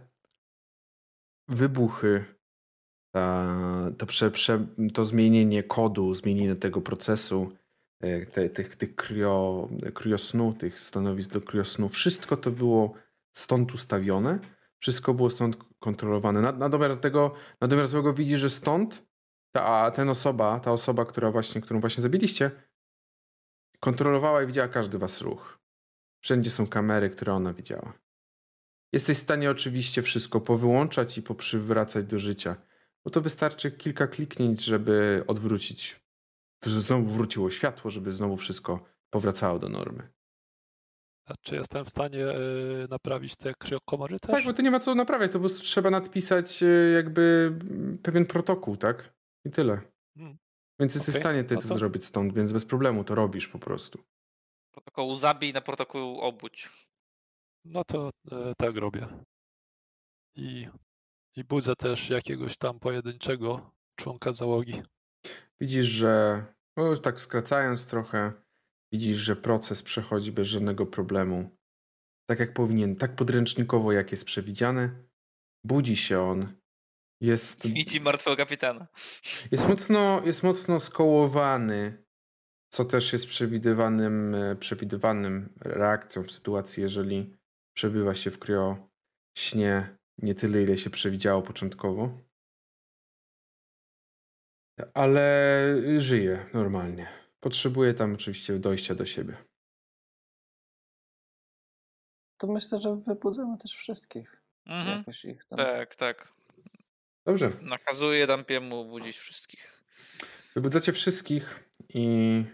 wybuchy, ta, to, prze, prze, to zmienienie kodu, zmienienie tego procesu, e, te, tych, tych kryo, kryosnu, tych stanowisk do kryosnu, wszystko to było stąd ustawione, wszystko było stąd kontrolowane. Na, na domiar tego, na domiar złego widzi, że stąd ta, a ten osoba, ta osoba, która właśnie, którą właśnie zabiliście, kontrolowała i widziała każdy was ruch. Wszędzie są kamery, które ona widziała. Jesteś w stanie oczywiście wszystko powyłączać i poprzywracać do życia, bo to wystarczy kilka kliknięć, żeby odwrócić, żeby znowu wróciło światło, żeby znowu wszystko powracało do normy. A czy jestem w stanie y, naprawić te kryokomory też? Tak, bo to nie ma co naprawiać, to po prostu trzeba nadpisać e, jakby mm, pewien protokół, tak? I tyle. Hmm. Więc jesteś Okej, w stanie ty no to to- zrobić stąd, więc bez problemu to robisz po prostu. Protokół zabij, na protokół obudź. No to e, tak robię. I, I budzę też jakiegoś tam pojedynczego członka załogi. Widzisz, że no już tak skracając trochę, widzisz, że proces przechodzi bez żadnego problemu. Tak jak powinien, tak podręcznikowo, jak jest przewidziane. Budzi się on. Jest, Widzi martwego kapitana. jest, mocno, jest mocno skołowany, co też jest przewidywanym, e, przewidywanym reakcją w sytuacji, jeżeli przebywa się w kryośnie nie tyle, ile się przewidziało początkowo. Ale żyje normalnie. Potrzebuje tam oczywiście dojścia do siebie. To myślę, że wybudzamy też wszystkich. Mhm. Jakoś ich tam. Tak, tak. Dobrze. Nakazuje Dumpiemu budzić wszystkich. Wybudzacie wszystkich i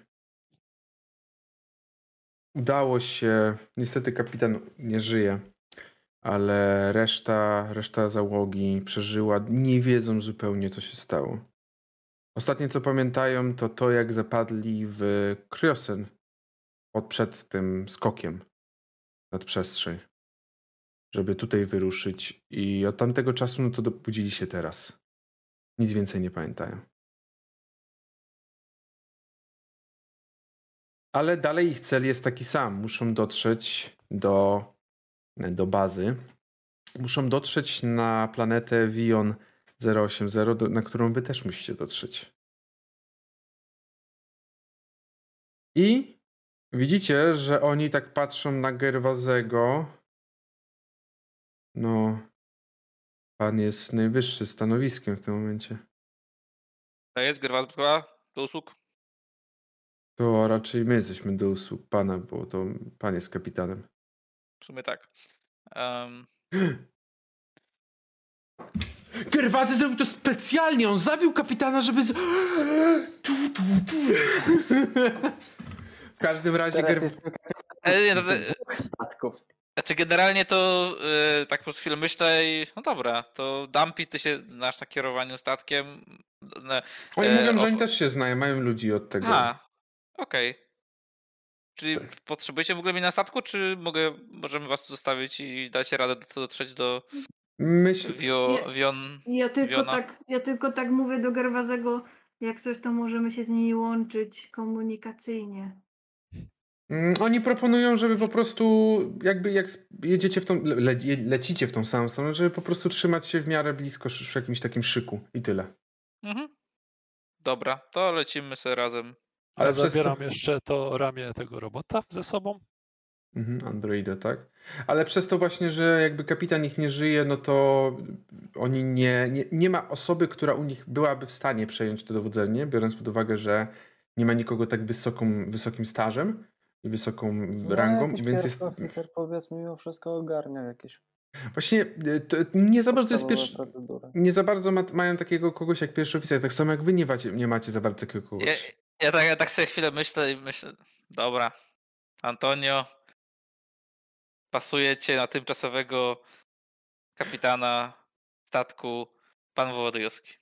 udało się. Niestety kapitan nie żyje, ale reszta, reszta załogi przeżyła, nie wiedzą zupełnie, co się stało. Ostatnie, co pamiętają, to to, jak zapadli w Kryosen od przed tym skokiem nad przestrzeń, żeby tutaj wyruszyć i od tamtego czasu no to dobudzili się teraz. Nic więcej nie pamiętają. Ale dalej ich cel jest taki sam. Muszą dotrzeć do, do bazy. Muszą dotrzeć na planetę Vion zero osiem zero, do, na którą wy też musicie dotrzeć. I widzicie, że oni tak patrzą na Gerwazego. No, pan jest najwyższy stanowiskiem w tym momencie. To jest Gerwaz do usług? To raczej my jesteśmy do usług pana, bo to pan jest kapitanem. W sumie tak. Um, Gerwazy zrobił to specjalnie, on zabił kapitana, żeby... Z... Tu, tu, tu. W każdym razie... Teraz Ger... jest e, nie, to, to, dwóch statków. znaczy generalnie to yy, tak po chwilę myślę i no dobra, to Dumpy, ty się znasz na kierowaniu statkiem. No, Oni e, mówią, że of- oni też się znają, mają ludzi od tego. A, okej. Czyli Tak. potrzebujecie w ogóle mnie na statku, czy mogę, możemy was tu zostawić i dacie radę do- dotrzeć do Myśl... Wio, Nie. Wion... Ja tylko, Wiona? tak, ja tylko tak mówię do Gerwazego, jak coś, to możemy się z nimi łączyć komunikacyjnie. Mm, Oni proponują, żeby po prostu jakby jak jedziecie w tą, le, lecicie w tą samą stronę, żeby po prostu trzymać się w miarę blisko w jakimś takim szyku i tyle. Mhm. Dobra, to lecimy sobie razem. Ale Ale przez to- zabieram jeszcze to ramię tego robota ze sobą. Mhm, Androida, tak. Ale przez to właśnie, że jakby kapitan ich nie żyje, no to oni nie, nie, nie ma osoby, która u nich byłaby w stanie przejąć to dowodzenie, biorąc pod uwagę, że nie ma nikogo tak wysoką, wysokim stażem i wysoką No, rangą, jakiś i więc jest... pierwszy oficer, powiedzmy, mimo wszystko ogarnia jakieś Właśnie y, to nie za bardzo jest podstawowe pierwszy... procedury. Nie za bardzo ma, mają takiego kogoś jak pierwszy oficer, tak samo jak wy nie macie, nie macie za bardzo takiego kogoś. Ja, ja, tak, ja tak sobie chwilę myślę i myślę, dobra, Antonio, pasujecie na tymczasowego kapitana statku pan Wołodyjowski.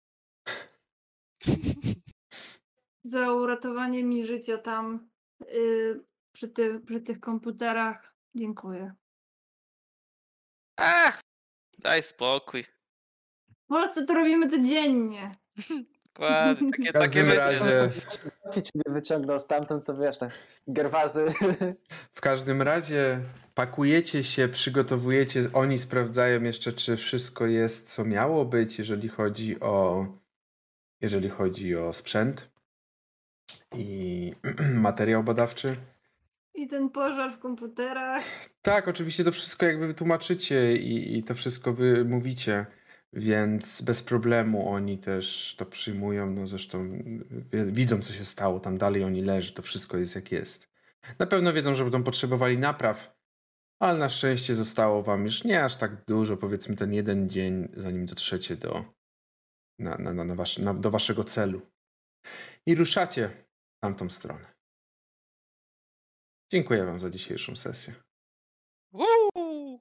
Za uratowanie mi życia tam yy, przy, ty, przy tych komputerach. Dziękuję. Ach, daj spokój. W Polsce to robimy codziennie. Dokładnie, takie, W każdym takie razie, Jeśli ciebie wyciągnął stamtąd, to wiesz, te Gerwazy. w każdym razie pakujecie się, przygotowujecie, oni sprawdzają jeszcze, czy wszystko jest, co miało być, jeżeli chodzi o jeżeli chodzi o sprzęt i materiał badawczy. I ten pożar w komputerach. Tak, oczywiście to wszystko jakby wytłumaczycie i, i to wszystko wy mówicie, więc bez problemu oni też to przyjmują, no zresztą wie- widzą, co się stało, tam dalej oni leży, to wszystko jest jak jest. Na pewno wiedzą, że będą potrzebowali napraw, ale na szczęście zostało wam już nie aż tak dużo, powiedzmy ten jeden dzień, zanim dotrzecie do, na, na, na, na wasz, na, do waszego celu. I ruszacie w tamtą stronę. Dziękuję wam za dzisiejszą sesję. Uuu.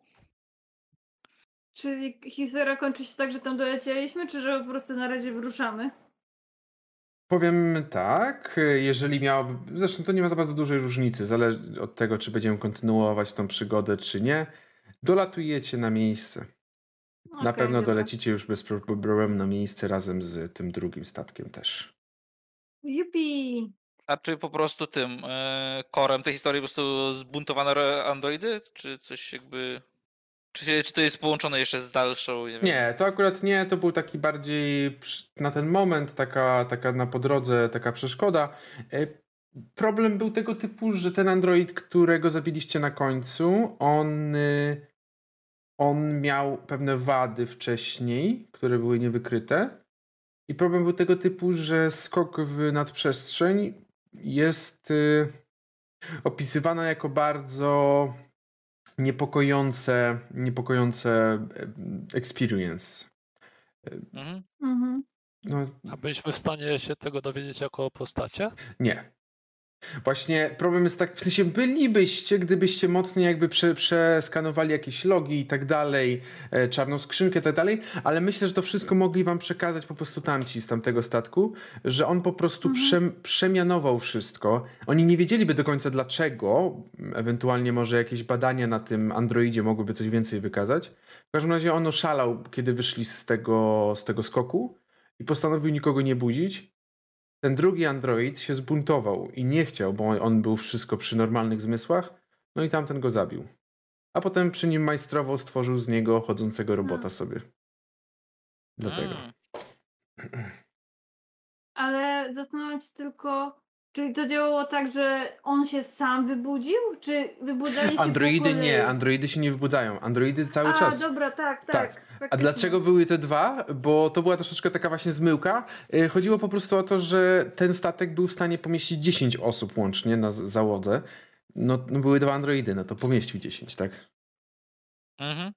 Czyli historia kończy się tak, że tam dolecieliśmy, czy że po prostu na razie wyruszamy? Powiem tak, jeżeli miałoby... Zresztą to nie ma za bardzo dużej różnicy, zależy od tego, czy będziemy kontynuować tą przygodę, czy nie. Dolatujecie na miejsce. Na Okej, pewno dobra. dolecicie już bez pro- problemu na miejsce razem z tym drugim statkiem też. Jupi! A czy po prostu tym e, korem tej historii po prostu zbuntowane ro- androidy? Czy coś jakby... Czy, się- czy to jest połączone jeszcze z dalszą? Nie, wiem. Nie, to akurat nie, to był taki bardziej przy- na ten moment, taka, taka na podrodze, taka przeszkoda. E, Problem był tego typu, że ten android, którego zabiliście na końcu, on, y, on miał pewne wady wcześniej, które były niewykryte. I problem był tego typu, że skok w nadprzestrzeń jest y, opisywana jako bardzo niepokojące, niepokojące e, experience. Mhm. Mhm. No, A byliśmy w stanie się tego dowiedzieć jako postacie? nie. Właśnie problem jest tak, w sensie bylibyście, gdybyście mocniej jakby prze, przeskanowali jakieś logi i tak dalej, e, czarną skrzynkę i tak dalej, ale myślę, że to wszystko mogli wam przekazać po prostu tamci z tamtego statku, że on po prostu Mhm. przem, przemianował wszystko. Oni nie wiedzieliby do końca dlaczego, ewentualnie może jakieś badania na tym androidzie mogłyby coś więcej wykazać. W każdym razie on oszalał, kiedy wyszli z tego, z tego skoku i postanowił nikogo nie budzić. ten drugi android się zbuntował i nie chciał, bo on był wszystko przy normalnych zmysłach, no i tamten go zabił. A potem przy nim majstrował, stworzył z niego chodzącego robota A. sobie. Dlatego. Mm. Ale zastanawiam się tylko, czyli to działało tak, że on się sam wybudził? Czy wybudzali się po Androidy kolei? nie, androidy się nie wybudzają. Androidy cały A, czas. dobra, tak, Tak. tak. A faktycznie. dlaczego były te dwa? Bo to była troszeczkę taka właśnie zmyłka. Yy, Chodziło po prostu o to, że ten statek był w stanie pomieścić dziesięć osób łącznie na z- załodze. No, no były dwa androidy, no to pomieścił dziesięć, tak? Mhm.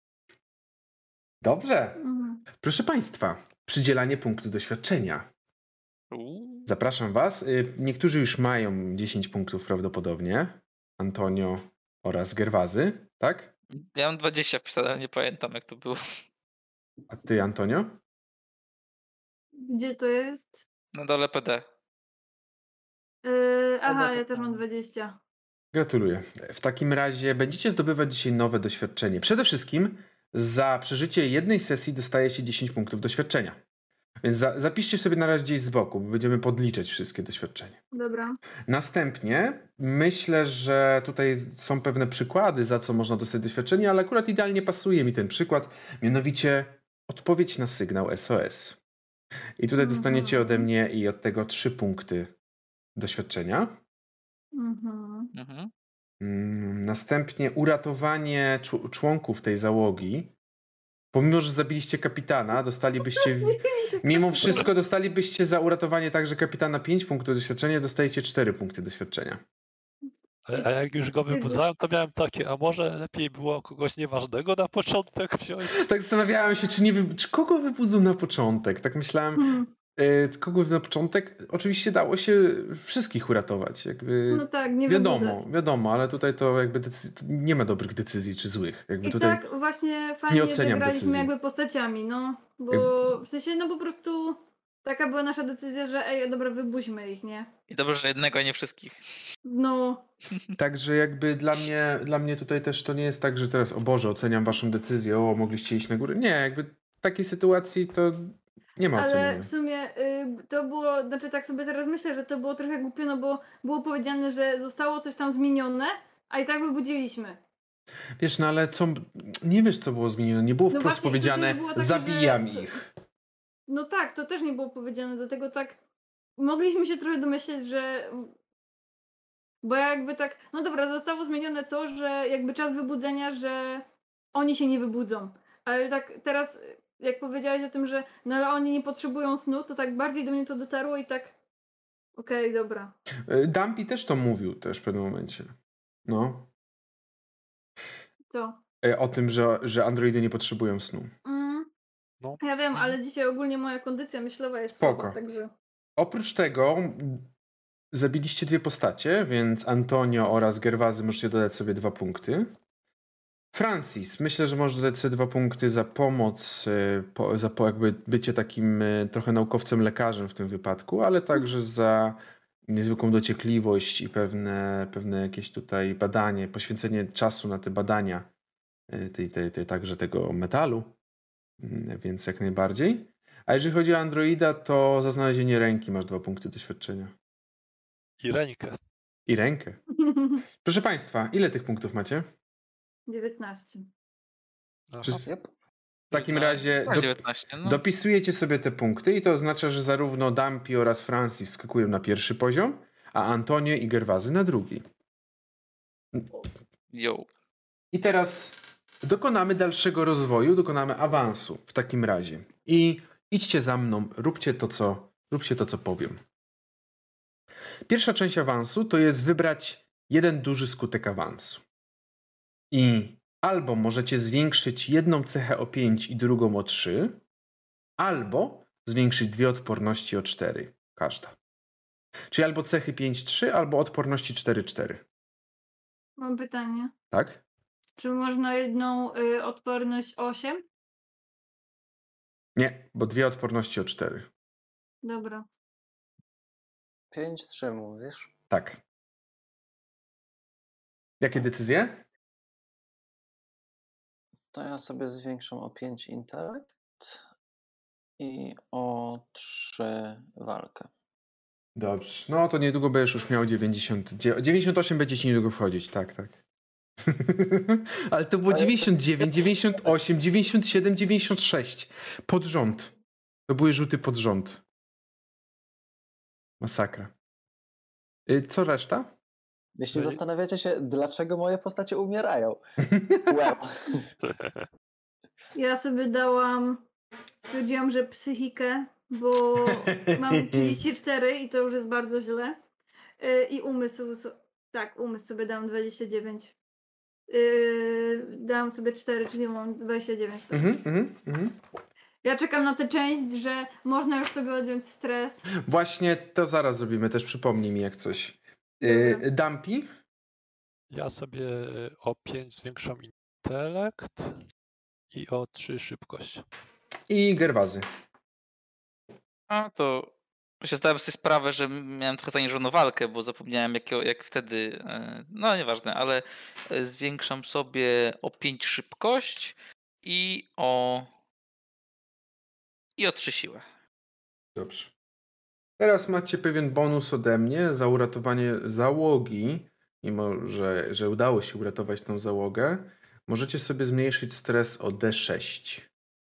Dobrze. Mhm. Proszę Państwa, przydzielanie punktu doświadczenia. Uuu. Zapraszam Was. Y, Niektórzy już mają dziesięć punktów prawdopodobnie. Antonio oraz Gerwazy, tak? Ja mam dwadzieścia wpisane, ale nie pamiętam jak to było. A Ty, Antonio? Gdzie to jest? Na dole P D. Yy, aha, Dobra, ja to też mam tam. dwadzieścia. Gratuluję. W takim razie będziecie zdobywać dzisiaj nowe doświadczenie. Przede wszystkim za przeżycie jednej sesji dostajecie dziesięć punktów doświadczenia. Więc za, zapiszcie sobie na razie gdzieś z boku, bo będziemy podliczać wszystkie doświadczenia. Dobra. Następnie myślę, że tutaj są pewne przykłady, za co można dostać doświadczenie, ale akurat idealnie pasuje mi ten przykład, mianowicie odpowiedź na sygnał S O S. I tutaj Mhm. dostaniecie ode mnie i od tego trzy punkty doświadczenia. Mhm. Mhm. Mm, Następnie uratowanie czu- członków tej załogi. Pomimo, że zabiliście kapitana, dostalibyście, w- mimo wszystko dostalibyście za uratowanie także kapitana pięć punktów doświadczenia, dostajecie cztery punkty doświadczenia. A a jak już go wybudzałem, to miałem takie, a może lepiej było kogoś nieważnego na początek wziąć? Tak zastanawiałem się, czy, nie wy... czy kogo wybudzą na początek. Tak myślałem, Hmm. yy, kogo na początek. Oczywiście dało się wszystkich uratować. Jakby No tak, nie wiadomo, wybudzać. wiadomo, ale tutaj to jakby decyzji... to nie ma dobrych decyzji czy złych. Jakby I tutaj tak właśnie fajnie, że oceniam graliśmy decyzji. jakby postaciami, no. Bo w sensie, no po prostu taka była nasza decyzja, że ej, dobra, wybuźmy ich, nie? I dobrze, że jednego, a nie wszystkich. No, Także jakby dla mnie, dla mnie tutaj też to nie jest tak, że teraz o Boże, oceniam waszą decyzję, o mogliście iść na górę. Nie, jakby w takiej sytuacji to nie ma ale oceniania. w sumie y, to było, znaczy tak sobie teraz myślę, że to było trochę głupio, no bo było powiedziane, że zostało coś tam zmienione, a i tak wybudziliśmy. Wiesz, no ale co, nie wiesz co było zmienione, nie było No wprost właśnie, i to też powiedziane, było takie, zabijam że- ich. No tak, to też nie było powiedziane, dlatego tak mogliśmy się trochę domyśleć, że bo jakby tak, no dobra, zostało zmienione to, że jakby czas wybudzenia, że oni się nie wybudzą. Ale tak teraz, jak powiedziałeś o tym, że no ale oni nie potrzebują snu, to tak bardziej do mnie to dotarło i tak okej, dobra. Y, Dumpy też to mówił też w pewnym momencie. No. Co? Y, O tym, że, że androidy nie potrzebują snu. Mm. No. Ja wiem, Mhm. ale dzisiaj ogólnie moja kondycja myślowa jest Spoko. słaba, także... Oprócz tego m, zabiliście dwie postacie, więc Antonio oraz Gerwazy możecie dodać sobie dwa punkty. Francis, myślę, że możesz dodać sobie dwa punkty za pomoc, y, po, za po jakby bycie takim y, trochę naukowcem, lekarzem w tym wypadku, ale także za niezwykłą dociekliwość i pewne, pewne jakieś tutaj badanie, poświęcenie czasu na te badania y, tej, tej, tej, także tego metalu, Mm, więc jak najbardziej. A jeżeli chodzi o Androida, to za znalezienie ręki masz dwa punkty doświadczenia. I rękę. I rękę. Proszę Państwa, ile tych punktów macie? dziewiętnaście. Aha. Wszyscy- Yep. W takim No, razie masz do, dziewiętnaście, no. dopisujecie sobie te punkty i to oznacza, że zarówno Dumpy oraz Francis wskakują na pierwszy poziom, a Antonio i Gerwazy na drugi. Yo. I teraz dokonamy dalszego rozwoju, dokonamy awansu w takim razie. I idźcie za mną, róbcie to, co, róbcie to, co powiem. Pierwsza część awansu to jest wybrać jeden duży skutek awansu. I albo możecie zwiększyć jedną cechę o pięć i drugą o trzy, albo zwiększyć dwie odporności o cztery, każda. Czyli albo cechy pięć trzy, albo odporności cztery cztery. Mam pytanie. Tak? Czy można jedną y, odporność osiem? Nie, bo dwie odporności o cztery. Dobra. pięć trzy mówisz? Tak. Jakie decyzje? To ja sobie zwiększam o pięć intelekt i o trzy walkę. Dobrze. No to niedługo będziesz już miał dziewięćdziesiąt. dziewięćdziesiąt osiem będzie ci niedługo wchodzić, tak, tak. Ale to było dziewięćdziesiąt dziewięć, dziewięćdziesiąt osiem, dziewięćdziesiąt siedem, dziewięćdziesiąt sześć. Pod rząd. To były rzuty pod rząd. Masakra. Y, Co reszta? Jeśli zastanawiacie się, dlaczego moje postacie umierają. Well. Ja sobie dałam, stwierdziłam, że psychikę, bo mam trzydzieści cztery i to już jest bardzo źle. Yy, I umysł, so- tak, umysł sobie dałam dwadzieścia dziewięć. Yy, dałam sobie cztery, czyli mam dwadzieścia dziewięć. To. Mhm, mhm, mhm. Ja czekam na tę część, że można już sobie odjąć stres. Właśnie to zaraz zrobimy, też przypomnij mi jak coś. Y, Dobra. Dumpy? Ja sobie o pięć zwiększam intelekt i o trzy szybkość. I Gerwazy. A to się zdałem sobie sprawę, że miałem trochę zaniżoną walkę, bo zapomniałem jak, jak wtedy, e, no nieważne, ale e, zwiększam sobie o pięć szybkość i o i o trzy siłę. Dobrze. Teraz macie pewien bonus ode mnie za uratowanie załogi. Mimo, że, że udało się uratować tą załogę, możecie sobie zmniejszyć stres o D sześć.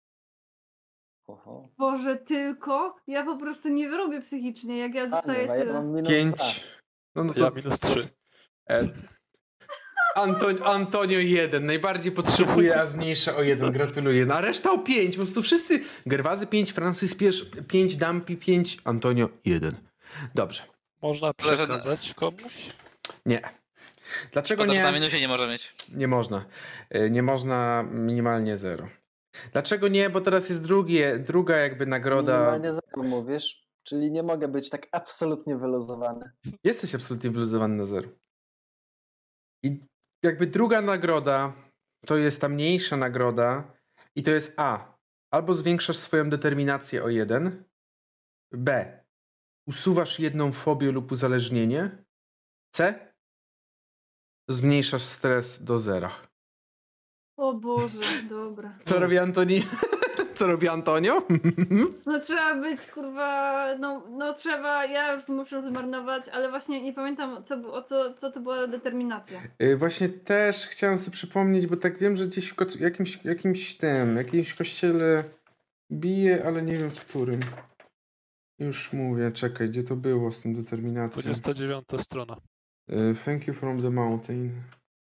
Oho. Boże, tylko ja po prostu nie wyrobię psychicznie, jak ja dostaję Panie, ja tyle. mam minus pięć. dwa. No, no Ja minus trzy. E, Anton, Antonio jeden. Najbardziej potrzebuje, a zmniejsza o jeden. Gratuluję. No, a reszta o pięć. Po prostu wszyscy. Gerwazy pięć, Francis pięć, Dumpy pięć, Antonio jeden. Dobrze. Można przekazać komuś? Nie. Dlaczego Szkoda, że na nie? minusie nie może mieć. Nie można. E, Nie można minimalnie zero. Dlaczego nie? Bo teraz jest drugie, druga jakby nagroda. Minimalnie zero mówisz, czyli nie mogę być tak absolutnie wyluzowany. Jesteś absolutnie wyluzowany na zero. I jakby druga nagroda to jest ta mniejsza nagroda i to jest A. Albo zwiększasz swoją determinację o jeden. B. Usuwasz jedną fobię lub uzależnienie. C. Zmniejszasz stres do zera. O Boże, dobra. Co robi Antoni? Co robi Antonio? No trzeba być, kurwa, no, no trzeba, ja już muszę zmarnować, ale właśnie nie pamiętam, co, bu- o co, co to była determinacja. Y, Właśnie też chciałem sobie przypomnieć, bo tak wiem, że gdzieś w ko- jakimś, jakimś tym, jakimś kościele bije, ale nie wiem w którym. Już mówię, czekaj, gdzie to było z tą determinacją? dwudziesta dziewiąta strona. Y, Thank you from the mountain.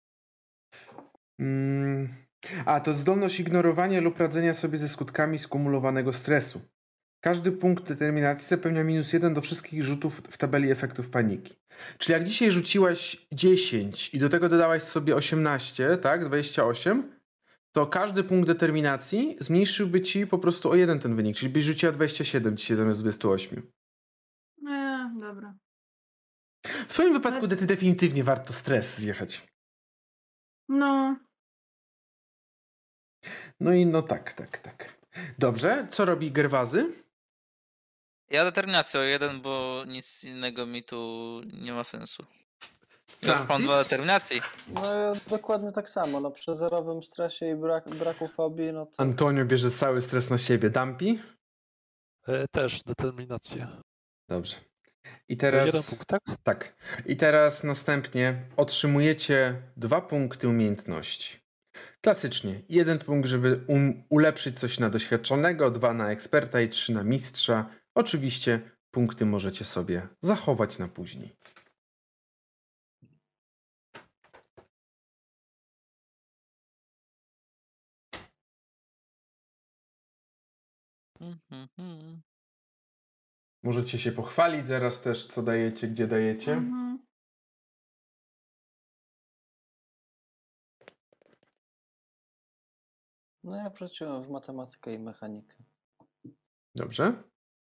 Mm. A, to zdolność ignorowania lub radzenia sobie ze skutkami skumulowanego stresu. Każdy punkt determinacji zapewnia minus jeden do wszystkich rzutów w tabeli efektów paniki. Czyli jak dzisiaj rzuciłaś dziesięć i do tego dodałaś sobie osiemnaście, tak, dwadzieścia osiem, to każdy punkt determinacji zmniejszyłby ci po prostu o jeden ten wynik. Czyli byś rzuciła dwadzieścia siedem dzisiaj zamiast dwadzieścia osiem. Nie, dobra. W twoim wypadku de- definitywnie warto stres zjechać. No, No i no tak, tak, tak. Dobrze, co robi Gerwazy? Ja determinację o jeden, bo nic innego mi tu nie ma sensu. Ja już mam Francis? dwa determinacji. No ja dokładnie tak samo, no przy zerowym stresie i brak, braku fobii, no to Antonio bierze cały stres na siebie. Dumpy? E, też determinację. Dobrze. I Teraz... Jeden teraz... punkt, tak? Tak. I teraz następnie otrzymujecie dwa punkty umiejętności. Klasycznie. Jeden punkt, żeby um- ulepszyć coś na doświadczonego, dwa na eksperta i trzy na mistrza. Oczywiście punkty możecie sobie zachować na później. Mhm. Możecie się pochwalić zaraz też, co dajecie, gdzie dajecie. mhm. no ja wróciłem w matematykę i mechanikę. Dobrze.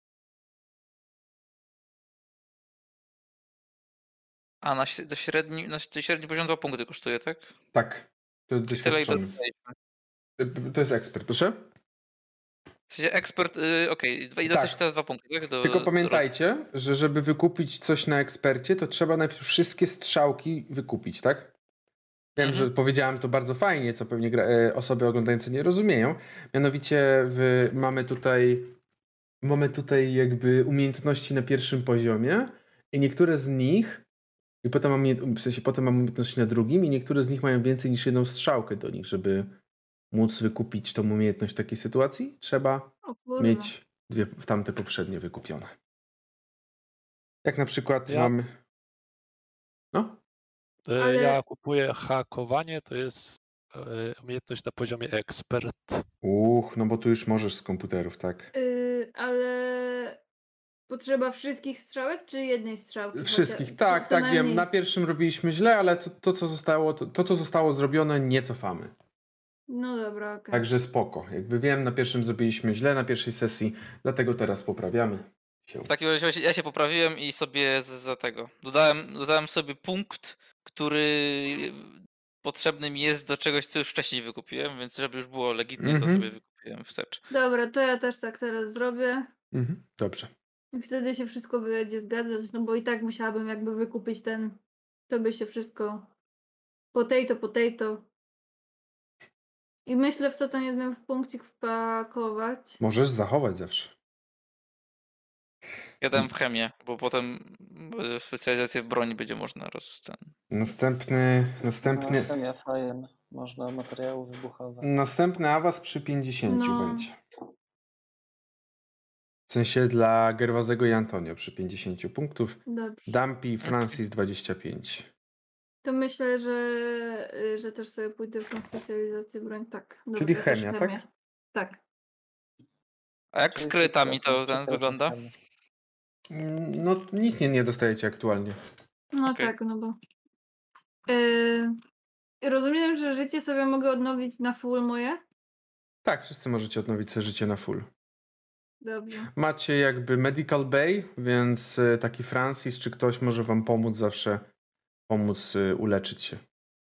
A na, śre- do średni, na średni poziom dwa punkty kosztuje, tak? Tak. To jest Tyle i to doświadczony. To jest ekspert, proszę? W sensie ekspert, y, okej, okay. i Tak. dostać teraz dwa punkty, tak? Do, Tylko do pamiętajcie, że żeby wykupić coś na ekspercie, to trzeba najpierw wszystkie strzałki wykupić, tak? Wiem, Mhm. że powiedziałem to bardzo fajnie, co pewnie gra- e, osoby oglądające nie rozumieją. Mianowicie w, mamy tutaj mamy tutaj jakby umiejętności na pierwszym poziomie i niektóre z nich i potem mamy, w sensie potem mamy umiejętności na drugim i niektóre z nich mają więcej niż jedną strzałkę do nich, żeby móc wykupić tą umiejętność w takiej sytuacji. Trzeba O kurwa. mieć dwie w tamte poprzednie wykupione. Jak na przykład Ja- mamy... No? E, Ale- Ja kupuję hakowanie, to jest e, umiejętność na poziomie ekspert. Uch, no bo tu już możesz z komputerów, tak? Yy, ale potrzeba wszystkich strzałek, czy jednej strzałki? Wszystkich, Chociaż- tak, co tak, wiem. najmniej. Na pierwszym robiliśmy źle, ale to, to, co, zostało, to, to, co zostało zrobione, nie cofamy. No dobra, okej. Także spoko. Jakby wiem, na pierwszym zrobiliśmy źle, na pierwszej sesji, dlatego teraz poprawiamy się. W takim razie ja się- ja się poprawiłem i sobie z- za tego. Dodałem, dodałem sobie punkt, który potrzebny mi jest do czegoś, co już wcześniej wykupiłem, więc żeby już było legitnie, to Mhm. sobie wykupiłem wstecz. Dobra, to ja też tak teraz zrobię. Mhm, dobrze. I wtedy się wszystko będzie zgadzać, no bo i tak musiałabym jakby wykupić ten, to by się wszystko potato, potato. I myślę, w co ten jeden w punkcik wpakować. Możesz zachować zawsze. Ja dałem w chemię, bo potem e, specjalizację w broni będzie można roz... Ten... Następny, następny, No, chemia, fajem. Można materiały wybuchowe. następny awans przy pięćdziesięciu No. będzie. W sensie dla Gerwazego i Antonio przy pięćdziesięciu punktów. Dobrze. Dumpy i Francis dwadzieścia pięć. To myślę, że, y, że też sobie pójdę w tą specjalizację broń. Tak. Dobra, Czyli to też chemia, chemia. tak? Tak. A jak z Czyli kredytami to przepraszam, ten przepraszam, wygląda? chemia. Mm, No nic nie, nie dostajecie aktualnie. No Okej. tak, no bo. Y, rozumiem, że życie sobie mogę odnowić na full moje? Tak, wszyscy możecie odnowić sobie życie na full. Dobrze. Macie jakby Medical Bay, więc y, taki Francis czy ktoś może wam pomóc zawsze pomóc y, uleczyć się.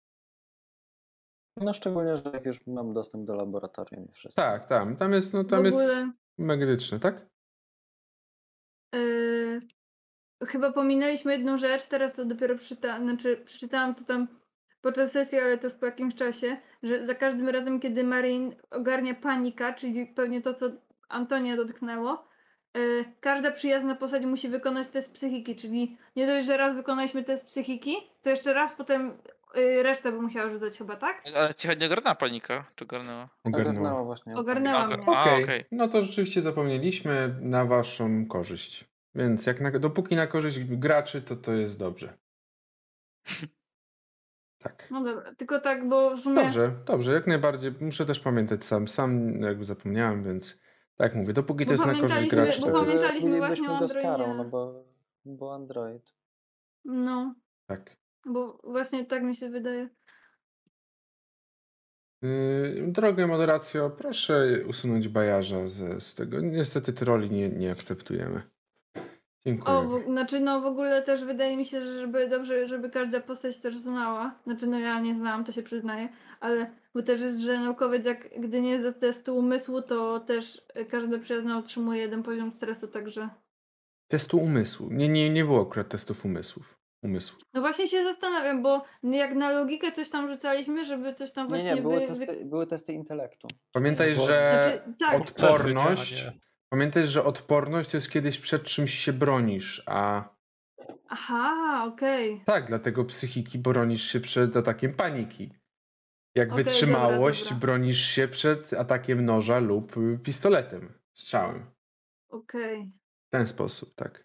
No szczególnie, że jak już mam dostęp do laboratorium i wszystko. Tak, tam, tam jest, no tam w jest ogóle medyczny, tak? y, chyba pominęliśmy jedną rzecz, teraz to dopiero przeczytałam, znaczy przeczytałam to tam podczas sesji, ale to już po jakimś czasie, że za każdym razem, kiedy Marin ogarnia panika, czyli pewnie to, co Antonia dotknęło, y, każda przyjazna postać musi wykonać test psychiki, czyli nie dość, że raz wykonaliśmy test psychiki, to jeszcze raz potem y, resztę by musiała rzucać chyba, tak? Ale ci chodzi o ogarnęła panika? Czy ogarnęła? Ogarnęła. właśnie. Ogarnęła Ogar- mnie. A, Okej, okej. no to rzeczywiście zapomnieliśmy na waszą korzyść. Więc jak na, dopóki na korzyść graczy, to to jest dobrze. Tak. No dobra, tylko tak, bo w sumie... Dobrze, dobrze, jak najbardziej. Muszę też pamiętać sam. Sam jakby zapomniałem, więc tak jak mówię, dopóki to Bo jest na korzyść pamiętaliśmy- graczy, bo to pamiętaliśmy Bylibyśmy właśnie o go z karą, Androidzie. no bo, bo Android. No, tak. bo właśnie tak mi się wydaje. Yy, drogę moderacjo, proszę usunąć bajarza z, z tego. Niestety troli nie, nie akceptujemy. Dziękuję. O, w, znaczy no w ogóle też wydaje mi się, że żeby dobrze, żeby każda postać też znała. Znaczy no ja nie znałam, to się przyznaję, ale bo też jest, że naukowiec jak gdy nie jest z testu umysłu, to też y, każda przyjazna otrzymuje jeden poziom stresu, także... Testu umysłu. Nie, nie, nie było akurat testów umysłów. Umysłu. No właśnie się zastanawiam, bo jak na logikę coś tam rzucaliśmy, żeby coś tam Nie, właśnie nie, były wy, wy... testy, były testy intelektu. Pamiętaj, Bo- że Znaczy, tak, odporność. Cechy, nie, a nie- Pamiętaj, że odporność to jest kiedyś przed czymś się bronisz, a aha, okej. tak, dlatego psychiki bronisz się przed atakiem paniki. Jak Okej, wytrzymałość dobra, dobra. bronisz się przed atakiem noża lub y, pistoletem, strzałem. Okej. W ten sposób, tak.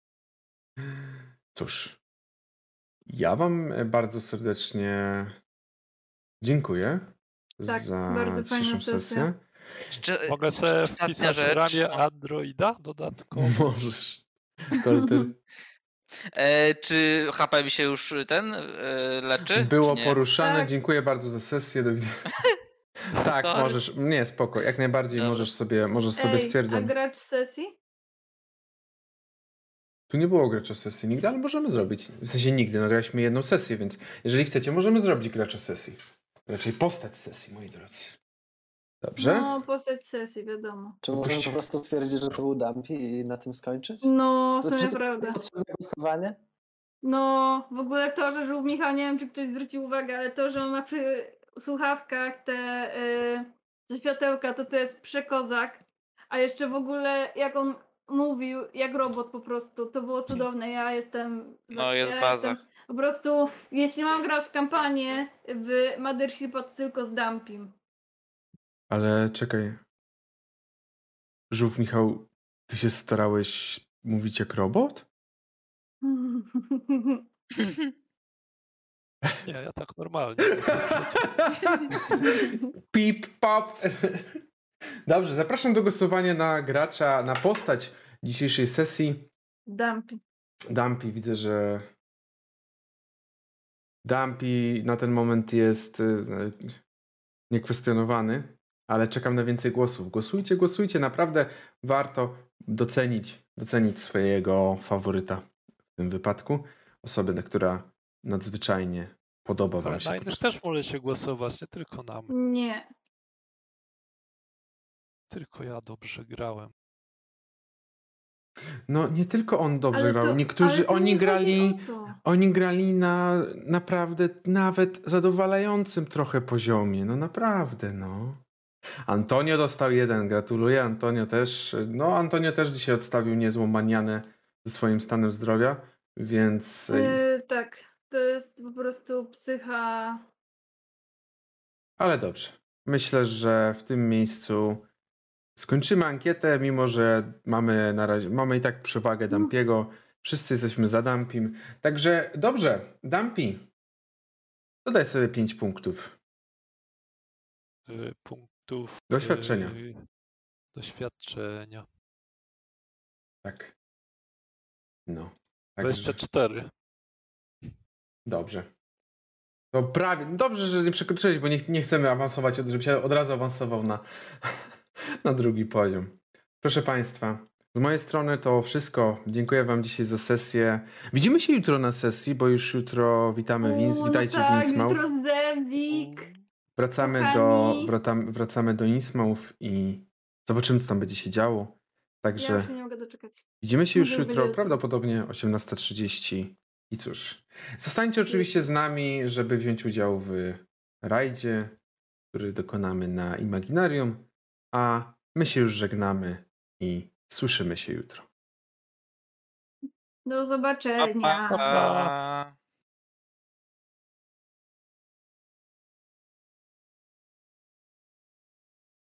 Cóż, ja wam bardzo serdecznie dziękuję Tak, za bardzo fajna dzisiejszą sesja. sesję. Czy, Mogę czy sobie ostatnia wpisać rzecz, ramię no, Androida dodatkowo. Możesz. Kolter. e, czy H P mi się już ten e, leczy? Było czy nie? poruszane. Tak. Dziękuję bardzo za sesję. Do widzenia. Tak, Sorry. możesz. Nie, spoko. Jak najbardziej Dobra. możesz sobie, możesz sobie Ej, a stwierdzam. gracz sesji? Tu nie było gracza sesji nigdy, ale możemy zrobić. W sensie nigdy, no graliśmy jedną sesję, więc jeżeli chcecie, możemy zrobić gracza sesji. Raczej postać sesji, moi drodzy. Dobrze? No, postać sesji, wiadomo. Czy możemy Opuści- po prostu twierdzić, że to był Dumpy i na tym skończyć? No, w To sumie czy to prawda. jest potrzebne głosowanie? No, w ogóle to, że żółw Michał, nie wiem, czy ktoś zwrócił uwagę, ale to, że on ma przy słuchawkach te, yy, te światełka, to to jest przekozak. A jeszcze w ogóle jak on mówił, jak robot po prostu, to było cudowne. Ja jestem... No, jest ja baza. jestem po prostu, jeśli mam grać kampanię w Mothershipa, to tylko z Dampim. Ale czekaj. Żółw Michał, ty się starałeś mówić jak robot? Nie, ja tak normalnie. Pip, pop. Dobrze, zapraszam do głosowania na gracza, na postać dzisiejszej sesji. Dampi. Dumpy, widzę, że Dumpy na ten moment jest y, niekwestionowany, ale czekam na więcej głosów. Głosujcie, głosujcie, naprawdę warto docenić, docenić swojego faworyta w tym wypadku. Osobę, która nadzwyczajnie podoba wam Ale się. na po innych prostu. też możecie głosować, nie tylko na mnie. Nie. Tylko ja dobrze grałem. No nie tylko on dobrze Ale grał. to- Niektórzy, ale to oni nie grali, chodzi o to. oni grali na naprawdę nawet zadowalającym trochę poziomie. No naprawdę, no. Antonio dostał jeden, gratuluję. Antonio też, no Antonio też dzisiaj odstawił niezłą manianę ze swoim stanem zdrowia, więc Yy, tak, to jest po prostu psycha. ale dobrze. Myślę, że w tym miejscu skończymy ankietę, mimo że mamy na razie, mamy i tak przewagę Dampiego. Wszyscy jesteśmy za Dampim. Także dobrze, Dampi, dodaj sobie pięć punktów. Y, punktów. Doświadczenia. y, Doświadczenia. Tak. No. dwadzieścia Także cztery. dobrze. To prawie. Dobrze, że nie przekroczyłeś, bo nie, nie chcemy awansować, żeby się od razu awansował na, na drugi poziom. Proszę Państwa, z mojej strony to wszystko. Dziękuję Wam dzisiaj za sesję. Widzimy się jutro na sesji, bo już jutro witamy Wins. O, Witajcie no w tak, Innsmouth. jutro Zewik. Wracamy kochani. do, wracamy, wracamy do Innsmouth i zobaczymy, co tam będzie się działo. Także Ja już się nie mogę doczekać. widzimy się już Mówię, jutro, będzie jutro. prawdopodobnie osiemnasta trzydzieści. I cóż, zostańcie oczywiście z nami, żeby wziąć udział w rajdzie, który dokonamy na Imaginarium, a my się już żegnamy i słyszymy się jutro. Do zobaczenia. Pa, pa.